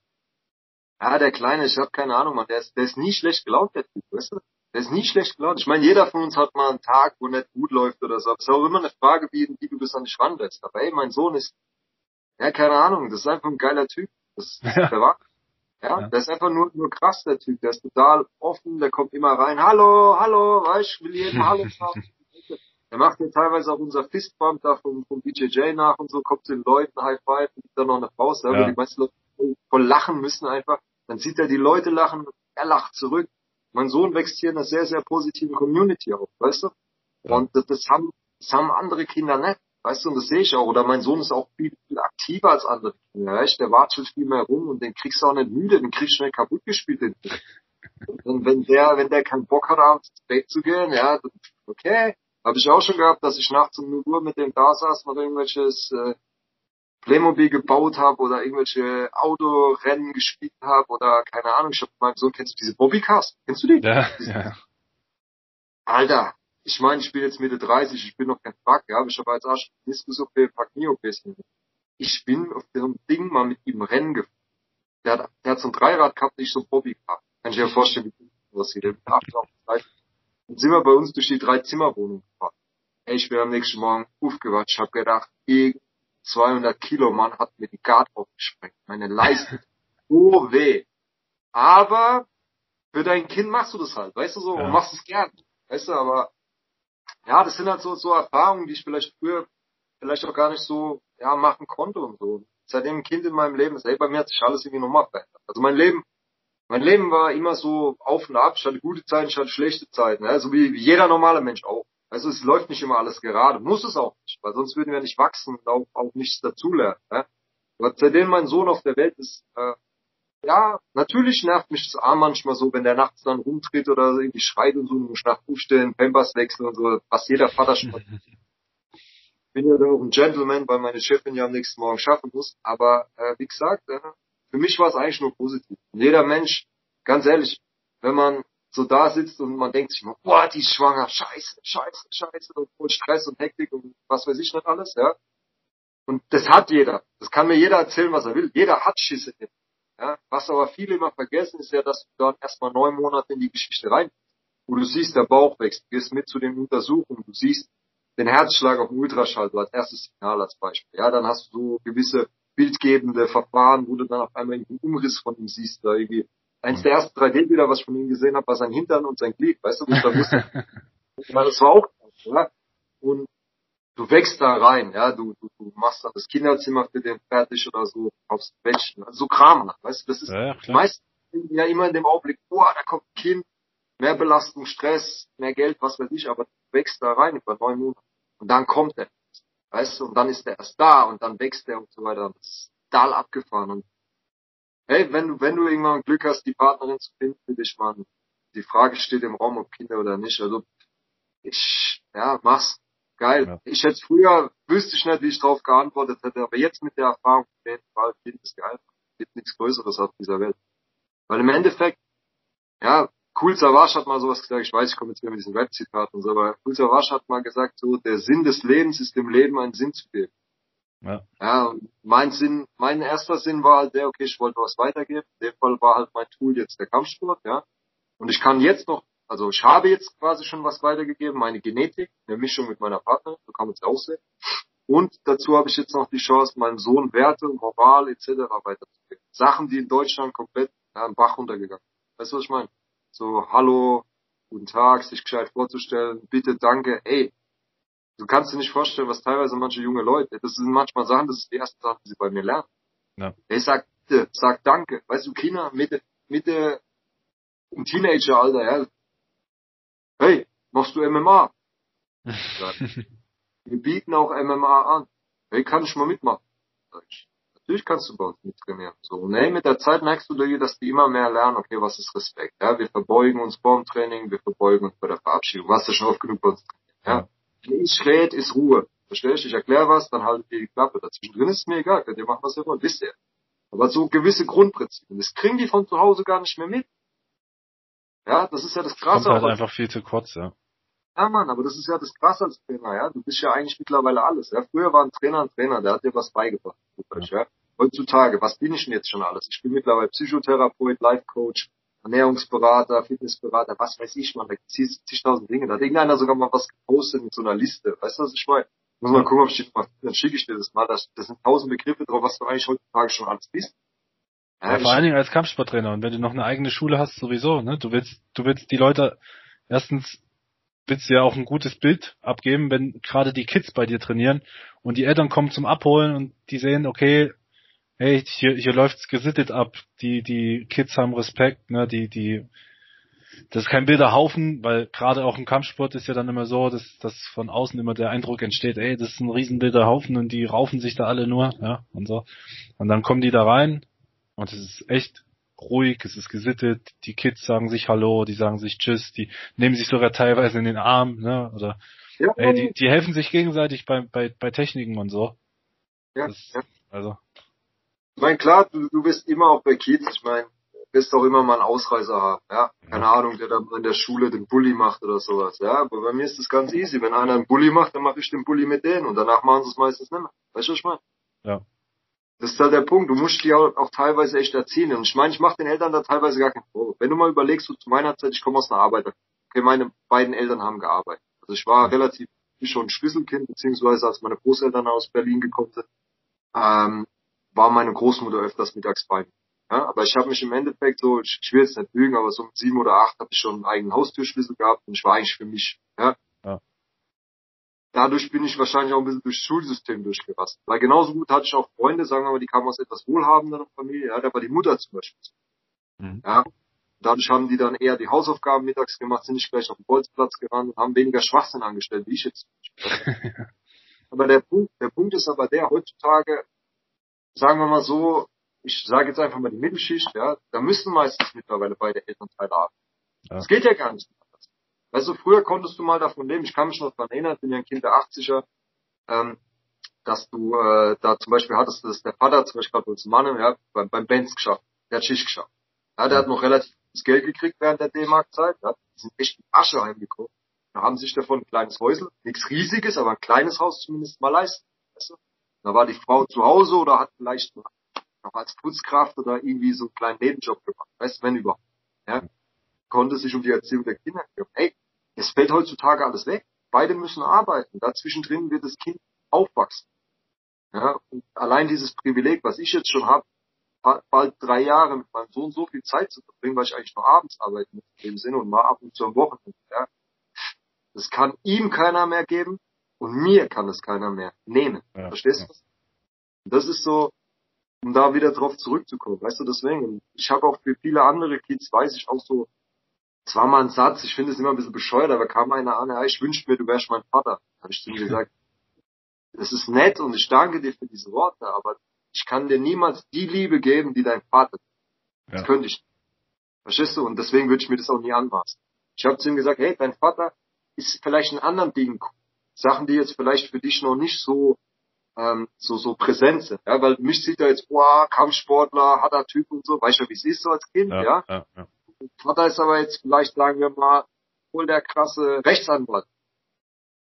ja, der Kleine, ich hab keine Ahnung, man, der ist, der ist nie schlecht gelaunt, der Typ, weißt du? Der ist nie schlecht gelaunt. Ich meine, jeder von uns hat mal einen Tag, wo nicht gut läuft oder so. Aber es ist auch immer eine Frage, wie, wie du das an dich ranlässt. Aber ey, mein Sohn ist, ja, keine Ahnung, das ist einfach ein geiler Typ. Das, Ja. der war, ja, Ja. der ist einfach nur, nur krass, der Typ. Der ist total offen, der kommt immer rein. Hallo, hallo, weißt, ich will jedem Hallo sagen. Er macht mir teilweise auch unser Fistbump da vom, vom B J J nach und so, kommt zu den Leuten, High Five, und gibt dann noch eine Faust, da, Ja. wo die meisten Leute voll, voll lachen müssen einfach. Dann sieht er die Leute lachen, er lacht zurück. Mein Sohn wächst hier in einer sehr, sehr positiven Community auf, weißt du? Ja. Und das, das haben, das haben andere Kinder nicht, weißt du? Und das sehe ich auch. Oder mein Sohn ist auch viel, viel aktiver als andere Kinder, weißt? Der watschelt viel mehr rum und den kriegst du auch nicht müde, den kriegst du schnell kaputt gespielt. Den Typ. Und wenn der, wenn der keinen Bock hat, abends ins Bett zu gehen, ja, dann, okay. Habe ich auch schon gehabt, dass ich nachts um null Uhr mit dem da saß, noch irgendwelches äh, Playmobil gebaut habe oder irgendwelche Autorennen gespielt habe oder keine Ahnung. Ich hab mit meinem Sohn, kennst du diese Bobbycars? Kennst du die? Ja. Diese, Ja. Alter, ich meine, ich bin jetzt Mitte dreißig, ich bin noch kein Fuck, ja, aber ich habe als Arsch Diskus-O P, Fuck-Me-O Ps. Ich bin auf dem Ding mal mit ihm Rennen gefahren. Der hat, der hat so ein Dreirad gehabt, nicht so ein Bobbycar. Kann ich dir vorstellen, wie das aussieht. Der mit acht auf der Seite. Dann sind wir bei uns durch die drei Zimmerwohnung gefahren. Ey, ich bin am nächsten Morgen aufgewacht. Ich habe gedacht, irgend zweihundert Kilo Mann hat mir die Guard aufgesprengt. Meine Leiste. So weh. Aber für dein Kind machst du das halt, weißt du so, Ja. und machst es gern. Weißt du, aber ja, das sind halt so, so Erfahrungen, die ich vielleicht früher vielleicht auch gar nicht so ja machen konnte und so. Seitdem ein Kind in meinem Leben ist, ey, bei mir hat sich alles irgendwie nochmal verändert. Also mein Leben Mein Leben war immer so auf und ab. Ich hatte gute Zeiten, ich hatte schlechte Zeiten. Ne? So wie, wie jeder normale Mensch auch. Also es läuft nicht immer alles gerade. Muss es auch nicht, weil sonst würden wir nicht wachsen und auch, auch nichts dazulernen. Ne? Aber seitdem mein Sohn auf der Welt ist, äh, ja, natürlich nervt mich das auch manchmal so, wenn der nachts dann rumtritt oder so irgendwie schreit und so, und muss nach aufstellen, Pampers wechseln und so, was jeder Vater schon. Ich bin ja dann auch ein Gentleman, weil meine Chefin ja am nächsten Morgen schaffen muss. Aber äh, wie gesagt, äh, für mich war es eigentlich nur positiv. Und jeder Mensch, ganz ehrlich, wenn man so da sitzt und man denkt sich immer, boah, die ist schwanger, scheiße, scheiße, scheiße, und voll Stress und Hektik und was weiß ich nicht alles, ja. Und das hat jeder. Das kann mir jeder erzählen, was er will. Jeder hat Schisse. Ja. Was aber viele immer vergessen, ist ja, dass du dann erstmal neun Monate in die Geschichte rein, wo du siehst, der Bauch wächst, du gehst mit zu den Untersuchungen, du siehst den Herzschlag auf dem Ultraschall, so als erstes Signal als Beispiel. Ja, dann hast du so gewisse bildgebende Verfahren, wo du dann auf einmal einen Umriss von ihm siehst, da irgendwie. Eins der ersten drei D-Bilder, was ich von ihm gesehen habe, war sein Hintern und sein Glied, weißt du, wo ich da wusste, das war auch krass, ja. Und du wächst da rein, ja, du, du, du machst dann das Kinderzimmer für den fertig oder so, kaufst Bettchen, also so Kram, weißt du, das ist Ja, ja, klar. meistens ja immer in dem Augenblick, boah, da kommt ein Kind, mehr Belastung, Stress, mehr Geld, was weiß ich, aber du wächst da rein über neun Monate. Und dann kommt er, weißt du, und dann ist er erst da und dann wächst er und so weiter. Und das ist total abgefahren. Und hey, wenn du, wenn du irgendwann Glück hast, die Partnerin zu finden für dich, Mann, die Frage steht im Raum, ob Kinder oder nicht. Also ich, ja, mach's. Geil. Ja. Ich hätte früher, wüsste ich nicht, wie ich drauf geantwortet hätte, aber jetzt mit der Erfahrung, auf jeden Fall, Kind ist geil. Es gibt nichts Größeres auf dieser Welt. Weil im Endeffekt, ja, Kool Savas hat mal sowas gesagt, ich weiß, ich komme jetzt wieder mit diesen Rap-Zitaten und so, aber Kool Savas hat mal gesagt, so, der Sinn des Lebens ist dem Leben einen Sinn zu geben. Ja. Ja, und mein Sinn, mein erster Sinn war halt der, okay, ich wollte was weitergeben. In dem Fall war halt mein Tool jetzt der Kampfsport, ja. Und ich kann jetzt noch, also ich habe jetzt quasi schon was weitergegeben, meine Genetik, eine Mischung mit meiner Partnerin, so kann man es ja auch sehen. Und dazu habe ich jetzt noch die Chance, meinem Sohn Werte, Moral et cetera weiterzugeben. Sachen, die in Deutschland komplett ja, im Bach runtergegangen sind. Weißt du, was ich meine? So, hallo, guten Tag, sich gescheit vorzustellen, bitte, danke, ey. Du kannst dir nicht vorstellen, was teilweise manche junge Leute, das sind manchmal Sachen, das ist die erste Sache, die sie bei mir lernen. Ja. Ey, sag bitte, sag danke. Weißt du, Kinder, Mitte, Mitte, im Teenageralter, ja. Hey, machst du M M A? Ja, wir bieten auch M M A an. Hey, kann ich mal mitmachen? Sag ich, natürlich kannst du bei uns mittrainieren. So, und hey, mit der Zeit merkst du dir, dass die immer mehr lernen, okay, was ist Respekt? Ja, wir verbeugen uns vorm Training, wir verbeugen uns bei der Verabschiedung. Was ist schon oft genug bei uns trainiert, ja? Ja. Wenn ich rede, ist Ruhe. Verstehst du? Ich erkläre was, dann haltet ihr die Klappe. Dazwischen ist mir egal, könnt ihr machen, was ihr wollt, wisst ihr. Aber so gewisse Grundprinzipien, das kriegen die von zu Hause gar nicht mehr mit. Ja, das ist ja das Das kommt Krasse. halt Auch als einfach viel zu kurz, ja. Ja, Mann, aber das ist ja das Krasse als Trainer, ja. Du bist ja eigentlich mittlerweile alles, ja. Früher war ein Trainer ein Trainer, der hat dir was beigebracht, ja. ja. Heutzutage, was bin ich denn jetzt schon alles? Ich bin mittlerweile Psychotherapeut, Life Coach, Ernährungsberater, Fitnessberater, was weiß ich, man, da gibt es zigtausend Dinge. Da hat irgendeiner sogar mal was gepostet mit so einer Liste. Weißt du, was ich meine? Muss mal Ja. gucken, ob ich das mal, dann schicke ich dir das mal. Das, das sind tausend Begriffe drauf, was du eigentlich heutzutage schon alles bist. Ja, Ja, vor allen ich, Dingen als Kampfsporttrainer. Und wenn du noch eine eigene Schule hast, sowieso, ne? Du willst, du willst die Leute, erstens willst du ja auch ein gutes Bild abgeben, wenn gerade die Kids bei dir trainieren und die Eltern kommen zum Abholen und die sehen, okay, hey, hier, hier läuft's gesittet ab, die, die Kids haben Respekt, ne, die, die, das ist kein wilder Haufen, weil gerade auch im Kampfsport ist ja dann immer so, dass, dass von außen immer der Eindruck entsteht, ey, das ist ein riesen wilder Haufen und die raufen sich da alle nur, ja, und so. Und dann kommen die da rein und es ist echt ruhig, es ist gesittet, die Kids sagen sich Hallo, die sagen sich Tschüss, die nehmen sich sogar teilweise in den Arm, ne, oder, ja, ey, die, die helfen sich gegenseitig bei, bei, bei Techniken und so. ja, Das, ja. also, Ich meine, klar, du, du bist immer auch bei Kids, ich meine, wirst auch immer mal einen Ausreißer haben, ja. Keine ja, Ahnung, der dann in der Schule den Bully macht oder sowas, ja. Aber bei mir ist das ganz easy. Wenn einer einen Bully macht, dann mache ich den Bully mit denen und danach machen sie es meistens nicht mehr. Weißt du, was ich meine? ja, Das ist halt der Punkt. Du musst die auch, auch teilweise echt erziehen. Und ich meine, ich mache den Eltern da teilweise gar keinen Vorwurf. Wenn du mal überlegst, so zu meiner Zeit, ich komme aus einer Arbeiter. Okay, meine beiden Eltern haben gearbeitet. Also ich war relativ schon ein Schlüsselkind, beziehungsweise als meine Großeltern aus Berlin gekommen sind, ähm, war meine Großmutter öfters mittags bei mir. Ja, aber ich habe mich im Endeffekt so, ich, ich will jetzt nicht lügen, aber so um sieben oder acht habe ich schon einen eigenen Haustürschlüssel gehabt und ich war eigentlich für mich. Ja. ja, Dadurch bin ich wahrscheinlich auch ein bisschen durchs Schulsystem durchgerastet. Weil genauso gut hatte ich auch Freunde, sagen wir mal, die kamen aus etwas wohlhabenderen Familie, ja, da war die Mutter zum Beispiel. mhm. Ja. Dadurch haben die dann eher die Hausaufgaben mittags gemacht, sind nicht gleich auf den Bolzplatz gerannt und haben weniger Schwachsinn angestellt, wie ich jetzt. Aber der Punkt, der Punkt ist aber der, heutzutage, sagen wir mal so, ich sage jetzt einfach mal die Mittelschicht, ja, da müssen meistens mittlerweile beide Elternteile haben. Ja. Das geht ja gar nicht anders. Also früher konntest du mal davon leben, ich kann mich noch daran erinnern, bin ja ein Kind der achtziger, ähm, dass du äh, da zum Beispiel hattest, dass der Vater zum Beispiel gerade als Mann, ja, beim, beim Benz geschafft, der hat Schicht geschafft. Ja, der Ja. hat noch relativ gutes Geld gekriegt während der D-Mark-Zeit, ja, die sind echt mit Asche heimgekommen. Da haben sich davon ein kleines Häusel, nichts Riesiges, aber ein kleines Haus zumindest mal leisten. Weißt du? Da war die Frau zu Hause oder hat vielleicht noch als Putzkraft oder irgendwie so einen kleinen Nebenjob gemacht. Weißt du, wenn überhaupt. Ja? Konnte sich um die Erziehung der Kinder kümmern. Ey, es fällt heutzutage alles weg. Beide müssen arbeiten. Dazwischen drin wird das Kind aufwachsen. Ja? Und allein dieses Privileg, was ich jetzt schon habe, bald drei Jahre mit meinem Sohn so viel Zeit zu verbringen, weil ich eigentlich nur abends arbeiten muss in dem Sinne und mal ab und zu am Wochenende. Ja? Das kann ihm keiner mehr geben und mir kann es keiner mehr nehmen. Ja. Verstehst du das? Und das ist so, um da wieder drauf zurückzukommen. Weißt du, deswegen, ich habe auch für viele andere Kids, weiß ich auch so, es war mal ein Satz, ich finde es immer ein bisschen bescheuert, aber kam einer an, ja, ich wünschte mir, du wärst mein Vater. Da habe ich zu ihm gesagt, das ist nett und ich danke dir für diese Worte, aber ich kann dir niemals die Liebe geben, die dein Vater. Das Ja. könnte ich nicht. Verstehst du? Und deswegen würde ich mir das auch nie anmaßen. Ich habe zu ihm gesagt, hey, dein Vater ist vielleicht in anderen Dingen, Sachen, die jetzt vielleicht für dich noch nicht so ähm, so so präsent sind. Ja, weil mich sieht er jetzt, boah, Kampfsportler, harter Typ und so, weißt du, wie es ist so als Kind, Ja, ja. ja, ja. Vater ist aber jetzt vielleicht, sagen wir mal, wohl der krasse Rechtsanwalt.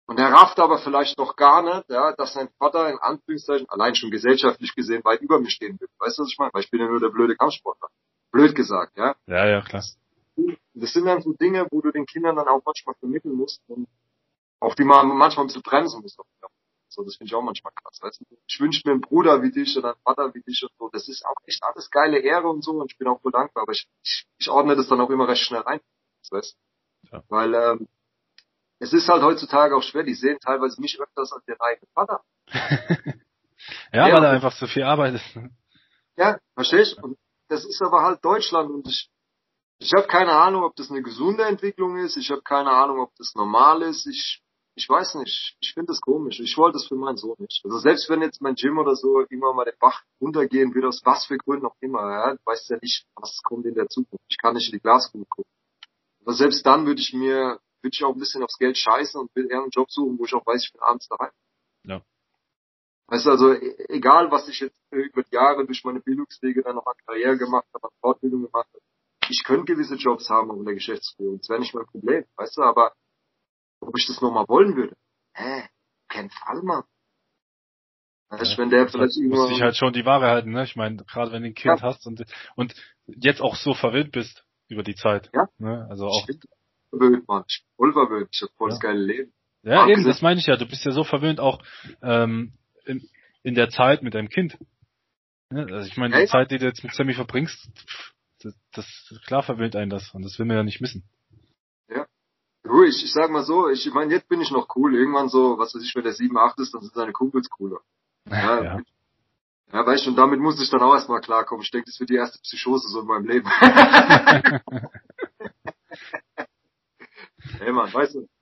Und er rafft aber vielleicht noch gar nicht, ja, dass sein Vater in Anführungszeichen allein schon gesellschaftlich gesehen weit über mir stehen will. Weißt du, was ich meine? Weil ich bin ja nur der blöde Kampfsportler. Blöd gesagt, ja. Ja, ja, klar. Das sind dann so Dinge, wo du den Kindern dann auch manchmal vermitteln musst und auf die man manchmal ein bisschen bremsen muss. So, das finde ich auch manchmal krass. Weißt du? Ich wünsche mir einen Bruder wie dich oder einen Vater wie dich und so. Das ist auch echt alles geile Ehre und so und ich bin auch voll dankbar. Aber ich, ich, ich ordne das dann auch immer recht schnell ein. Weißt du? Ja. Weil ähm, es ist halt heutzutage auch schwer. Die sehen teilweise mich öfters als ihren eigenen Vater. ja, ja, weil er einfach so viel arbeitet. Ja, verstehst du? Und das ist aber halt Deutschland und ich ich habe keine Ahnung, ob das eine gesunde Entwicklung ist. Ich habe keine Ahnung, ob das normal ist. Ich ich weiß nicht. Ich finde das komisch. Ich wollte das für meinen Sohn nicht. Also selbst wenn jetzt mein Gym oder so irgendwann mal den Bach runtergehen wird, aus was für Gründen auch immer, ja, du weißt ja nicht, was kommt in der Zukunft. Ich kann nicht in die Glaskugel gucken. Aber selbst dann würde ich mir, würde ich auch ein bisschen aufs Geld scheißen und will eher einen Job suchen, wo ich auch weiß, ich bin abends daheim. Ja. Weißt du, also egal, was ich jetzt über die Jahre durch meine Bildungswege dann noch an Karriere gemacht habe, an Fortbildung gemacht habe, ich könnte gewisse Jobs haben in der Geschäftsführung. Das wäre nicht mein Problem, weißt du, aber ob ich das nochmal wollen würde? Hä? Kein Fall, Mann. Weißt ja, wenn der vielleicht irgendwann... muss ich halt schon die Ware halten, ne? Ich meine, gerade wenn du ein Kind ja. hast und und jetzt auch so verwöhnt bist über die Zeit. Ja. Ne? Also auch. Ich bin verwöhnt, Mann. Ich bin voll verwöhnt. Ich hab voll ja. das geile Leben. Ja, Wahnsinn. Eben, das meine ich ja. Du bist ja so verwöhnt auch ähm, in, in der Zeit mit deinem Kind. Ne? Also ich meine, die ja, Zeit, die du jetzt mit Sammy verbringst, Das, das, klar verwöhnt einen das und das will man ja nicht missen. Ja. Ruhig, ich sag mal so, ich meine, jetzt bin ich noch cool. Irgendwann so, was weiß ich, wenn der sieben, acht ist, dann sind seine Kumpels cooler. Ja, ja. ja weißt du, und damit muss ich dann auch erstmal klarkommen. Ich denke, das wird die erste Psychose so in meinem Leben. Hey Mann, weißt du.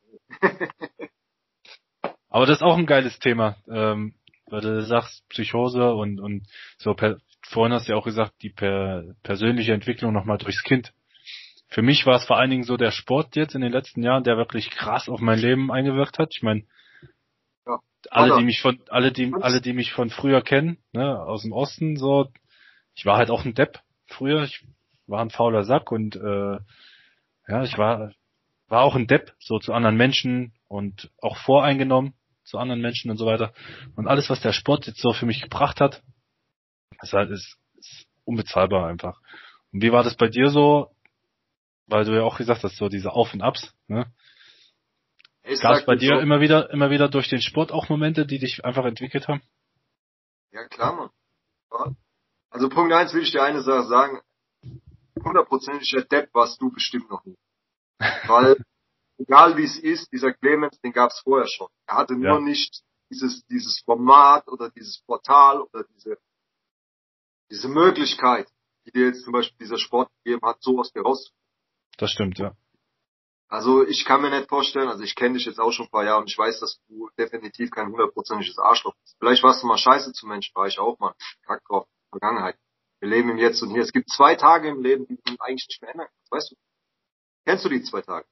Aber das ist auch ein geiles Thema, ähm, weil du sagst Psychose und und so per, vorhin hast du ja auch gesagt, die per, persönliche Entwicklung nochmal durchs Kind. Für mich war es vor allen Dingen so der Sport jetzt in den letzten Jahren, der wirklich krass auf mein Leben eingewirkt hat. Ich meine, ja, alle, die mich von, alle, die, alle, die mich von früher kennen, ne, aus dem Osten, so, ich war halt auch ein Depp früher. Ich war ein fauler Sack und, äh, ja, ich war, war auch ein Depp, so zu anderen Menschen und auch voreingenommen zu anderen Menschen und so weiter. Und alles, was der Sport jetzt so für mich gebracht hat, das halt ist, ist unbezahlbar einfach. Und wie war das bei dir so? Weil du ja auch gesagt hast, so diese Auf und Abs, ne? Gab es bei dir so immer wieder, immer wieder durch den Sport auch Momente, die dich einfach entwickelt haben? Ja, klar, Mann. Ja. Also Punkt eins will ich dir eine Sache sagen. Hundertprozentiger Depp warst du bestimmt noch nie. Weil, egal wie es ist, dieser Clemens, den gab es vorher schon. Er hatte nur ja. nicht dieses, dieses Format oder dieses Portal oder diese, diese Möglichkeit, die dir jetzt zum Beispiel dieser Sport gegeben hat, so aus dir rauszukommen. Das stimmt, ja. Also ich kann mir nicht vorstellen, also ich kenne dich jetzt auch schon ein paar Jahre und ich weiß, dass du definitiv kein hundertprozentiges Arschloch bist. Vielleicht warst du mal scheiße zu Menschen, war ich auch mal. Kack drauf, Vergangenheit. Wir leben im Jetzt und Hier. Es gibt zwei Tage im Leben, die du eigentlich nicht mehr ändern kannst, weißt du? Kennst du die zwei Tage?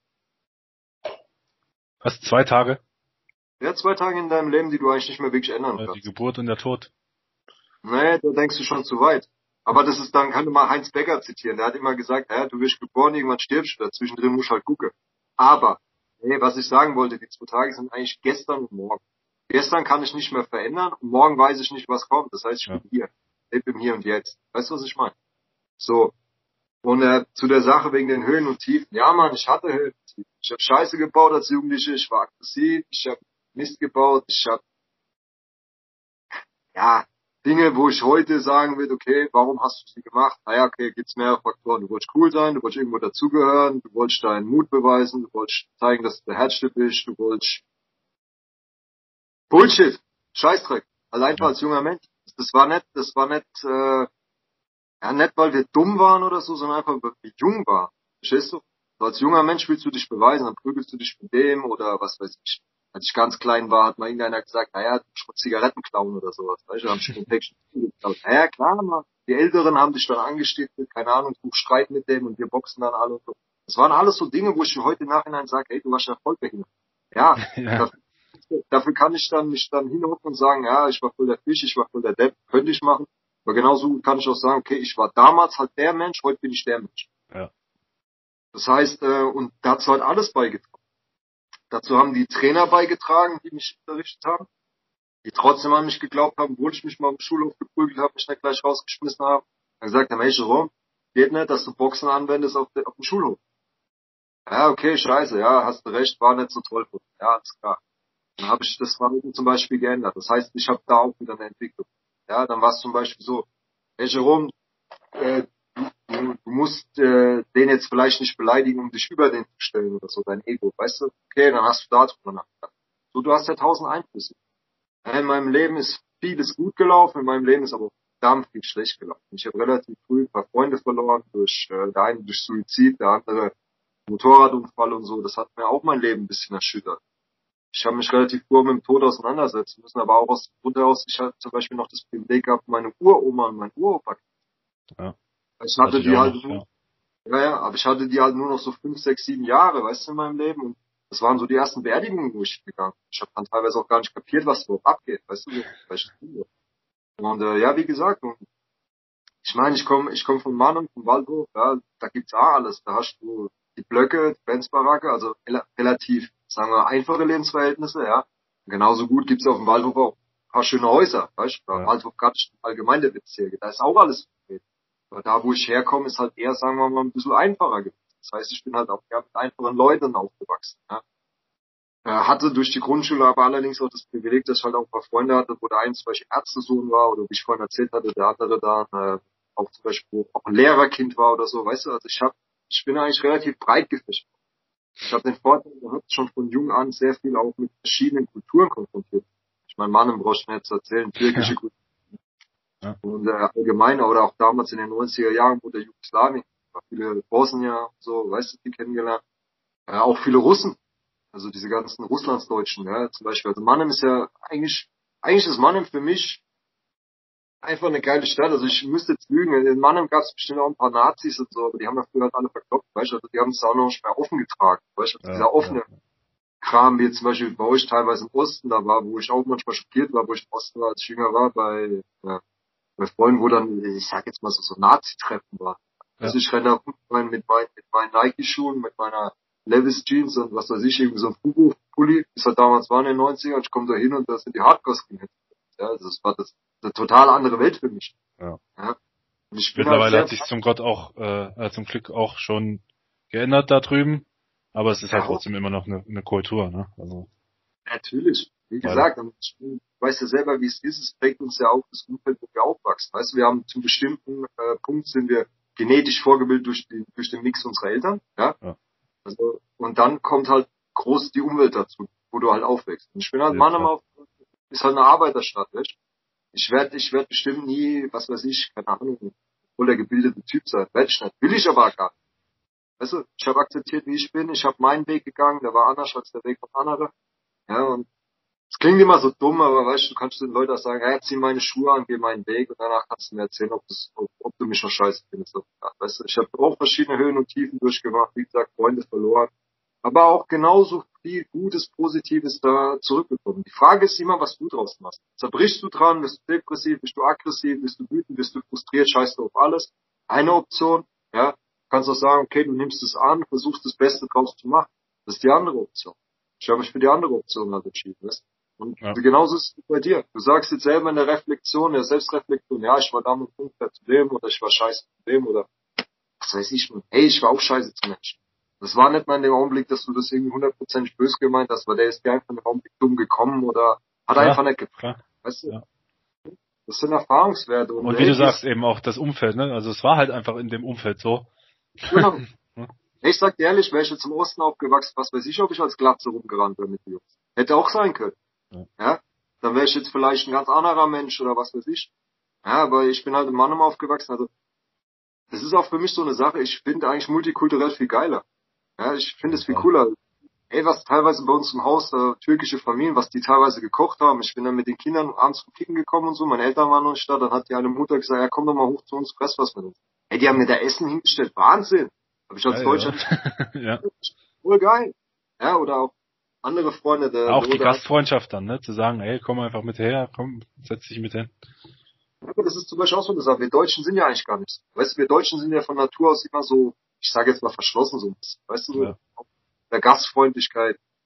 Was, zwei Tage? Ja, zwei Tage in deinem Leben, die du eigentlich nicht mehr wirklich ändern kannst. Die Geburt und der Tod. Nee, da denkst du schon zu weit. Aber das ist dann, kann du mal Heinz Becker zitieren. Der hat immer gesagt, ja, du wirst geboren, irgendwann stirbst du, dazwischendrin musst du halt gucken. Aber, nee, was ich sagen wollte, die zwei Tage sind eigentlich gestern und morgen. Gestern kann ich nicht mehr verändern und morgen weiß ich nicht, was kommt. Das heißt, ich bin ja. hier. Ich bin im Hier und Jetzt. Weißt du, was ich meine? So. Und äh, zu der Sache wegen den Höhen und Tiefen. Ja, Mann, ich hatte Höhen und Tiefen. Ich habe Scheiße gebaut als Jugendliche, ich war aggressiv, ich habe Mist gebaut, ich habe ja Dinge, wo ich heute sagen würde, okay, warum hast du sie gemacht? Naja, okay, gibt's mehrere Faktoren. Du wolltest cool sein, du wolltest irgendwo dazugehören, du wolltest deinen Mut beweisen, du wolltest zeigen, dass du der Herzstück bist, du wolltest Bullshit, Scheißdreck. Also einfach als junger Mensch. Das war nicht, das war nicht, äh, ja, nicht weil wir dumm waren oder so, sondern einfach weil wir jung waren. Verstehst du? So als junger Mensch willst du dich beweisen, dann prügelst du dich mit dem oder was weiß ich. Als ich ganz klein war, hat mal irgendeiner gesagt, naja, du musst Zigaretten klauen oder sowas. Weißt du, haben schon den Text geklaut. Naja, klar, Mann. Die Älteren haben dich dann angestiftet, keine Ahnung, du Streit mit dem und wir boxen dann alle und so. Das waren alles so Dinge, wo ich mir heute im Nachhinein sage, hey, du warst ja voll behindert. Ja, ja. Dafür, dafür kann ich dann mich dann hinhocken und sagen, ja, ich war voll der Fisch, ich war voll der Depp, könnte ich machen. Aber genauso kann ich auch sagen, okay, ich war damals halt der Mensch, heute bin ich der Mensch. Ja. Das heißt, äh, und dazu hat alles beigetragen. Dazu haben die Trainer beigetragen, die mich unterrichtet haben, die trotzdem an mich geglaubt haben, obwohl ich mich mal im Schulhof geprügelt habe, mich nicht gleich rausgeschmissen habe. Dann gesagt haben, hey Jerome, geht nicht, dass du Boxen anwendest auf, de, auf dem Schulhof. Ja, okay, scheiße, ja, hast du recht, war nicht so toll. Ja, alles klar. Dann habe ich das Verhalten zum Beispiel geändert. Das heißt, ich habe da auch wieder eine Entwicklung. Ja, dann war es zum Beispiel so, hey Jerome, äh, du, du musst äh, den jetzt vielleicht nicht beleidigen, um dich über den zu stellen oder so, dein Ego, weißt du? Okay, dann hast du da drüber nachgedacht. So, du hast ja tausend Einflüsse. In meinem Leben ist vieles gut gelaufen, in meinem Leben ist aber auch verdammt viel schlecht gelaufen. Ich habe relativ früh ein paar Freunde verloren, durch äh, der eine durch Suizid, der andere Motorradunfall und so. Das hat mir auch mein Leben ein bisschen erschüttert. Ich habe mich relativ früh mit dem Tod auseinandersetzen müssen, aber auch aus dem Grund heraus, ich hatte zum Beispiel noch das Privileg gehabt, meine Uroma und mein Uropa. Ja. Ich hatte Also die halt noch, nur, ja. ja, ja, aber ich hatte die halt nur noch so fünf, sechs, sieben Jahre, weißt du, in meinem Leben. Und das waren so die ersten Beerdigungen, wo ich gegangen bin. Ich habe dann teilweise auch gar nicht kapiert, was überhaupt abgeht, weißt du, so. Und äh, ja, wie gesagt, und ich meine, ich komme ich komm von Mannheim, vom Waldhof, ja, da gibt's auch alles. Da hast du die Blöcke, die Benzbaracke, also rel relativ, sagen wir, einfache Lebensverhältnisse, ja. Und genauso gut gibt's auf dem Waldhof auch ein paar schöne Häuser, weißt du, ja. Waldhof gerade allgemeine Bezirke, da ist auch alles vertreten. Aber da, wo ich herkomme, ist halt eher, sagen wir mal, ein bisschen einfacher gewesen. Das heißt, ich bin halt auch eher mit einfachen Leuten aufgewachsen, ja. Er hatte durch die Grundschule aber allerdings auch das Privileg, dass ich halt auch ein paar Freunde hatte, wo der eine zum Beispiel Ärztesohn war oder wie ich vorhin erzählt hatte, der andere da äh, auch zum Beispiel auch ein Lehrerkind war oder so, weißt du, also ich hab, ich bin eigentlich relativ breit gefächert. Ich habe den Vorteil gehabt, schon von jung an sehr viel auch mit verschiedenen Kulturen konfrontiert. Ich meine, Mann im Brosch nicht zu erzählen, türkische Kultur Ja. und äh, allgemein, oder auch damals in den neunziger Jahren, wo der Jugoslawien, viele Bosnier, so, weißt du, die kennengelernt, äh, auch viele Russen. Also diese ganzen Russlandsdeutschen, ja, zum Beispiel. Also Mannheim ist ja eigentlich, eigentlich ist Mannheim für mich einfach eine geile Stadt. Also ich müsste jetzt lügen. In Mannheim gab es bestimmt auch ein paar Nazis und so, aber die haben ja früher halt alle verkloppt, weißt du. Also die haben es auch noch nicht mehr offen getragen, weißt du. Also Ja, dieser offene ja. Kram, wie jetzt zum Beispiel bei euch teilweise im Osten da war, wo ich auch manchmal schockiert war, wo ich im Osten war, als ich jünger war, bei, ja, bei Freunden, wo dann, ich sag jetzt mal so, so Nazi-Treffen war. Also Ja. ich renne da rum mit meinen, mit meinen, mit meinen Nike-Schuhen, mit meiner Levi's Jeans und was weiß ich, irgendwie so ein Fubu-Pulli, das halt damals war in den neunziger, und ich komme da hin und da sind die Hardcore-Skinheads. Ja, also das war das, eine total andere Welt für mich. Ja. Ja. Und ich bin Mittlerweile halt hat sehr, sich zum Gott auch, äh, äh, zum Glück auch schon geändert da drüben, aber es ist halt ja, trotzdem immer noch eine, eine Kultur, ne? Also, natürlich. Wie weil, gesagt, und ich weiß ja selber, wie es ist, es prägt uns ja auch das Umfeld, wo wir aufwachsen. Weißt du, wir haben zum bestimmten äh, Punkt sind wir genetisch vorgebildet durch, die, durch den Mix unserer Eltern, ja. ja, Also, und dann kommt halt groß die Umwelt dazu, wo du halt aufwächst. Und ich bin halt ja, Mannheim klar. auf, ist halt eine Arbeiterstadt, weißt du? Ich werde, ich werde bestimmt nie, was weiß ich, keine Ahnung, voll der gebildete Typ sein. Werd ich nicht. Will ich aber gar nicht. Weißt du, ich habe akzeptiert, wie ich bin. Ich habe meinen Weg gegangen, der war anders als der Weg von anderen. Ja, und es klingt immer so dumm, aber weißt du, du kannst den Leuten auch sagen, hey, zieh meine Schuhe an, geh meinen Weg und danach kannst du mir erzählen, ob, das, ob, ob du mich noch scheiße findest. Ja, weißt du, ich habe auch verschiedene Höhen und Tiefen durchgemacht, wie gesagt, Freunde verloren, aber auch genauso viel Gutes, Positives da zurückbekommen. Die Frage ist immer, was du draus machst. Zerbrichst du dran, bist du depressiv, bist du aggressiv, bist du wütend, bist du frustriert, scheißt du auf alles. Eine Option, ja, du kannst auch sagen, okay, du nimmst es an, versuchst das Beste draus zu machen. Das ist die andere Option. Ich habe mich für die andere Option halt entschieden, weißt? Und Ja. genauso ist es bei dir. Du sagst jetzt selber in der Reflexion, in der Selbstreflexion, ja, ich war damals unfair zu dem oder ich war scheiße zu dem oder was weiß ich, hey, ich war auch scheiße zu Menschen. Das war nicht mal in dem Augenblick, dass du das irgendwie hundertprozentig böse gemeint hast, weil der ist dir einfach in dem Augenblick dumm gekommen oder hat Klar, einfach nicht gepasst. klar. Weißt du? Ja. Das sind Erfahrungswerte. Und, Und wie hey, du sagst, ist, eben auch das Umfeld, ne? Also es war halt einfach in dem Umfeld so. genau. Ich sag dir ehrlich, wäre ich jetzt im Osten aufgewachsen, was weiß ich, ob ich als Glatze rumgerannt wäre mit den Jungs. Hätte auch sein können. Ja. Ja? Dann wäre ich jetzt vielleicht ein ganz anderer Mensch oder was weiß ich. Ja, aber ich bin halt in Mannheim aufgewachsen, also das ist auch für mich so eine Sache, ich finde eigentlich multikulturell viel geiler. Ja, ich finde es viel cooler. Ey, was teilweise bei uns im Haus, äh, türkische Familien, was die teilweise gekocht haben. Ich bin dann mit den Kindern abends zum Kicken gekommen und so. Meine Eltern waren noch nicht da. Dann hat die eine Mutter gesagt, ja, komm doch mal hoch zu uns, fress was mit uns. Ey, die haben mir da Essen hingestellt. Wahnsinn. Hab ich als Ja, Deutscher ja. Ja. voll geil. Ja, oder auch andere Freunde. Der, Auch die oder, Gastfreundschaft dann, ne? Zu sagen, ey, komm einfach mit her, komm, setz dich mit hin. aber das ist zum Beispiel auch so eine Sache. Wir Deutschen sind ja eigentlich gar nicht so. Weißt du, wir Deutschen sind ja von Natur aus immer so, ich sage jetzt mal verschlossen so ein bisschen. Weißt du, so Ja. der Gastfreundlichkeit.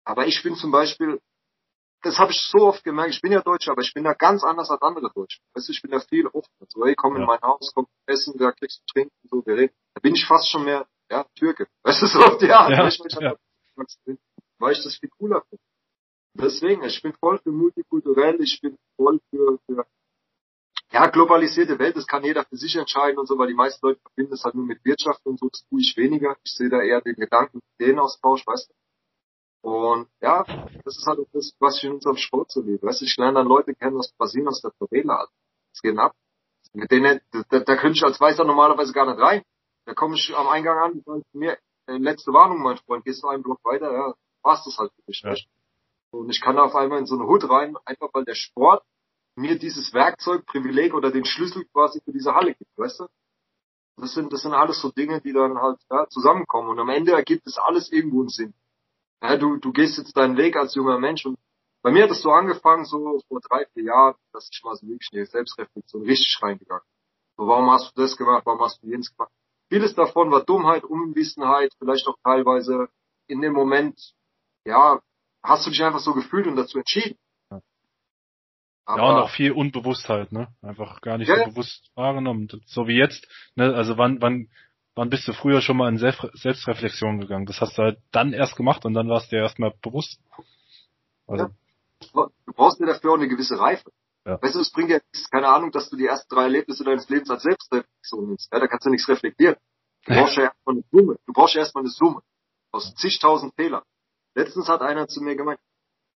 Aber ich bin zum Beispiel, das habe ich so oft gemerkt, ich bin ja Deutscher, aber ich bin da ganz anders als andere Deutsche. Weißt du, ich bin da viel offener. So, hey, komm ja. in mein Haus, komm essen, da kriegst du trinken, so, wir reden. Da bin ich fast schon mehr, ja, Türke. Weißt du, so auf die Art. Ja, weißt du, weil ich, ja. halt, weil ich das viel cooler finde. Deswegen, ich bin voll für multikulturell, ich bin voll für, für ja, globalisierte Welt, das kann jeder für sich entscheiden und so, weil die meisten Leute verbinden das halt nur mit Wirtschaft und so, das tue ich weniger. Ich sehe da eher den Gedanken, den Austausch, weißt du. Und ja, das ist halt auch das, was ich in unserem Sport so liebe. Weißt du, ich lerne dann Leute kennen aus Brasilien, aus der Favela. Also, das geht ab. Mit denen, da, da könnte ich als Weißer normalerweise gar nicht rein. Da komme ich am Eingang an, die sagen zu mir, äh, letzte Warnung, mein Freund, gehst du einen Block weiter, ja, war's das halt für mich. Ja. Und ich kann auf einmal in so eine Hut rein, einfach weil der Sport mir dieses Werkzeug, Privileg oder den Schlüssel quasi für diese Halle gibt, weißt du? Das sind, das sind alles so Dinge, die dann halt ja, zusammenkommen. Und am Ende ergibt es alles irgendwo einen Sinn. Ja, du, du gehst jetzt deinen Weg als junger Mensch und bei mir hat es so angefangen, so vor drei, vier Jahren, dass ich mal so wirklich in die Selbstreflexion richtig reingegangen bin. So, warum hast du das gemacht, warum hast du jenes gemacht? Vieles davon war Dummheit, Unwissenheit, vielleicht auch teilweise in dem Moment, ja, hast du dich einfach so gefühlt und dazu entschieden. Ja, Aber, ja und auch viel Unbewusstheit, ne? Einfach gar nicht ja, so bewusst wahrgenommen. So wie jetzt, ne? Also wann, wann, wann bist du früher schon mal in Selbst- Selbstreflexion gegangen? Das hast du halt dann erst gemacht und dann warst du dir erstmal bewusst. Also. Ja. Du brauchst dir dafür auch eine gewisse Reife. Ja. Weißt du, es bringt ja nichts, keine Ahnung, dass du die ersten drei Erlebnisse deines Lebens als Selbstreflexion nimmst. Ja, da kannst du nichts reflektieren. Du brauchst ja erstmal eine Summe. Du brauchst ja erstmal eine Summe. Aus zigtausend Fehlern. Letztens hat einer zu mir gemeint,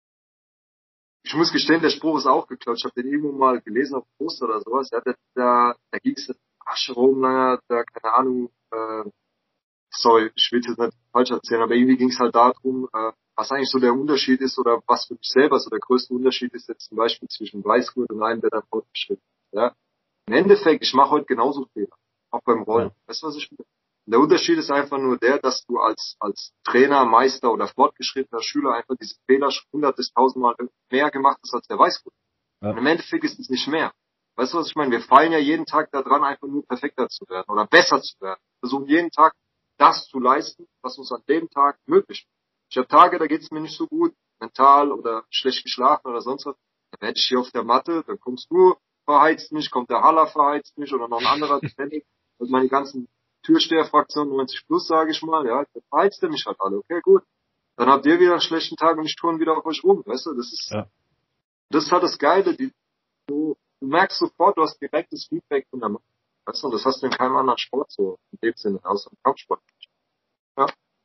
ich muss gestehen, der Spruch ist auch geklaut. Ich habe den irgendwo mal gelesen auf dem Poster oder sowas. Ja, da, da, da ging es Asche rum, da, keine Ahnung, äh, sorry, ich will jetzt nicht falsch erzählen, aber irgendwie ging es halt darum, äh, was eigentlich so der Unterschied ist oder was für mich selber so der größte Unterschied ist jetzt zum Beispiel zwischen Weißgurt und einem, der dann fortgeschritten ist. Ja. Im Endeffekt, ich mache heute genauso Fehler, auch beim Rollen. Ja. Weißt du, was ich meine? Der Unterschied ist einfach nur der, dass du als als Trainer, Meister oder fortgeschrittener Schüler einfach diese Fehler schon hundert bis tausendmal mehr gemacht hast als der Weißgurt. Ja. Und im Endeffekt ist es nicht mehr. Weißt du, was ich meine? Wir fallen ja jeden Tag daran, einfach nur perfekter zu werden oder besser zu werden. Wir versuchen jeden Tag das zu leisten, was uns an dem Tag möglich ist. Ich habe Tage, da geht's mir nicht so gut, mental oder schlecht geschlafen oder sonst was. Dann werde ich hier auf der Matte, dann kommst du, verheizt mich, kommt der Haller, verheizt mich oder noch ein anderer ständig. Also meine ganzen Türsteherfraktionen neunzig plus, sage ich mal, ja, dann verheizt er mich halt alle. Okay, gut. Dann habt ihr wieder einen schlechten Tag und ich turne wieder auf euch rum, weißt du? Das ist, ja. Das ist halt das Geile, die, du, du merkst sofort, du hast direktes Feedback von der Matte. Weißt du, das hast du in keinem anderen Sport so, in dem Sinne, außer im Kampfsport. Ja.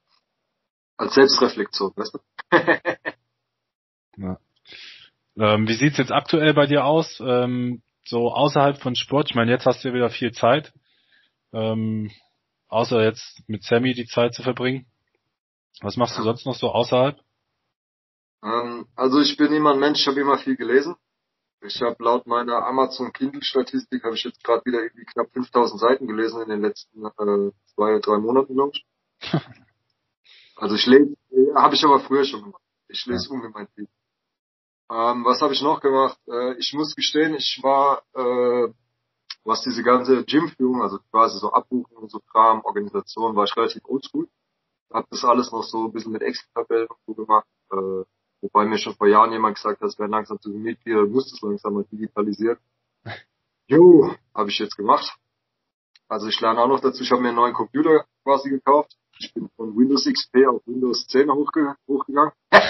Als Selbstreflexion, weißt du? Ja. Ähm, wie sieht's jetzt aktuell bei dir aus? Ähm, so außerhalb von Sport? Ich meine, jetzt hast du ja wieder viel Zeit. Ähm, außer jetzt mit Sammy die Zeit zu verbringen. Was machst du sonst noch so außerhalb? Ähm, also ich bin immer ein Mensch, ich habe immer viel gelesen. Ich habe laut meiner Amazon Kindle-Statistik habe ich jetzt gerade wieder irgendwie knapp fünftausend Seiten gelesen in den letzten äh, zwei, drei Monaten, glaube ich. Also ich lese, äh, habe ich aber früher schon gemacht. Ich lese ja. ungemein viel. Ähm, was habe ich noch gemacht? Äh, ich muss gestehen, ich war, äh, was diese ganze Gymführung, also quasi so Abbuchen und so Kram, Organisation, war ich relativ oldschool. Hab das alles noch so ein bisschen mit Excel-Tabellen und so gemacht. Äh, wobei mir schon vor Jahren jemand gesagt hat, es wäre langsam zu Mitglieder, du musst es langsam mal digitalisieren. Jo, habe ich jetzt gemacht. Also ich lerne auch noch dazu, ich habe mir einen neuen Computer quasi gekauft. Ich bin von Windows X P auf Windows zehn hochge- hochgegangen.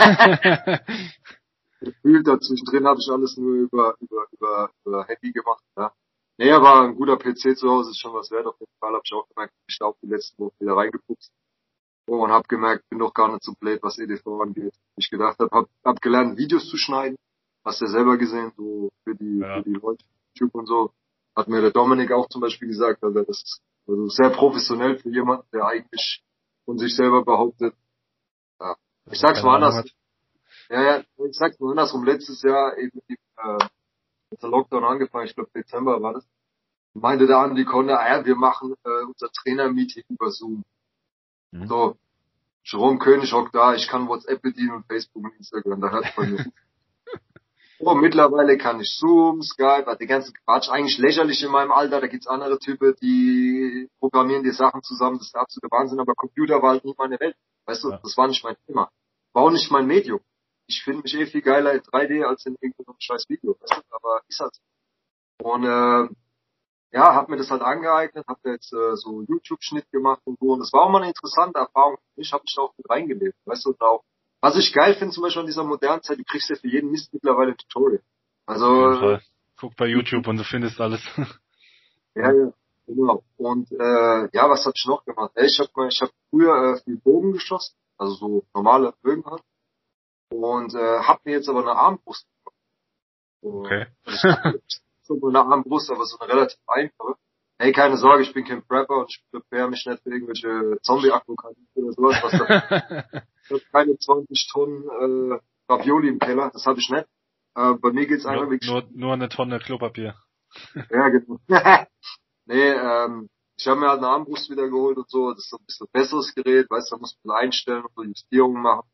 Gefühlt dazwischen habe ich alles nur über, über, über, über Handy gemacht, ja. Nee, aber ein guter P C zu Hause ist schon was wert. Auf jeden Fall habe ich auch gemerkt, ich habe die letzten Wochen wieder reingefuchst. Oh, und habe gemerkt, bin doch gar nicht so blöd, was E D V angeht. Ich gedacht habe, hab, hab gelernt, Videos zu schneiden. Hast du ja selber gesehen, so für die, ja. für die Leute, YouTube und so. Hat mir der Dominik auch zum Beispiel gesagt, also das ist also sehr professionell für jemanden, der eigentlich von sich selber behauptet. Ja. Ich sag's mal anders. Ja, ja, ich sag's mal andersrum. Letztes Jahr eben, äh, als der Lockdown angefangen, ich glaube Dezember war das, meinte der Andi Konda, ah ja, wir machen äh, unser Trainer-Meeting über Zoom. Mhm. So, Jerome König hockt da, ich kann WhatsApp bedienen und Facebook und Instagram, da hört man mir. Oh, mittlerweile kann ich Zoom, Skype, also den ganzen Quatsch, eigentlich lächerlich in meinem Alter, da gibt's andere Typen, die programmieren die Sachen zusammen, das ist der absolute Wahnsinn, aber Computer war halt nicht meine Welt, weißt du, ja. Das war nicht mein Thema. war auch nicht mein Medium. Ich finde mich eh viel geiler in drei D als in irgendeinem scheiß Video. Weißt du? Aber ist halt so. Und äh, ja, hab mir das halt angeeignet, hab jetzt äh, so YouTube-Schnitt gemacht und so. Und das war auch mal eine interessante Erfahrung. Ich habe mich da auch mit reingelebt, weißt du, und auch, was ich geil finde, zum Beispiel in dieser modernen Zeit, du kriegst ja für jeden Mist mittlerweile ein Tutorial. Also, Auf jeden Fall. Guck bei YouTube und du findest alles. ja, ja, genau. Und äh, ja, was hab ich noch gemacht? Ey, ich habe ich hab früher äh, viel Bogen geschossen, also so normale Bögen halt. Und äh, hab mir jetzt aber eine Armbrust gemacht. Okay. So eine Armbrust, aber so eine relativ einfache. Hey, keine Sorge, ich bin kein Prepper und ich prepare mich nicht für irgendwelche Zombie-Apokalypse oder sowas. Was da, ich habe keine zwanzig Tonnen äh, Ravioli im Keller, das habe ich nicht. Äh, bei mir geht's einfach nur, wirklich... Nur, nur eine Tonne Klopapier. Ja, genau. Nee, ähm, ich habe mir halt eine Armbrust wieder geholt und so. Das ist so ein bisschen besseres Gerät, weißt du, da muss man einstellen und so Justierungen machen.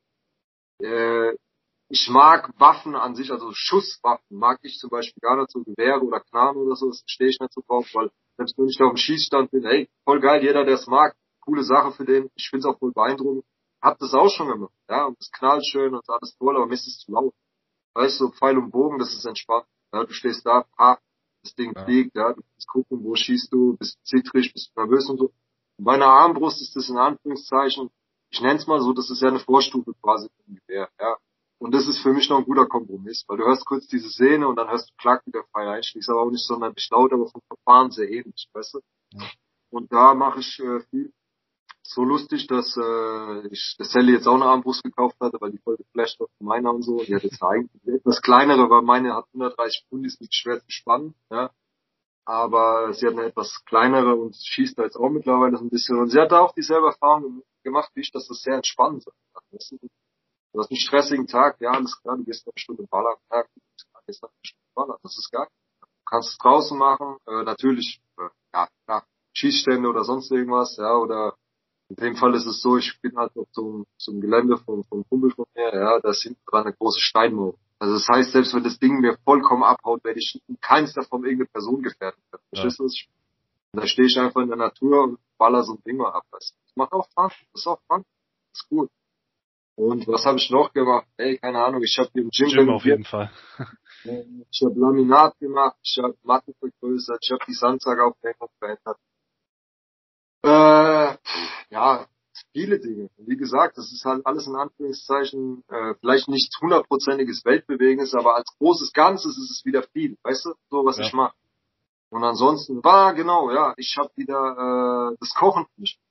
Äh, ich mag Waffen an sich, also Schusswaffen mag ich zum Beispiel gar nicht, so Gewehre oder Knarren oder so, das stehe ich nicht so drauf, weil selbst wenn ich da auf dem Schießstand bin, hey, voll geil, jeder, der es mag, coole Sache für den, ich find's auch voll beeindruckend, hab das auch schon gemacht, ja, und es knallt schön und alles toll, aber mir ist es zu laut. Weißt du, Pfeil und Bogen, das ist entspannt, ja, du stehst da, ha, das Ding Ja. fliegt, ja, du musst gucken, wo schießt du, bist zittrig, bist nervös und so. Und bei einer Armbrust ist das in Anführungszeichen, ich nenn's mal so, das ist ja eine Vorstufe quasi vom Gewehr, ja. Und das ist für mich noch ein guter Kompromiss, weil du hörst kurz diese Szene und dann hörst du klack, wie der Pfeil einschlägt, aber auch nicht sonderlich laut, aber vom Verfahren sehr ähnlich, weißt du? Ja. Und da mache ich äh, viel. So lustig, dass äh, ich dass Sally jetzt auch eine Armbrust gekauft hatte, weil die voll geflasht war von meiner und so. Die hat jetzt eigentlich eine etwas kleinere, weil meine hat hundertdreißig Pfund, die ist nicht schwer zu spannen, ja. Aber sie hat eine etwas kleinere und schießt da jetzt auch mittlerweile so ein bisschen. Und sie hat da auch dieselbe Erfahrung gemacht wie ich, dass das sehr entspannend ist. Weißt du? Du hast einen stressigen Tag, ja, alles klar, du gehst eine Stunde ballern, ja, du gehst eine Stunde ballern, das ist geil. Du kannst es draußen machen, äh, natürlich, äh, ja, klar, Schießstände oder sonst irgendwas, ja, oder in dem Fall ist es so, ich bin halt auf so einem, so einem Gelände vom, vom Kumpel von mir, ja, da ist hinten dran eine große Steinmauer. Also das heißt, selbst wenn das Ding mir vollkommen abhaut, werde ich in keinster Form irgendeine Person gefährden können. Verstehst du das? Und da stehe ich einfach in der Natur und baller so ein Ding mal ab. Das macht auch Spaß, das ist auch Fun, das ist gut. Und was habe ich noch gemacht? Ey, keine Ahnung, ich habe im Gym, Gym auf jeden Fall. ich habe Laminat gemacht, ich habe Matten vergrößert, ich habe die Sandsack-Aufhängung verändert. Äh, ja, viele Dinge. Wie gesagt, das ist halt alles in Anführungszeichen äh, vielleicht nichts hundertprozentiges Weltbewegendes, aber als großes Ganzes ist es wieder viel, weißt du, so was Ja. ich mache. Und ansonsten war genau, ja, ich habe wieder äh, das Kochen für mich.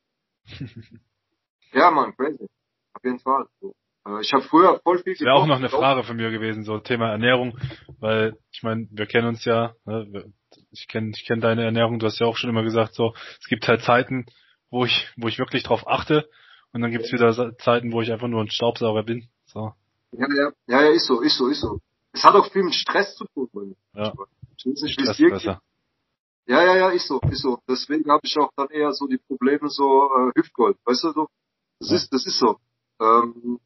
Ja, man, crazy. Auf jeden Fall. So. Äh, ich habe früher voll viel Das wäre auch gekocht. noch eine Frage von mir gewesen, so Thema Ernährung, weil ich meine, wir kennen uns ja, ne, wir- ich kenne ich kenn deine Ernährung, du hast ja auch schon immer gesagt, so, es gibt halt Zeiten, wo ich wo ich wirklich drauf achte und dann gibt's wieder Sa- Zeiten, wo ich einfach nur ein Staubsauger bin. So, Ja, ja, ja, ja, ist so, ist so, ist so. Es hat auch viel mit Stress zu tun, Mann. ja, Ich weiß nicht, wie es Stress dir geht. besser. Ja, ja, ja, ist so, ist so. Deswegen habe ich auch dann eher so die Probleme so äh, Hüftgold, weißt du so? Das Ja. ist, das ist so. Ähm,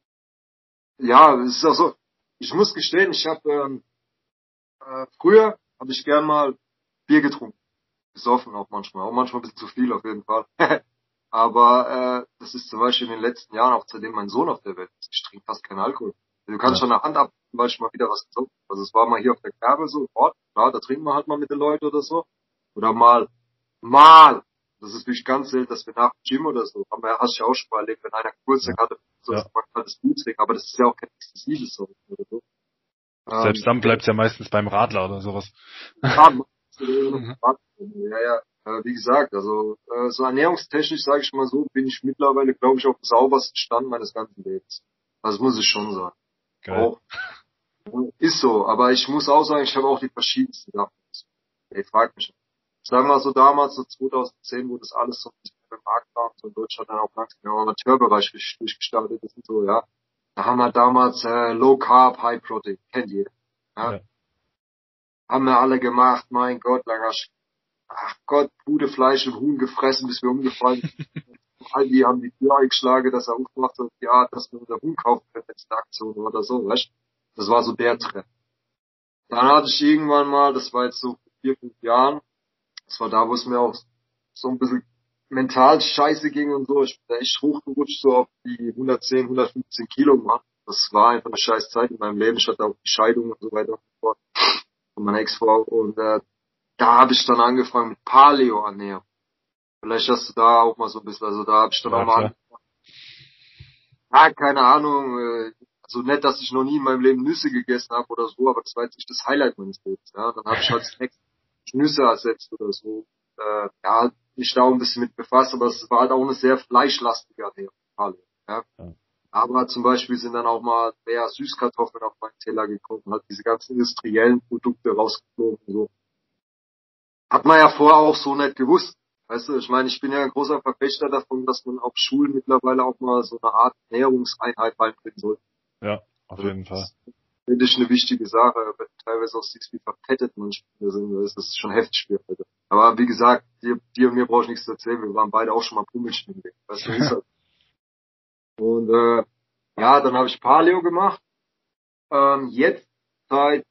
ja, es ist auch so. Ich muss gestehen, ich habe ähm, äh, früher habe ich gern mal Bier getrunken, gesoffen auch manchmal, auch manchmal ein bisschen zu viel auf jeden Fall. Aber äh, das ist zum Beispiel in den letzten Jahren, auch seitdem mein Sohn auf der Welt ist, ich trinke fast keinen Alkohol. Du kannst Ja. schon eine Hand ab, weil ich mal wieder was getrunken habe. Also es war mal hier auf der Kerbe so, Ort, klar, da trinken wir halt mal mit den Leuten oder so. Oder mal, mal, das ist wirklich ganz selten, dass wir nach dem Gym oder so, haben wir, hast du ja auch schon mal erlebt, wenn einer Geburtstag hatte, so, Ja. dass man halt das Blut trinkt, aber das ist ja auch kein exzessives so, oder so. Selbst dann bleibt's ja meistens beim Radler oder sowas. Ja, ja, Mhm. ja, ja. Äh, wie gesagt, also äh, so ernährungstechnisch, sage ich mal so, bin ich mittlerweile, glaube ich, auf dem saubersten Stand meines ganzen Lebens. Das muss ich schon sagen. Geil. Auch. Ist so, aber ich muss auch sagen, ich habe auch die verschiedensten Sachen. Ey, frag mich. Ich sag mal so damals, so zweitausendzehn, wo das alles so ein bisschen im Markt war, so in Deutschland dann auch langsam im Amateurbereich richtig durchgestartet ist und so, ja. Da haben wir damals äh, Low Carb, High Protein, kennt jeder. Ja? Ja. Haben wir alle gemacht, mein Gott, langer Sch Ach Gott, Pudefleisch und Huhn gefressen, bis wir umgefallen sind. All die haben die Tür eingeschlagen, dass er aufmacht und ja, dass wir unser Huhn kaufen können, wenn es eine Aktion war oder so, weißt du? Das war so der Trend. Dann hatte ich irgendwann mal, das war jetzt so vor vier, fünf Jahren, das war da, wo es mir auch so ein bisschen mental scheiße ging und so. Ich bin da echt hochgerutscht, so auf die hundertzehn, hundertfünfzehn Kilo gemacht. Das war einfach eine scheiß Zeit in meinem Leben. Ich hatte auch die Scheidung und so weiter und so fort von meiner Ex-Frau. Und äh, da habe ich dann angefangen mit Paleo-Ernährung. Vielleicht hast du da auch mal so ein bisschen, also da habe ich dann Ja, auch mal klar. angefangen. Ja, keine Ahnung, äh, also nicht, dass ich noch nie in meinem Leben Nüsse gegessen habe oder so, aber das war jetzt nicht das Highlight meines Lebens. Ja, dann habe ich halt Snacks Nüsse ersetzt oder so. Äh, ja, mich da auch ein bisschen mit befasst, aber es war halt auch eine sehr fleischlastige Ernährung. Paleo, ja. Ja. Aber zum Beispiel sind dann auch mal mehr Süßkartoffeln auf meinen Teller gekommen, halt diese ganzen industriellen Produkte rausgeflogen und so. Hat man ja vorher auch so nicht gewusst. Weißt du, ich meine, ich bin ja ein großer Verfechter davon, dass man auf Schulen mittlerweile auch mal so eine Art Ernährungseinheit beibringen soll. Ja, auf Also jeden Fall. das finde ich eine wichtige Sache, wenn du teilweise auch siehst, wie verfettet manche Kinder sind, das ist schon heftig schwer. Alter. Aber wie gesagt, dir, dir und mir brauche ich nichts zu erzählen, wir waren beide auch schon mal Pummelschwimmen. Weißt du, ist halt. Und äh, ja, dann habe ich Paleo gemacht. Ähm, jetzt seit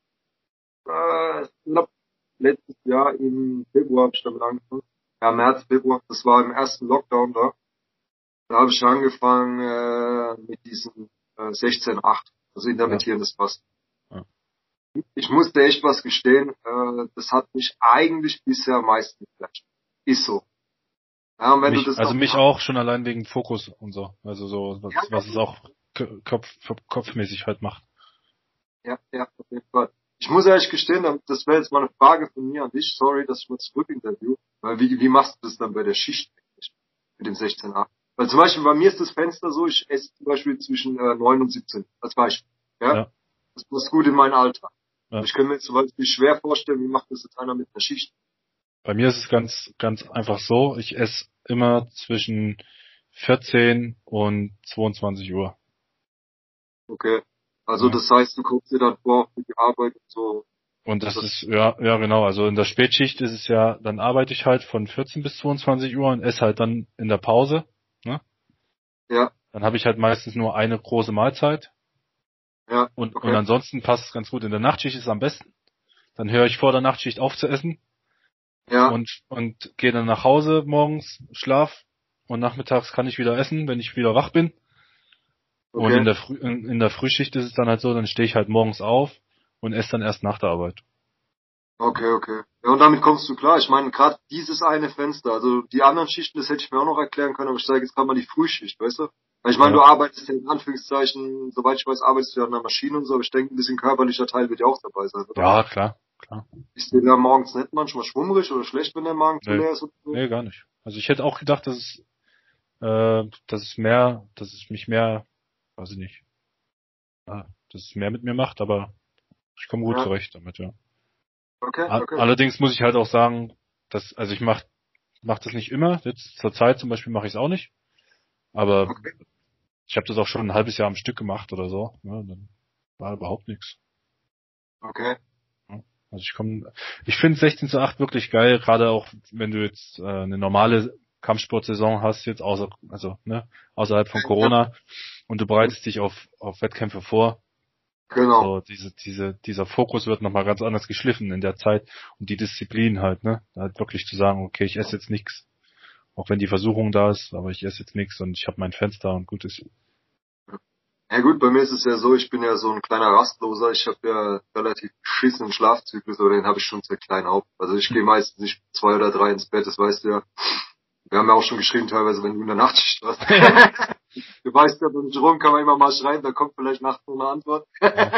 äh, knapp letztes Jahr im Februar habe ich damit angefangen. Ja, März, Februar, das war im ersten Lockdown da. Da habe ich angefangen äh, mit diesem äh, sechzehn acht, also Ja. intermittierendes Fasten. Ja. Ich musste echt was gestehen, äh, das hat mich eigentlich bisher am meisten geflasht. Ist so. Ja, und wenn du Mich, das also noch mich auch schon allein wegen Fokus und so. Also so, was, ja, was es auch k- Kopf, kopfmäßig halt macht. ja, ja, auf jeden Fall. Ich muss ehrlich gestehen, das wäre jetzt mal eine Frage von mir an dich, sorry, dass ich mal zurückinterview, weil wie, wie machst du das dann bei der Schicht eigentlich mit dem sechzehn acht? Weil zum Beispiel bei mir ist das Fenster so, ich esse zum Beispiel zwischen äh, neun und siebzehn, als Beispiel. Ja, Ja, das passt gut in meinen Alltag. ja. Ich kann mir jetzt zum Beispiel schwer vorstellen, wie macht das jetzt einer mit einer Schicht? Bei mir ist es ganz, ganz einfach so. Ich esse immer zwischen vierzehn und zweiundzwanzig Uhr. Okay. Also Ja. das heißt, du guckst dir dann vor für die Arbeit und so. Und das Das, ist, ja, ja genau, also in der Spätschicht ist es ja, dann arbeite ich halt von vierzehn bis zweiundzwanzig Uhr und esse halt dann in der Pause, ne? ja, Dann habe ich halt meistens nur eine große Mahlzeit ja, und, und okay. ansonsten passt es ganz gut. In der Nachtschicht ist es am besten. Dann höre ich vor der Nachtschicht auf zu essen Ja, und, und gehe dann nach Hause morgens, schlaf und nachmittags kann ich wieder essen, wenn ich wieder wach bin. Und in okay. der Früh, in, in der Frühschicht ist es dann halt so, dann stehe ich halt morgens auf und esse dann erst nach der Arbeit. Okay, okay. Ja, und damit kommst du klar. Ich meine, gerade dieses eine Fenster, also die anderen Schichten, das hätte ich mir auch noch erklären können, aber ich sage jetzt gerade mal die Frühschicht, weißt du? Weil ich meine, du Ja, arbeitest ja in Anführungszeichen, soweit ich weiß, arbeitest du ja an einer Maschine und so, aber ich denke, ein bisschen körperlicher Teil wird ja auch dabei sein, oder? ja, klar, klar. Ist dir da morgens nicht manchmal schwummrig oder schlecht, wenn der Magen zu Nee, leer ist oder so? nee, gar nicht. Also ich hätte auch gedacht, dass es, äh, dass es mehr, dass es mich mehr, weiß ich nicht, ja, dass es mehr mit mir macht, aber ich komme gut Ja, zurecht damit, ja. okay, A- okay, Allerdings muss ich halt auch sagen, dass, also ich mach, mach das nicht immer. Jetzt zur Zeit zum Beispiel mache ich es auch nicht. Aber okay, ich habe das auch schon ein halbes Jahr am Stück gemacht oder so. Ja, dann war überhaupt nichts. okay. Ja. Also ich komme, ich finde sechzehn zu acht wirklich geil, gerade auch wenn du jetzt äh, eine normale Kampfsportsaison hast, jetzt außer, also ne, außerhalb von Ja, Corona und du bereitest dich auf, auf Wettkämpfe vor. genau. So, diese, diese, dieser Fokus wird nochmal ganz anders geschliffen in der Zeit und die Disziplin halt, ne? Halt wirklich zu sagen, okay, ich esse jetzt nichts, auch wenn die Versuchung da ist, aber ich esse jetzt nichts und ich habe mein Fenster und gut ist. Ja gut, bei mir ist es ja so, ich bin ja so ein kleiner Rastloser. Ich habe ja relativ beschissenen Schlafzyklus, aber den habe ich schon seit klein auf. Also ich gehe meistens nicht zwei oder drei ins Bett, das weißt du ja. Wir haben ja auch schon geschrieben teilweise, wenn du in der Nachtschicht warst. Du weißt ja, beim Jerome kann man immer mal schreien, da kommt vielleicht nachts noch eine Antwort. Ja,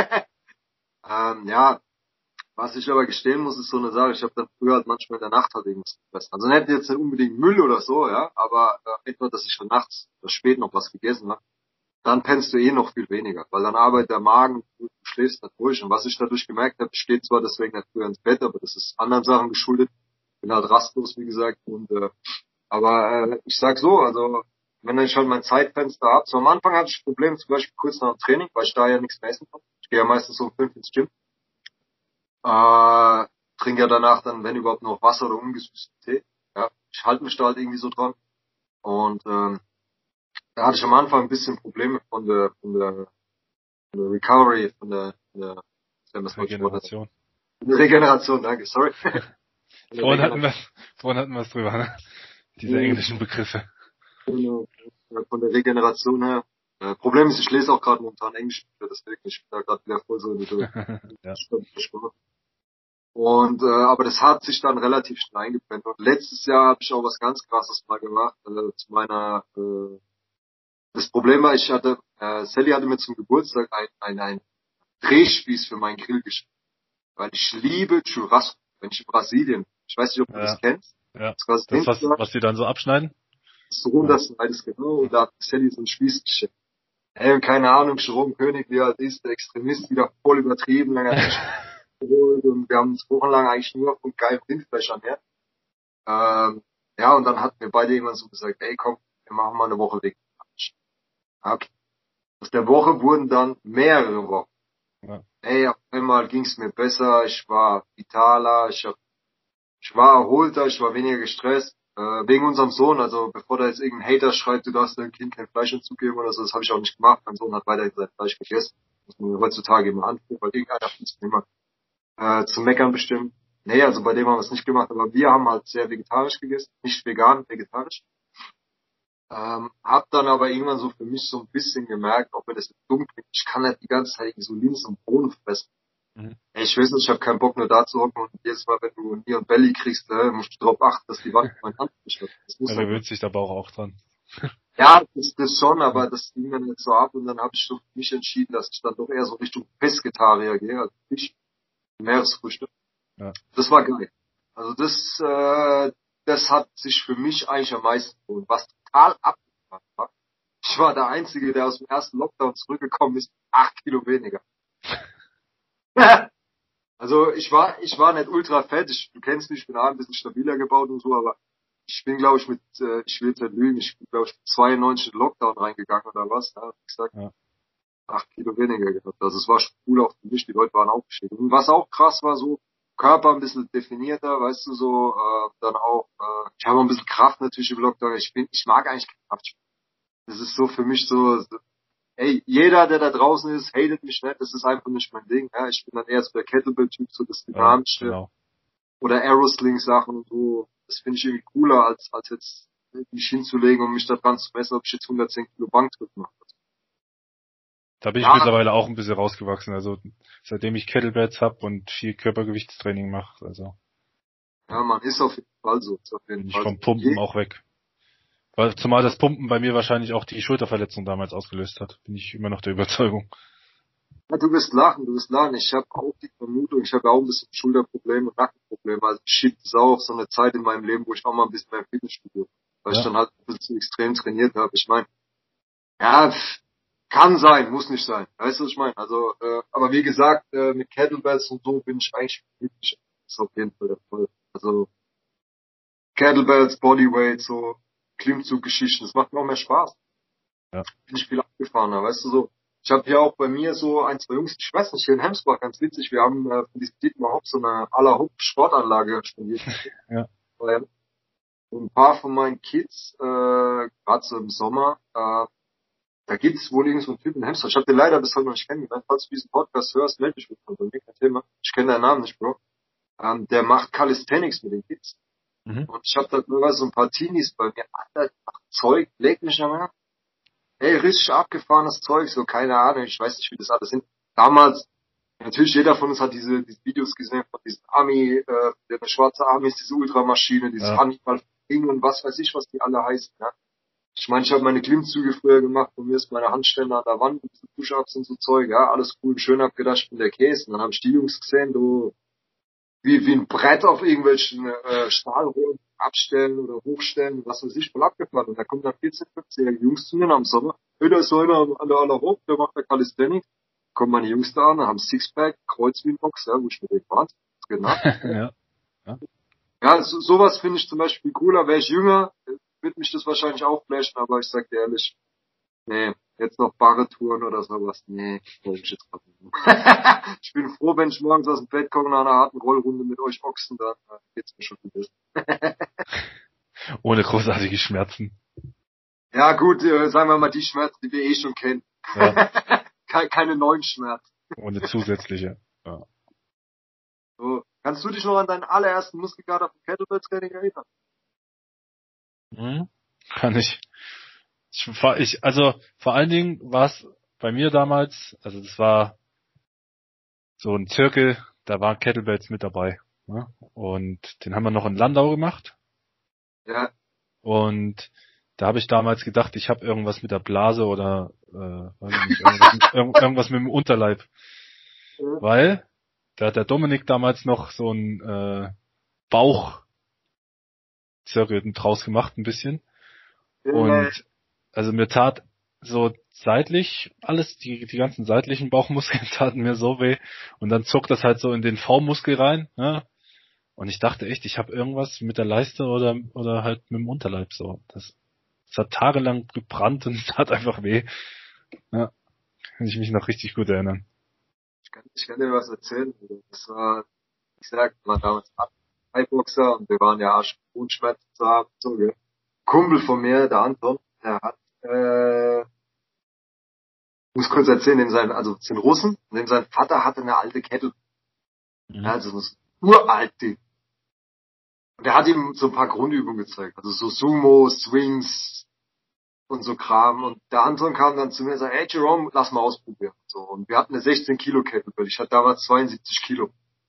ähm, ja, was ich aber gestehen muss, ist so eine Sache. Ich habe dann früher halt manchmal in der Nacht halt irgendwas gefressen. Also nicht jetzt nicht unbedingt Müll oder so, ja, aber äh, etwa, dass ich dann nachts oder spät noch was gegessen habe. Dann pennst du eh noch viel weniger, weil dann arbeitet der Magen, du schläfst nicht ruhig. Und was ich dadurch gemerkt habe, ich stehe zwar deswegen nicht früher ins Bett, aber das ist anderen Sachen geschuldet. Bin halt rastlos, wie gesagt. Und äh, aber äh, ich sag so, also wenn ich halt mein Zeitfenster hab, so am Anfang hatte ich Probleme, zum Beispiel kurz nach dem Training, weil ich da ja nichts mehr essen konnte. Ich gehe ja meistens um fünf ins Gym. Äh, trinke ja danach dann, wenn überhaupt, noch Wasser oder ungesüßten Tee. Ja, ich halte mich da halt irgendwie so dran. Und ähm, da hatte ich am Anfang ein bisschen Probleme von der von der, von der Recovery, von der, von der was wollte ich wollte sagen? Regeneration. Regeneration, danke, sorry. Von der Vorhin hatten Regeneration. wir, vorhin hatten wir es drüber, ne? Diese englischen Begriffe. Genau. Von der Regeneration her. Äh, Problem ist, ich lese auch gerade momentan Englisch, deswegen ich bin da gerade wieder voll so in der Ja. Sport. Und äh, aber das hat sich dann relativ schnell eingebrennt. Und letztes Jahr habe ich auch was ganz Krasses mal gemacht. Äh, zu meiner äh, das Problem war, ich hatte äh, Sally hatte mir zum Geburtstag ein ein, ein Drehspieß für meinen Grill geschenkt. Weil ich liebe Churrasco, wenn ich in Brasilien. Ich weiß nicht, ob du Ja. das kennst. Ja. Das, quasi Das, was, was die dann so abschneiden? so runterschneidest, genau. Und da hat Sally so einen Spieß geschenkt. Ey, und keine Ahnung, Jerome König, wie er ist, der Extremist, wieder voll übertrieben, lange geholt und wir haben uns wochenlang eigentlich nur von geilen Rindfleischern her. Ähm, ja, und dann hatten wir beide irgendwann so gesagt, ey komm, wir machen mal eine Woche vegetarisch. Okay. Aus der Woche wurden dann mehrere Wochen. Ja. Ey, auf einmal ging's mir besser, ich war vitaler, ich, hab, ich war erholter, ich war weniger gestresst. Äh, wegen unserem Sohn, also bevor da jetzt irgendein Hater schreibt, du darfst deinem Kind kein Fleisch hinzugeben oder so, das habe ich auch nicht gemacht. Mein Sohn hat weiterhin sein Fleisch gegessen. Das muss man heutzutage immer antun, weil irgendeiner findet es immer äh, zu meckern bestimmt. Nee, also bei dem haben wir es nicht gemacht, aber wir haben halt sehr vegetarisch gegessen, nicht vegan, vegetarisch. Ähm, hab dann aber irgendwann so für mich so ein bisschen gemerkt, ob mir das dumm klingt, ich kann nicht die ganze Zeit so Linsen und Bohnen fressen. Mhm. Ey, ich weiß nicht, ich habe keinen Bock nur da zu hocken und jedes Mal, wenn du Nier und Belly kriegst, äh, musst du darauf achten, dass die Wand in meine Hand nicht hat. Das muss Da halt gewöhnt sich der Bauch auch dran. ja, das, das schon, aber das ging dann jetzt so ab und dann habe ich so für mich entschieden, dass ich dann doch eher so Richtung Pesketarier gehe, also Fisch, Meeresfrüchte. Ja. Das war geil. Also das, äh, das hat sich für mich eigentlich am meisten gelohnt. Was total abgefahren war, ich war der Einzige, der aus dem ersten Lockdown zurückgekommen ist, acht Kilo weniger. Also ich war, ich war nicht ultra fett, ich, du kennst mich, ich bin auch ein bisschen stabiler gebaut und so, aber ich bin, glaube ich, mit, äh, ich will jetzt nicht lügen, ich bin, glaube ich, mit zweiundneunzig in Lockdown reingegangen oder was, ja, wie gesagt, Ja. acht Kilo weniger gehabt. Also es war schon cool auch für mich, die Leute waren aufgestiegen. Und was auch krass war, so Körper ein bisschen definierter, weißt du, so, äh, dann auch, äh, ich habe ein bisschen Kraft natürlich im Lockdown, ich bin, ich mag eigentlich keine Kraft. Das ist so für mich so, so ey, jeder, der da draußen ist, hatet mich nicht, das ist einfach nicht mein Ding, ja, ich bin dann eher so der Kettlebell-Typ, so das Ja, Dynamische, genau. oder Aerosling-Sachen und so, das finde ich irgendwie cooler, als, als jetzt mich hinzulegen und mich da dran zu messen, ob ich jetzt hundertzehn Kilo Bankdrücken mache. Da bin ich Ja, mittlerweile auch ein bisschen rausgewachsen. Also seitdem ich Kettlebells hab und viel Körpergewichtstraining mache, also ja, man ist auf jeden Fall so, ist auf jeden bin ich Fall so. vom Pumpen auch weg. Weil zumal das Pumpen bei mir wahrscheinlich auch die Schulterverletzung damals ausgelöst hat. Bin ich immer noch der Überzeugung. Ja, du wirst lachen, du wirst lachen. Ich habe auch die Vermutung, ich habe auch ein bisschen Schulterprobleme und Nackenprobleme. Also ich schieb das auch auf so eine Zeit in meinem Leben, wo ich auch mal ein bisschen mehr im Fitnessstudio, weil Ja. ich dann halt ein bisschen extrem trainiert habe. Ich meine, ja, pff, kann sein, muss nicht sein. Weißt du, was ich meine? Also, äh, aber wie gesagt, äh, mit Kettlebells und so bin ich eigentlich glücklich. Das ist auf jeden Fall der Fall. Also Kettlebells, Bodyweight, so Klimmzuggeschichten, das macht mir auch mehr Spaß. Ja. Bin ich viel abgefahrener, weißt du so. Ich habe hier auch bei mir so ein, zwei Jungs, ich weiß nicht, hier in Hemsbach, ganz witzig, wir haben äh, von diesem Dietmar Hopp so eine à la Hopp Sportanlage spendiert. Ja. Und ein paar von meinen Kids, äh, gerade so im Sommer, äh, da gibt's wohl irgend so einen Typen in Hemsbach. Ich habe den leider bis heute noch nicht kennengelernt. Falls du diesen Podcast hörst, melde dich mit von mir, kein Thema. Ich kenne deinen Namen nicht, Bro. Ähm, der macht Calisthenics mit den Kids. Mhm. Und ich habe da nur so ein paar Teenies bei mir. Alter, ach, Zeug, leg mich am Herz. Ey, richtig abgefahrenes Zeug, so keine Ahnung, ich weiß nicht, wie das alles sind. Damals, natürlich jeder von uns hat diese, diese Videos gesehen von diesen Army, äh, der schwarze Army ist diese Ultramaschine, dieses Ja. Hannibal Ding und was weiß ich, was die alle heißen, ja. Ich meine, ich habe meine Klimmzüge früher gemacht, von mir ist meine Handstände an der Wand, ein bisschen Push-Ups und so Zeug, ja, alles cool, schön hab gedacht, ich bin der Käse. Und dann habe ich die Jungs gesehen, du, wie, wie ein Brett auf irgendwelchen äh, Stahlrohren abstellen oder hochstellen, was weiß ich, voll abgefahren. Und da kommen dann vierzehn, fünfzehn Jungs zu mir am Sommer. Hey, da ist so einer an der aller hoch, der macht der Calisthenics. Kommen meine Jungs da an, haben Sixpack, Kreuz wie ein Box, ja, wo ich mir denke, was? Genau. Ja. Ja, so, sowas finde ich zum Beispiel cooler. Wäre ich jünger, würde mich das wahrscheinlich auch flashen, aber ich sag dir ehrlich, nee, jetzt noch Barretouren oder sowas, nee, brauch ich jetzt grad nicht. Ich bin froh, wenn ich morgens aus dem Bett komme nach einer harten Rollrunde mit euch Ochsen, dann äh, geht's mir schon viel besser. Ohne großartige Schmerzen. Ja gut, äh, sagen wir mal die Schmerzen, die wir eh schon kennen. Ja. Keine, keine neuen Schmerzen. Ohne zusätzliche. Ja. So. Kannst du dich noch an deinen allerersten Muskelkater vom Kettlebell-Training erinnern? Hm, kann ich. Ich, war- ich. Also vor allen Dingen war es bei mir damals, also das war so ein Zirkel, da waren Kettlebells mit dabei. Ne? Und den haben wir noch in Landau gemacht. Ja, Und da habe ich damals gedacht, ich habe irgendwas mit der Blase oder äh, weiß ich nicht, irgendwas, mit- irg- irgendwas mit dem Unterleib. Weil da hat der Dominik damals noch so ein äh, Bauchzirkel draus gemacht, ein bisschen. ja, Und also mir tat so seitlich alles, die, die ganzen seitlichen Bauchmuskeln taten mir so weh. Und dann zog das halt so in den V-Muskel rein. Ne? Und ich dachte echt, ich habe irgendwas mit der Leiste oder oder halt mit dem Unterleib so. Das, das hat tagelang gebrannt und es tat einfach weh. Ja, kann ich mich noch richtig gut erinnern. ich kann, ich kann dir was erzählen. Das war, ich sag mal, damals Thai-Boxer und wir waren ja Arsch und Schmerzen zu haben, so, gell. Kumpel von mir, der Anton, der hat, äh, muss kurz erzählen, dem sein, also sind Russen, und dem sein Vater hatte eine alte Kettle, ja, Mhm. also das uralt Ding. Und der hat ihm so ein paar Grundübungen gezeigt, also so Sumo, Swings und so Kram. Und der Anton kam dann zu mir und sagte, hey Jerome, lass mal ausprobieren. So, und wir hatten eine sechzehn Kilo Kettlebell, ich hatte damals zweiundsiebzig Kilo.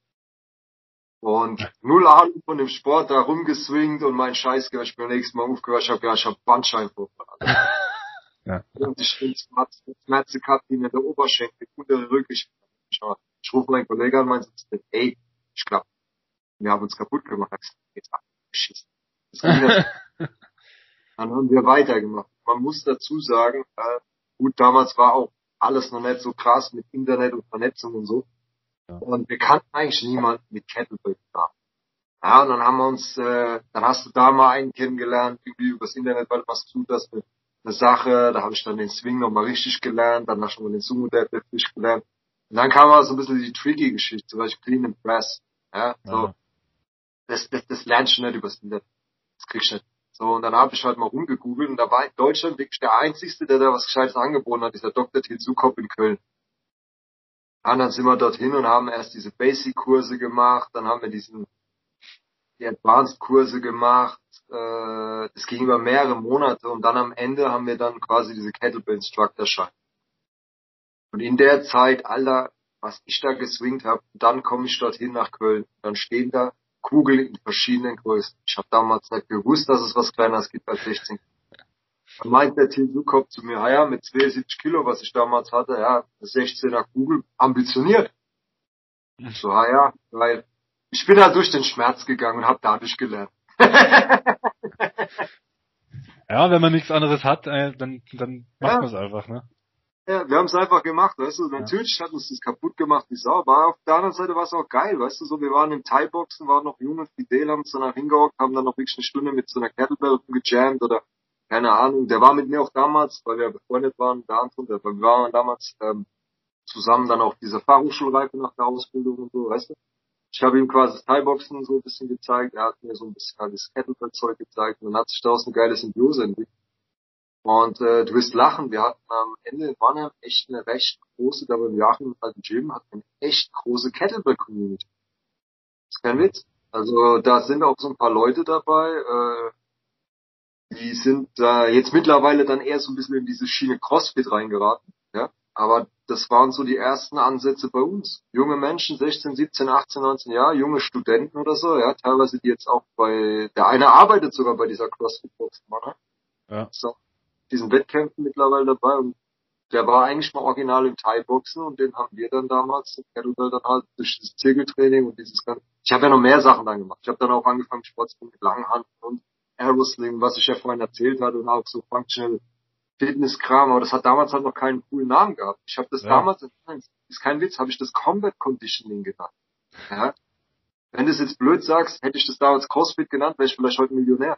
Und null Ahnung von dem Sport, da rumgeswingt und mein Scheißgeber, ich bin beim nächsten Mal aufgehört, ich hab ja, ich hab Bandscheibenvorfall. Ja. Und ich bin Schmerzen gehabt, die in der Oberschenkel, untere Rücken. Ich, ich rufe meinen Kollegen an und meinte, ey, ich glaube, wir haben uns kaputt gemacht. Ich sag, jetzt abgeschissen. Das ging nicht. Dann haben wir weitergemacht. Man muss dazu sagen, äh, gut, damals war auch alles noch nicht so krass mit Internet und Vernetzung und so. Ja. Und wir kannten eigentlich niemanden mit Kettlebell da. Ja, und dann haben wir uns, äh, dann hast du da mal einen kennengelernt, irgendwie übers Internet, weil was tut das eine, eine Sache, da habe ich dann den Swing nochmal richtig gelernt, dann hast du mal den Sumo Deadlift richtig gelernt. Und dann kam mal so ein bisschen die tricky Geschichte, zum Beispiel Clean and Press. Ja, so, Ja. das, das, das lernst du nicht übers Internet. Das kriegst du nicht. So, und dann habe ich halt mal rumgegoogelt und da war in Deutschland wirklich der Einzigste, der da was Gescheites angeboten hat, dieser Doktor Til Zukop in Köln. Ja, und dann sind wir dorthin und haben erst diese Basic-Kurse gemacht, dann haben wir diesen die Advanced-Kurse gemacht. Äh, das ging über mehrere Monate und dann am Ende haben wir dann quasi diese Kettlebell-Instructor-Schein. Und in der Zeit, Alter, was ich da geswingt habe, dann komme ich dorthin nach Köln. Dann stehen da Kugeln in verschiedenen Größen. Ich habe damals nicht gewusst, dass es was Kleineres gibt als sechzehn. Dann meint der Til Zukop zu mir, ah ja, mit zweiundsiebzig Kilo, was ich damals hatte, ja, eine sechzehner Kugel, ambitioniert. So, ah ja, weil ich bin halt durch den Schmerz gegangen und habe dadurch gelernt. Ja, wenn man nichts anderes hat, äh, dann dann macht Ja, man es einfach, ne? ja, wir haben es einfach gemacht, weißt du. Ja. Natürlich hat uns das kaputt gemacht, wie Sau. Aber auf der anderen Seite war es auch geil, weißt du. So, wir waren im Thai-Boxen, waren noch jung und fidel, haben uns danach hingehockt, haben dann noch wirklich eine Stunde mit so einer Kettlebell gejammt oder keine Ahnung. Der war mit mir auch damals, weil wir befreundet waren, der Anton, der, wir waren damals ähm, zusammen dann auch diese Fachhochschulreife nach der Ausbildung und so, weißt du. Ich habe ihm quasi das Thai-Boxen so ein bisschen gezeigt, er hat mir so ein bisschen halt das Kettlebell-Zeug gezeigt und dann hat sich daraus eine geile Symbiose entwickelt. Und äh, du wirst lachen, wir hatten am Ende in Mannheim echt eine recht große, da beim Joachim im alten Gym hatten eine echt große Kettlebell-Community. Das ist kein Witz. Also da sind auch so ein paar Leute dabei, äh, die sind da jetzt mittlerweile dann eher so ein bisschen in diese Schiene CrossFit reingeraten, ja. Aber das waren so die ersten Ansätze bei uns. Junge Menschen, sechzehn, siebzehn, achtzehn, neunzehn Jahre, junge Studenten oder so, ja, teilweise die jetzt auch bei, der eine arbeitet sogar bei dieser CrossFit-Box, ne? Ja. So, diesen Wettkämpfen mittlerweile dabei und der war eigentlich mal original im Thai-Boxen und den haben wir dann damals, den Kettlebell dann halt durch das Zirkeltraining und dieses ganze, ich habe ja noch mehr Sachen dann gemacht. Ich habe dann auch angefangen, Sport zu machen mit Langhand und Aerosling, was ich ja vorhin erzählt hatte und auch so Functional Fitness-Kram, aber das hat damals halt noch keinen coolen Namen gehabt. Ich habe das Ja. damals, ist kein Witz, habe ich das Combat Conditioning genannt. Ja? Wenn du es jetzt blöd sagst, hätte ich das damals CrossFit genannt, wäre ich vielleicht heute Millionär.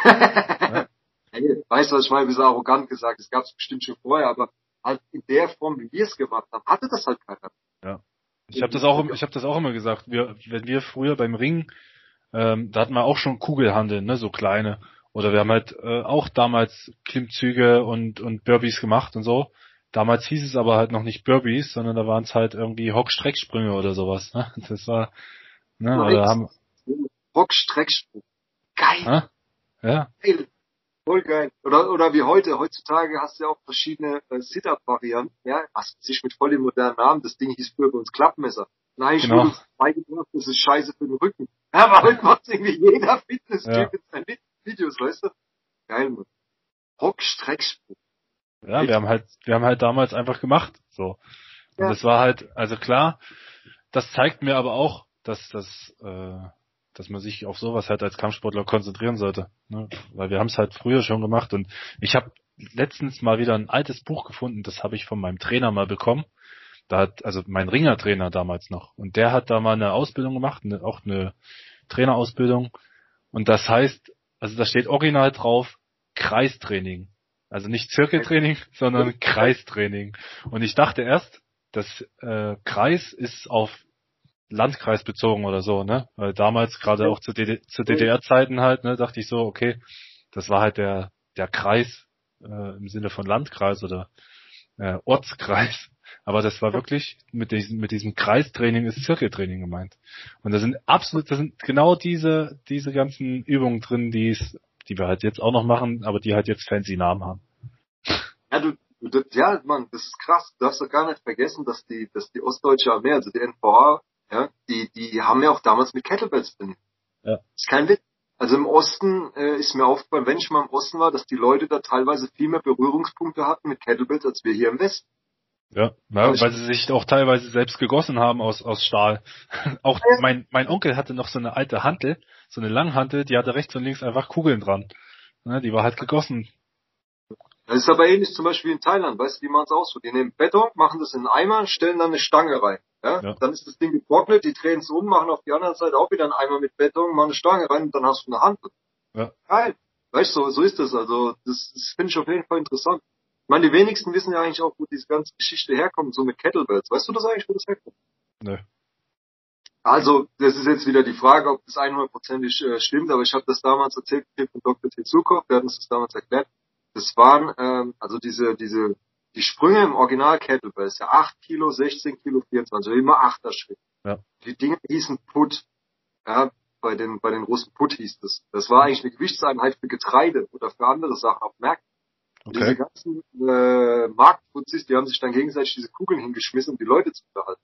Ja. Hey, weißt du, was ich meine? Ein bisschen arrogant gesagt. Das gab es bestimmt schon vorher, aber halt in der Form, wie wir es gemacht haben, hatte das halt keiner. Ja. Ich habe das auch, ich habe das auch immer gesagt. Wir, wenn wir früher beim Ring, ähm, da hatten wir auch schon Kugelhandeln, ne, so kleine. Oder wir haben halt äh, auch damals Klimmzüge und und Burpees gemacht und so. Damals hieß es aber halt noch nicht Burpees, sondern da waren es halt irgendwie Hock-Strecksprünge oder sowas. Ne? Das war, ne, oder haben, Rock-Strecksprung. Geil, ne? Ja, geil. Voll geil. Oder, oder wie heute. Heutzutage hast du ja auch verschiedene äh, Sit-Up-Varianten, ja, was sich mit voll dem modernen Namen. Das Ding hieß früher bei uns Klappmesser. Nein, ich wurde Genau. uns beigebracht, das ist scheiße für den Rücken. Ja, aber heute macht irgendwie jeder Fitness-Typ Ja. in seinen Videos, weißt du? Geil, Mann. Hock-Strecksprung. Ja, wir haben halt, wir haben halt damals einfach gemacht, so. Und Ja. das war halt, also klar, das zeigt mir aber auch, dass das, äh, dass man sich auf sowas halt als Kampfsportler konzentrieren sollte, ne? Weil wir haben es halt früher schon gemacht und ich habe letztens mal wieder ein altes Buch gefunden, das habe ich von meinem Trainer mal bekommen. Da hat, also mein Ringertrainer damals noch, und der hat da mal eine Ausbildung gemacht, eine, auch eine Trainerausbildung, und das heißt, also da steht original drauf, Kreistraining. Also nicht Zirkeltraining, sondern Kreistraining. Und ich dachte erst, das äh, Kreis ist auf Landkreis bezogen oder so, ne? Weil damals, gerade auch zu, D D, zu D D R-Zeiten halt, ne, dachte ich so, okay, das war halt der der Kreis äh, im Sinne von Landkreis oder äh, Ortskreis. Aber das war wirklich, mit diesem, mit diesem Kreistraining ist Zirkeltraining gemeint. Und da sind absolut, da sind genau diese, diese ganzen Übungen drin, die es, die wir halt jetzt auch noch machen, aber die halt jetzt fancy Namen haben. Ja, du, du, ja, Mann, das ist krass. Du darfst doch gar nicht vergessen, dass die, dass die ostdeutsche Armee, also die N V A, ja, die, die haben ja auch damals mit Kettlebells trainiert. Ja. Das ist kein Witz. Also im Osten äh, ist mir aufgefallen, wenn ich mal im Osten war, dass die Leute da teilweise viel mehr Berührungspunkte hatten mit Kettlebells als wir hier im Westen. Ja, ja, weil sie sich auch teilweise selbst gegossen haben aus aus Stahl. Auch mein mein Onkel hatte noch so eine alte Hantel, so eine Langhantel, die hatte rechts und links einfach Kugeln dran. Ne, die war halt gegossen. Das ist aber ähnlich zum Beispiel in Thailand, weißt du, wie man es auch so. Die nehmen Beton, machen das in einen Eimer, stellen dann eine Stange rein. Ja? Ja. Dann ist das Ding getrocknet, die drehen es um, machen auf die andere Seite auch wieder einen Eimer mit Beton, machen eine Stange rein und dann hast du eine Hantel. Ja. Geil. Weißt du, so, so ist das. Also das, das finde ich auf jeden Fall interessant. Ich meine, die wenigsten wissen ja eigentlich auch, wo diese ganze Geschichte herkommt, so mit Kettlebells. Weißt du das eigentlich, wo das herkommt? Nö. Also, das ist jetzt wieder die Frage, ob das hundertprozentig äh, stimmt, aber ich habe das damals erzählt von Doktor Tetsukov, der hat uns das damals erklärt. Das waren, ähm, also diese, diese, die Sprünge im Original Kettlebell ist ja acht Kilo, sechzehn Kilo, vierundzwanzig, also immer achter Schritt. Ja. Die Dinge hießen Put, ja, bei den, bei den Russen Put hieß das. Das war eigentlich eine Gewichtseinheit für Getreide oder für andere Sachen auf Märkten. Okay. Diese ganzen äh, Marktputzis, die haben sich dann gegenseitig diese Kugeln hingeschmissen, um die Leute zu unterhalten.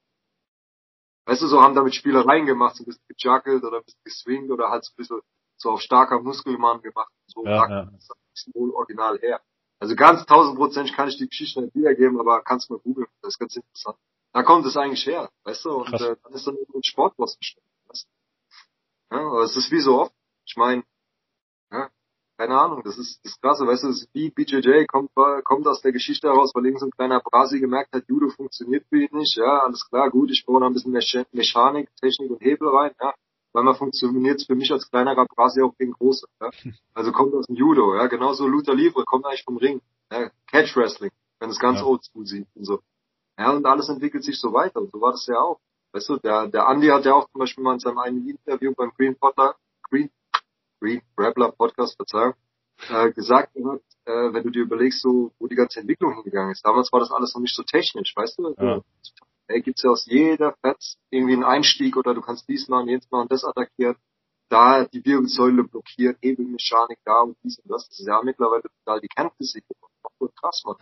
Weißt du, so haben damit Spielereien gemacht, so ein bisschen gejuggelt oder ein bisschen geswingt oder halt so ein bisschen so auf starker Muskelmann gemacht. So ja, ja. Das ist wohl original her. Also ganz tausendprozentig kann ich die Geschichte nicht wiedergeben, aber kannst mal googeln. Das ist ganz interessant. Da kommt es eigentlich her, weißt du, und äh, dann ist dann ein Sport draus entstanden, weißt du? Ja, aber es ist wie so oft. Ich meine, ja, keine Ahnung, das ist das Krasse, weißt du, das ist wie B J J kommt, kommt aus der Geschichte heraus, weil irgend so ein kleiner Brasi gemerkt hat, Judo funktioniert für ihn nicht, ja, alles klar, gut, ich baue da ein bisschen Mechanik, Technik und Hebel rein, ja, weil man funktioniert für mich als kleinerer Brasi auch gegen große, ja, also kommt aus dem Judo, ja, genauso Luther Livre kommt eigentlich vom Ring, ja, Catch Wrestling, wenn es ganz ja. oldschool sieht und so, ja, und alles entwickelt sich so weiter und so war das ja auch, weißt du, der, der Andi hat ja auch zum Beispiel mal in seinem einen Interview beim Green Potter, Green Green Grappler Podcast, Verzeihung, äh, gesagt hat, äh, wenn du dir überlegst, so, wo die ganze Entwicklung hingegangen ist. Damals war das alles noch nicht so technisch, weißt du? Ja. Hey, gibt's ja aus jeder Fetz irgendwie einen Einstieg oder du kannst dies machen, jetzt machen, das attackieren, da die Wirbelsäule blockiert, Hebelmechanik da und dies und das. Das ist ja mittlerweile total die Kernphysik. Voll krass, Mann.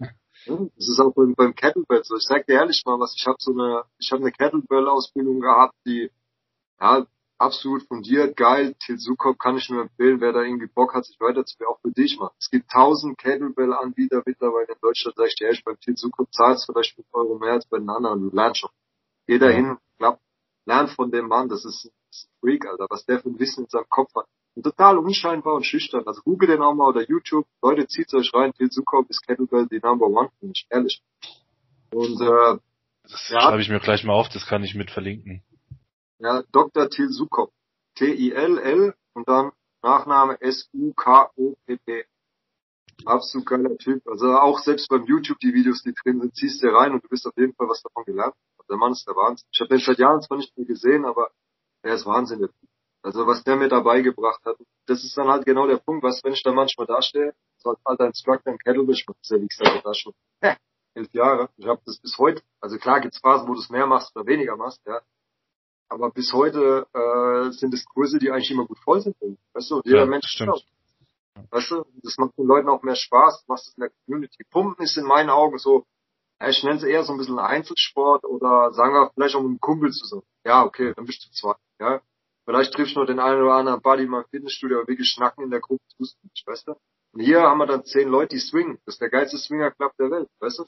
Das ist auch beim, beim Kettlebell so. Ich sag dir ehrlich mal was, ich habe so eine, ich habe eine Kettlebell-Ausbildung gehabt, die, ja, absolut fundiert, geil, Tetsukov kann ich nur empfehlen, wer da irgendwie Bock hat, sich weiterzubilden, auch für dich, Mann. Es gibt tausend Kettlebell-Anbieter mittlerweile in Deutschland, sag ich dir ehrlich, beim Tetsukov zahlst du vielleicht fünf Euro mehr als bei den anderen, du lernst schon. Geh da hin, klappt, lern von dem Mann, das ist, das ist ein Freak, Alter, was der für ein Wissen in seinem Kopf hat. Und total unscheinbar und schüchtern, also google den auch mal oder YouTube, Leute, zieht's euch rein, Tetsukov ist Kettlebell die Number One, finde ich, ehrlich. Und, äh, das ja, schreibe ich mir gleich mal auf, das kann ich mit verlinken. Ja, Doktor Tetsukov. T I L L und dann Nachname S U K O P P. Absolut geiler Typ. Also auch selbst beim YouTube die Videos, die drin sind, ziehst du rein und du wirst auf jeden Fall was davon gelernt. Der Mann ist der Wahnsinn. Ich habe den seit Jahren zwar nicht mehr gesehen, aber er ist Wahnsinn. Also was der mir dabei gebracht hat, das ist dann halt genau der Punkt, was wenn ich da manchmal dastehe, so als alter Instructor im Kettlebell, ich mach das ja wie gesagt da schon hä, elf Jahre. Ich habe das bis heute, also klar gibt's Phasen, wo du es mehr machst oder weniger machst, ja. Aber bis heute äh, sind es Kurse, die eigentlich immer gut voll sind. Weißt du, jeder ja, Mensch stimmt. Weißt du? Das macht den Leuten auch mehr Spaß, du machst es in der Community. Pumpen ist in meinen Augen so, ja, ich nenne es eher so ein bisschen Einzelsport oder sagen wir vielleicht auch mit einem Kumpel zusammen. Ja, okay, dann bist du zwei, ja. Vielleicht triffst du noch den einen oder anderen Buddy mal im Fitnessstudio, aber wirklich schnacken in der Gruppe tust du nicht, weißt du? Und hier haben wir dann zehn Leute, die swingen. Das ist der geilste Swinger-Club der Welt, weißt du?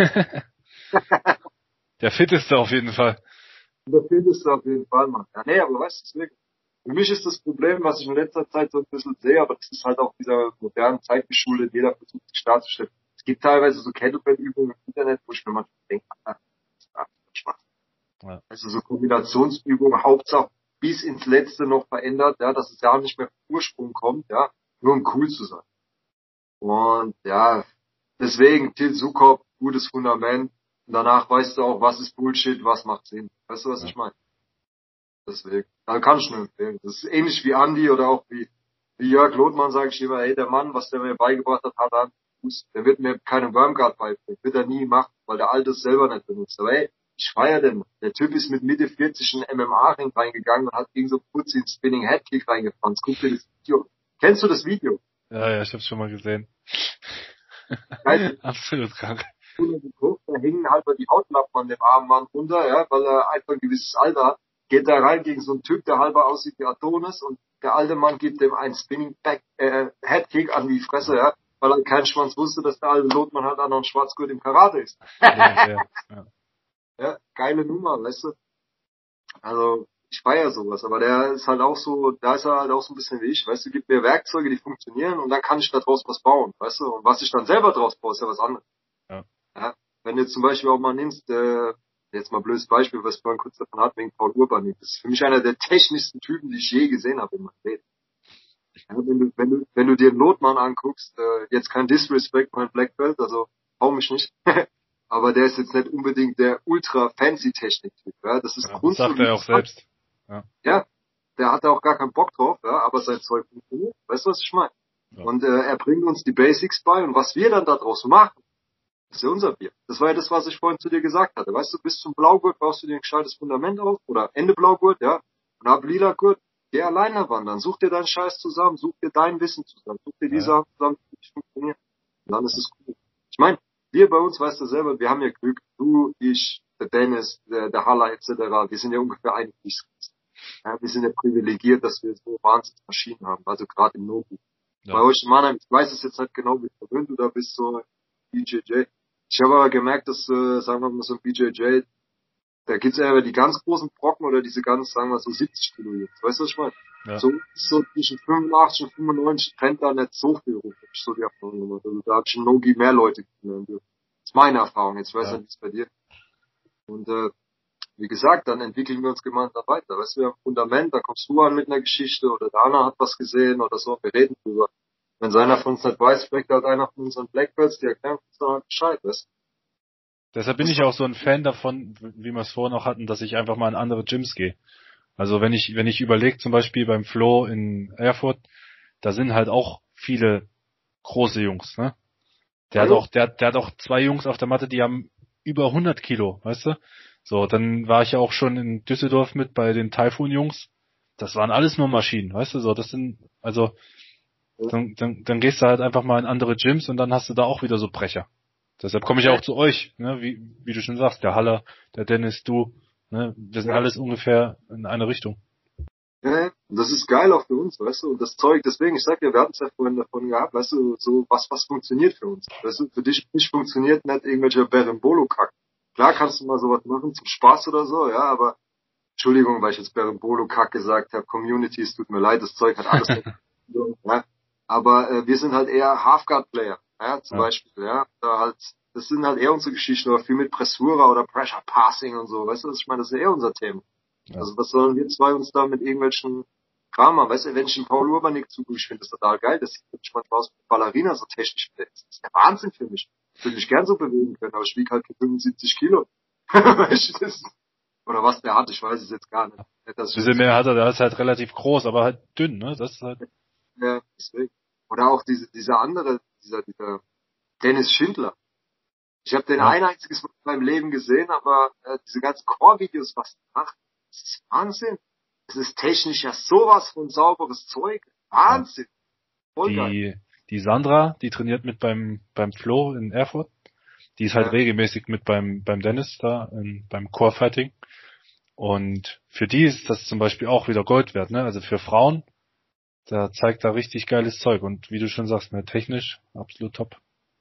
Der fitteste auf jeden Fall. Und der fitteste auf jeden Fall, Mann. Ja, nee, aber weißt du, deswegen. Für mich ist das Problem, was ich in letzter Zeit so ein bisschen sehe, aber das ist halt auch dieser modernen Zeit geschuldet, jeder versucht sich darzustellen. Es gibt teilweise so Kettlebell-Übungen im Internet, wo ich mir manchmal denke, ah, das ist absolut Spaß. Ja. Also so Kombinationsübungen, Hauptsache bis ins Letzte noch verändert, ja, dass es ja auch nicht mehr vom Ursprung kommt, ja, nur um cool zu sein. Und ja, deswegen Til Sukop, gutes Fundament. Und danach weißt du auch, was ist Bullshit, was macht Sinn. Weißt du, was ja. ich meine? Deswegen. Also kann ich nur empfehlen. Das ist ähnlich wie Andi oder auch wie, wie Jörg Lothmann, sage ich immer, ey, der Mann, was der mir beigebracht hat, hat er an Fuß. Der wird mir keine Wormguard beibringen. Wird er nie machen, weil der Alte es selber nicht benutzt. Aber ey, ich feier den. Der Typ ist mit Mitte vierzig in M M A-Ring reingegangen und hat gegen so Putzi einen Spinning Headkick reingefahren. Guck dir das Video. Kennst du das Video? Ja, ja, ich hab's schon mal gesehen. Absolut krank. Da hängen halt die Hautlappen an dem armen Mann runter, ja, weil er einfach ein gewisses Alter hat. Geht da rein gegen so einen Typ, der halber aussieht wie Adonis, und der alte Mann gibt dem einen Spinning Back, äh, Headkick an die Fresse, ja, weil er kein Schwanz wusste, dass der alte Lothmann halt auch noch ein Schwarzgurt im Karate ist. Ja, ja, ja. Ja, geile Nummer, weißt du. Also, ich feier sowas, aber der ist halt auch so, da ist er halt auch so ein bisschen wie ich, weißt du, gibt mir Werkzeuge, die funktionieren, und dann kann ich da draus was bauen, weißt du, und was ich dann selber draus baue, ist ja was anderes. Ja. Ja, wenn du zum Beispiel auch mal nimmst, äh, jetzt mal blödes Beispiel, was vorhin kurz davon hat, wegen Paul Urban, das ist für mich einer der technischsten Typen, die ich je gesehen habe in meinem Leben. Ja, wenn du, wenn du, wenn du dir einen Lothmann anguckst, äh, jetzt kein Disrespect, mein Black Belt, also hau mich nicht, aber der ist jetzt nicht unbedingt der ultra fancy Technik-Typ, ja, das ist ja, Kunst. Das sagt er auch selbst. Ja. ja, der hat da auch gar keinen Bock drauf, ja, aber sein Zeug funktioniert, weißt du, was ich meine? Ja. Und äh, er bringt uns die Basics bei, und was wir dann daraus machen, das ist ja unser Bier. Das war ja das, was ich vorhin zu dir gesagt hatte. Weißt du, bis zum Blaugurt baust du dir ein gescheites Fundament auf, oder Ende Blaugurt, ja. Und ab lila Gurt, geh alleine wandern. Such dir deinen Scheiß zusammen, such dir dein Wissen zusammen, such dir die ja. Sachen zusammen, die nicht funktionieren. Und dann ist es cool. Ich meine, wir bei uns, weißt du selber, wir haben ja Glück. Du, ich, der Dennis, der, der Haller et cetera. Wir sind ja ungefähr einig. Ja, wir sind ja privilegiert, dass wir so wahnsinnig Maschinen haben. Also gerade im Nobu. Ja. Bei euch in Mannheim, ich weiß es jetzt nicht genau, wie verwöhnt du da bist, so B J J. Ich habe aber gemerkt, dass, äh, sagen wir mal, so ein B J J, da gibt's ja die ganz großen Brocken oder diese ganz, sagen wir so siebzig Kilo jetzt. Weißt du, was ich meine? Ja. So, so zwischen fünfundachtzig und fünfundneunzig rennt da nicht so viel rum. Ich so die Erfahrung gemacht. Also da hab ich schon Nogi mehr Leute kennengelernt. Das ist meine Erfahrung. Jetzt weiß ich ja. nicht, wie es bei dir. Und, äh, wie gesagt, dann entwickeln wir uns gemeinsam weiter. Weißt du, wir haben ein Fundament, da kommst du an mit einer Geschichte, oder der Anna hat was gesehen oder so, wir reden drüber. Wenn einer von uns nicht weiß, vielleicht hat einer von unseren Blackbirds, die erklären uns dann halt Bescheid, weißt du? Deshalb bin ich auch so ein Fan davon, wie wir es vorhin auch hatten, dass ich einfach mal in andere Gyms gehe. Also wenn ich, wenn ich überlege, zum Beispiel beim Flo in Erfurt, da sind halt auch viele große Jungs, ne? Der ja, hat auch, der, der hat auch zwei Jungs auf der Matte, die haben über hundert Kilo, weißt du? So, dann war ich ja auch schon in Düsseldorf mit bei den Typhoon-Jungs. Das waren alles nur Maschinen, weißt du? So, das sind, also, Dann, dann, dann gehst du halt einfach mal in andere Gyms, und dann hast du da auch wieder so Brecher. Deshalb komme ich auch zu euch, ne, wie, wie du schon sagst, der Haller, der Dennis, du, ne, wir sind ja. alles ungefähr in eine Richtung. Ja, und das ist geil auch für uns, weißt du, und das Zeug, deswegen, ich sag dir, wir hatten es ja vorhin davon gehabt, weißt du, so, was, was funktioniert für uns, weißt du, für dich nicht funktioniert nicht irgendwelcher Berimbolo-Kack. Klar kannst du mal sowas machen, zum Spaß oder so, ja, aber, Entschuldigung, weil ich jetzt Berimbolo-Kack gesagt habe, Community, es tut mir leid, das Zeug hat alles nicht, ja. Aber äh, wir sind halt eher Halfguard-Player, ja, zum ja. Beispiel, ja. Da halt, das sind halt eher unsere Geschichten, aber viel mit Pressura oder Pressure Passing und so, weißt du, ich meine, das ist eher unser Thema. Ja. Also was sollen wir zwei uns da mit irgendwelchen Kram machen, weißt du, wenn ich den Paul Urbanik zugucke, ich finde das total geil, das sieht wirklich manchmal aus wie Ballerina so technisch. Das ist der Wahnsinn für mich. Ich würde mich gern so bewegen können, aber ich wiege halt fünfundsiebzig Kilo. Weißt du, das, oder was der hat, ich weiß es jetzt gar nicht. Ein bisschen mehr hat er, der ist halt relativ groß, aber halt dünn, ne, das ist halt. Ja, deswegen. Oder auch diese, dieser andere, dieser, dieser Dennis Schindler. Ich habe den ja. ein einziges Mal in meinem Leben gesehen, aber äh, diese ganzen Core-Videos, was er macht, das ist Wahnsinn. Das ist technisch ja sowas von sauberes Zeug. Wahnsinn. Voll geil. Die, die Sandra, die trainiert mit beim, beim Flo in Erfurt. Die ist halt Ja. regelmäßig mit beim, beim Dennis da, in, beim Core Fighting. Und für die ist das zum Beispiel auch wieder Gold wert, ne? Also für Frauen, da zeigt da richtig geiles Zeug. Und wie du schon sagst, ne, technisch absolut top.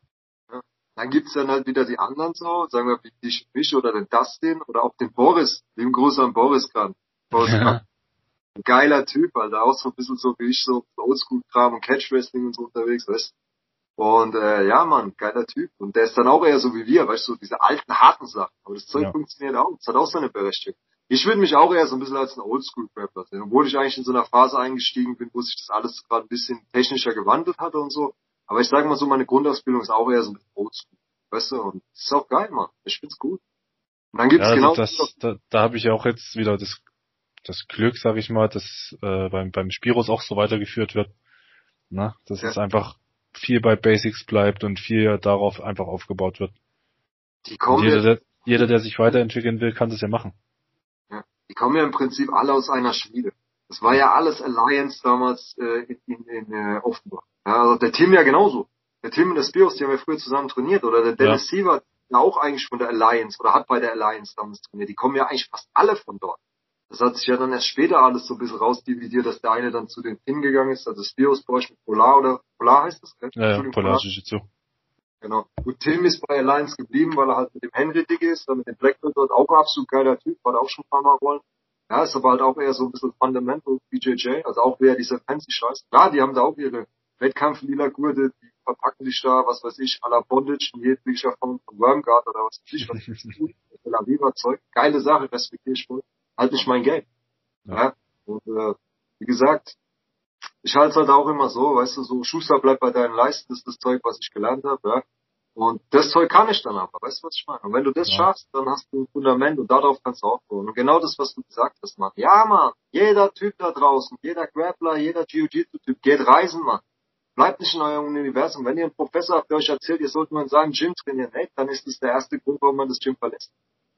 Ja. Dann gibt's dann halt wieder die anderen so, sagen wir wie dich, mich oder den Dustin oder auch den Boris, dem Gruß an Boris kann. Boris kann. Ein geiler Typ, Alter, auch so ein bisschen so wie ich, so Oldschool-Kram und Catch-Wrestling und so unterwegs, weißt du. Und äh, ja, Mann, geiler Typ. Und der ist dann auch eher so wie wir, weißt du, so diese alten, harten Sachen. Aber das Zeug Ja. funktioniert auch. Das hat auch seine Berechtigung. Ich würde mich auch eher so ein bisschen als ein Oldschool-Grappler sehen, obwohl ich eigentlich in so einer Phase eingestiegen bin, wo sich das alles gerade ein bisschen technischer gewandelt hatte und so. Aber ich sage mal so, meine Grundausbildung ist auch eher so ein bisschen Oldschool, weißt du. Und das ist auch geil, Mann. Ich find's gut. Und dann gibt's Ja, also genau das, da, da habe ich ja auch jetzt wieder das, das Glück, sag ich mal, dass äh, beim, beim Spiros auch so weitergeführt wird. Ne? Dass ja, es einfach viel bei Basics bleibt und viel darauf einfach aufgebaut wird. die Und kommen jeder, ja, der, jeder, der sich weiterentwickeln will, kann das ja machen. ja, die kommen ja im Prinzip alle aus einer Schmiede. Das war ja alles Alliance damals äh, in, in, in äh, Offenbach. Ja, also der Tim ja genauso. Der Tim und der Spiros, die haben ja früher zusammen trainiert. Oder der Dennis Ja. Sievert, ja auch eigentlich von der Alliance oder hat bei der Alliance damals trainiert. Die kommen ja eigentlich fast alle von dort. Das hat sich ja dann erst später alles so ein bisschen rausdividiert, dass der eine dann zu den Finn gegangen ist, also Spiros bei euch mit Polar oder Polar heißt das, gell? Ja, ja, Entschuldigung, Polar Jiu-Jitsu. Genau. Und Tim ist bei Alliance geblieben, weil er halt mit dem Henry dick ist, dann mit dem Blackbird dort auch ein absolut geiler Typ, war auch schon ein paar Mal rollen. Ja, ist aber halt auch eher so ein bisschen Fundamental B J J, also auch eher dieser fancy Scheiß. Klar, die haben da auch ihre Wettkampf-Lila-Gurte, die verpacken dich da, was weiß ich, à la Bondage, in jeglicher Form von Wormguard oder was weiß ich, was ist gut, Tel Aviver Zeug. Geile Sache, respektiere ich voll. Halt nicht mein Game. Ja. Ja. Und, äh, wie gesagt, ich halte es halt auch immer so, weißt du, so Schuster bleibt bei deinen Leisten, das ist das Zeug, was ich gelernt habe, ja. Und das Zeug kann ich dann aber, weißt du, was ich meine? Und wenn du das Ja. schaffst, dann hast du ein Fundament und darauf kannst du aufbauen. Und genau das, was du gesagt hast, Mann. Ja, Mann, jeder Typ da draußen, jeder Grappler, jeder Jiu-Jitsu-Typ, geht reisen, Mann. Bleibt nicht in eurem Universum. Wenn ihr einen Professor habt, der euch erzählt, ihr sollt nur in seinem Gym trainieren, hey, dann ist das der erste Grund, warum man das Gym verlässt.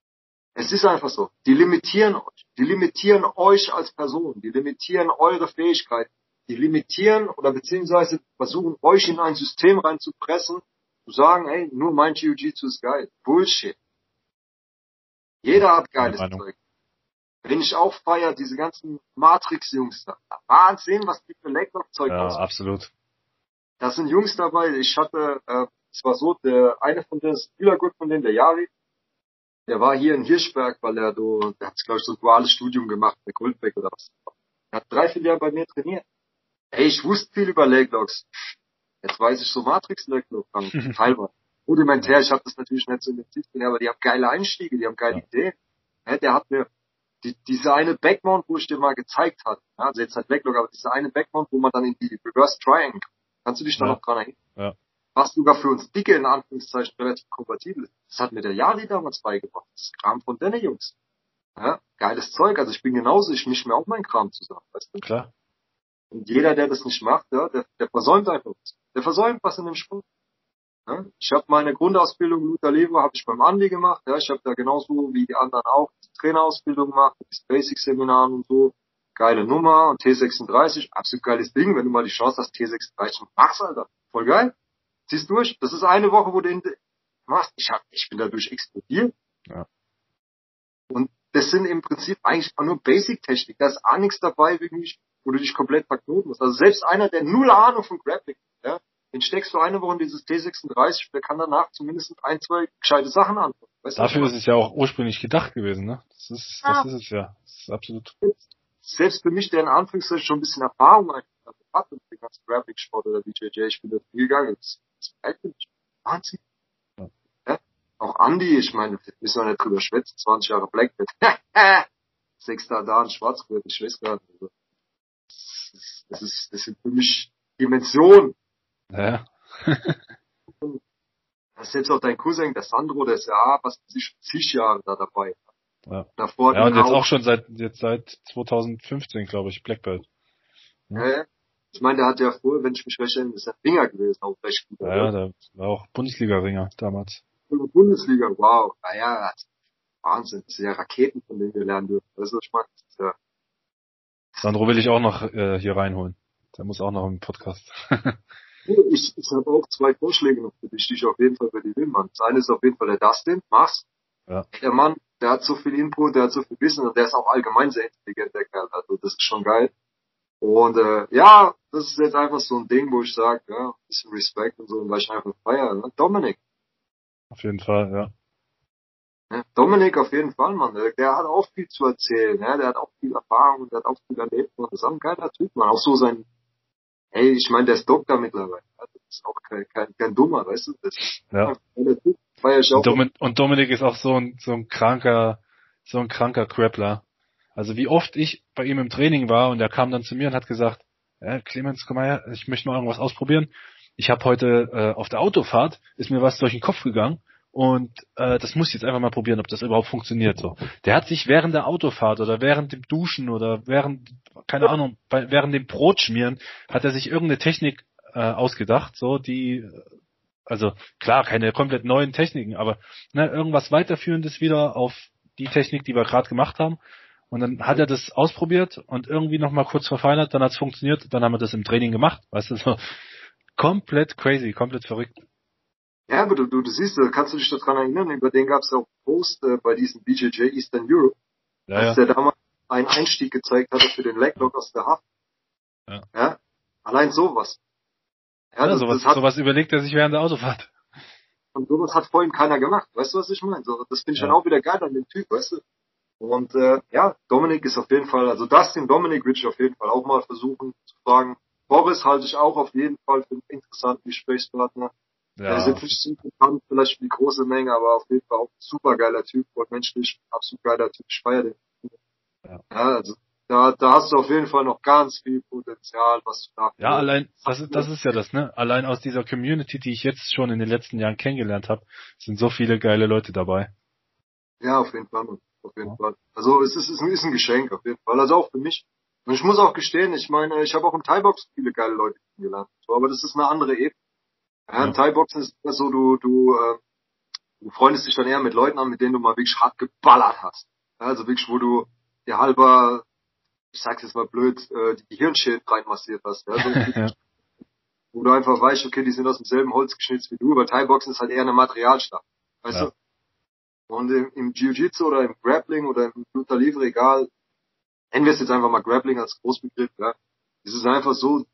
Es ist einfach so. Die limitieren euch. Die limitieren euch als Person. Die limitieren eure Fähigkeiten. Die limitieren oder beziehungsweise versuchen euch in ein System reinzupressen, zu sagen, hey, nur mein Jiu-Jitsu ist geil. Bullshit. Jeder hat Meine geiles Meinung. Zeug. Wenn ich auch feier, diese ganzen Matrix-Jungs da. Wahnsinn, was die für Leglock-Zeug Ja, aus. absolut. Da sind Jungs dabei. Ich hatte, äh, es war so, der eine von den Spielergut von denen, der Yari, der war hier in Hirschberg, weil er do, der hat, glaube ich, so ein duales Studium gemacht, der Goldbeck oder was. Er hat drei, vier Jahre bei mir trainiert. Ey, ich wusste viel über Leglocks. Jetzt weiß ich so Matrix-Leglock, teilweise. Rudimentär, ich habe das natürlich nicht so intensiv gesehen, aber die haben geile Einstiege, die haben geile Ja. Ideen. Ja, der hat mir die, diese eine Backmount, wo ich dir mal gezeigt hatte, ja, also jetzt halt Leglock, aber diese eine Backmount, wo man dann in die Reverse Triangle, kannst du dich da Ja. noch dran erinnern? Ja. Was sogar für uns Dicke in Anführungszeichen relativ kompatibel ist. Das hat mir der Yari damals beigebracht. Das Kram von deine Jungs. Ja, geiles Zeug. Also ich bin genauso, ich mische mir auch meinen Kram zusammen, weißt du? Klar. Und jeder, der das nicht macht, ja, der, der versäumt einfach was. Der versäumt was in dem Sport. Ja? Ich habe meine Grundausbildung Luther Levo habe ich beim Andi gemacht. Ja, ich habe da genauso wie die anderen auch die Trainerausbildung gemacht, das Basic-Seminar und so. Geile Nummer und T sechsunddreißig, absolut geiles Ding. Wenn du mal die Chance hast, T sechsunddreißig mach's, Alter. Voll geil. Ziehst durch. Das ist eine Woche, wo du in, machst. Ich hab, ich bin dadurch explodiert. Ja. Und das sind im Prinzip eigentlich auch nur Basic-Technik. Da ist auch nichts dabei, wirklich, wo du dich komplett verknoten musst. Also selbst einer, der null Ahnung von Grappling hat, ja, den steckst du eine Woche in dieses T sechsunddreißig, der kann danach zumindest ein, zwei gescheite Sachen antworten. Weißt du, Dafür was ist es ja auch ursprünglich gedacht gewesen, ne? Das ist, das ist es ja. Das ist absolut. ich meine? Selbst für mich, der in Anführungszeichen schon ein bisschen Erfahrung eigentlich hat mit dem ganzen Grappling-Sport oder B J J, ich bin da viel gegangen. Das ist geil für mich. Wahnsinn. Ja. Ja? Auch Andi, ich meine, müssen wir nicht drüber schwätzen, zwanzig Jahre Blackbelt. Sechster Dan, Schwarzgurt, ich weiß gar nicht. Also, das, ist, das, ist, das sind für mich Dimensionen. Ja. Das ist jetzt auch dein Cousin, der Sandro, der ist ja, was weiß ich, zig Jahre da dabei. Ja. Davor Ja, und den jetzt Haupt- auch schon seit, jetzt seit zweitausendfünfzehn, glaube ich, Black Belt. Ja, ja. Ich meine, der hat ja vorher, wenn ich mich recht erinnere, ist ein Ringer gewesen, auch recht gut. Ja, ja, der war auch Bundesliga-Ringer damals. Bundesliga, wow. Naja, Wahnsinn. Das sind ja Raketen, von denen wir lernen dürfen. Weißt du, was ich meine? Das ist ja, Sandro will ich auch noch äh, hier reinholen. Der muss auch noch im Podcast. ich ich habe auch zwei Vorschläge noch für dich, die ich auf jeden Fall bei dir will, Mann. Das eine ist auf jeden Fall der Dustin, mach's. Ja. Der Mann, der hat so viel Input, der hat so viel Wissen und der ist auch allgemein sehr intelligent, der Kerl. Also das ist schon geil. Und äh, ja, das ist jetzt einfach so ein Ding, wo ich sage, ja, ein bisschen Respekt und so, und weil ich einfach feiere. Ne? Dominik. Auf jeden Fall, ja. Ja, Dominik auf jeden Fall, Mann. Der, der hat auch viel zu erzählen, ja, der hat auch viel Erfahrung, der hat auch viel erlebt. Und das ist auch ein geiler Typ, Mann. Auch so sein, hey, ich meine, der ist Doktor mittlerweile. Ja, das ist auch kein, kein, kein Dummer, weißt du? Das ist Ja. ein geiler Typ. Feier ich auch. Und, Domin und Dominik ist auch so ein, so ein kranker, so ein kranker Grappler. Also wie oft ich bei ihm im Training war und er kam dann zu mir und hat gesagt, ja, Clemens, komm mal her, ich möchte mal irgendwas ausprobieren. Ich habe heute äh, auf der Autofahrt, ist mir was durch den Kopf gegangen und äh, das muss ich jetzt einfach mal probieren, ob das überhaupt funktioniert. So, der hat sich während der Autofahrt oder während dem Duschen oder während, keine Ahnung, bei, während dem Brotschmieren, hat er sich irgendeine Technik äh, ausgedacht, so die, also klar, keine komplett neuen Techniken, aber ne, irgendwas weiterführendes wieder auf die Technik, die wir gerade gemacht haben. Und dann hat er das ausprobiert und irgendwie nochmal kurz verfeinert, dann hat's funktioniert, dann haben wir das im Training gemacht, weißt du, so komplett crazy, komplett verrückt. Ja, aber du, du, du siehst, kannst du dich daran erinnern, über den gab es ja auch einen Post äh, bei diesem B J J Eastern Europe, Ja, als ja. der damals einen Einstieg gezeigt hatte für den Leglock aus der Haft. Ja, ja? Allein sowas. Ja, ja das, sowas, das hat, sowas überlegt er sich während der Autofahrt. und sowas hat vor ihm keiner gemacht. Weißt du, was ich meine? So, das finde ich Ja. dann auch wieder geil an dem Typ, weißt du? Und äh, ja, Dominik ist auf jeden Fall, also das den Dominik will ich auf jeden Fall auch mal versuchen zu fragen. Boris halte ich auch auf jeden Fall für einen interessanten Gesprächspartner. Ja. Er ist jetzt nicht so bekannt, vielleicht für die große Menge, aber auf jeden Fall auch ein super geiler Typ und menschlich absolut geiler Typ. Ich feiere den. Ja. Ja, also da, da hast du auf jeden Fall noch ganz viel Potenzial, was du da. Ja, allein, das ist, das ist ja das, ne? Allein aus dieser Community, die ich jetzt schon in den letzten Jahren kennengelernt habe, sind so viele geile Leute dabei. Ja, auf jeden Fall, Mann. Auf jeden Ja. Fall. Also es ist, es ist ein Geschenk, auf jeden Fall. Also auch für mich. Und ich muss auch gestehen, ich meine, ich habe auch im Thai-Box viele geile Leute kennengelernt. So, aber das ist eine andere Ebene. Ja, Ja. im Thai-Boxen ist es so, du, du, äh, du freundest dich dann eher mit Leuten an, mit denen du mal wirklich hart geballert hast. Ja, also wirklich, wo du dir halber, ich sag's jetzt mal blöd, äh, die Gehirnschäden reinmassiert hast. Ja, so, Ja. wo du einfach weißt, okay, die sind aus demselben Holz geschnitzt wie du, aber Thai-Boxen ist halt eher eine Materialstadt. Weißt Ja. du? Und im, im Jiu-Jitsu oder im Grappling oder im Luta Livre, egal, nennen wir es jetzt einfach mal Grappling als Großbegriff, ja. Es ist einfach so,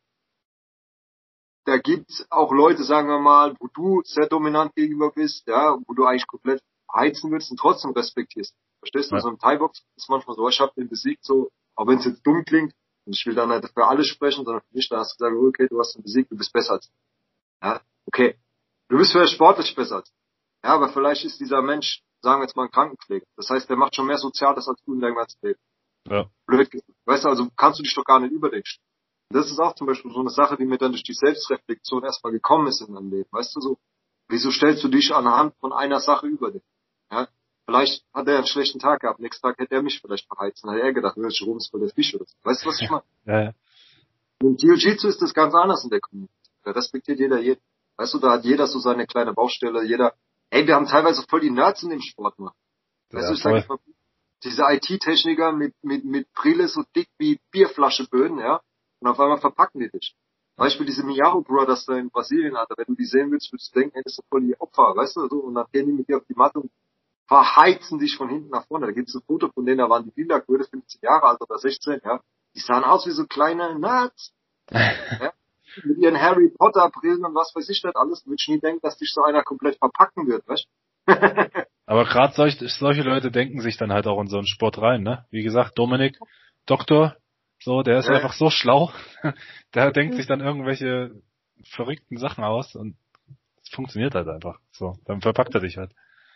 da gibt's auch Leute, sagen wir mal, wo du sehr dominant gegenüber bist, ja, wo du eigentlich komplett heizen willst und trotzdem respektierst. Verstehst du? Ja. So im Thai-Box ist es manchmal so, ich hab den besiegt, so, auch wenn es jetzt dumm klingt, und ich will dann nicht für alle sprechen, sondern für dich, da hast du gesagt, okay, du hast ihn besiegt, du bist besser als ich. Ja, okay. Du bist vielleicht sportlich besser als ich. Ja, aber vielleicht ist dieser Mensch, sagen wir jetzt mal, ein Krankenpfleger. Das heißt, der macht schon mehr Soziales als du in deinem ganzen Leben. Ja. Blöd gesagt. Weißt du, also kannst du dich doch gar nicht überdenken. Das ist auch zum Beispiel so eine Sache, die mir dann durch die Selbstreflexion erstmal gekommen ist in meinem Leben. Weißt du so, wieso stellst du dich anhand von einer Sache über den? Ja, vielleicht hat er einen schlechten Tag gehabt, nächsten Tag hätte er mich vielleicht verheizt. Dann hat er gedacht, ich rum ist voll der Fisch oder so. Weißt du, was ich meine? Ja, ja. Im Jiu-Jitsu ist das ganz anders in der Community. Da respektiert jeder jeden. Weißt du, da hat jeder so seine kleine Baustelle, jeder, ey, wir haben teilweise voll die Nerds in dem Sport, Mann. Weißt Ja, du, ich sag voll. jetzt mal, diese I T-Techniker mit, mit, mit Brille so dick wie Bierflascheböden, ja, und auf einmal verpacken die dich. Beispiel diese Miyaro Brothers da in Brasilien, Alter, wenn du die sehen willst, würdest du denken, ey, das sind voll die Opfer, weißt du, so, und dann gehen die mit dir auf die Matte und verheizen dich von hinten nach vorne. Da gibt's ein Foto von denen, da waren die Kinder, fünfzehn Jahre alt oder sechzehn, ja, die sahen aus wie so kleine Nerds, ja, mit ihren Harry Potter Brillen und was weiß ich nicht alles, würde ich nie denken, dass dich so einer komplett verpacken wird, weißt du? Aber gerade solche, solche Leute denken sich dann halt auch in so einen Sport rein, ne? Wie gesagt, Dominik, Doktor, so, der ist Ja. einfach so schlau, der denkt sich dann irgendwelche verrückten Sachen aus und es funktioniert halt einfach. So, dann verpackt er dich halt.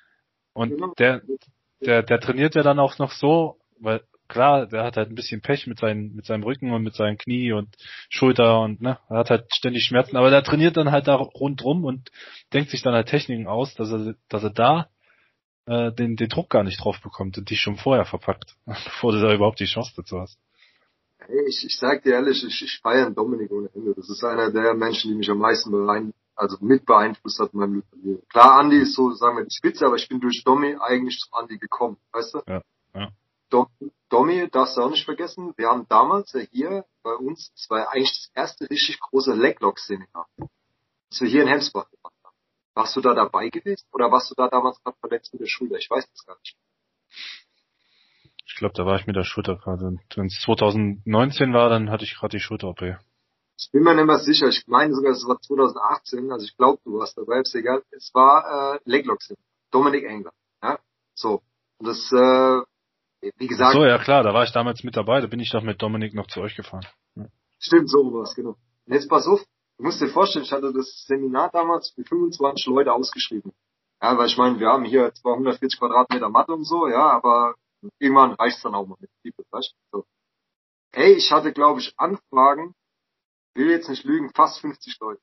Und der, der, der trainiert ja dann auch noch so, weil klar, der hat halt ein bisschen Pech mit seinen, mit seinem Rücken und mit seinem Knie und Schulter und ne, er hat halt ständig Schmerzen, aber der trainiert dann halt da rundrum und denkt sich dann halt Techniken aus, dass er, dass er da äh, den, den Druck gar nicht drauf bekommt und dich schon vorher verpackt, bevor du da überhaupt die Chance dazu hast. Hey, ich, ich sag dir ehrlich, ich, ich feiere Dominik ohne Ende. Das ist einer der Menschen, die mich am meisten beein also mit beeinflusst hat in meinem Leben. Klar, Andi ist so, sagen wir, die Spitze, aber ich bin durch Domi eigentlich zum Andi gekommen, weißt du? Ja, ja. Dom, Domi, darfst du auch nicht vergessen, wir haben damals ja hier bei uns, das war ja eigentlich das erste richtig große Leglock-Seminar, das wir hier in Hemsbach gemacht haben. Warst du da dabei gewesen oder warst du da damals gerade verletzt mit der Schulter? Ich weiß das gar nicht. Ich glaube, da war ich mit der Schulter gerade. Und wenn es zwanzig neunzehn war, dann hatte ich gerade die Schulter-O P. Ich bin mir nicht mehr sicher. Ich meine sogar, es war zwanzig achtzehn. Also ich glaube, du warst dabei. Ist egal. Es war äh, Leglock-Seminar. Dominik Engler. Ja, so. Und das, äh, wie gesagt. Ach so, ja klar, da war ich damals mit dabei. Da bin ich doch mit Dominik noch zu euch gefahren. Ja. Stimmt, so was, genau. Und jetzt pass auf. Du musst dir vorstellen, ich hatte das Seminar damals für fünfundzwanzig Leute ausgeschrieben. Ja, weil ich meine, wir haben hier zwar hundertvierzig Quadratmeter Matte und so, ja, aber irgendwann reicht's dann auch mal mit People, weißt du? So. Ey, ich hatte, glaube ich, Anfragen, will jetzt nicht lügen, fast fünfzig Leute.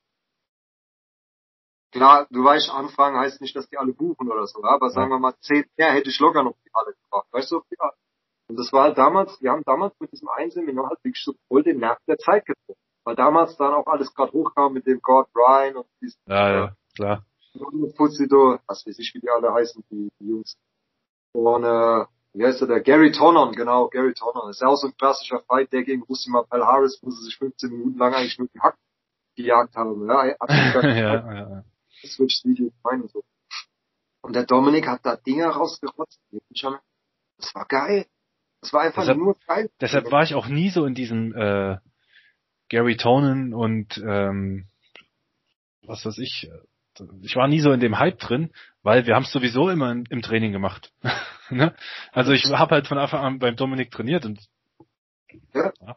Klar, du weißt, Anfragen heißt nicht, dass die alle buchen oder so, aber sagen wir mal, zehn mehr hätte ich locker noch die alle gebracht, weißt du? Ja. Und das war halt damals, wir haben damals mit diesem einen Seminar halt wirklich so voll den Nerv der Zeit getroffen. Weil damals dann auch alles gerade hochkam mit dem God Brian und diesem, ja, ja, klar. Fuzzido, was weiß ich, wie die alle heißen, die, die Jungs. Und, äh, wie heißt der, der Gary Tonon, genau, Gary Tonon. Das ist ja auch so ein klassischer Fight, der gegen Rusima Palhares, wo sie sich fünfzehn Minuten lang eigentlich nur gehackt, gejagt haben. Ja, ja, ja. Das wird das Video meinen so. Und der Dominik hat da Dinge rausgerotzt. Das war geil. Das war einfach deshalb, nur geil. Deshalb war ich auch nie so in diesem äh, Gary Tonon und ähm, was weiß ich, ich war nie so in dem Hype drin, weil wir haben es sowieso immer im, im Training gemacht. Ne? Also ich habe halt von Anfang an beim Dominik trainiert und ja. Ja.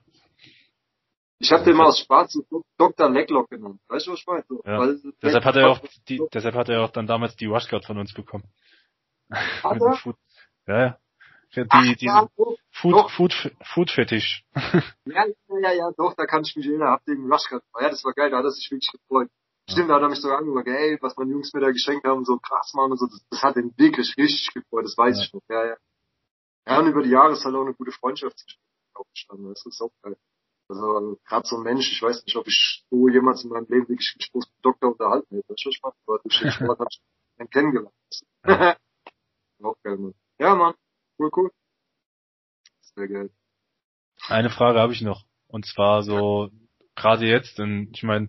Ich habe den mal aus Spaß so Doktor Leglock genannt. Weißt du, was ich meine? So, ja. weil, deshalb hat er auch die, deshalb hat er auch dann damals die Rushguard von uns bekommen. Hat Mit er? dem Food. Ja, ja. Die, Ach, die ja, doch, Food, doch. Food, Food Fetisch. Ja, ja, ja, doch, da kann ich mich erinnern. Hab den Rushguard. Ja, das war geil, da hat er sich wirklich gefreut. Ja. Stimmt, da hat er mich sogar angeguckt, ey, was meine Jungs mir da geschenkt haben, so krass, Mann, und so. Das, das hat ihn wirklich richtig gefreut, das weiß ja. ich noch. Ja, ja. Ja, und über die Jahre ist halt auch eine gute Freundschaft aufgestanden. Das ist auch geil. Also, also gerade so ein Mensch, ich weiß nicht, ob ich so jemals in meinem Leben wirklich mich groß mit Doktor unterhalten hätte. Das ist schon aber durch den Sport hab ich einen kennengelernt. Ja. Auch geil, Mann. Ja, Mann. Cool, cool. Sehr geil. Eine Frage habe ich noch. Und zwar so, gerade jetzt, denn ich meine,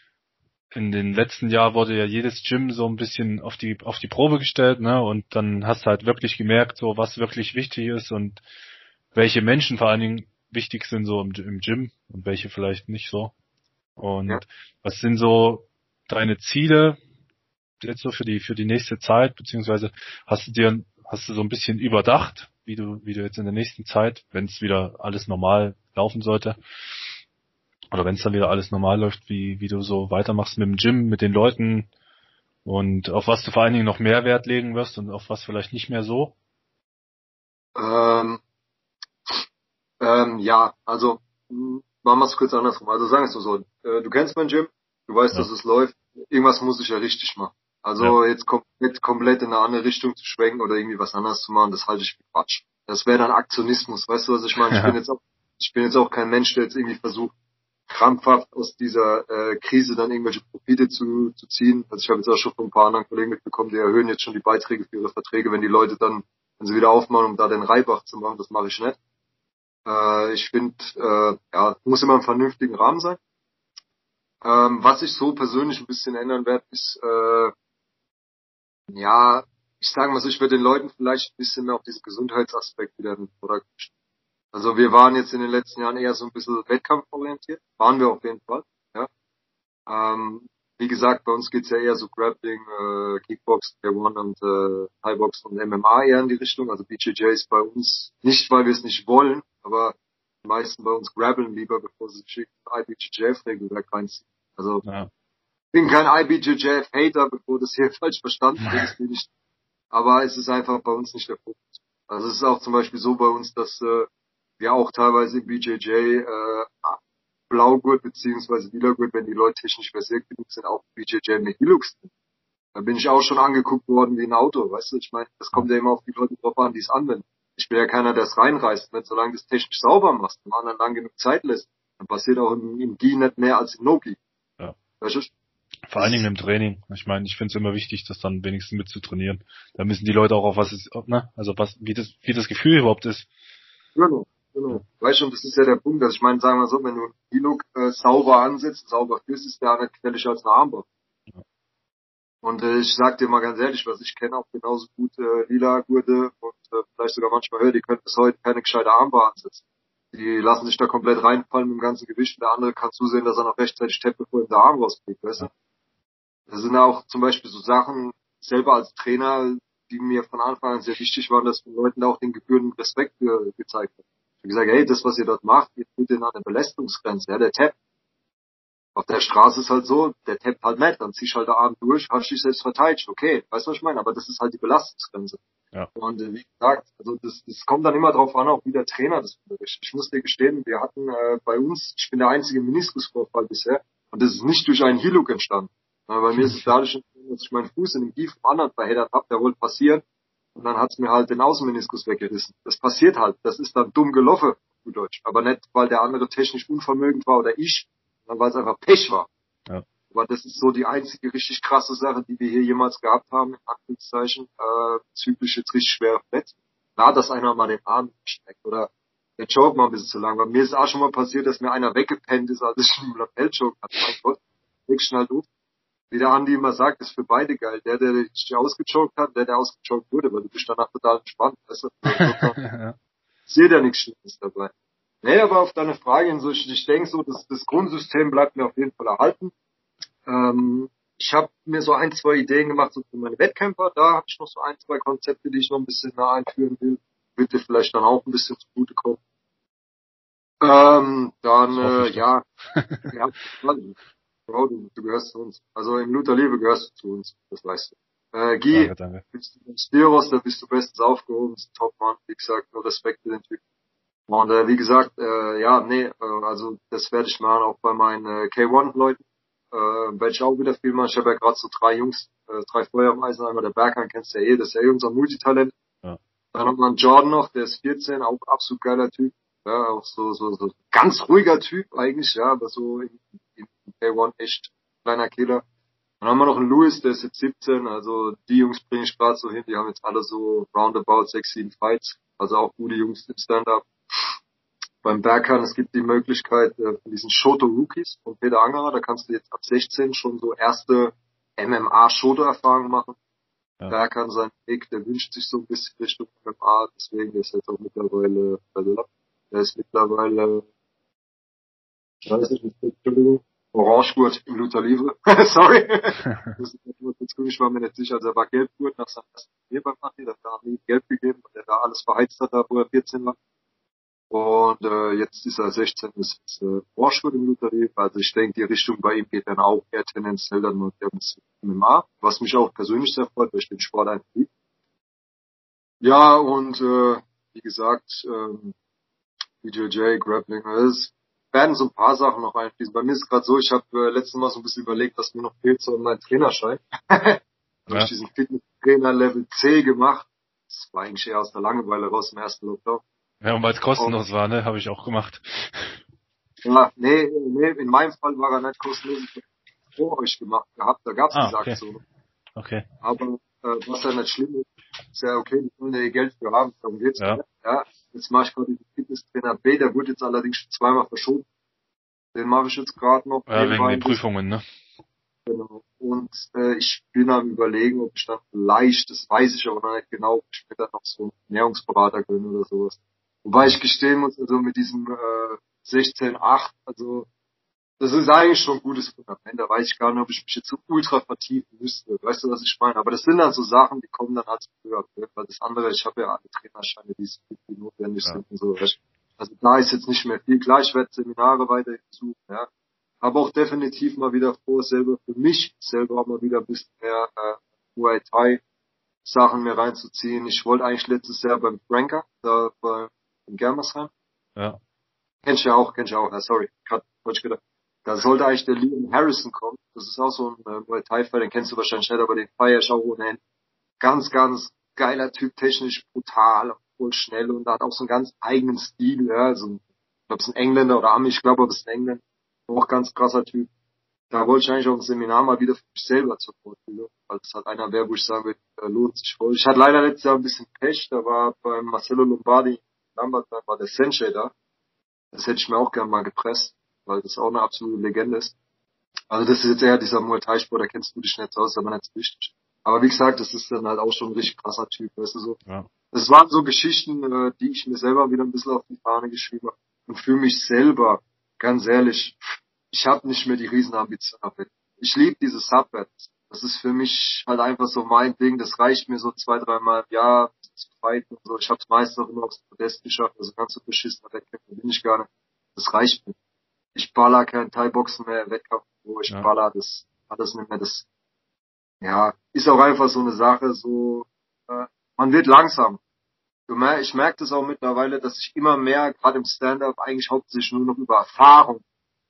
in den letzten Jahren wurde ja jedes Gym so ein bisschen auf die auf die Probe gestellt, ne? Und dann hast du halt wirklich gemerkt, so was wirklich wichtig ist und welche Menschen vor allen Dingen wichtig sind so im, im Gym und welche vielleicht nicht so. Und ja. Was sind so deine Ziele jetzt so für die für die nächste Zeit, beziehungsweise hast du dir hast du so ein bisschen überdacht, wie du wie du jetzt in der nächsten Zeit, wenn es wieder alles normal laufen sollte, oder wenn es dann wieder alles normal läuft, wie wie du so weitermachst mit dem Gym, mit den Leuten und auf was du vor allen Dingen noch mehr Wert legen wirst und auf was vielleicht nicht mehr so? Ähm, ähm, ja, also machen wir es kurz andersrum. Also sagen wir es so, äh, du kennst mein Gym, du weißt, ja. dass es läuft, irgendwas muss ich ja richtig machen. Also ja. jetzt komplett, komplett in eine andere Richtung zu schwenken oder irgendwie was anderes zu machen, das halte ich für Quatsch. Das wäre dann Aktionismus, weißt du, was ich meine? Ich ja. bin jetzt auch, ich bin jetzt auch kein Mensch, der jetzt irgendwie versucht, krampfhaft aus dieser äh, Krise dann irgendwelche Profite zu, zu ziehen. Also ich habe jetzt auch schon von ein paar anderen Kollegen mitbekommen, die erhöhen jetzt schon die Beiträge für ihre Verträge, wenn die Leute dann, wenn sie wieder aufmachen, um da den Reibach zu machen, das mache ich nicht. Äh, ich finde, äh, ja, muss immer im vernünftigen Rahmen sein. Ähm, was ich so persönlich ein bisschen ändern werde, ist, äh, ja, ich sage mal so, ich werde den Leuten vielleicht ein bisschen mehr auf diesen Gesundheitsaspekt wieder in den Vordergrund stellen. Also wir waren jetzt in den letzten Jahren eher so ein bisschen wettkampforientiert, waren wir auf jeden Fall. Ja. Ähm, wie gesagt, bei uns geht's ja eher so Grappling, äh, Kickbox, K eins und äh, Thai-Box und M M A eher in die Richtung. Also B J J ist bei uns nicht, weil wir es nicht wollen, aber die meisten bei uns grappeln lieber, bevor sie sich ein I B J J F-Regelwerk reinziehen. Also ja. ich bin kein I B J J F-Hater, bevor das hier falsch verstanden wird, bin ich. Aber es ist einfach bei uns nicht der Fokus. Also es ist auch zum Beispiel so bei uns, dass äh, wir auch teilweise im B J J äh, Blaugurt beziehungsweise Lila-Gurt, wenn die Leute technisch versiert genug sind, auch B J J mit Hilux. Da bin ich auch schon angeguckt worden wie ein Auto, weißt du? Ich meine, das kommt ja immer auf die Leute drauf an, die es anwenden. Ich bin ja keiner, der es reinreißt. Wenn solange du es technisch sauber machst, dem anderen lang genug Zeit lässt, dann passiert auch im, im Gi nicht mehr als im No-Gi. Ja. Weißt du? Vor allen Dingen im Training. Ich meine, ich finde es immer wichtig, das dann wenigstens mit zu trainieren. Da müssen die Leute auch auf was ist, ne? Also was, wie das, wie das Gefühl überhaupt ist. Genau, genau. Weißt du, und das ist ja der Punkt, dass ich meine, sagen wir so, wenn du einen Hilux äh, sauber ansetzt, sauber führst, ist der nicht gefährlicher als eine Armbar. Ja. Und äh, ich sag dir mal ganz ehrlich, was ich kenne, auch genauso gut äh, Lila-Gurte und äh, vielleicht sogar manchmal höher, die können bis heute keine gescheite Armbar ansetzen. Die lassen sich da komplett reinfallen mit dem ganzen Gewicht und der andere kann zusehen, dass er noch rechtzeitig tappt, bevor ihm der Arm rausfliegt, weißt du? Das sind auch zum Beispiel so Sachen, selber als Trainer, die mir von Anfang an sehr wichtig waren, dass den Leuten auch den gebührenden Respekt ge gezeigt wird. Ich habe gesagt, hey, das, was ihr dort macht, ihr tut den an eine Belastungsgrenze, ja, der tappt. Auf der Straße ist halt so, der tappt halt nicht, dann ziehst halt der Arm durch, hast dich selbst verteidigt, okay, weißt du, was ich meine? Aber das ist halt die Belastungsgrenze. Ja. Und äh, wie gesagt, also das, das kommt dann immer drauf an, auch wie der Trainer das unterrichtet. Ich muss dir gestehen, wir hatten äh, bei uns, ich bin der einzige Meniskusvorfall bisher, und das ist nicht durch einen Hiluk entstanden. Äh, bei mir ist es dadurch entstanden, dass ich meinen Fuß in den Knie vom anderen verheddert habe, der wollte passieren, und dann hat's mir halt den Außenmeniskus weggerissen. Das passiert halt, das ist dann dumm gelaufen, auf Deutsch. Aber nicht, weil der andere technisch unvermögend war oder ich, sondern weil es einfach Pech war. Ja. Aber das ist so die einzige richtig krasse Sache, die wir hier jemals gehabt haben, in Anführungszeichen, äh, bezüglich jetzt richtig schwerer Verletzung. Klar, dass einer mal den Arm streckt oder der Joke mal ein bisschen zu lang war. Mir ist auch schon mal passiert, dass mir einer weggepennt ist, als ich einen Lapel-Joke hatte. Mein Gott, leg schnell auf. Wie der Andi immer sagt, ist für beide geil. Der, der dich ausgechoked hat, der, der ausgechoked wurde, weil du bist danach total entspannt. Weißt du? Ja. Ich sehe da nichts Schlimmes dabei. Nee, aber auf deine Frage hin, so, ich, ich denke so, das, das Grundsystem bleibt mir auf jeden Fall erhalten. Ähm, ich habe mir so ein, zwei Ideen gemacht so für meine Wettkämpfer. Da habe ich noch so ein, zwei Konzepte, die ich noch ein bisschen nah einführen will. Wird dir vielleicht dann auch ein bisschen zugutekommen. Ähm, dann, äh, ja, ja, Bro, du, du gehörst zu uns. Also im Luther Liebe gehörst du zu uns, das weißt du. Äh, Guy, Danke, danke. bist du im Spiros, da bist du bestens aufgehoben, ist ein Top-Mann, wie gesagt, nur Respekt für den Typ. Und äh, wie gesagt, äh, ja, nee, äh, also das werde ich machen, auch bei meinen äh, K eins Leuten. Äh, werde ich auch wieder viel machen. Ich habe ja gerade so drei Jungs, äh, drei Feuer am Eisen, einmal der Berghahn, kennst du ja eh, das ist ja eh unser Multitalent. Ja. Dann haben wir einen Jordan noch, der ist vierzehn, auch absolut geiler Typ. Ja, auch so, so, so ganz ruhiger Typ eigentlich, ja, aber so in, in K eins echt kleiner Killer. Dann haben wir noch einen Louis, der ist jetzt siebzehn, also die Jungs bringe ich gerade so hin, die haben jetzt alle so roundabout sechs, sieben Fights, also auch gute Jungs im Stand-Up. Beim Berghahn, es gibt die Möglichkeit äh, von diesen Shoto-Rookies von Peter Angerer, da kannst du jetzt ab sechzehn schon so erste M M A-Shoto-Erfahrungen machen. Ja. Berghahn, sein Weg, der wünscht sich so ein bisschen Richtung M M A, deswegen ist er jetzt auch mittlerweile, also, er ist mittlerweile, ich weiß nicht, Entschuldigung, Orangegurt im Luther Livre. Sorry. Das ist kurz gucken, ich war mir nicht sicher, also er war Gelbgurt nach seinem ersten Turnier beim Matti, da hat er nie Gelb gegeben, weil er da alles verheizt hat, da wo er vierzehn war. Und äh, jetzt ist er sechzehn, ist jetzt, äh, Orangegurt im Luther Livre. Also ich denke, die Richtung bei ihm geht dann auch eher tendenziell dann nur der M M A, was mich auch persönlich sehr freut, weil ich den Sport einfach liebe. Ja, und äh, wie gesagt, ähm, B J J, Grappling, es werden so ein paar Sachen noch einfließen. Bei mir ist es gerade so, ich habe äh, letztes Mal so ein bisschen überlegt, was mir noch fehlt, so mein Trainerschein. Habe Ja. ich diesen Fitnesstrainer Level C gemacht. Das war eigentlich eher aus der Langeweile raus im ersten Lockdown. Ja, und weil es kostenlos war, ne, habe ich auch gemacht. Ja, nee, nee, in meinem Fall war er nicht kostenlos. Ich hab vor euch gemacht gehabt, da gab's Ah, diese okay. Aktion. Okay. Aber äh, was ja nicht schlimm ist, ist ja okay, die wollen ja ihr Geld für haben, darum geht's Ja. nicht. Ja, jetzt mache ich gerade diesen Fitnesstrainer B, der wurde jetzt allerdings schon zweimal verschoben. Den mache ich jetzt gerade noch. Ja, wegen nebenbei den ein bisschen. Prüfungen, ne? Genau. Und äh, ich bin am überlegen, ob ich dann vielleicht, das weiß ich aber noch nicht genau, ob ich mir dann noch so einen Ernährungsberater gönne oder sowas. Wobei ich gestehen muss, also mit diesem äh, sechzehn acht, also das ist eigentlich schon ein gutes Fundament. Da weiß ich gar nicht, ob ich mich jetzt so ultra vertiefen müsste. Weißt du, was ich meine? Aber das sind dann so Sachen, die kommen dann als früher. Weil das andere, ich habe ja alle Trainerscheine, die, die notwendig Ja. sind und so. Also da ist jetzt nicht mehr viel. Klar, ich werde Seminare weiterhin suchen, ja. Aber auch definitiv mal wieder vor, selber für mich selber auch mal wieder ein bisschen mehr äh, Muay Thai Sachen mir reinzuziehen. Ich wollte eigentlich letztes Jahr beim Franker, da bei in Germersheim. Ja. Kennst du ja auch, kennst du ja auch, ja, sorry, grad falsch gedacht. Da sollte eigentlich der Liam Harrison kommen. Das ist auch so ein äh, Muay Thai Fighter, den kennst du wahrscheinlich nicht, aber den feier ich auch ohne Ende. Ganz, ganz geiler Typ, technisch brutal, voll schnell und hat auch so einen ganz eigenen Stil, ja, also ich glaube, es ist ein Engländer oder Ami, ich glaube, es ist ein Engländer. Auch ganz krasser Typ. Da wollte ich eigentlich auch ein Seminar mal wieder für mich selber zur Fortbildung, weil das halt einer wäre, wo ich sagen würde, äh, lohnt sich voll. Ich hatte leider letztes Jahr ein bisschen Pech, da war beim Marcelo Lombardi Lambert war der Sensei da. Das hätte ich mir auch gern mal gepresst, weil das auch eine absolute Legende ist. Also das ist jetzt eher dieser Muay Thai Sport, da kennst du dich nicht so aus, aber nicht so wichtig. Aber wie gesagt, das ist dann halt auch schon ein richtig krasser Typ, weißt du so. Ja. Das waren so Geschichten, äh, die ich mir selber wieder ein bisschen auf die Fahne geschrieben habe. Und für mich selber, ganz ehrlich, ich habe nicht mehr die Riesenambition. Ich liebe diese Subbattles. Das ist für mich halt einfach so mein Ding. Das reicht mir so zwei, dreimal im Jahr zu fighten und so. Ich habe es meistens auch immer aufs Podest geschafft. Also ganz so beschissener Wettkämpfer bin ich gar nicht. Das reicht mir. Ich baller kein Thai-Boxen mehr im Wettkampf, wo ich Ja. baller, das alles nicht mehr. Das, ja, ist auch einfach so eine Sache, so, äh, man wird langsam. Du mer- Ich merke das auch mittlerweile, dass ich immer mehr, gerade im Stand-up, eigentlich hauptsächlich nur noch über Erfahrung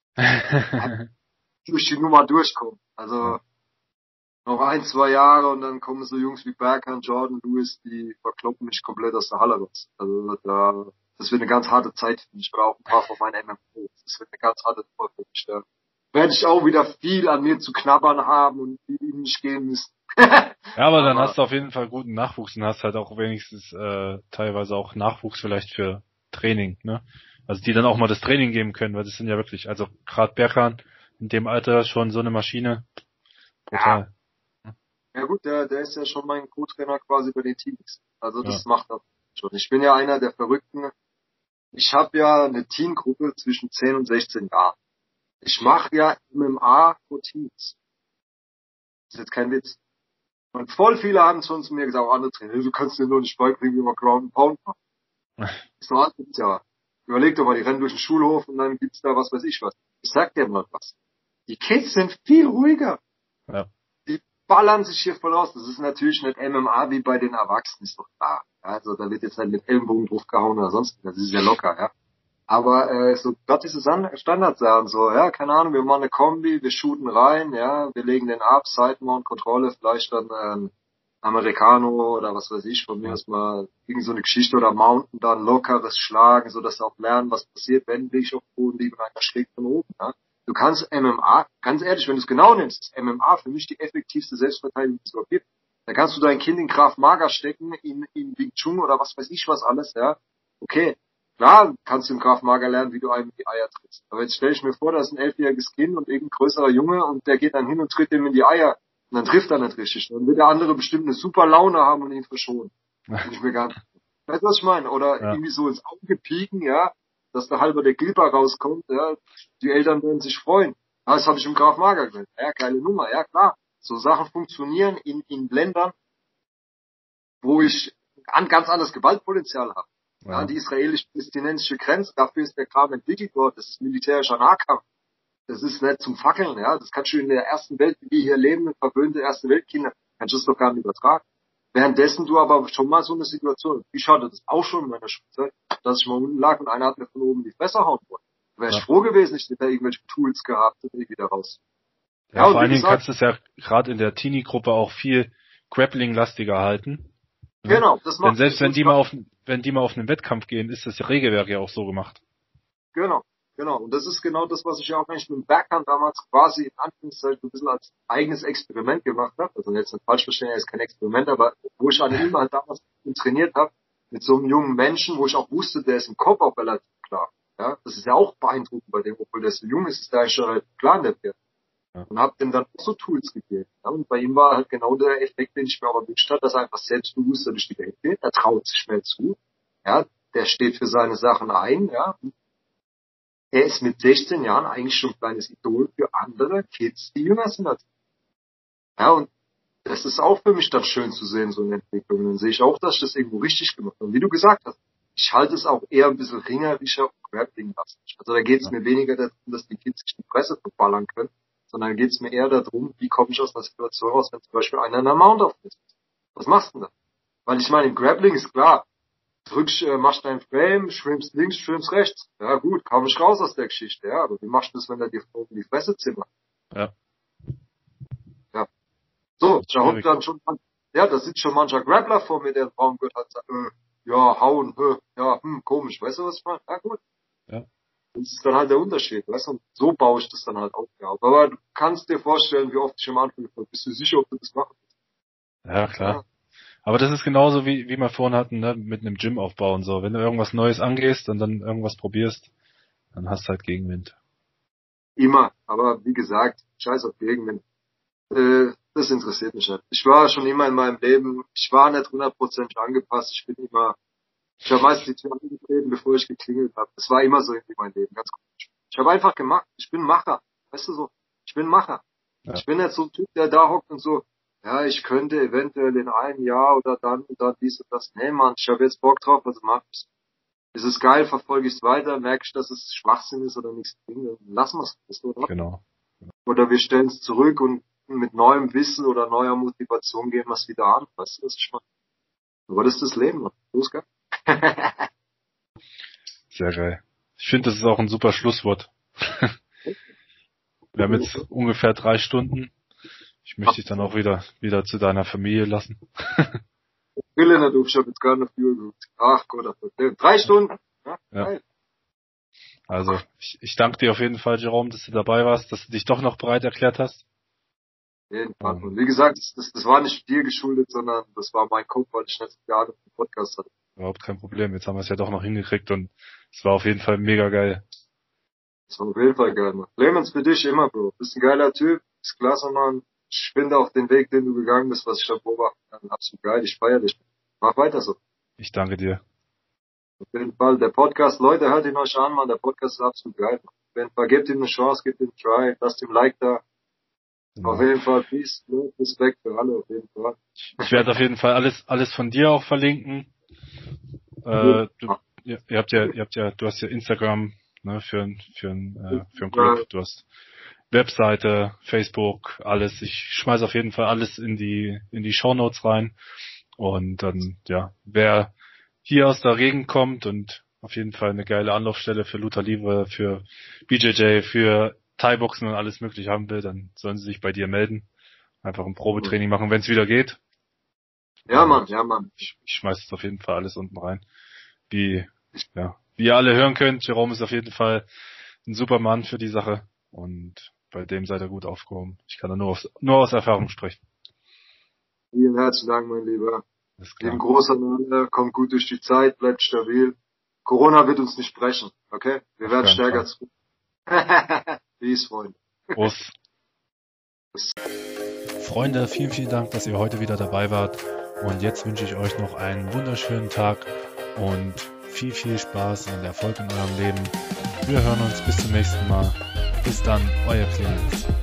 durch die Nummer durchkomme. Also Ja. noch ein, zwei Jahre und dann kommen so Jungs wie Berkan, Jordan, Lewis, die verkloppen mich komplett aus der Halle raus. Also da, das wird eine ganz harte Zeit für mich. Ich brauche ein paar von meinen M M Os. Das wird eine ganz harte Nummer für mich. Da werde ich auch wieder viel an mir zu knabbern haben und viel in mich gehen müssen. Ja, aber dann Aber- hast du auf jeden Fall guten Nachwuchs und hast halt auch wenigstens äh, teilweise auch Nachwuchs vielleicht für Training, ne? Also die dann auch mal das Training geben können, weil das sind ja wirklich, also gerade Berkan in dem Alter schon so eine Maschine. Brutal. Ja gut, der, der ist ja schon mein Co-Trainer quasi bei den Teams. Also das Ja. macht er schon. Ich bin ja einer der Verrückten. Ich habe ja eine Teamgruppe zwischen zehn und sechzehn Jahren. Ich mache ja M M A für Teams. Das ist jetzt kein Witz. Und voll viele haben schon zu mir gesagt, auch andere Trainer, du kannst dir nur nicht beibringen, wie man Ground and Pound macht. Ist nur alles, ja. Überleg doch mal, die rennen durch den Schulhof und dann gibt's da was weiß ich was. Ich sag dir mal was. Die Kids sind viel ruhiger. Ja. Die ballern sich hier voll aus. Das ist natürlich nicht M M A wie bei den Erwachsenen, ist doch klar. Also da wird jetzt nicht mit Ellenbogen draufgehauen oder sonst was. Das ist ja locker, ja. Aber äh, so Gott diese San- Standardsachen, so, ja, keine Ahnung, wir machen eine Kombi, wir shooten rein, ja, wir legen den ab, Sidemount, Kontrolle, vielleicht dann ähm, Americano oder was weiß ich, von mir Ja. aus mal irgend so eine Geschichte oder Mountain, dann lockeres Schlagen, so dass sie auch lernen, was passiert, wenn ich auf dem Boden liege und einer schlägt von oben, ja. Du kannst M M A, ganz ehrlich, wenn du es genau nimmst, ist M M A für mich die effektivste Selbstverteidigung, die es überhaupt gibt. Da kannst du dein Kind in Krav Maga stecken, in, in Wing Chun oder was weiß ich was alles, ja. Okay. Klar, kannst du im Krav Maga lernen, wie du einem in die Eier trittst. Aber jetzt stell ich mir vor, da ist ein elfjähriges Kind und irgendein größerer Junge und der geht dann hin und tritt ihm in die Eier. Und dann trifft er nicht richtig. Dann wird der andere bestimmt eine super Laune haben und ihn verschonen. Bin ich mir gar nicht. Weißt du, was ich meine? Oder Ja. irgendwie so ins Auge pieken, ja, dass da halber der Clipper rauskommt, ja. Die Eltern werden sich freuen. Ah, das habe ich im Krav Maga gelernt. Ja, geile Nummer, ja klar. So Sachen funktionieren in, in Ländern, wo ich ein ganz anderes Gewaltpotenzial habe. Ja, Ja. die israelisch-palästinensische Grenze, dafür ist der Kram entwickelt worden. Das ist militärischer Nahkampf. Das ist nicht zum Fackeln, ja. Das kannst du in der ersten Welt, wie wir hier leben, verwöhnte erste Weltkinder, kannst du das doch gar nicht übertragen. Währenddessen du aber schon mal so eine Situation, ich hatte das auch schon in meiner Schulzeit, dass ich mal unten lag und einer hat mir von oben die Fresse hauen wollen. Da wäre ich Ja. froh gewesen, ich hätte da irgendwelche Tools gehabt und irgendwie da raus. Ja, Ja, und vor wie allen Dingen gesagt- kannst du es ja gerade in der Teenie-Gruppe auch viel Grappling-lastiger halten. Ne? Genau, das macht Denn selbst mir wenn so die Spaß. mal auf, wenn die mal auf einen Wettkampf gehen, ist das Regelwerk ja auch so gemacht. Genau, genau. Und das ist genau das, was ich ja auch eigentlich mit dem Backhand damals quasi in Anführungszeichen ein bisschen als eigenes Experiment gemacht habe. Also jetzt nicht falsch verstehen, er ist kein Experiment, aber wo ich an ihm halt damals trainiert habe, mit so einem jungen Menschen, wo ich auch wusste, der ist im Kopf auch relativ klar. Ja, das ist ja auch beeindruckend bei dem, obwohl der so jung ist, ist der eigentlich schon relativ klar in der Welt. Ja. Und habe dem dann auch so Tools gegeben. Ja, und bei ihm war halt genau der Effekt, den ich mir auch erwünscht habe, dass er einfach selbstbewusster durch die Welt geht. Er traut sich mehr zu. Ja, der steht für seine Sachen ein. Ja, er ist mit sechzehn Jahren eigentlich schon ein kleines Idol für andere Kids, die jünger sind als er. Ja, und das ist auch für mich dann schön zu sehen, so eine Entwicklung. Dann sehe ich auch, dass ich das irgendwo richtig gemacht habe. Und wie du gesagt hast, ich halte es auch eher ein bisschen ringerischer und grappling-lastig. Also da geht es Ja. mir weniger darum, dass die Kids sich die Presse verballern können, sondern geht es mir eher darum, wie komme ich aus einer Situation raus, wenn zum Beispiel einer in der Mount auf ist. Was machst du denn da? Weil ich meine, im Grappling ist klar, drückst, äh, machst deinen Frame, schwimmst links, schwimmst rechts. Ja gut, komm ich raus aus der Geschichte, ja, aber wie machst du das, wenn er dir vor die Fresse zimmert? Ja. Ja. So, da Schwierig. hockt dann schon, ja, da sitzt schon mancher Grappler vor mir, der im Raum gehört hat, sagt, äh, ja, hauen, äh, ja, hm, komisch, weißt du, was ich meine? Ja gut. Ja. Das ist dann halt der Unterschied, weißt du, und so baue ich das dann halt auch auf. Aber du kannst dir vorstellen, wie oft ich am Anfang gefragt, bist du sicher, ob du das machst? Ja, klar. Aber das ist genauso wie, wie wir vorhin hatten, ne, mit einem Gymaufbau und so. Wenn du irgendwas Neues angehst und dann irgendwas probierst, dann hast du halt Gegenwind. Immer. Aber wie gesagt, scheiß auf Gegenwind. Äh, das interessiert mich nicht. Ich war schon immer in meinem Leben, ich war nicht hundert Prozent angepasst. Ich bin immer, ich habe meist die Tür angetreten, bevor ich geklingelt habe. Das war immer so in meinem Leben, ganz komisch. Ich habe einfach gemacht. Ich bin Macher. Weißt du so? Ich bin Macher. Ja. Ich bin nicht so ein Typ, der da hockt und so, ja, ich könnte eventuell in einem Jahr oder dann und dann dies und das. Nee, Mann, ich habe jetzt Bock drauf, also mach ich's. Ist es geil, verfolge ich es weiter, merke ich, dass es Schwachsinn ist oder nichts bringt, lassen wir es. Genau. Oder wir stellen es zurück und mit neuem Wissen oder neuer Motivation gehen wir es wieder an. Weißt du, das ist mal. Aber das ist das Leben, Mann. Los, gell? Sehr geil. Ich finde, das ist auch ein super Schlusswort. Wir haben jetzt ungefähr drei Stunden. Ich möchte dich dann auch wieder wieder zu deiner Familie lassen. Brille nicht auf, ich habe jetzt gar nicht viel geguckt. Ach Gott, drei Stunden. Ja, ja. Also, ich, ich danke dir auf jeden Fall, Jerome, dass du dabei warst, dass du dich doch noch bereit erklärt hast. Jeden Fall. Und wie gesagt, das, das war nicht dir geschuldet, sondern das war mein Kopf, weil ich nicht Jahre einen Podcast hatte. Überhaupt kein Problem. Jetzt haben wir es ja doch noch hingekriegt und es war auf jeden Fall mega geil. Das war auf jeden Fall geil, Mann. Clemens, für dich immer, Bro. Bist ein geiler Typ, bist klasse, Mann. Ich finde auch den Weg, den du gegangen bist, was ich da beobachten kann, absolut geil. Ich feiere dich. Mach weiter so. Ich danke dir. Auf jeden Fall. Der Podcast, Leute, hört ihn euch an, Mann. Der Podcast ist absolut geil. Auf jeden Fall, gebt ihm eine Chance, gebt ihm einen Try, lasst ihm ein Like da. Genau. Auf jeden Fall, Peace, Respekt für alle, auf jeden Fall. Ich werde auf jeden Fall alles, alles von dir auch verlinken. Äh, du, ihr, ihr habt ja, ihr habt ja, du hast ja Instagram, ne, für ein, für ein, äh, für ein Club. Du hast Webseite, Facebook, alles. Ich schmeiß auf jeden Fall alles in die, in die Shownotes rein. Und dann, ja, wer hier aus der Gegend kommt und auf jeden Fall eine geile Anlaufstelle für Luta Livre, für B J J, für Thai-Boxen und alles mögliche haben will, dann sollen sie sich bei dir melden. Einfach ein Probetraining machen, wenn es wieder geht. Ja, Mann, ja, Mann. Ich, ich schmeiß es auf jeden Fall alles unten rein. Wie, ja, wie ihr alle hören könnt, Jerome ist auf jeden Fall ein super Mann für die Sache und bei dem seid ihr gut aufgehoben. Ich kann da nur, aus, nur aus Erfahrung sprechen. Vielen herzlichen Dank, mein Lieber. Lieben Gruß an alle, kommt gut durch die Zeit, bleibt stabil. Corona wird uns nicht brechen, okay? Wir werden stärker zu. Peace, Freunde. Prost. Freunde, vielen, vielen Dank, dass ihr heute wieder dabei wart. Und jetzt wünsche ich euch noch einen wunderschönen Tag und viel, viel Spaß und Erfolg in eurem Leben. Wir hören uns bis zum nächsten Mal. Bis dann, euer Clemens.